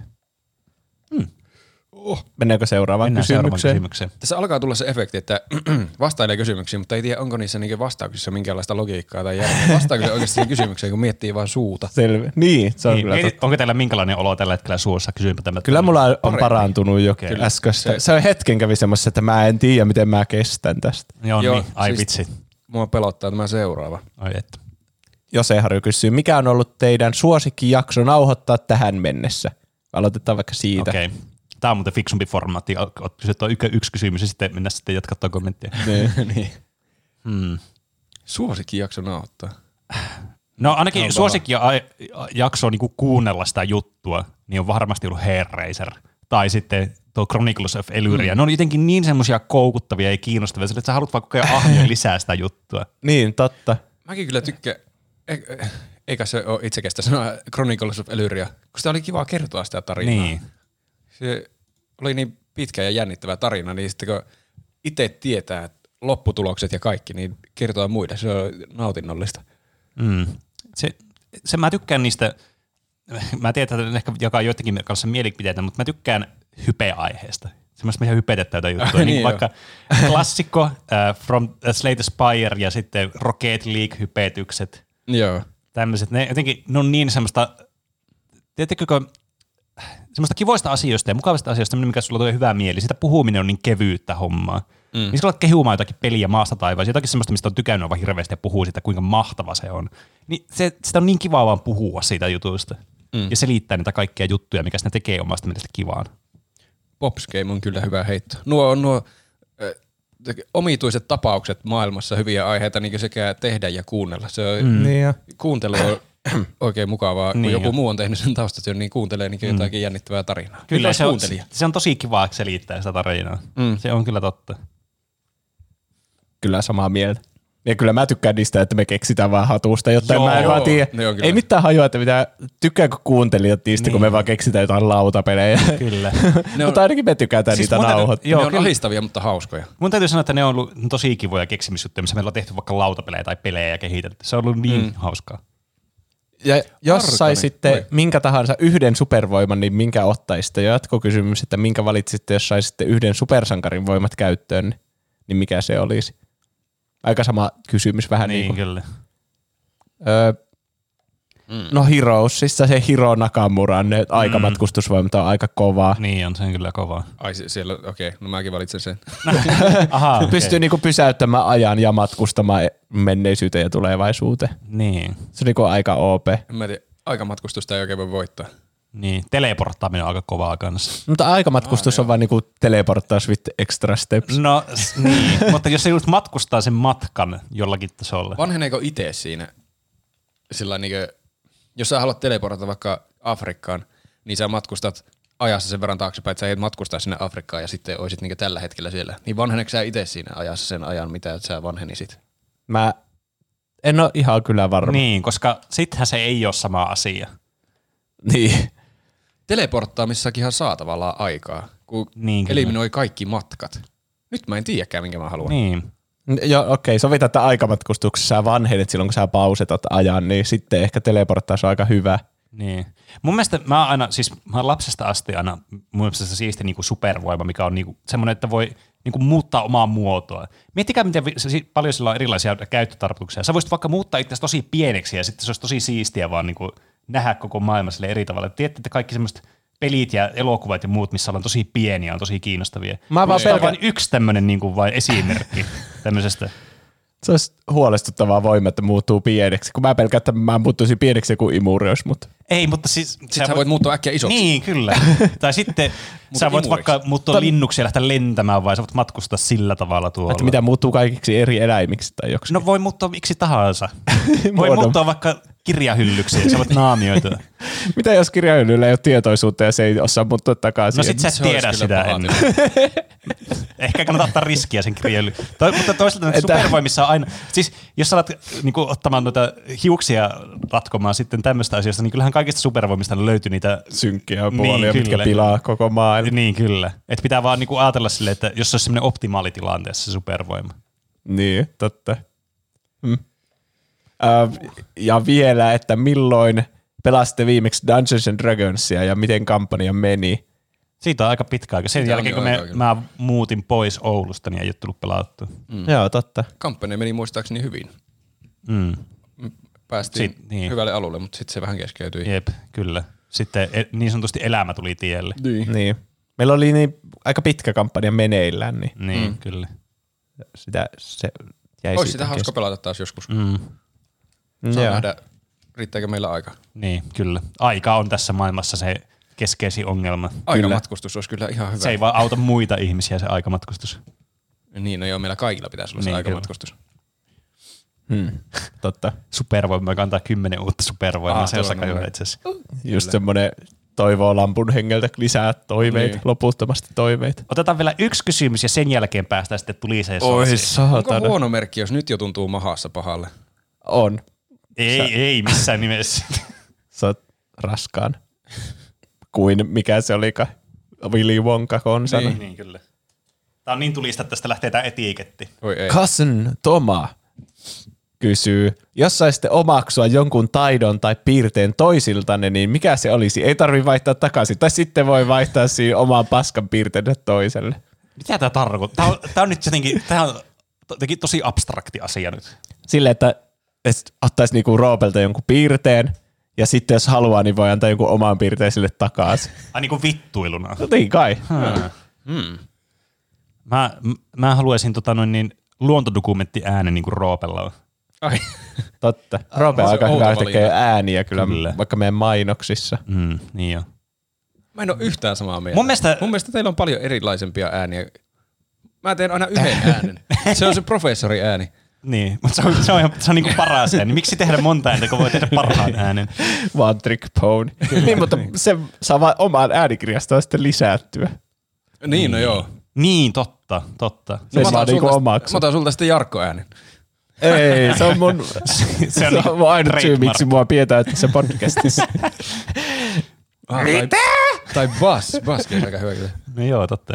Mennäänkö seuraavaan kysymykseen? Tässä alkaa tulla se efekti, että vastailee kysymyksiin, mutta ei tiedä, onko niissä vastauksissa minkäänlaista logiikkaa tai järkeä. Vastaako se oikeasti siihen kysymykseen, kun miettii vaan suuta? Selvä. Niin, se on kyllä totta. Onko teillä minkälainen olo tällä hetkellä suussa? Kyllä mulla on parantunut jo äskeistä. Se hetken kävi semmoisessa, että mä en tiedä, miten mä kestän tästä. Joo, niin. Ai vitsi. Mua pelottaa tämä seuraava. Ai että. Jose Harju kysyy, mikä on ollut teidän suosikkijakso nauhoittaa tähän mennessä? Aloitetaan vaikka siitä. Okei. Tämä on muuten fiksumpi formaatti. Kysyt on yksi kysymys ja sitten mennään sitten jatkaa kommenttia. Niin. Suosikkijakso nauhoittaa. No ainakin suosikkijakso niin kuunnella sitä juttua, niin on varmasti ollut Hellraiser. Tai sitten tuo Chronicles of Elyria. Ne on jotenkin niin semmoisia koukuttavia ja kiinnostavia, että sä haluat vaan koko ajan ahmia lisää sitä juttua. Niin, totta. Mäkin kyllä tykkään. Eikä se ole itsekästä sanoa Chronicles of Elyria, kun sitä oli kiva kertoa sitä tarinaa. Niin. Se oli niin pitkä ja jännittävä tarina, niin sitten kun itse tietää lopputulokset ja kaikki, niin kertoo muille. Se on nautinnollista. Se mä tykkään niistä, mä tiedän, että ehkä jakaa joitakin kanssa mielipiteitä, mutta mä tykkään hype-aiheesta. Semmoista, mihin hypetetään jotain juttuja. niin vaikka klassikko From Slay the Spire ja sitten Rocket League-hypetykset. Joo. Tämmöiset, ne on niin semmoista, tiedättekö, semmoista kivoista asioista ja mukavista asioista, mikä sulla tulee hyvää mieli. Sitä puhuminen on niin kevyyttä hommaa. Niin sä alat kehumaan jotakin peliä maasta taivaan, jotakin semmoista, mistä on tykännyt aivan hirveästi ja puhuu siitä, kuinka mahtava se on. Niin sitä on niin kivaa vaan puhua siitä jutusta. Ja selittää niitä kaikkia juttuja, mikä sitä tekee omasta mielestä kivaan. Pops Game on kyllä hyvä heitto. Nuo omituiset tapaukset maailmassa, hyviä aiheita niin sekä tehdä ja kuunnella. Se on, kuuntelu on oikein mukavaa, kun joku muu on tehnyt sen taustatyön, niin kuuntelee niin jotakin jännittävää tarinaa. Kyllä se on tosi kivaa selittää sitä tarinaa. Se on kyllä totta. Kyllä samaa mieltä. Ja kyllä mä tykkään niistä, että me keksitään vaan hatusta, jotta Joo, mä en vaan tiedä. Ei mitään hajua, että tykkääkö kuuntelijat niistä, kun me vaan keksitään jotain lautapelejä. Kyllä. Mutta ainakin me tykätään niitä nauhoittaa. Ne on ahistavia, mutta hauskoja. Mun täytyy sanoa, että ne on ollut tosi kivoja keksimisjuttuja, missä meillä on tehty vaikka lautapelejä tai pelejä ja kehitelty. Se on ollut niin hauskaa. Ja jos saisitte minkä tahansa yhden supervoiman, niin minkä ottaisitte? Ja jatkokysymys, että minkä valitsisitte, jos saisitte yhden supersankarin voimat käyttöön, niin mikä se olisi? Aika sama kysymys vähän niin kuin. Kyllä. No Heroesissa se Hiro Nakamuran aikamatkustusvoimat on aika kovaa. Niin on, se on kyllä kovaa. Ai siellä, okei. No mäkin valitsen sen. Aha, okay. Pystyy niinku pysäyttämään ajan ja matkustamaan menneisyyteen ja tulevaisuuteen. Niin. Se on niinku aika OP. Mä en tiedä, aikamatkustusta ei oikein voi voittaa. Niin, teleporttaaminen on aika kovaa kanssa. Mutta aikamatkustus on vaan niinku teleporttaus with extra steps. No niin, mutta jos se just matkustaa sen matkan jollakin tasolla. Vanheneeko itse siinä? Sillä niinkö, jos sä haluat teleportata vaikka Afrikkaan, niin sä matkustat ajassa sen verran taaksepäin, että sä et matkustaa sinne Afrikkaan ja sitten oisit niinkö tällä hetkellä siellä. Niin vanheneeko sä itse siinä ajassa sen ajan, mitä sä vanhenisit? Mä en ole ihan kyllä varma. Niin, koska sittenhän se ei ole sama asia. Niin. Teleporttaamissakinhan saa tavallaan aikaa, kun eliminoi kaikki matkat. Nyt mä en tiedäkään, minkä mä haluan. Niin. Joo, okei. Sovitaan, että aikamatkustuksessa sä vanhenet silloin, kun sä pausetat ajan, niin sitten ehkä teleporttaus on aika hyvä. Niin. Mun mielestä mä oon lapsesta asti aina mun mielestä se siisti niinku supervoima, mikä on niinku semmoinen, että voi niinku muuttaa omaa muotoa. Miettikää, miten paljon sillä on erilaisia käyttötarkoituksia. Sä voisit vaikka muuttaa itse tosi pieneksi ja sitten se olisi tosi siistiä vaan niinku nähdä koko maailma sille eri tavalla. Tiedätte, että kaikki semmoiset pelit ja elokuvat ja muut, missä ollaan tosi pieniä, on tosi kiinnostavia. Se on vain yksi tämmöinen niinku vain esimerkki tämmöisestä. Se olisi huolestuttavaa voima, että muuttuu pieneksi. Kun mä pelkään, että mä muuttuisin pieneksi joku imuri olisi, mutta... Ei, mutta siis... Sitten sä voit muuttua äkkiä isoksi. Niin, kyllä. Tai sitten sä voit vaikka muuttua linnuksi ja lähteä lentämään, vai sä voit matkustaa sillä tavalla tuolla. Että mitä muuttuu kaikiksi eri eläimiksi tai joksikin. No voi muuttua miksi tahansa. Voi muuttua vaikka kirjahyllyksi ja sä voit naamioitua. Mitä jos kirjahyllyllä ei ole tietoisuutta ja se ei osaa muuttua takaisin? No sit sä et tiedä sitä ennen. Ehkä kannattaa ottaa riskiä sen kirjahyllyn. Mutta toisaalta supervoimissa on aina... Siis jos sä alat niinku, ottamaan noita hiuksia ratkomaan sitten tämmöistä asioista, niin kyllähän kaikista supervoimista löytyy niitä... synkkiä puolia, mitkä pilaa koko maailma. Niin, kyllä. Että pitää vaan niinku ajatella silleen, että jos se olisi semmoinen optimaalitilanteessa se supervoima. Niin, totta. Ja vielä, että milloin pelasitte viimeksi Dungeons and Dragonsia ja miten kampanja meni? Siitä on aika pitkä aika. Sen jälkeen, kun mä muutin pois Oulusta, niin ei ole tullut pelattua. Joo, totta. Kampanja meni muistaakseni hyvin. Päästiin hyvälle alulle, mutta sitten se vähän keskeytyi. Jep, kyllä. Sitten niin sanotusti elämä tuli tielle. Niin. Meillä oli niin aika pitkä kampanja meneillään. Niin, kyllä. Se jäi olisi sitä hauska pelata taas joskus. Saa nähdä, riittääkö meillä aika. Niin, kyllä. Aika on tässä maailmassa se keskeisin ongelma. Aikamatkustus olisi kyllä ihan hyvä. Se ei vaan auta muita ihmisiä se aikamatkustus. Niin, no joo, meillä kaikilla pitäisi olla se aikamatkustus. Totta. Supervoima kantaa 10 uutta supervoimaa. Se on aika hyvä itse asiassa. Just semmoinen toivoo lampun hengeltä lisää toiveita, loputtomasti toiveita. Otetaan vielä yksi kysymys ja sen jälkeen päästään sitten tuliseen Onko huono merkki, jos nyt jo tuntuu mahassa pahalle? On. Ei missään nimessä. Sä oot raskaan. Kuin mikä se olikaan? Willy Wonka konsana. Niin, kyllä. Tää on niin tulista, että tästä lähtee tää etiketti. Cousin Toma kysyy, jos saisitte omaksua jonkun taidon tai piirteen toisiltanne, niin mikä se olisi? Ei tarvitse vaihtaa takaisin. Tai sitten voi vaihtaa siihen omaan paskan piirteenne toiselle. Mitä tää tarkoittaa? Tää on nyt jotenkin, tää on tosi abstrakti asia nyt. Silleen, että ottaisi niinku Roopelta jonkun piirteen, ja sitten jos haluaa, niin voi antaa jonkun oman piirteen sille takaisin. Ai niinku vittuiluna? No niin kai. Mä haluaisin luontodokumentti äänen niin kuin Roopella on. Ai. Totta. Roope on aika hyvä tekee ääniä kyllä, vaikka meidän mainoksissa. Niin jo. Mä en ole yhtään samaa mieltä. Mun mielestä teillä on paljon erilaisempia ääniä. Mä teen aina yhden äänen. Se on se professori ääni. Niin, mutta se on niinku paras ääni. Miksi tehdä monta ääntä, kun voi tehdä parhaan äänen? One trick pony. Niin, mutta se saa vaan omaan äänikirjastoon sitten lisättyä. Niin, no joo. Niin, totta. No, mä otan sulta sitten Jarkko äänen. Ei, se on mun, se on mun ainut syy, miksi mua pidetään tässä podcastissa. Tai Bass on aika hyvä kyllä. No joo, totta.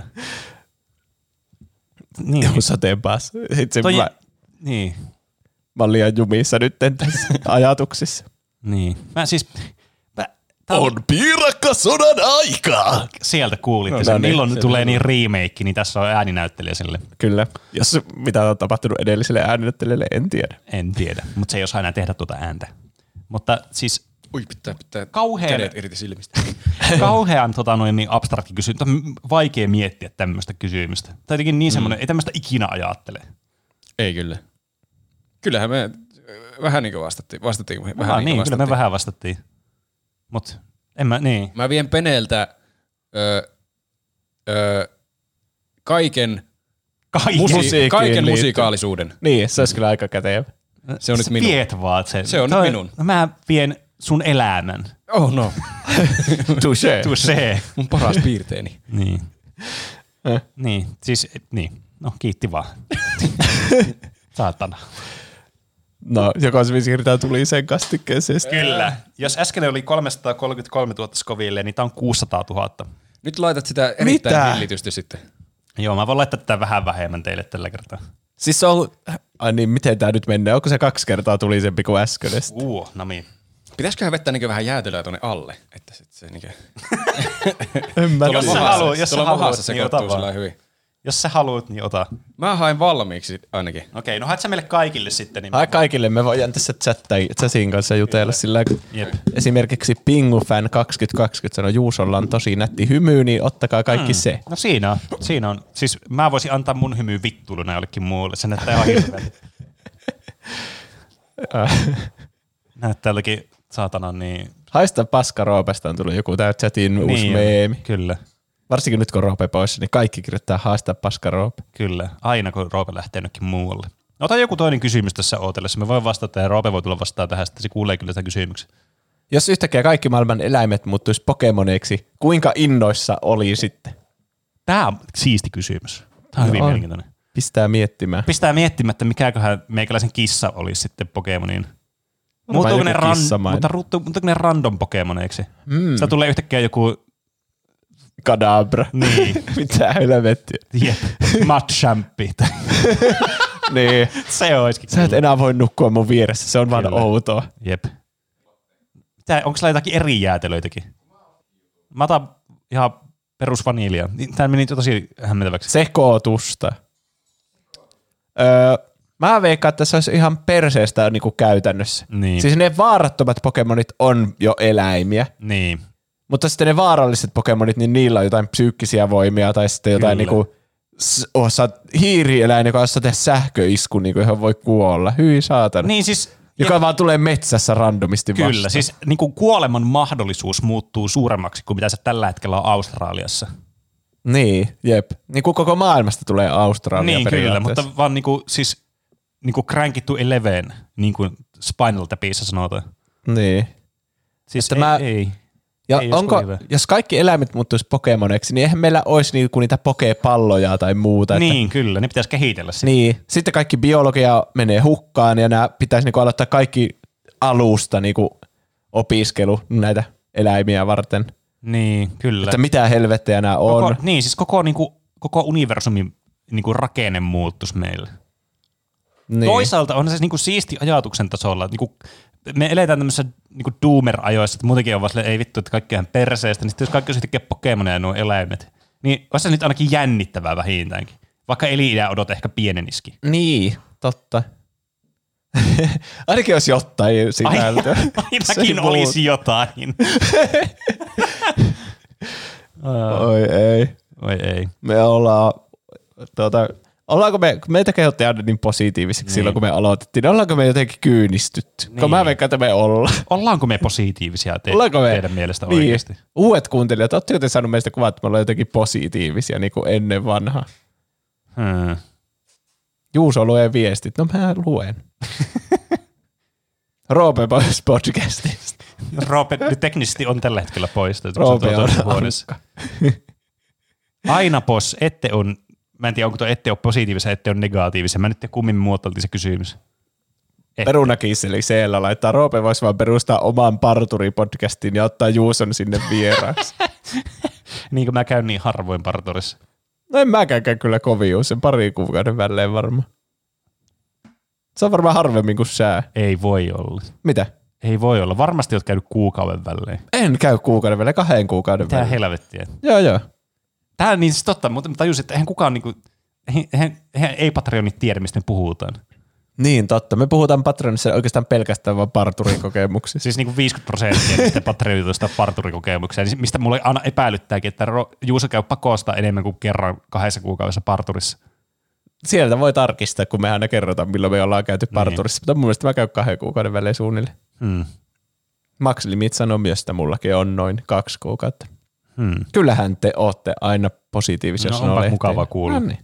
Niin. Joo, sateen Bass. Niin. Mä olin liian jumissa nyt tässä ajatuksissa. Niin. On piirakkasodan aikaa! Sieltä kuulitte sen. Milloin tulee niin remake, niin tässä on ääninäyttelijä sille. Kyllä. Jos mitä on tapahtunut edelliselle ääninäyttelijälle, en tiedä. En tiedä, mutta se ei osaa enää tehdä tuota ääntä. Mutta siis pitää kauhean, kädet irti silmistä. Kauhean niin abstrakti kysymys. Vaikea miettiä tämmöistä kysymystä. Tai jotenkin niin semmoinen, ei tämmöistä ikinä ajattele. Ei kyllä. Kyllähän me vähän niin kuin vastattiin. Kyllä me vähän vastattiin. Mut en mä, niin. Mä vien Peneltä kaiken musikaalisuuden. Niin, se olisi kyllä aika kätevä. Se on nyt minun. Viet vaan sen. Se on nyt minun. Mä vien sun elämän. Oh no. Touché. Mun paras piirteeni. Niin. Niin, siis niin. No kiitti vaan. Saatana. No, joka siirtää tuli sen kastikkeeseen. Kyllä. Jos äsken oli 333 000 Scoville, niin tää on 600 000. Nyt laitat sitä erittäin hillitysti sitten. Joo, mä voin laittaa tätä vähän vähemmän teille tällä kertaa. Siis se on, niin miten tää nyt menee? Onko se 2 kertaa tulisempi kuin äsken? Nami. Pitäisiköhän vettää niin vähän jäätelöä tuonne alle? Että sit se niin jos sä haluat, niin ota vaan. Hyvin. Jos sä haluat, niin ota. Mä hain valmiiksi ainakin. Okei, no haet sä meille kaikille sitten. Niin Hae kaikille, me voidaan tässä chatin kanssa jutella sillä. Esimerkiksi PinguFan 2020 sanoi, Juusolla on tosi nätti hymy, niin ottakaa kaikki se. No siinä on. Siis mä voisin antaa mun hymyyn vittuiluna jollekin muulle. Se näyttää ihan hirveän. Näyttää jollakin saatana niin. Haista paska Roopesta on tullut joku tää chatin uusi meemi. Kyllä. Varsinkin nyt kun Roope pois, niin kaikki kirjoittaa haastaa paska Roope. Kyllä, aina kun Roope lähtee jonnekin muualle. Ota joku toinen kysymys tässä ootellessa. Me voin vastata ja Roope voi tulla vastaan tähän, sitten se kuulee kyllä sitä kysymyksen. Jos yhtäkkiä kaikki maailman eläimet muuttuisi Pokemoneiksi, kuinka innoissa oli sitten? Tämä on siisti kysymys. Tämä on hyvin mielenkiintoinen. Pistää miettimään. Pistää miettimään, että mikäköhän meikäläisen kissa olisi sitten Pokemoniin. Muuttuuko ne random Pokemoneiksi? Sitä tulee yhtäkkiä joku Kadabra. Niin. Mitä helvettiä. Jep. Machampi. Niin. Se olisikin. Sä et enää voi nukkua mun vieressä. Se on vaan outoa. Jep. Onko sillä jotakin eri jäätelöitäkin? Mä otan ihan perusvaniilia. Tää meni tosi hämmentäväksi. Sekoitusta. Mä veikkaan, että se olisi ihan perseestä niinku käytännössä. Niin. Siis ne vaarattomat Pokemonit on jo eläimiä. Niin. Mutta sitten ne vaaralliset Pokemonit, niin niillä on jotain psyykkisiä voimia tai sitten jotain niinku hiirieläin, joka osaa tehdä sähköisku, niin johon voi kuolla. Hyi saatana. Niin siis, joka vaan tulee metsässä randomisti vastaan. Kyllä, siis niinku kuoleman mahdollisuus muuttuu suuremmaksi kuin mitä se tällä hetkellä on Australiassa. Niin, jep. Niin kuin koko maailmasta tulee Australia niin, kyllä, mutta vaan niinku, siis niinku crank it to 11, niin kuin Spinal Tapissa sanotaan. Niin. Siis ei. Ja jos kaikki eläimet muuttuisi Pokemoneiksi, niin eihän meillä olisi niinku niitä pokepalloja tai muuta. Niin, että kyllä, ne pitäisi kehitellä sitä. Niin, sitten kaikki biologia menee hukkaan ja nämä pitäisi niinku aloittaa kaikki alusta niinku opiskelu näitä eläimiä varten. Niin, kyllä. Että mitä helvettejä nämä on. Niin, siis koko universumin niinku rakenne muuttuisi meille. Niin. Toisaalta on se niinku siisti ajatuksen tasolla, niinku me eletään tämmöisessä niinku doomer-ajoissa, että muutenkin on vaan silleen, ei vittu, että kaikki on perseestä, niin sitten jos kaikki on sitten Pokemoneja ja nuo eläimet, niin olisi se nyt ainakin jännittävää vähintäänkin. Vaikka eli-iän odot ehkä pieneniski. Niin, totta. Ainakin olisi jotain sisältöä. Ainakin olisi jotain. Oi ei. Oi ei. Me ollaan, ollaanko meitä kehottiin aina niin positiivisiksi silloin, kun me aloitettiin, niin ollaanko me jotenkin kyynistytty? Niin. Kun mä veikkaan, että me ollaan. Ollaanko me positiivisia teidän mielestä niin. Oikeasti? Uudet kuuntelijat, ootteko te saanut meistä kuvat, että me ollaan jotenkin positiivisia niin kuin ennen vanhaa? Juuso lue viestit. No mä luen. Roope pois podcastista. Roope teknisesti on tällä hetkellä pois. Roope on aina pos, ette on, mä en tiedä onko tuo ette ole positiivisia, ette on negatiivisia. Mä en tiedä kummin muotoiltiin se kysymys. Perunakisseli siellä laittaa. Roope voisi vaan perustaa oman parturipodcastin ja ottaa Juuson sinne vieraaksi. Niin kuin mä käyn niin harvoin parturissa. No en mäkään käy kyllä kovin usein, pari kuukauden välein varmaan. Se on varmaan harvemmin kuin sää. Ei voi olla. Mitä? Ei voi olla. Varmasti oot käynyt kuukauden välein. En käy kuukauden välein, 2 kuukauden välein. Mitä helvettiä. Joo. Tää on niin siis totta, mutta tajusin, että eihän kukaan niinku, eihän ei Patreonit tiedä, mistä me puhutaan. Niin, totta. Me puhutaan Patreonissa oikeastaan pelkästään vaan parturikokemuksista. Siis niinku 50% niistä Patreonitoista parturikokemuksia, mistä mulle aina epäilyttääkin, että Juuso käy pakosta enemmän kuin kerran 2 kuukaudessa parturissa. Sieltä voi tarkistaa, kun me aina kerrotaan, milloin me ollaan käyty parturissa. Mutta mun mielestä mä käyn 2 kuukauden välein suunnilleen. Max Limit sanoo myös, että mullakin on noin 2 kuukautta. Kyllähän te ootte aina positiivisia. No onpa mukava kuulla. No niin.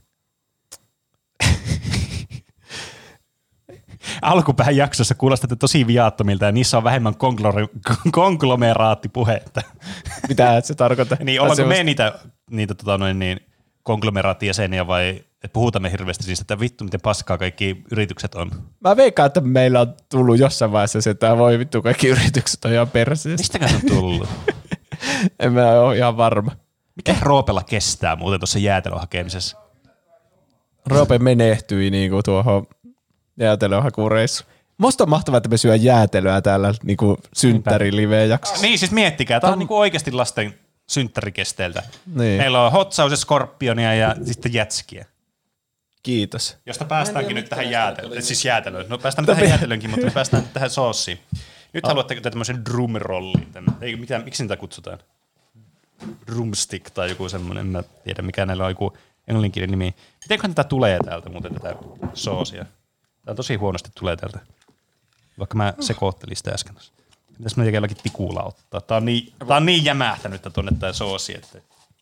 Alkupään jaksossa kuulostatte tosi viattomilta ja niissä on vähemmän konglomeraattipuhetta. Mitä se tarkoittaa? Niin ollaanko me niitä konglomeraattieseniä vai että puhutaan me hirveästi siis, että vittu miten paskaa kaikki yritykset on. Mä veikkaan, että meillä on tullut jossain vaiheessa se, että voi vittu kaikki yritykset on ihan perseessä. Mistäkään se on tullut? En mä ole ihan varma. Mikä Roopella kestää muuten tuossa jäätelön hakemisessa? Roope menehtyi niinku tuohon jäätelön hakureissuun. Musta on mahtavaa, että me syö jäätelöä täällä niinku synttäriliveen-jaksossa. Niin siis miettikää, tää on niinku oikeasti lasten synttärikesteeltä. Niin. Meillä on Hot Sauce Scorpionia ja sitten jätskiä. Kiitos. Josta päästäänkin nyt tähän jäätelöön. Siis jäätelöön. No päästään tähän jäätelöönkin, mutta me päästään tähän soosiin. Nyt haluatteko te tämmöisen drumrollin? Miksi niitä kutsutaan? Drumstick tai joku semmoinen, en mä tiedä mikä näillä on joku englanninkielinen nimi. Mitenköhän tätä tulee täältä muuten tätä soosia? Tää on tosi huonosti tulee täältä. Vaikka mä sekoottelin sitä äsken. Mitäs mä jollakin tikulla ottaa? Tää on niin jämähtänyt tonne tää soosi, että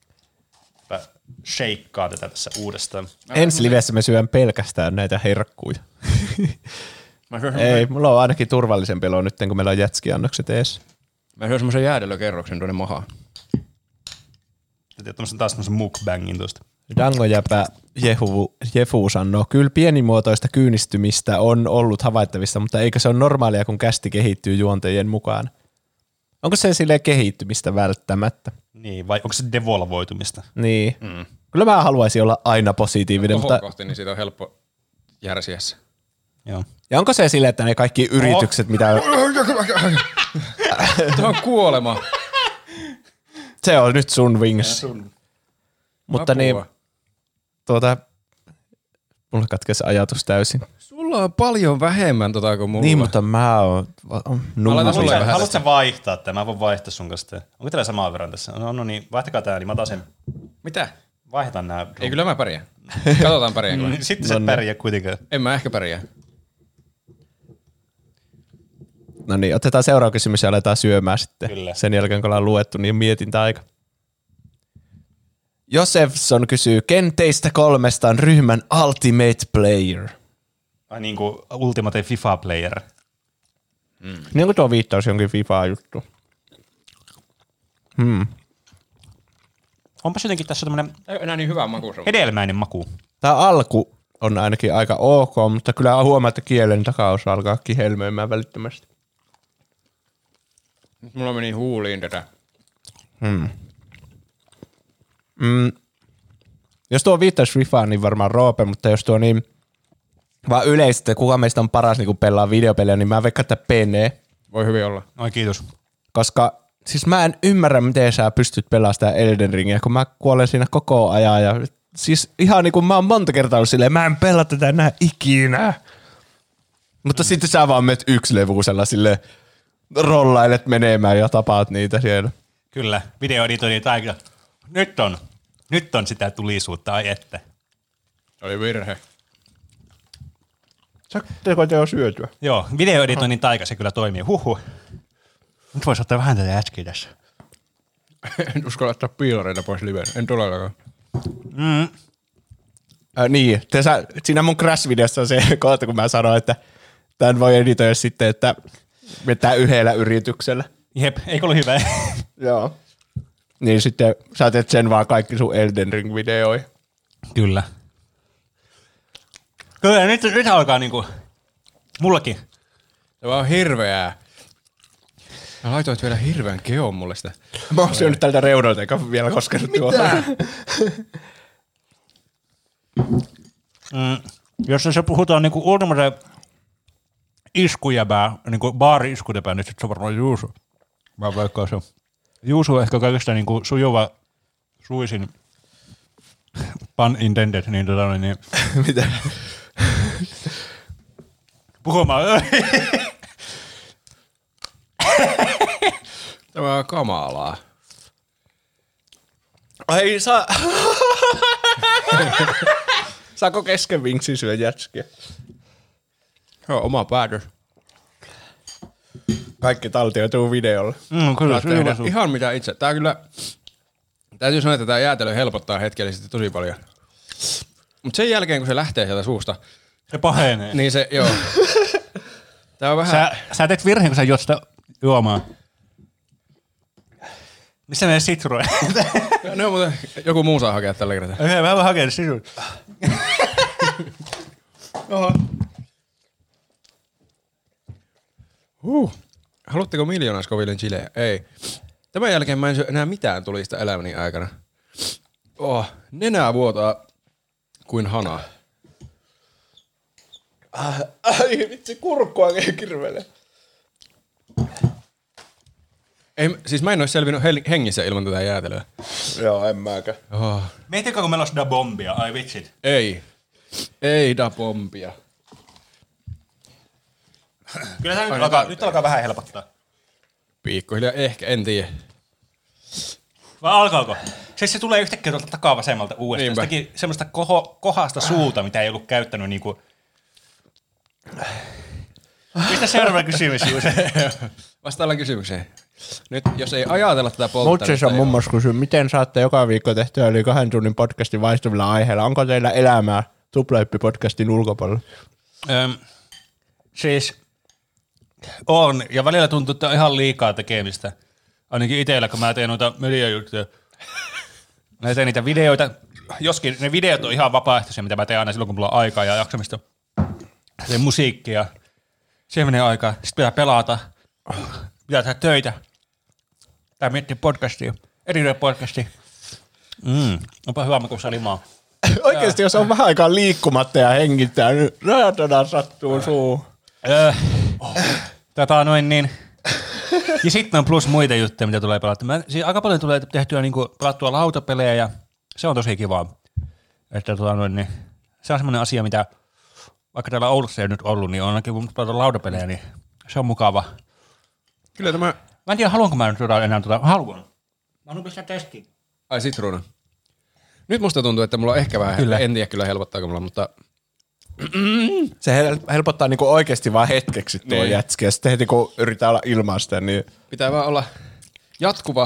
shakeaa tätä tässä uudestaan. Ensi livessä me syön pelkästään näitä herkkuja. Ei, mulla on ainakin turvallisempi olo nyt, kun meillä on jätskiannokset ees. Mä syön semmoisen jäätelökerroksen tuonne mahaan. Taas semmoisen mukbangin tuosta. Dangojäpä Jefu sanoo, kyllä pienimuotoista kyynistymistä on ollut havaittavissa, mutta eikö se ole normaalia, kun kästi kehittyy juontajien mukaan? Onko se silleen kehittymistä välttämättä? Niin, vai onko se devolvoitumista? Niin. Kyllä mä haluaisin olla aina positiivinen, mutta kohti, niin siitä on helppo järsiässä. Joo. Ja onko se silleen, että ne kaikki yritykset, mitä... Tämä on kuolema. Se on nyt sun wings. Mutta niin, mulla katkesi ajatus täysin. Sulla on paljon vähemmän kuin mulla. Niin, mutta mä oon Haluatko sä vaihtaa tämän? Mä voin vaihtaa sun kanssa. Onko teillä samaa verran tässä? No niin, vaihtakaa tää, niin mä otan sen. Mitä? Vaihdetaan nää. Ei, kyllä mä pärjään. Katsotaan pärjäänkö. Sitten sä et pärjää kuitenkaan. En mä ehkä pärjää. No niin, otetaan seuraava kysymys ja aletaan syömään sitten. Kyllä. Sen jälkeen, kun ollaan luettu, niin mietintäaika. Josefson kysyy, ken teistä 3 on ryhmän ultimate player? Ai niin kuin ultimate FIFA player. Niin kuin tuo viittaus jonkin FIFA-juttu. Onpas jotenkin tässä tämmönen enää niin hyvä maku. Hedelmäinen maku. Tää alku on ainakin aika ok, mutta kyllä huomaa, että kielen takaosa alkaa kihelmöimään välittömästi. Nyt mulla meni huuliin tätä. Jos tuo viittaisi Rifaan, niin varmaan Roope, mutta jos tuo niin vaan yleisesti, kuka meistä on paras niin kun pelaa videopelejä, niin mä veikkaan, että Pene. Voi hyvin olla. Oi kiitos. Koska siis mä en ymmärrä, miten sä pystyt pelaamaan sitä Elden Ringiä, kun mä kuolen siinä koko ajan. Ja siis ihan niin kuin mä oon monta kertaa ollut silleen, mä en pelaa tätä enää ikinä. Mutta sitten sä vaan menet yksilevuisella silleen, rollailet menemään ja tapaat niitä siellä. Kyllä, videoeditoinnin taika. Nyt on sitä tulisuutta, ai että. Oli virhe. Saatko te jo syötyä? Joo, videoeditoinnin taika se kyllä toimii. Huhhuh. Nyt voisi ottaa vähän tätä äskeä tässä. En uskalla ottaa piiloreita pois liveen. En todellakaan. Niin, siinä mun Crash-videossa on se kohta, kun mä sanoin, että tämän voi editoida sitten, että vetää yhdellä yrityksellä. Jep, eikö ollut hyvä? Joo. Niin sitten sä teet sen vaan kaikki sun Elden Ring-videoihin. Kyllä. Kyllä, nyt alkaa niinku, mullakin Se vaan hirveää. Mä laitoin vielä hirveän keon mulle sitä. Mä oon syönyt tältä reunalta, eikä vielä koskenut tuohon. Jos se puhutaan niinku ulkomaisen iskujäbää, niinku baari-iskujäbää, niin sit se on varmaan Juuso. Mä vaikka se. Juuso on ehkä kaikista niinku sujuva suisin pun intended, niin niin. Mitä? Puhumaan. Tämä on kamalaa. Ai saa... Saako kesken vinksiin syö jätskiä? Se on oma päätös. Kaikki taltioituu videolle. Kyllä, tehdä ihan mitä itse. Tää kyllä... Täytyy sanoa, että tää jäätelö helpottaa hetkellisesti tosi paljon. Mut sen jälkeen, kun se lähtee sieltä suusta... Se pahenee. Niin se, joo. Tää on vähän... Sä teet virheen, kun sä juot sitä juomaan. Missä menee sitruja? Ne on muuten... Joku muu saa hakea tällä kertaa. Okei, mä voin hakea sitruja. Oho. Haluatteko miljoonaa Scovillen chileä? Ei. Tämän jälkeen mä en syö enää mitään tulista elämäni aikana. Nenää vuotaa kuin hana. Ai vitsi, kurkkua kirvelee. Ei, siis mä en ois selvinnyt hengissä ilman tätä jäätelöä. Joo, en mäkään. Miettikää, kun meillä olisi da bombia, ai vitsit. Ei. Ei da bombia. Kyllä tämä nyt alkaa vähän helpottaa. Pikkuhiljaa ehkä, en tiedä. Vai alkaako? Se tulee yhtäkkiä tuolta takavasemmalta uudestaan. Niinpä. Se teki semmoista kohasta suuta, mitä ei ollut käyttänyt niinku... Mistä seuraava kysymys, Juuse? Vastaillaan kysymykseen. Nyt, jos ei ajatella tätä Mut polttaa... siis on muun muassa kysynyt, miten saatte joka viikko tehtyä yli 2 tunnin podcastin vaihtuvilla aiheilla? Onko teillä elämää Tuplahyppi-podcastin ulkopuolella? Siis on, ja välillä tuntuu, että on ihan liikaa tekemistä. Ainakin itsellä, kun mä teen noita mediajuttuja. Mä teen niitä videoita, joskin ne videot on ihan vapaaehtoisia, mitä mä teen aina silloin, kun mulla on aikaa ja jaksamista. Teen musiikkia, siihen menee aikaa, sitten pitää pelata, pitää tehdä töitä, pitää miettiä podcastia, editoida podcastia. Onpa hyvä makuisa limaa. Oikeesti, jos on vähän aikaa liikkumatta ja hengittää, niin raatana sattuu suu. Ja sitten on plus muita juttuja, mitä tulee pelata. Siis aika paljon tulee tehtyä niinku pelattua lautapelejä ja se on tosi kivaa. Että se on semmoinen asia, mitä vaikka täällä Oulussa ei nyt ollut, niin on ainakin kun pelata lautapelejä, niin se on mukava. Kyllä tämä... Mä en tiedä, haluanko mä nyt enää haluan. Mä haluan pistää testiin. Ai sitruuna. Nyt musta tuntuu, että mulla on ehkä vähän, kyllä. En tiedä kyllä helpottaako mulla, mutta... Se helpottaa niinku oikeesti vaan hetkeksi tuo jätski, ja sitten heti kun yritetään olla ilman sitä, niin... Pitää vaan olla jatkuva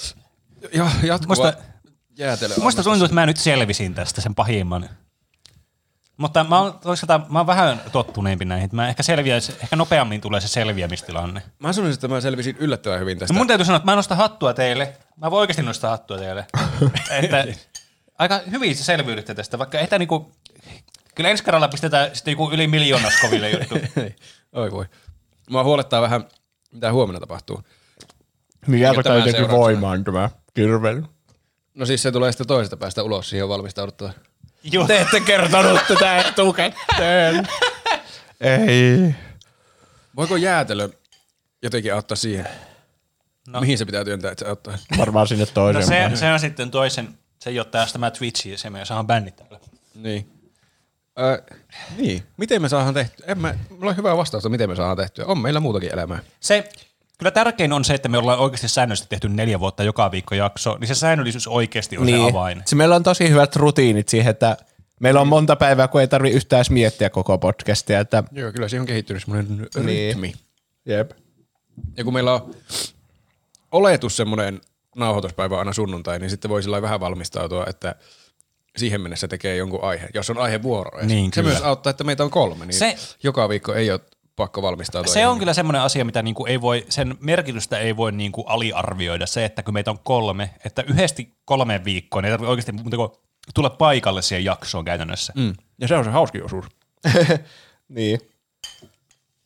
jäätelö. Musta tuntuu, että mä nyt selvisin tästä sen pahimman. Mutta mä oon vähän tottuneempi näihin. Mä ehkä nopeammin tulee se selviämistilanne. Mä sanoisin, että mä selvisin yllättävän hyvin tästä. Mun täytyy sanoa, että mä nostan hattua teille. Mä voin oikeasti nostaa hattua teille. Että aika hyvin se selviydytte tästä, vaikka ehkä niinku... Kyllä ensi kerralla pistetään sitten joku yli 1 miljoona Scoville juttu. Oi voi. Mua huolettaa vähän, mitä huomenna tapahtuu. Niin jääkö tämä jotenkin voimaan tämä kirvely? No siis se tulee sitten toisesta päästä ulos, siihen on valmistauduttava. Te ette kertonut tätä etukäteen. Ei. Voiko jäätelö jotenkin auttaa siihen? No. Mihin se pitää työntää, että se auttaa? Varmaan sinne toiseen. No se on sitten toisen, se ei ole tästä tämä Twitchi ja se me saadaan bännit täällä. Niin. Niin. Miten me saadaan tehtyä? Mulla on hyvä vastausta, miten me saadaan tehtyä. On meillä muutakin elämää. Kyllä tärkein on se, että me ollaan oikeasti säännöllisesti tehty 4 vuotta joka viikko jakso, niin se säännöllisyys oikeasti on se avain. Meillä on tosi hyvät rutiinit siihen, että meillä on monta päivää, kun ei tarvitse yhtään miettiä koko podcastia. Että... Joo, kyllä siihen on kehittynyt semmoinen rytmi. Jep. Ja kun meillä on oletus semmoinen nauhoituspäivä aina sunnuntai, niin sitten voi sillä vähän valmistautua, että siihen mennessä tekee jonkun aihe, jos on aihevuoro. Niin, se myös auttaa, että meitä on 3, niin joka viikko ei ole pakko valmistautua. Se on kyllä semmoinen asia, mitä niinku ei voi, sen merkitystä ei voi niinku aliarvioida. Se, että kun meitä on 3, että yhdesti 3 viikkoon, ei tarvitse oikeasti tulla paikalle siihen jaksoon käytännössä. Ja se on se hauskin osuus. Niin.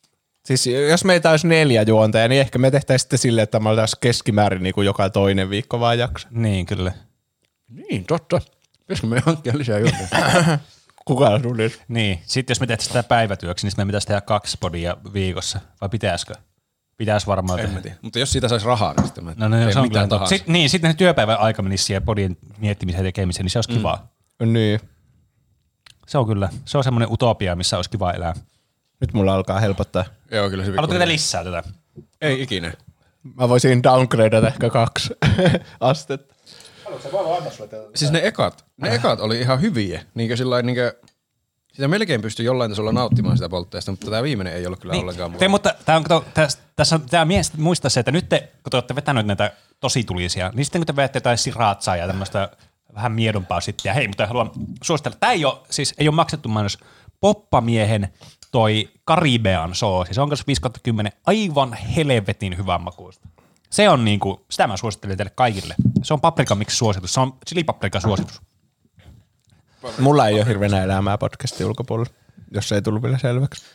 Siis jos meitä olisi 4 juontajaa, niin ehkä me tehtäisiin sitten silleen, että me oltaisiin keskimäärin niin kuin joka toinen viikko vaan jakso. Niin, kyllä. Niin, totta. Pitäisikö me hankkia lisää juontajia? Kuka tulisi? Niin. Sitten jos me tehtäisiin sitä päivätyöksi, niin me pitäisi tehdä 2 podia viikossa. Vai pitäisikö? Pitäisi varmaan En tehdä. mä tiedä. Mutta jos siitä saisi rahaa, niin sitten mä se on mitään kyllä. tahansa. Sitten ne työpäivän aika menisi siihen podien miettimiseen ja tekemiseen, niin se olisi kivaa. Niin. Se on kyllä. Se on semmoinen utopia, missä olisi kiva elää. Nyt mulla alkaa helpottaa. Joo, kyllä se Haluatko te lisää tätä? Ei ikinä. Mä voisin downgradata ehkä 2 astetta. Siis ne ekat oli ihan hyviä. Niinkö sillain niinkö sitä melkein pystyi jollain tasolla nauttimaan sitä poltteesta, mutta tämä viimeinen ei ollut kyllä ollenkaan mua. Mutta tämä muistaa se, että nyt kun te olette vetänyt näitä tositulisia, niin sitten kun te vedätte jotain siraatsaa ja tämmöistä vähän miedompaa sitten, ja hei, mutta haluan suositella, tämä ei ole maksettu mainos, Poppamiehen toi Karibean soosi, se on kanssa 5/10, aivan helvetin hyvän makuista. Se on niinku, sitä mä suosittelen teille kaikille. Se on paprika mix suositus, se on chilipaprika suositus. Mulla ei ole hirveänä elämää podcastin ulkopuolella, jos ei tullut vielä selväksi.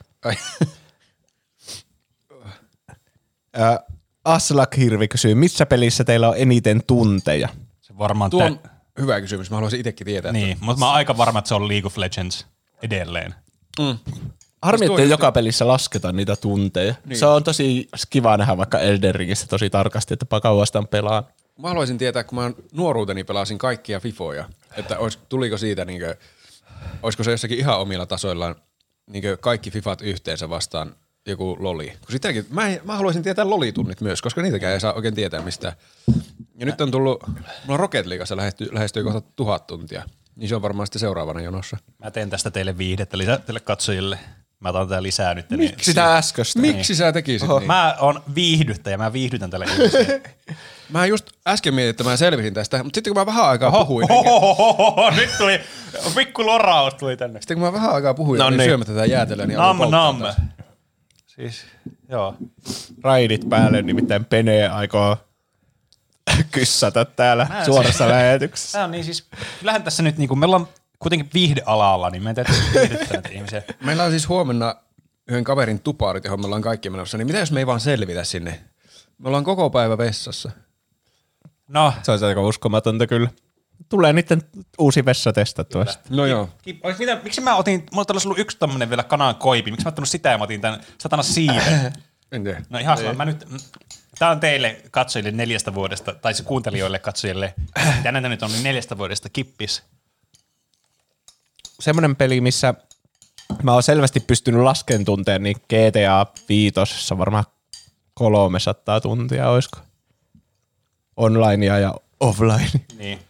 Aslak Hirvi kysyy, missä pelissä teillä on eniten tunteja? Se varmaan Tuo on hyvä kysymys, mä haluaisin itsekin tietää. Niin, mutta mä oon aika varma, että se on League of Legends edelleen. Harmi, että joka pelissä lasketaan niitä tunteja. Niin. Se on tosi kiva nähdä vaikka Elden Ringissä tosi tarkasti, että kauasta pelaan. Mä haluaisin tietää, kun mä nuoruuteni pelasin kaikkia Fifoja, että tuliko siitä niinkö, olisiko se jossakin ihan omilla tasoillaan niinkö kaikki Fifat yhteensä vastaan joku loli. Kun sitäkin, mä haluaisin tietää lolitunnit myös, koska niitäkään ei saa oikein tietää mistään. Ja nyt on tullut, mulla Rocket Leagueassa lähestyy kohta 1000 tuntia, niin se on varmaan sitten seuraavana jonossa. Mä teen tästä teille viihdettä teille katsojille. Mä otan tätä lisää nyt. Miksi sitä äskeistä? Miksi sä tekisit niin? Mä oon viihdyttäjä, mä viihdytän tälle ihmiselle. Mä just äsken mietin, että mä selvisin tästä, mutta sitten kun mä vähän aikaa puhuin. Nyt tuli, pikku loraus tuli tänne. Sitten kun mä vähän aikaa puhuin, niin syömättä tätä jäätelöä, niin Namme. Siis, joo. Raidit päälle, nimittäin Pene aikoo kyssätä täällä suorassa lähetyksessä. Tää on niin siis, kyllähän tässä nyt niinku, me ollaan kuitenkin viihdealalla, niin meidän täytyy viihdyttää näitä ihmisiä. Meillä on siis huomenna yhden kaverin tupaarit, johon me ollaan kaikki menossa, niin mitä jos me ei vaan selvitä sinne? Me ollaan koko päivä vessassa. No. Se on aika uskomatonta kyllä. Tulee niiden uusi vessa testattua. No joo. Miksi mä otin, mulla olisi ollut yksi tämmönen vielä kanan koipi, miksi mä ottanut sitä ja mä otin tän satana siiven? En tiedä. No ihan sama, mä nyt, tää on teille katsojille 4 vuodesta, tai se kuuntelijoille katsojille, mitä näitä nyt on, niin 4 vuodesta kippis. Semmoinen peli, missä mä oon selvästi pystynyt laskemaan tunteen, niin GTA 5 varmaan 300 tuntia, olisiko? Onlinea ja offline. Niin.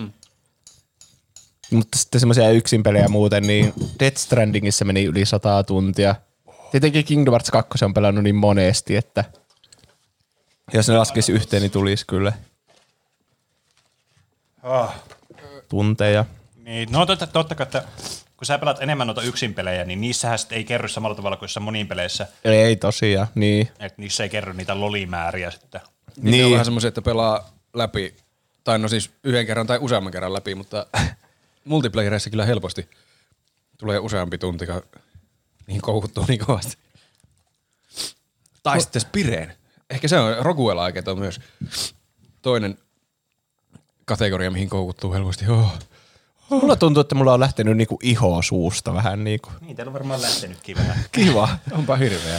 Mutta sitten semmoisia yksinpelejä muuten, niin Death Strandingissa meni yli 100 tuntia. Tietenkin Kingdom Hearts 2 on pelannut niin monesti, että jos ne laskisi yhteen, niin tulisi kyllä tunteja. Niin, no totta kai, että kun sä pelaat enemmän noita yksinpelejä, niin niissähän sit ei kerry samalla tavalla kuin jossain monin peleissä. Ei tosiaan, niin. Että niissä ei kerry niitä lolimääriä sitten. Niin. On vähän semmoisia, että pelaa läpi, tai no siis yhden kerran tai useamman kerran läpi, mutta multiplayereissa kyllä helposti tulee useampi tunti, niihin kouhuttuu niin kovasti. Tai sitten Spireen. Ehkä se on, Roguelike on myös toinen kategoria, mihin koukuttuu helposti. Mulla tuntuu, että mulla on lähtenyt niinku iho suusta vähän niinku. Niin, teillä on varmaan lähtenytkin vähän. Kiva. Onpa hirveää.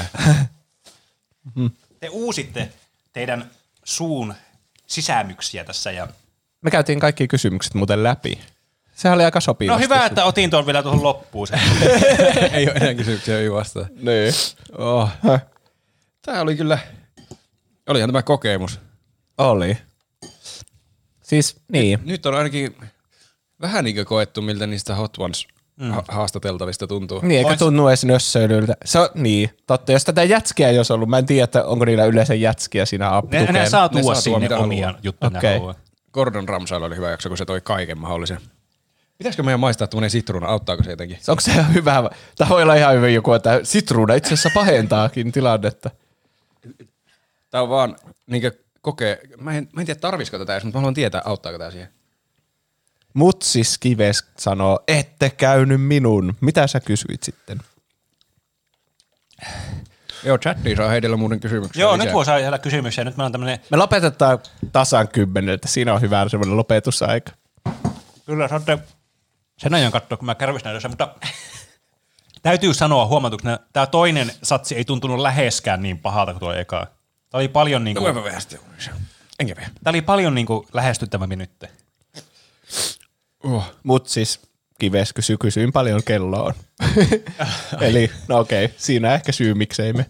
Te uusitte teidän suun sisämyksiä tässä ja... Me käytiin kaikki kysymykset muuten läpi. Sehän oli aika sopivasti. No hyvä, että otin tuon vielä tuohon loppuun. Ei ole enää kysymyksiä, ei vastaa. Niin. Oh. Tää oli kyllä... Olihan tämä kokemus. Oli. Siis, niin. Nyt on ainakin vähän niin kuin koettu, miltä niistä Hot Ones haastateltavista tuntuu. Niin, eikä tunnu edes nössöilyltä. Se on, niin, totta. Jos tätä jätskiä ei olisi ollut, mä en tiedä, että onko niillä yleensä jätskiä siinä aptukeen. Ne saa tuoda sinne omia juttuja. Okay. Gordon Ramsay oli hyvä jakso, kun se toi kaiken mahdollisen. Pitäisikö meidän maistaa tuommoinen sitruuna? Auttaako se jotenkin? Onko se ihan hyvä? Tämä voi olla ihan hyvä joku, että sitruuna itse asiassa pahentaakin tilannetta. Tämä on vaan niinkö kokee. Mä en tiedä tarvisiko tätä edes, mutta mä haluan tietää, auttaako tämä siihen. Mutsis Kives sanoo, ette käynyt minun. Mitä sä kysyit sitten? Joo, chattiin saa heidellä muuten kysymyksiä. Joo, lisää. nyt voi saada heillä kysymyksiä. Nyt meillä on tämmönen... Me lopetetaan tasan 10, että siinä on hyvä semmoinen lopetusaika. Kyllä, saatte sen ajan katsoa, kun mä kärvisnäytössä, mutta täytyy sanoa huomatuksena, tämä toinen satsi ei tuntunut läheskään niin pahalta kuin tuo eka. Tämä oli paljon niinku... No, mä enkä vielä. Tämä oli paljon niinku lähestyttävämpi nyt. Mut siis Kives kysyin paljon kello on. Eli no okei, siinä ehkä syy miksei me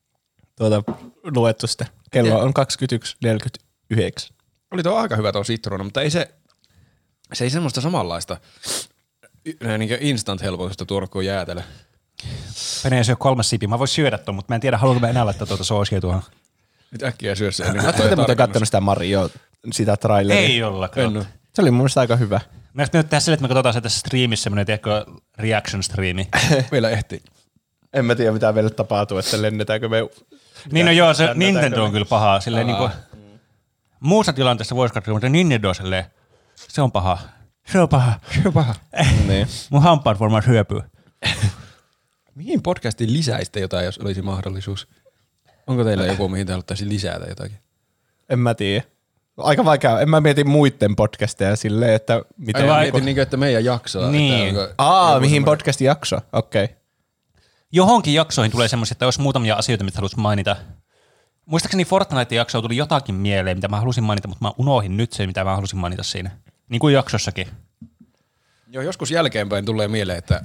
luettu sitä. Kello on 21.49. Oli tuo aika hyvä tuo sitruuna, mutta se ei semmoista samanlaista niin instant-helpotusta tuoda kuin jäätelö. Pene ei syö 3 siipiä. Mä vois syödä tuon, mutta mä en tiedä, haluanko mä enää laittaa tuota soosia tuohon. Nyt äkkiä syö se. Oletteko muuten kattonut sitä Mario, sitä traileria? Ei ollakaan. Se oli mun mielestä aika hyvä. Mä nyt tehdä sille, että me katsotaan se tässä striimissä, semmoinen, tiedätkö, reaction-striimi. Vielä ehtii. En mä tiedä, mitä vielä tapahtuu, että lennetäänkö me... Niin no joo, se Nintendo on kyllä paha. Silleen niinku, muussa tilanteessa voisi katsoa, mutta Nintendo on silleen, se on paha. Se on paha. Se on paha. Niin. Mun hampaat varmaan syöpyy. Mihin podcastiin lisäisitte jotain, jos olisi mahdollisuus? Onko teillä joku, mihin te haluttaisiin lisätä jotakin? En mä tiedä. Aika vaikea. En mä mieti muiden podcasteja silleen, että... Miten mietin niin, että meidän jaksoa. Niin. Mihin podcastin jakso? Okei. Okay. Johonkin jaksoihin tulee semmoisia, että olisi muutamia asioita, mitä haluaisin mainita. Muistaakseni Fortnite-jaksoa tuli jotakin mieleen, mitä mä halusin mainita, mutta mä unohdin nyt sen, mitä mä halusin mainita siinä. Niin kuin jaksossakin. Joo, joskus jälkeenpäin tulee mieleen, että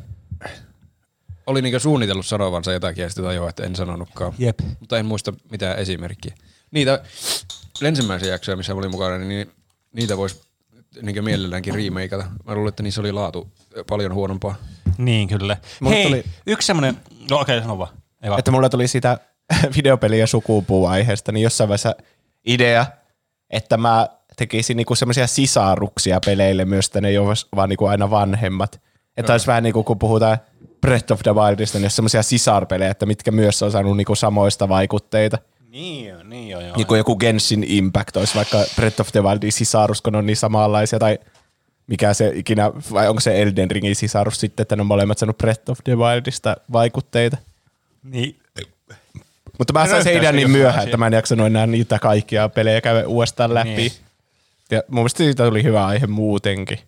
oli niinku suunnitellut sanovansa jotakin ja sitten tajuaa, että en sanonutkaan. Jep. Mutta en muista mitään esimerkkiä. Niitä ensimmäisiä jaksoja, missä oli mukana, niin niitä voisi niin mielelläänkin remakeata. Mä luulen, että niissä oli laatu paljon huonompaa. Niin, kyllä. Hei, yksi semmoinen... No okei, sano vaan. Että mulla tuli sitä videopeliä sukupuuaiheesta, niin jossain vaiheessa idea, että mä tekisin niinku semmoisia sisaruksia peleille myös, että ne ei ole vaan niinku aina vanhemmat. Että olisi vähän niin kuin kun puhutaan Breath of the Wildista, niin olisi semmoisia sisarpelejä, että mitkä myös on saanut niinku samoista vaikutteita. Niin joo. Niin kuin joku Genshin Impact olisi vaikka Breath of the Wildin sisarus, kun on niin samanlaisia, tai mikä se ikinä, vai onko se Elden Ringin sisarus sitten, että ne on molemmat saanut Breath of the Wildista vaikutteita. Niin. Mutta mä sain heidän niin myöhään, että mä en jaksanut enää niitä kaikkia pelejä käydä uudestaan läpi. Niin. Ja mun mielestä siitä tuli hyvä aihe muutenkin.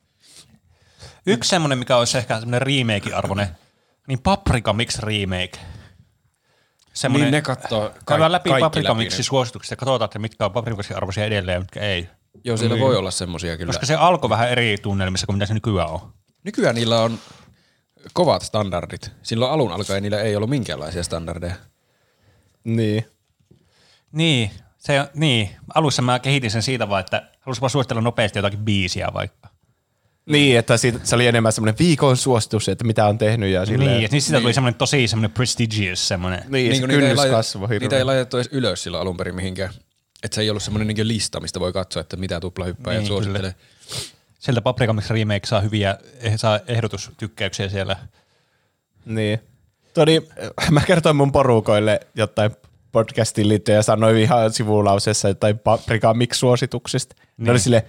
Yksi semmoinen, mikä olisi ehkä semmoinen remake-arvoinen, niin Paprika Mix Remake. Semmoinen, niin ne katsoo käydään läpi Paprika Mixin suositukset ja katsotaan, että mitkä on Paprikasin arvoisia edelleen ja mitkä ei. Joo, siellä voi olla semmosia kyllä. Koska se alkoi vähän eri tunnelmissa kuin mitä se nykyään on. Nykyään niillä on kovat standardit. Silloin alun alkaen niillä ei ollut minkäänlaisia standardeja. Niin. Niin. Alussa mä kehitin sen siitä vaan, että halusin vaan suositella nopeasti jotakin biisiä vaikka. Niin, että se oli enemmän semmoinen viikon suositus, että mitä on tehnyt ja silleen. Niin, siitä tuli semmoinen tosi semmoinen prestigious semmoinen. Niin, se kynnys kasvoi hirveän. Niitä ei laitettu edes ylös silloin alun perin mihinkään. Että se ei ollut semmoinen niin lista, mistä voi katsoa, että mitä tuplahyppää ja suosittelee. Sieltä Paprika Mix Remake saa hyviä ehdotustykkäyksiä siellä. Niin. Mä kertoin mun porukoille jotain podcastiin liittyen ja sanoin ihan sivulauseessa jotain Paprika Mix-suosituksista. Ne oli silleen,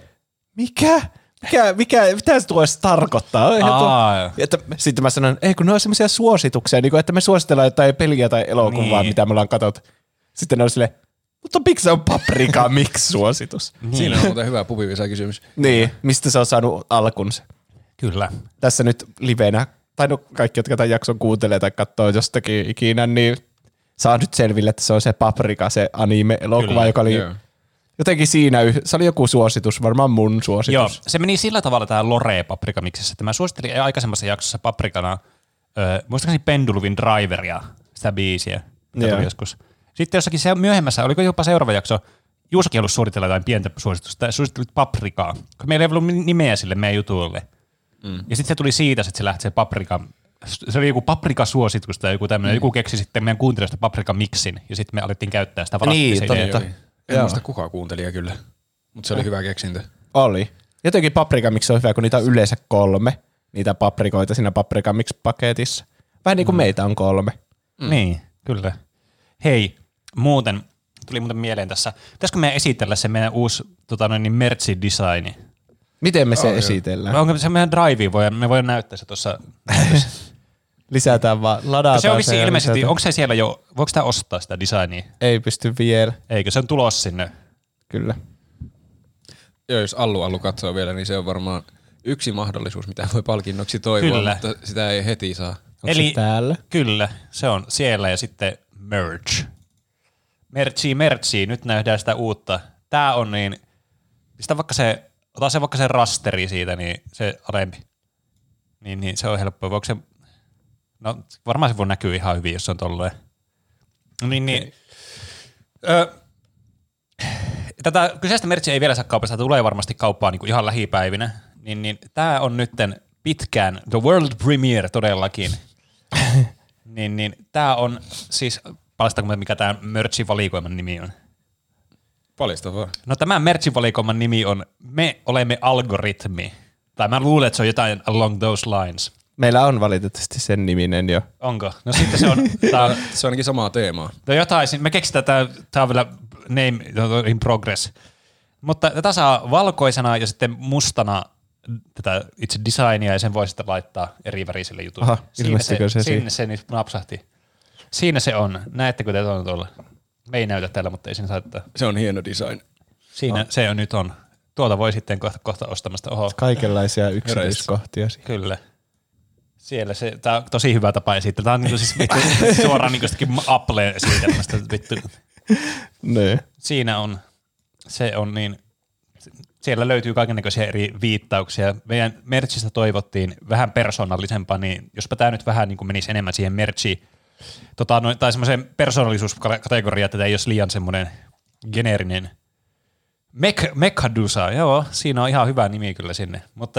mitä se tuossa tarkoittaa? Sitten mä sanoin, ei kun ne on semmoisia suosituksia, niin kuin, että me suositellaan jotain peliä tai elokuvaa, mitä me ollaan katsottu. Sitten ne on silleen, mutta miksi se on Paprika Mix-suositus? Niin. Siinä on muuten hyvä pubivisa-kysymys. Niin, mistä se on saanut alkunsa? Kyllä. Tässä nyt livenä, tai no kaikki, jotka tämän jakson kuuntelee tai katsoo jostakin ikinä, niin saa nyt selville, että se on se Paprika, se anime-elokuva, joka oli jotenkin siinä, se oli joku suositus, varmaan mun suositus. Joo, se meni sillä tavalla tämä Lore Paprika Mixissä, että mä suosittelin aikaisemmassa jaksossa Paprikana, muistaakseni Pendulvin Driveria, sitä biisiä, mitä tuli joskus. Sitten jossakin myöhemmässä, oliko jopa seuraava jakso, Juusokin halusi suositella jotain pientä suositusta, suosittelit Paprikaa, kun meillä ei ollut nimeä sille meidän jutuille. Ja sitten se tuli siitä, että se lähti se Paprika, se oli joku Paprika-suositus tai joku tämmöinen, joku keksi sitten meidän kuuntelijoista Paprika Mixin, ja sitten me alettiin käyttää sitä totta. En muista kukaan kuuntelija kyllä, mutta se oli hyvä keksintö. Oli. Jotenkin Paprika Mix on hyvä, kun niitä on yleensä 3, niitä paprikoita siinä Paprika Mix-paketissa. Vähän niin kuin meitä on 3. Niin, kyllä. Hei, tuli muuten mieleen tässä. Pitäisikö meidän esitellä se meidän uusi merch-designi? Miten me se esitellään? Onko se meidän drive, me voidaan näyttää se tuossa. Lisätään vaan, ladataan se on vissiin ja ilmeisesti, lisätään. onko se siellä jo, voiko sitä ostaa sitä designia? Ei pysty vielä. Eikö, se on tulossa sinne. Kyllä. Joo, jos Allu katsoo vielä, niin se on varmaan yksi mahdollisuus, mitä voi palkinnoksi toivoa, Kyllä. mutta sitä ei heti saa. Onko se täällä? Kyllä, se on siellä ja sitten merch. Merchi, nyt nähdään sitä uutta. Tää on niin, ota vaikka se rasteri siitä, niin se alempi. Niin se on helppoa. Voiko se, no varmaan se voi näkyä ihan hyvin, jos se on tolleen. Niin. Tätä kyseistä merchia ei vielä saa kaupasta, tulee varmasti kauppaan niin kuin ihan lähipäivinä. Niin tää on nytten pitkään, the world premiere todellakin. niin tää on siis, paljastaanko mikä tää merchin valikoiman nimi on? Paljasta vaan. No tämän merchin valikoiman nimi on Me olemme algoritmi. Tai mä luulen, että se on jotain along those lines. Meillä on valitettavasti sen niminen jo. Onko? No sitten se on... se on ainakin samaa teemaa. No jotain, me keksitään, tää on vielä name in progress. Mutta tätä saa valkoisena ja sitten mustana tätä itse designia ja sen voi sitten laittaa eri värisille jutuille. Aha, ilmestykö se sinne se nyt napsahti. Siinä se on. Näettekö te on tuolla? Me ei näytä täällä, mutta ei sen saattaa. Se on hieno design. Siinä se on nyt on. Tuolta voi sitten kohta ostamasta. Oho. Kaikenlaisia yksityiskohtia. Kyllä. Siellä se, tää on tosi hyvä tapa esittää. Tää on niinku siis suoraan niinku jostakin Apple-esitelmästä. Ne. Siinä on, se on niin, siellä löytyy kaikennäköisiä eri viittauksia. Meidän merchistä toivottiin vähän persoonallisempaa, niin jospa tää nyt vähän niin kuin menisi enemmän siihen merchiin, tai semmoiseen persoonallisuuskategoriaan, että tämä ei olisi liian semmoinen geneerinen. Mekhadusa, joo, siinä on ihan hyvä nimi kyllä sinne. Mutta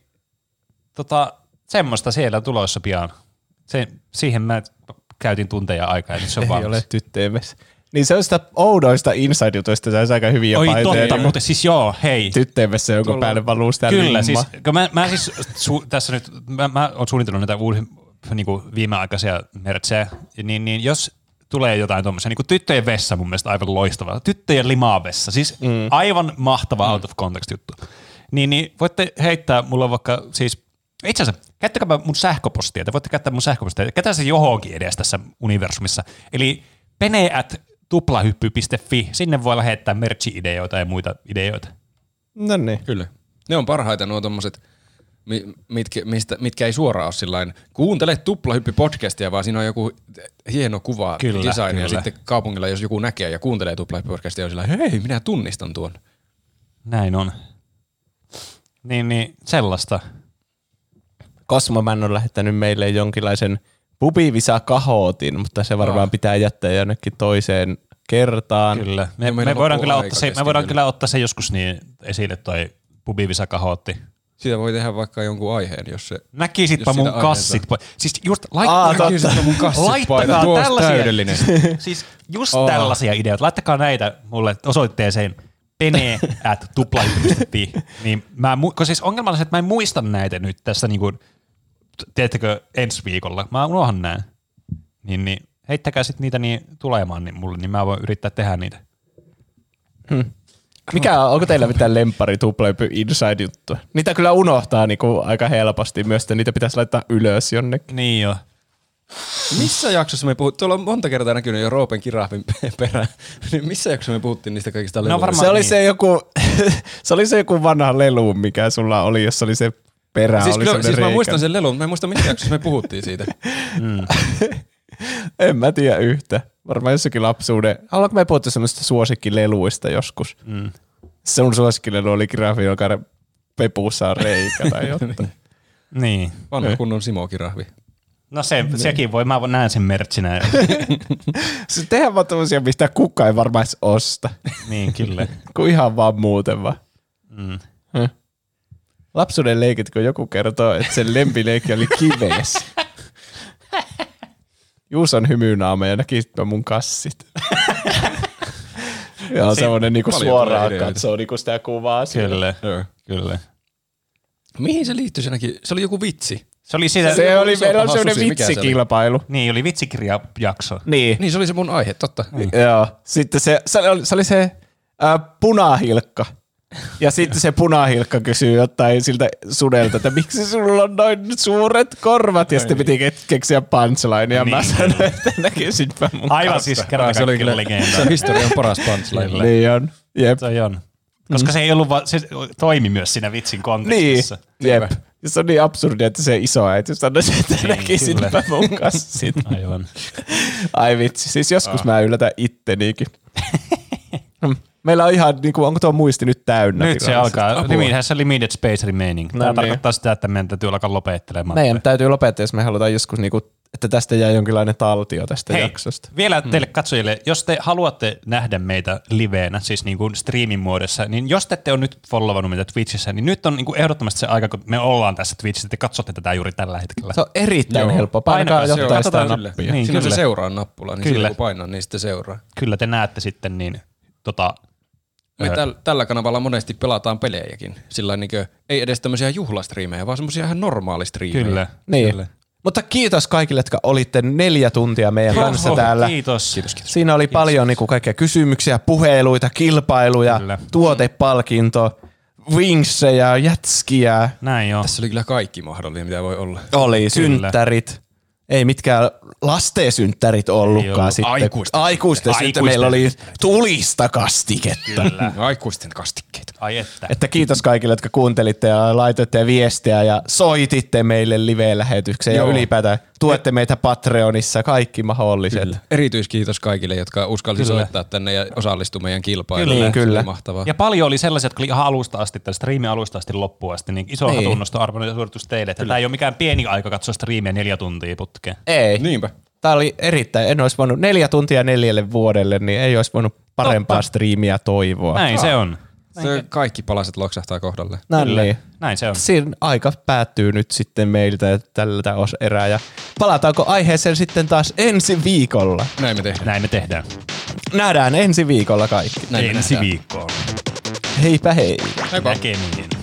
semmoista siellä tulossa pian. Siihen mä käytin tunteja aikaa, ja nyt se on ei valmis. ole tyttöimessä. Niin se on sitä oudoista inside-jutuista, se on aika hyviä Oi paitoja. totta, mutta siis joo, hei. Tyttöimessä jonkun päälle valuu sitä Kyllä, limma. siis mä siis tässä nyt, mä oon suunnitellut näitä niinku viimeaikaisia mertsejä, niin jos tulee jotain tuommoisia, niin kuin tyttöjen vessa mun mielestä aivan loistavaa, tyttöjen limaavessa, siis aivan mahtava out of context juttu. Niin voitte heittää mulle vaikka siis, itse asiassa käyttäkääpä mun sähköpostia, te voitte käyttää mun sähköpostia, käytetään se johonkin edes tässä universumissa, eli pene@tuplahyppy.fi, sinne voi lähettää merch-ideoita ja muita ideoita. No niin. Kyllä. Ne on parhaita nuo tommoset, mitkä ei suoraan ole sillain, kuuntele Tuplahyppy-podcastia, vaan siinä on joku hieno kuva, design, ja sitten kaupungilla, jos joku näkee ja kuuntelee Tuplahyppy-podcastia, on sillä hei, minä tunnistan tuon. Näin on. Niin sellaista. Cosmoman on lähettänyt meille jonkinlaisen pubivisa-kahootin, mutta se varmaan pitää jättää jonnekin toiseen kertaan. Kyllä. Me voidaan kyllä ottaa se joskus niin esille toi pubivisa-kahootti. Siitä voi tehdä vaikka jonkun aiheen, jos se... Näkisitpä mun kassit. Siis just näkisitpä mun kassit paita. Tuo olisi täydellinen. Siis just tällaisia ideoita. Laittakaa näitä mulle osoitteeseen pene@tuplahyppy.fi. Niin siis ongelma on se, että mä en muista näitä nyt tässä niinku, teettekö ensi viikolla. Mä unohan nää. Niin heittäkää sit niitä niin tulemaan niin mulle, niin mä voin yrittää tehdä niitä. Onko teillä mitään lemppari Tuplahyppy inside-juttua? Niitä kyllä unohtaa niinku aika helposti myös, että niitä pitäisi laittaa ylös jonnekin. Niin jo. Missä jaksossa me puhuttiin? Tuolla on monta kertaa näkynyt jo Roopen kirahvin perään. Missä jaksossa me puhuttiin niistä kaikista leluista? Se oli se oli se joku vanha lelu, mikä sulla oli, jossa oli se perä. Siis, oli siis mä muistan sen lelun, mä en muista missä jaksossa me puhuttiin siitä. En mä tiedä yhtä. Varmaan jossakin lapsuuden. Haluanko me puhuttu semmoista suosikkileluista joskus? Sun suosikkilelu oli kirahvi, joka pepussa on reikä tai jotain. Niin. Vanha kunnon Simo-kirahvi. No sekin voi, mä näen sen mertsinä. Siis tehdään vaan tommosia, mistä kukaan ei varmaan edes osta. Niin, kyllä. Kun ihan vaan muuten vaan. Lapsuuden leikit, kun joku kertoo, että sen lempileikki oli kiveessä. Juuson hymynaama ja näkisitpä mun kassit. Ja semmoinen niinku suoraan katsoo niinku sitä kuvaa. Kyllä. Mihin se liittyi senäkin? Se oli joku vitsi. Meillä on semmoinen vitsikilpailu. Niin, oli vitsikirjajakso. Niin, se oli se mun aihe, totta. Joo. Sitten se oli se punahilkka. Ja sitten se punahilkka kysyy jotain siltä sudelta, että miksi sulla on noin suuret korvat, ja sitten piti keksiä punchline, ja mä sanoin, että näkisinpä mun Aivan siis kertakaikkinen legenda. Se on historian paras punchline. Niin on, jep. Se on. Koska se ei ollut se toimi myös siinä vitsin kontekstissa. Niin, jep. Ja se on niin absurdi, että se isoäiti sanoi, että näkisinpä mun kassit. Aivan. Ai vitsi, siis joskus mä yllätän ittenikin. Meillä on ihan, niin kuin, onko tuo muisti nyt täynnä? Nyt se alkaa. Has a limited space remaining. Tämä tarkoittaa sitä, että meidän täytyy alkaa lopettelemaan. Meidän täytyy lopettaa, jos me halutaan joskus, niin kuin, että tästä jää jonkinlainen taltio tästä jaksosta. Vielä teille katsojille, jos te haluatte nähdä meitä liveenä, siis niin kuin streamin muodossa, niin jos te ette ole nyt followannut meitä Twitchissä, niin nyt on niin kuin ehdottomasti se aika, kun me ollaan tässä Twitchissä, että te katsotte tätä juuri tällä hetkellä. Se on erittäin helppo. Painakaa jotain sitä nappia. Niin, siinä on se seuraa nappula, niin sillä kun painaa, niin sitten seuraa. Kyllä te näette sitten niin me tällä kanavalla monesti pelataan pelejäkin. Sillä niin kuin, ei edes tämmöisiä juhlastriimejä, vaan semmoisia ihan normaalistriimejä. Kyllä. Niin. Kyllä. Mutta kiitos kaikille, jotka olitte 4 tuntia meidän kanssa täällä. Kiitos. Siinä oli paljon niin kuin kaikkia kysymyksiä, puheluita, kilpailuja, tuotepalkinto, wingsseja, jätskiä. Näin joo. Tässä oli kyllä kaikki mahdollinen, mitä voi olla. Oli, synttärit. Ei mitkään lastensynttärit ollutkaan sitten. Aikuisten synttärit. Meillä oli tulista kastiketta. Kyllä. Aikuisten kastikkeita. Ai että. Että kiitos kaikille, jotka kuuntelitte ja laitoitte viestiä ja soititte meille live-lähetykseen ja ylipäätään tuette meitä Patreonissa, kaikki mahdolliset. Kyllä. Erityiskiitos kaikille, jotka uskalsi soittaa tänne ja osallistu meidän kilpailuun. Niin, kyllä. Mahtavaa. Ja paljon oli sellaisia, jotka oli ihan alusta asti, tai striimin alusta asti loppuun asti, niin iso hatunnostoarvoinen ja suoritus teille. Tämä ei ole mikään pieni aika katsoa striimiä 4 tuntia putkeen. Ei. Niinpä. Tämä oli erittäin, en olisi voinut 4 tuntia 4 vuodelle, niin ei olisi voinut parempaa striimiä toivoa. Näin se on. Se kaikki palaset loksahtaa kohdalle. Näin se on. Siinä aika päättyy nyt sitten meiltä tältä erää. Ja palataanko aiheeseen sitten taas ensi viikolla? Näin me tehdään. Nähdään ensi viikolla kaikki. Ensi viikolla. Heipä hei. Näkemiin.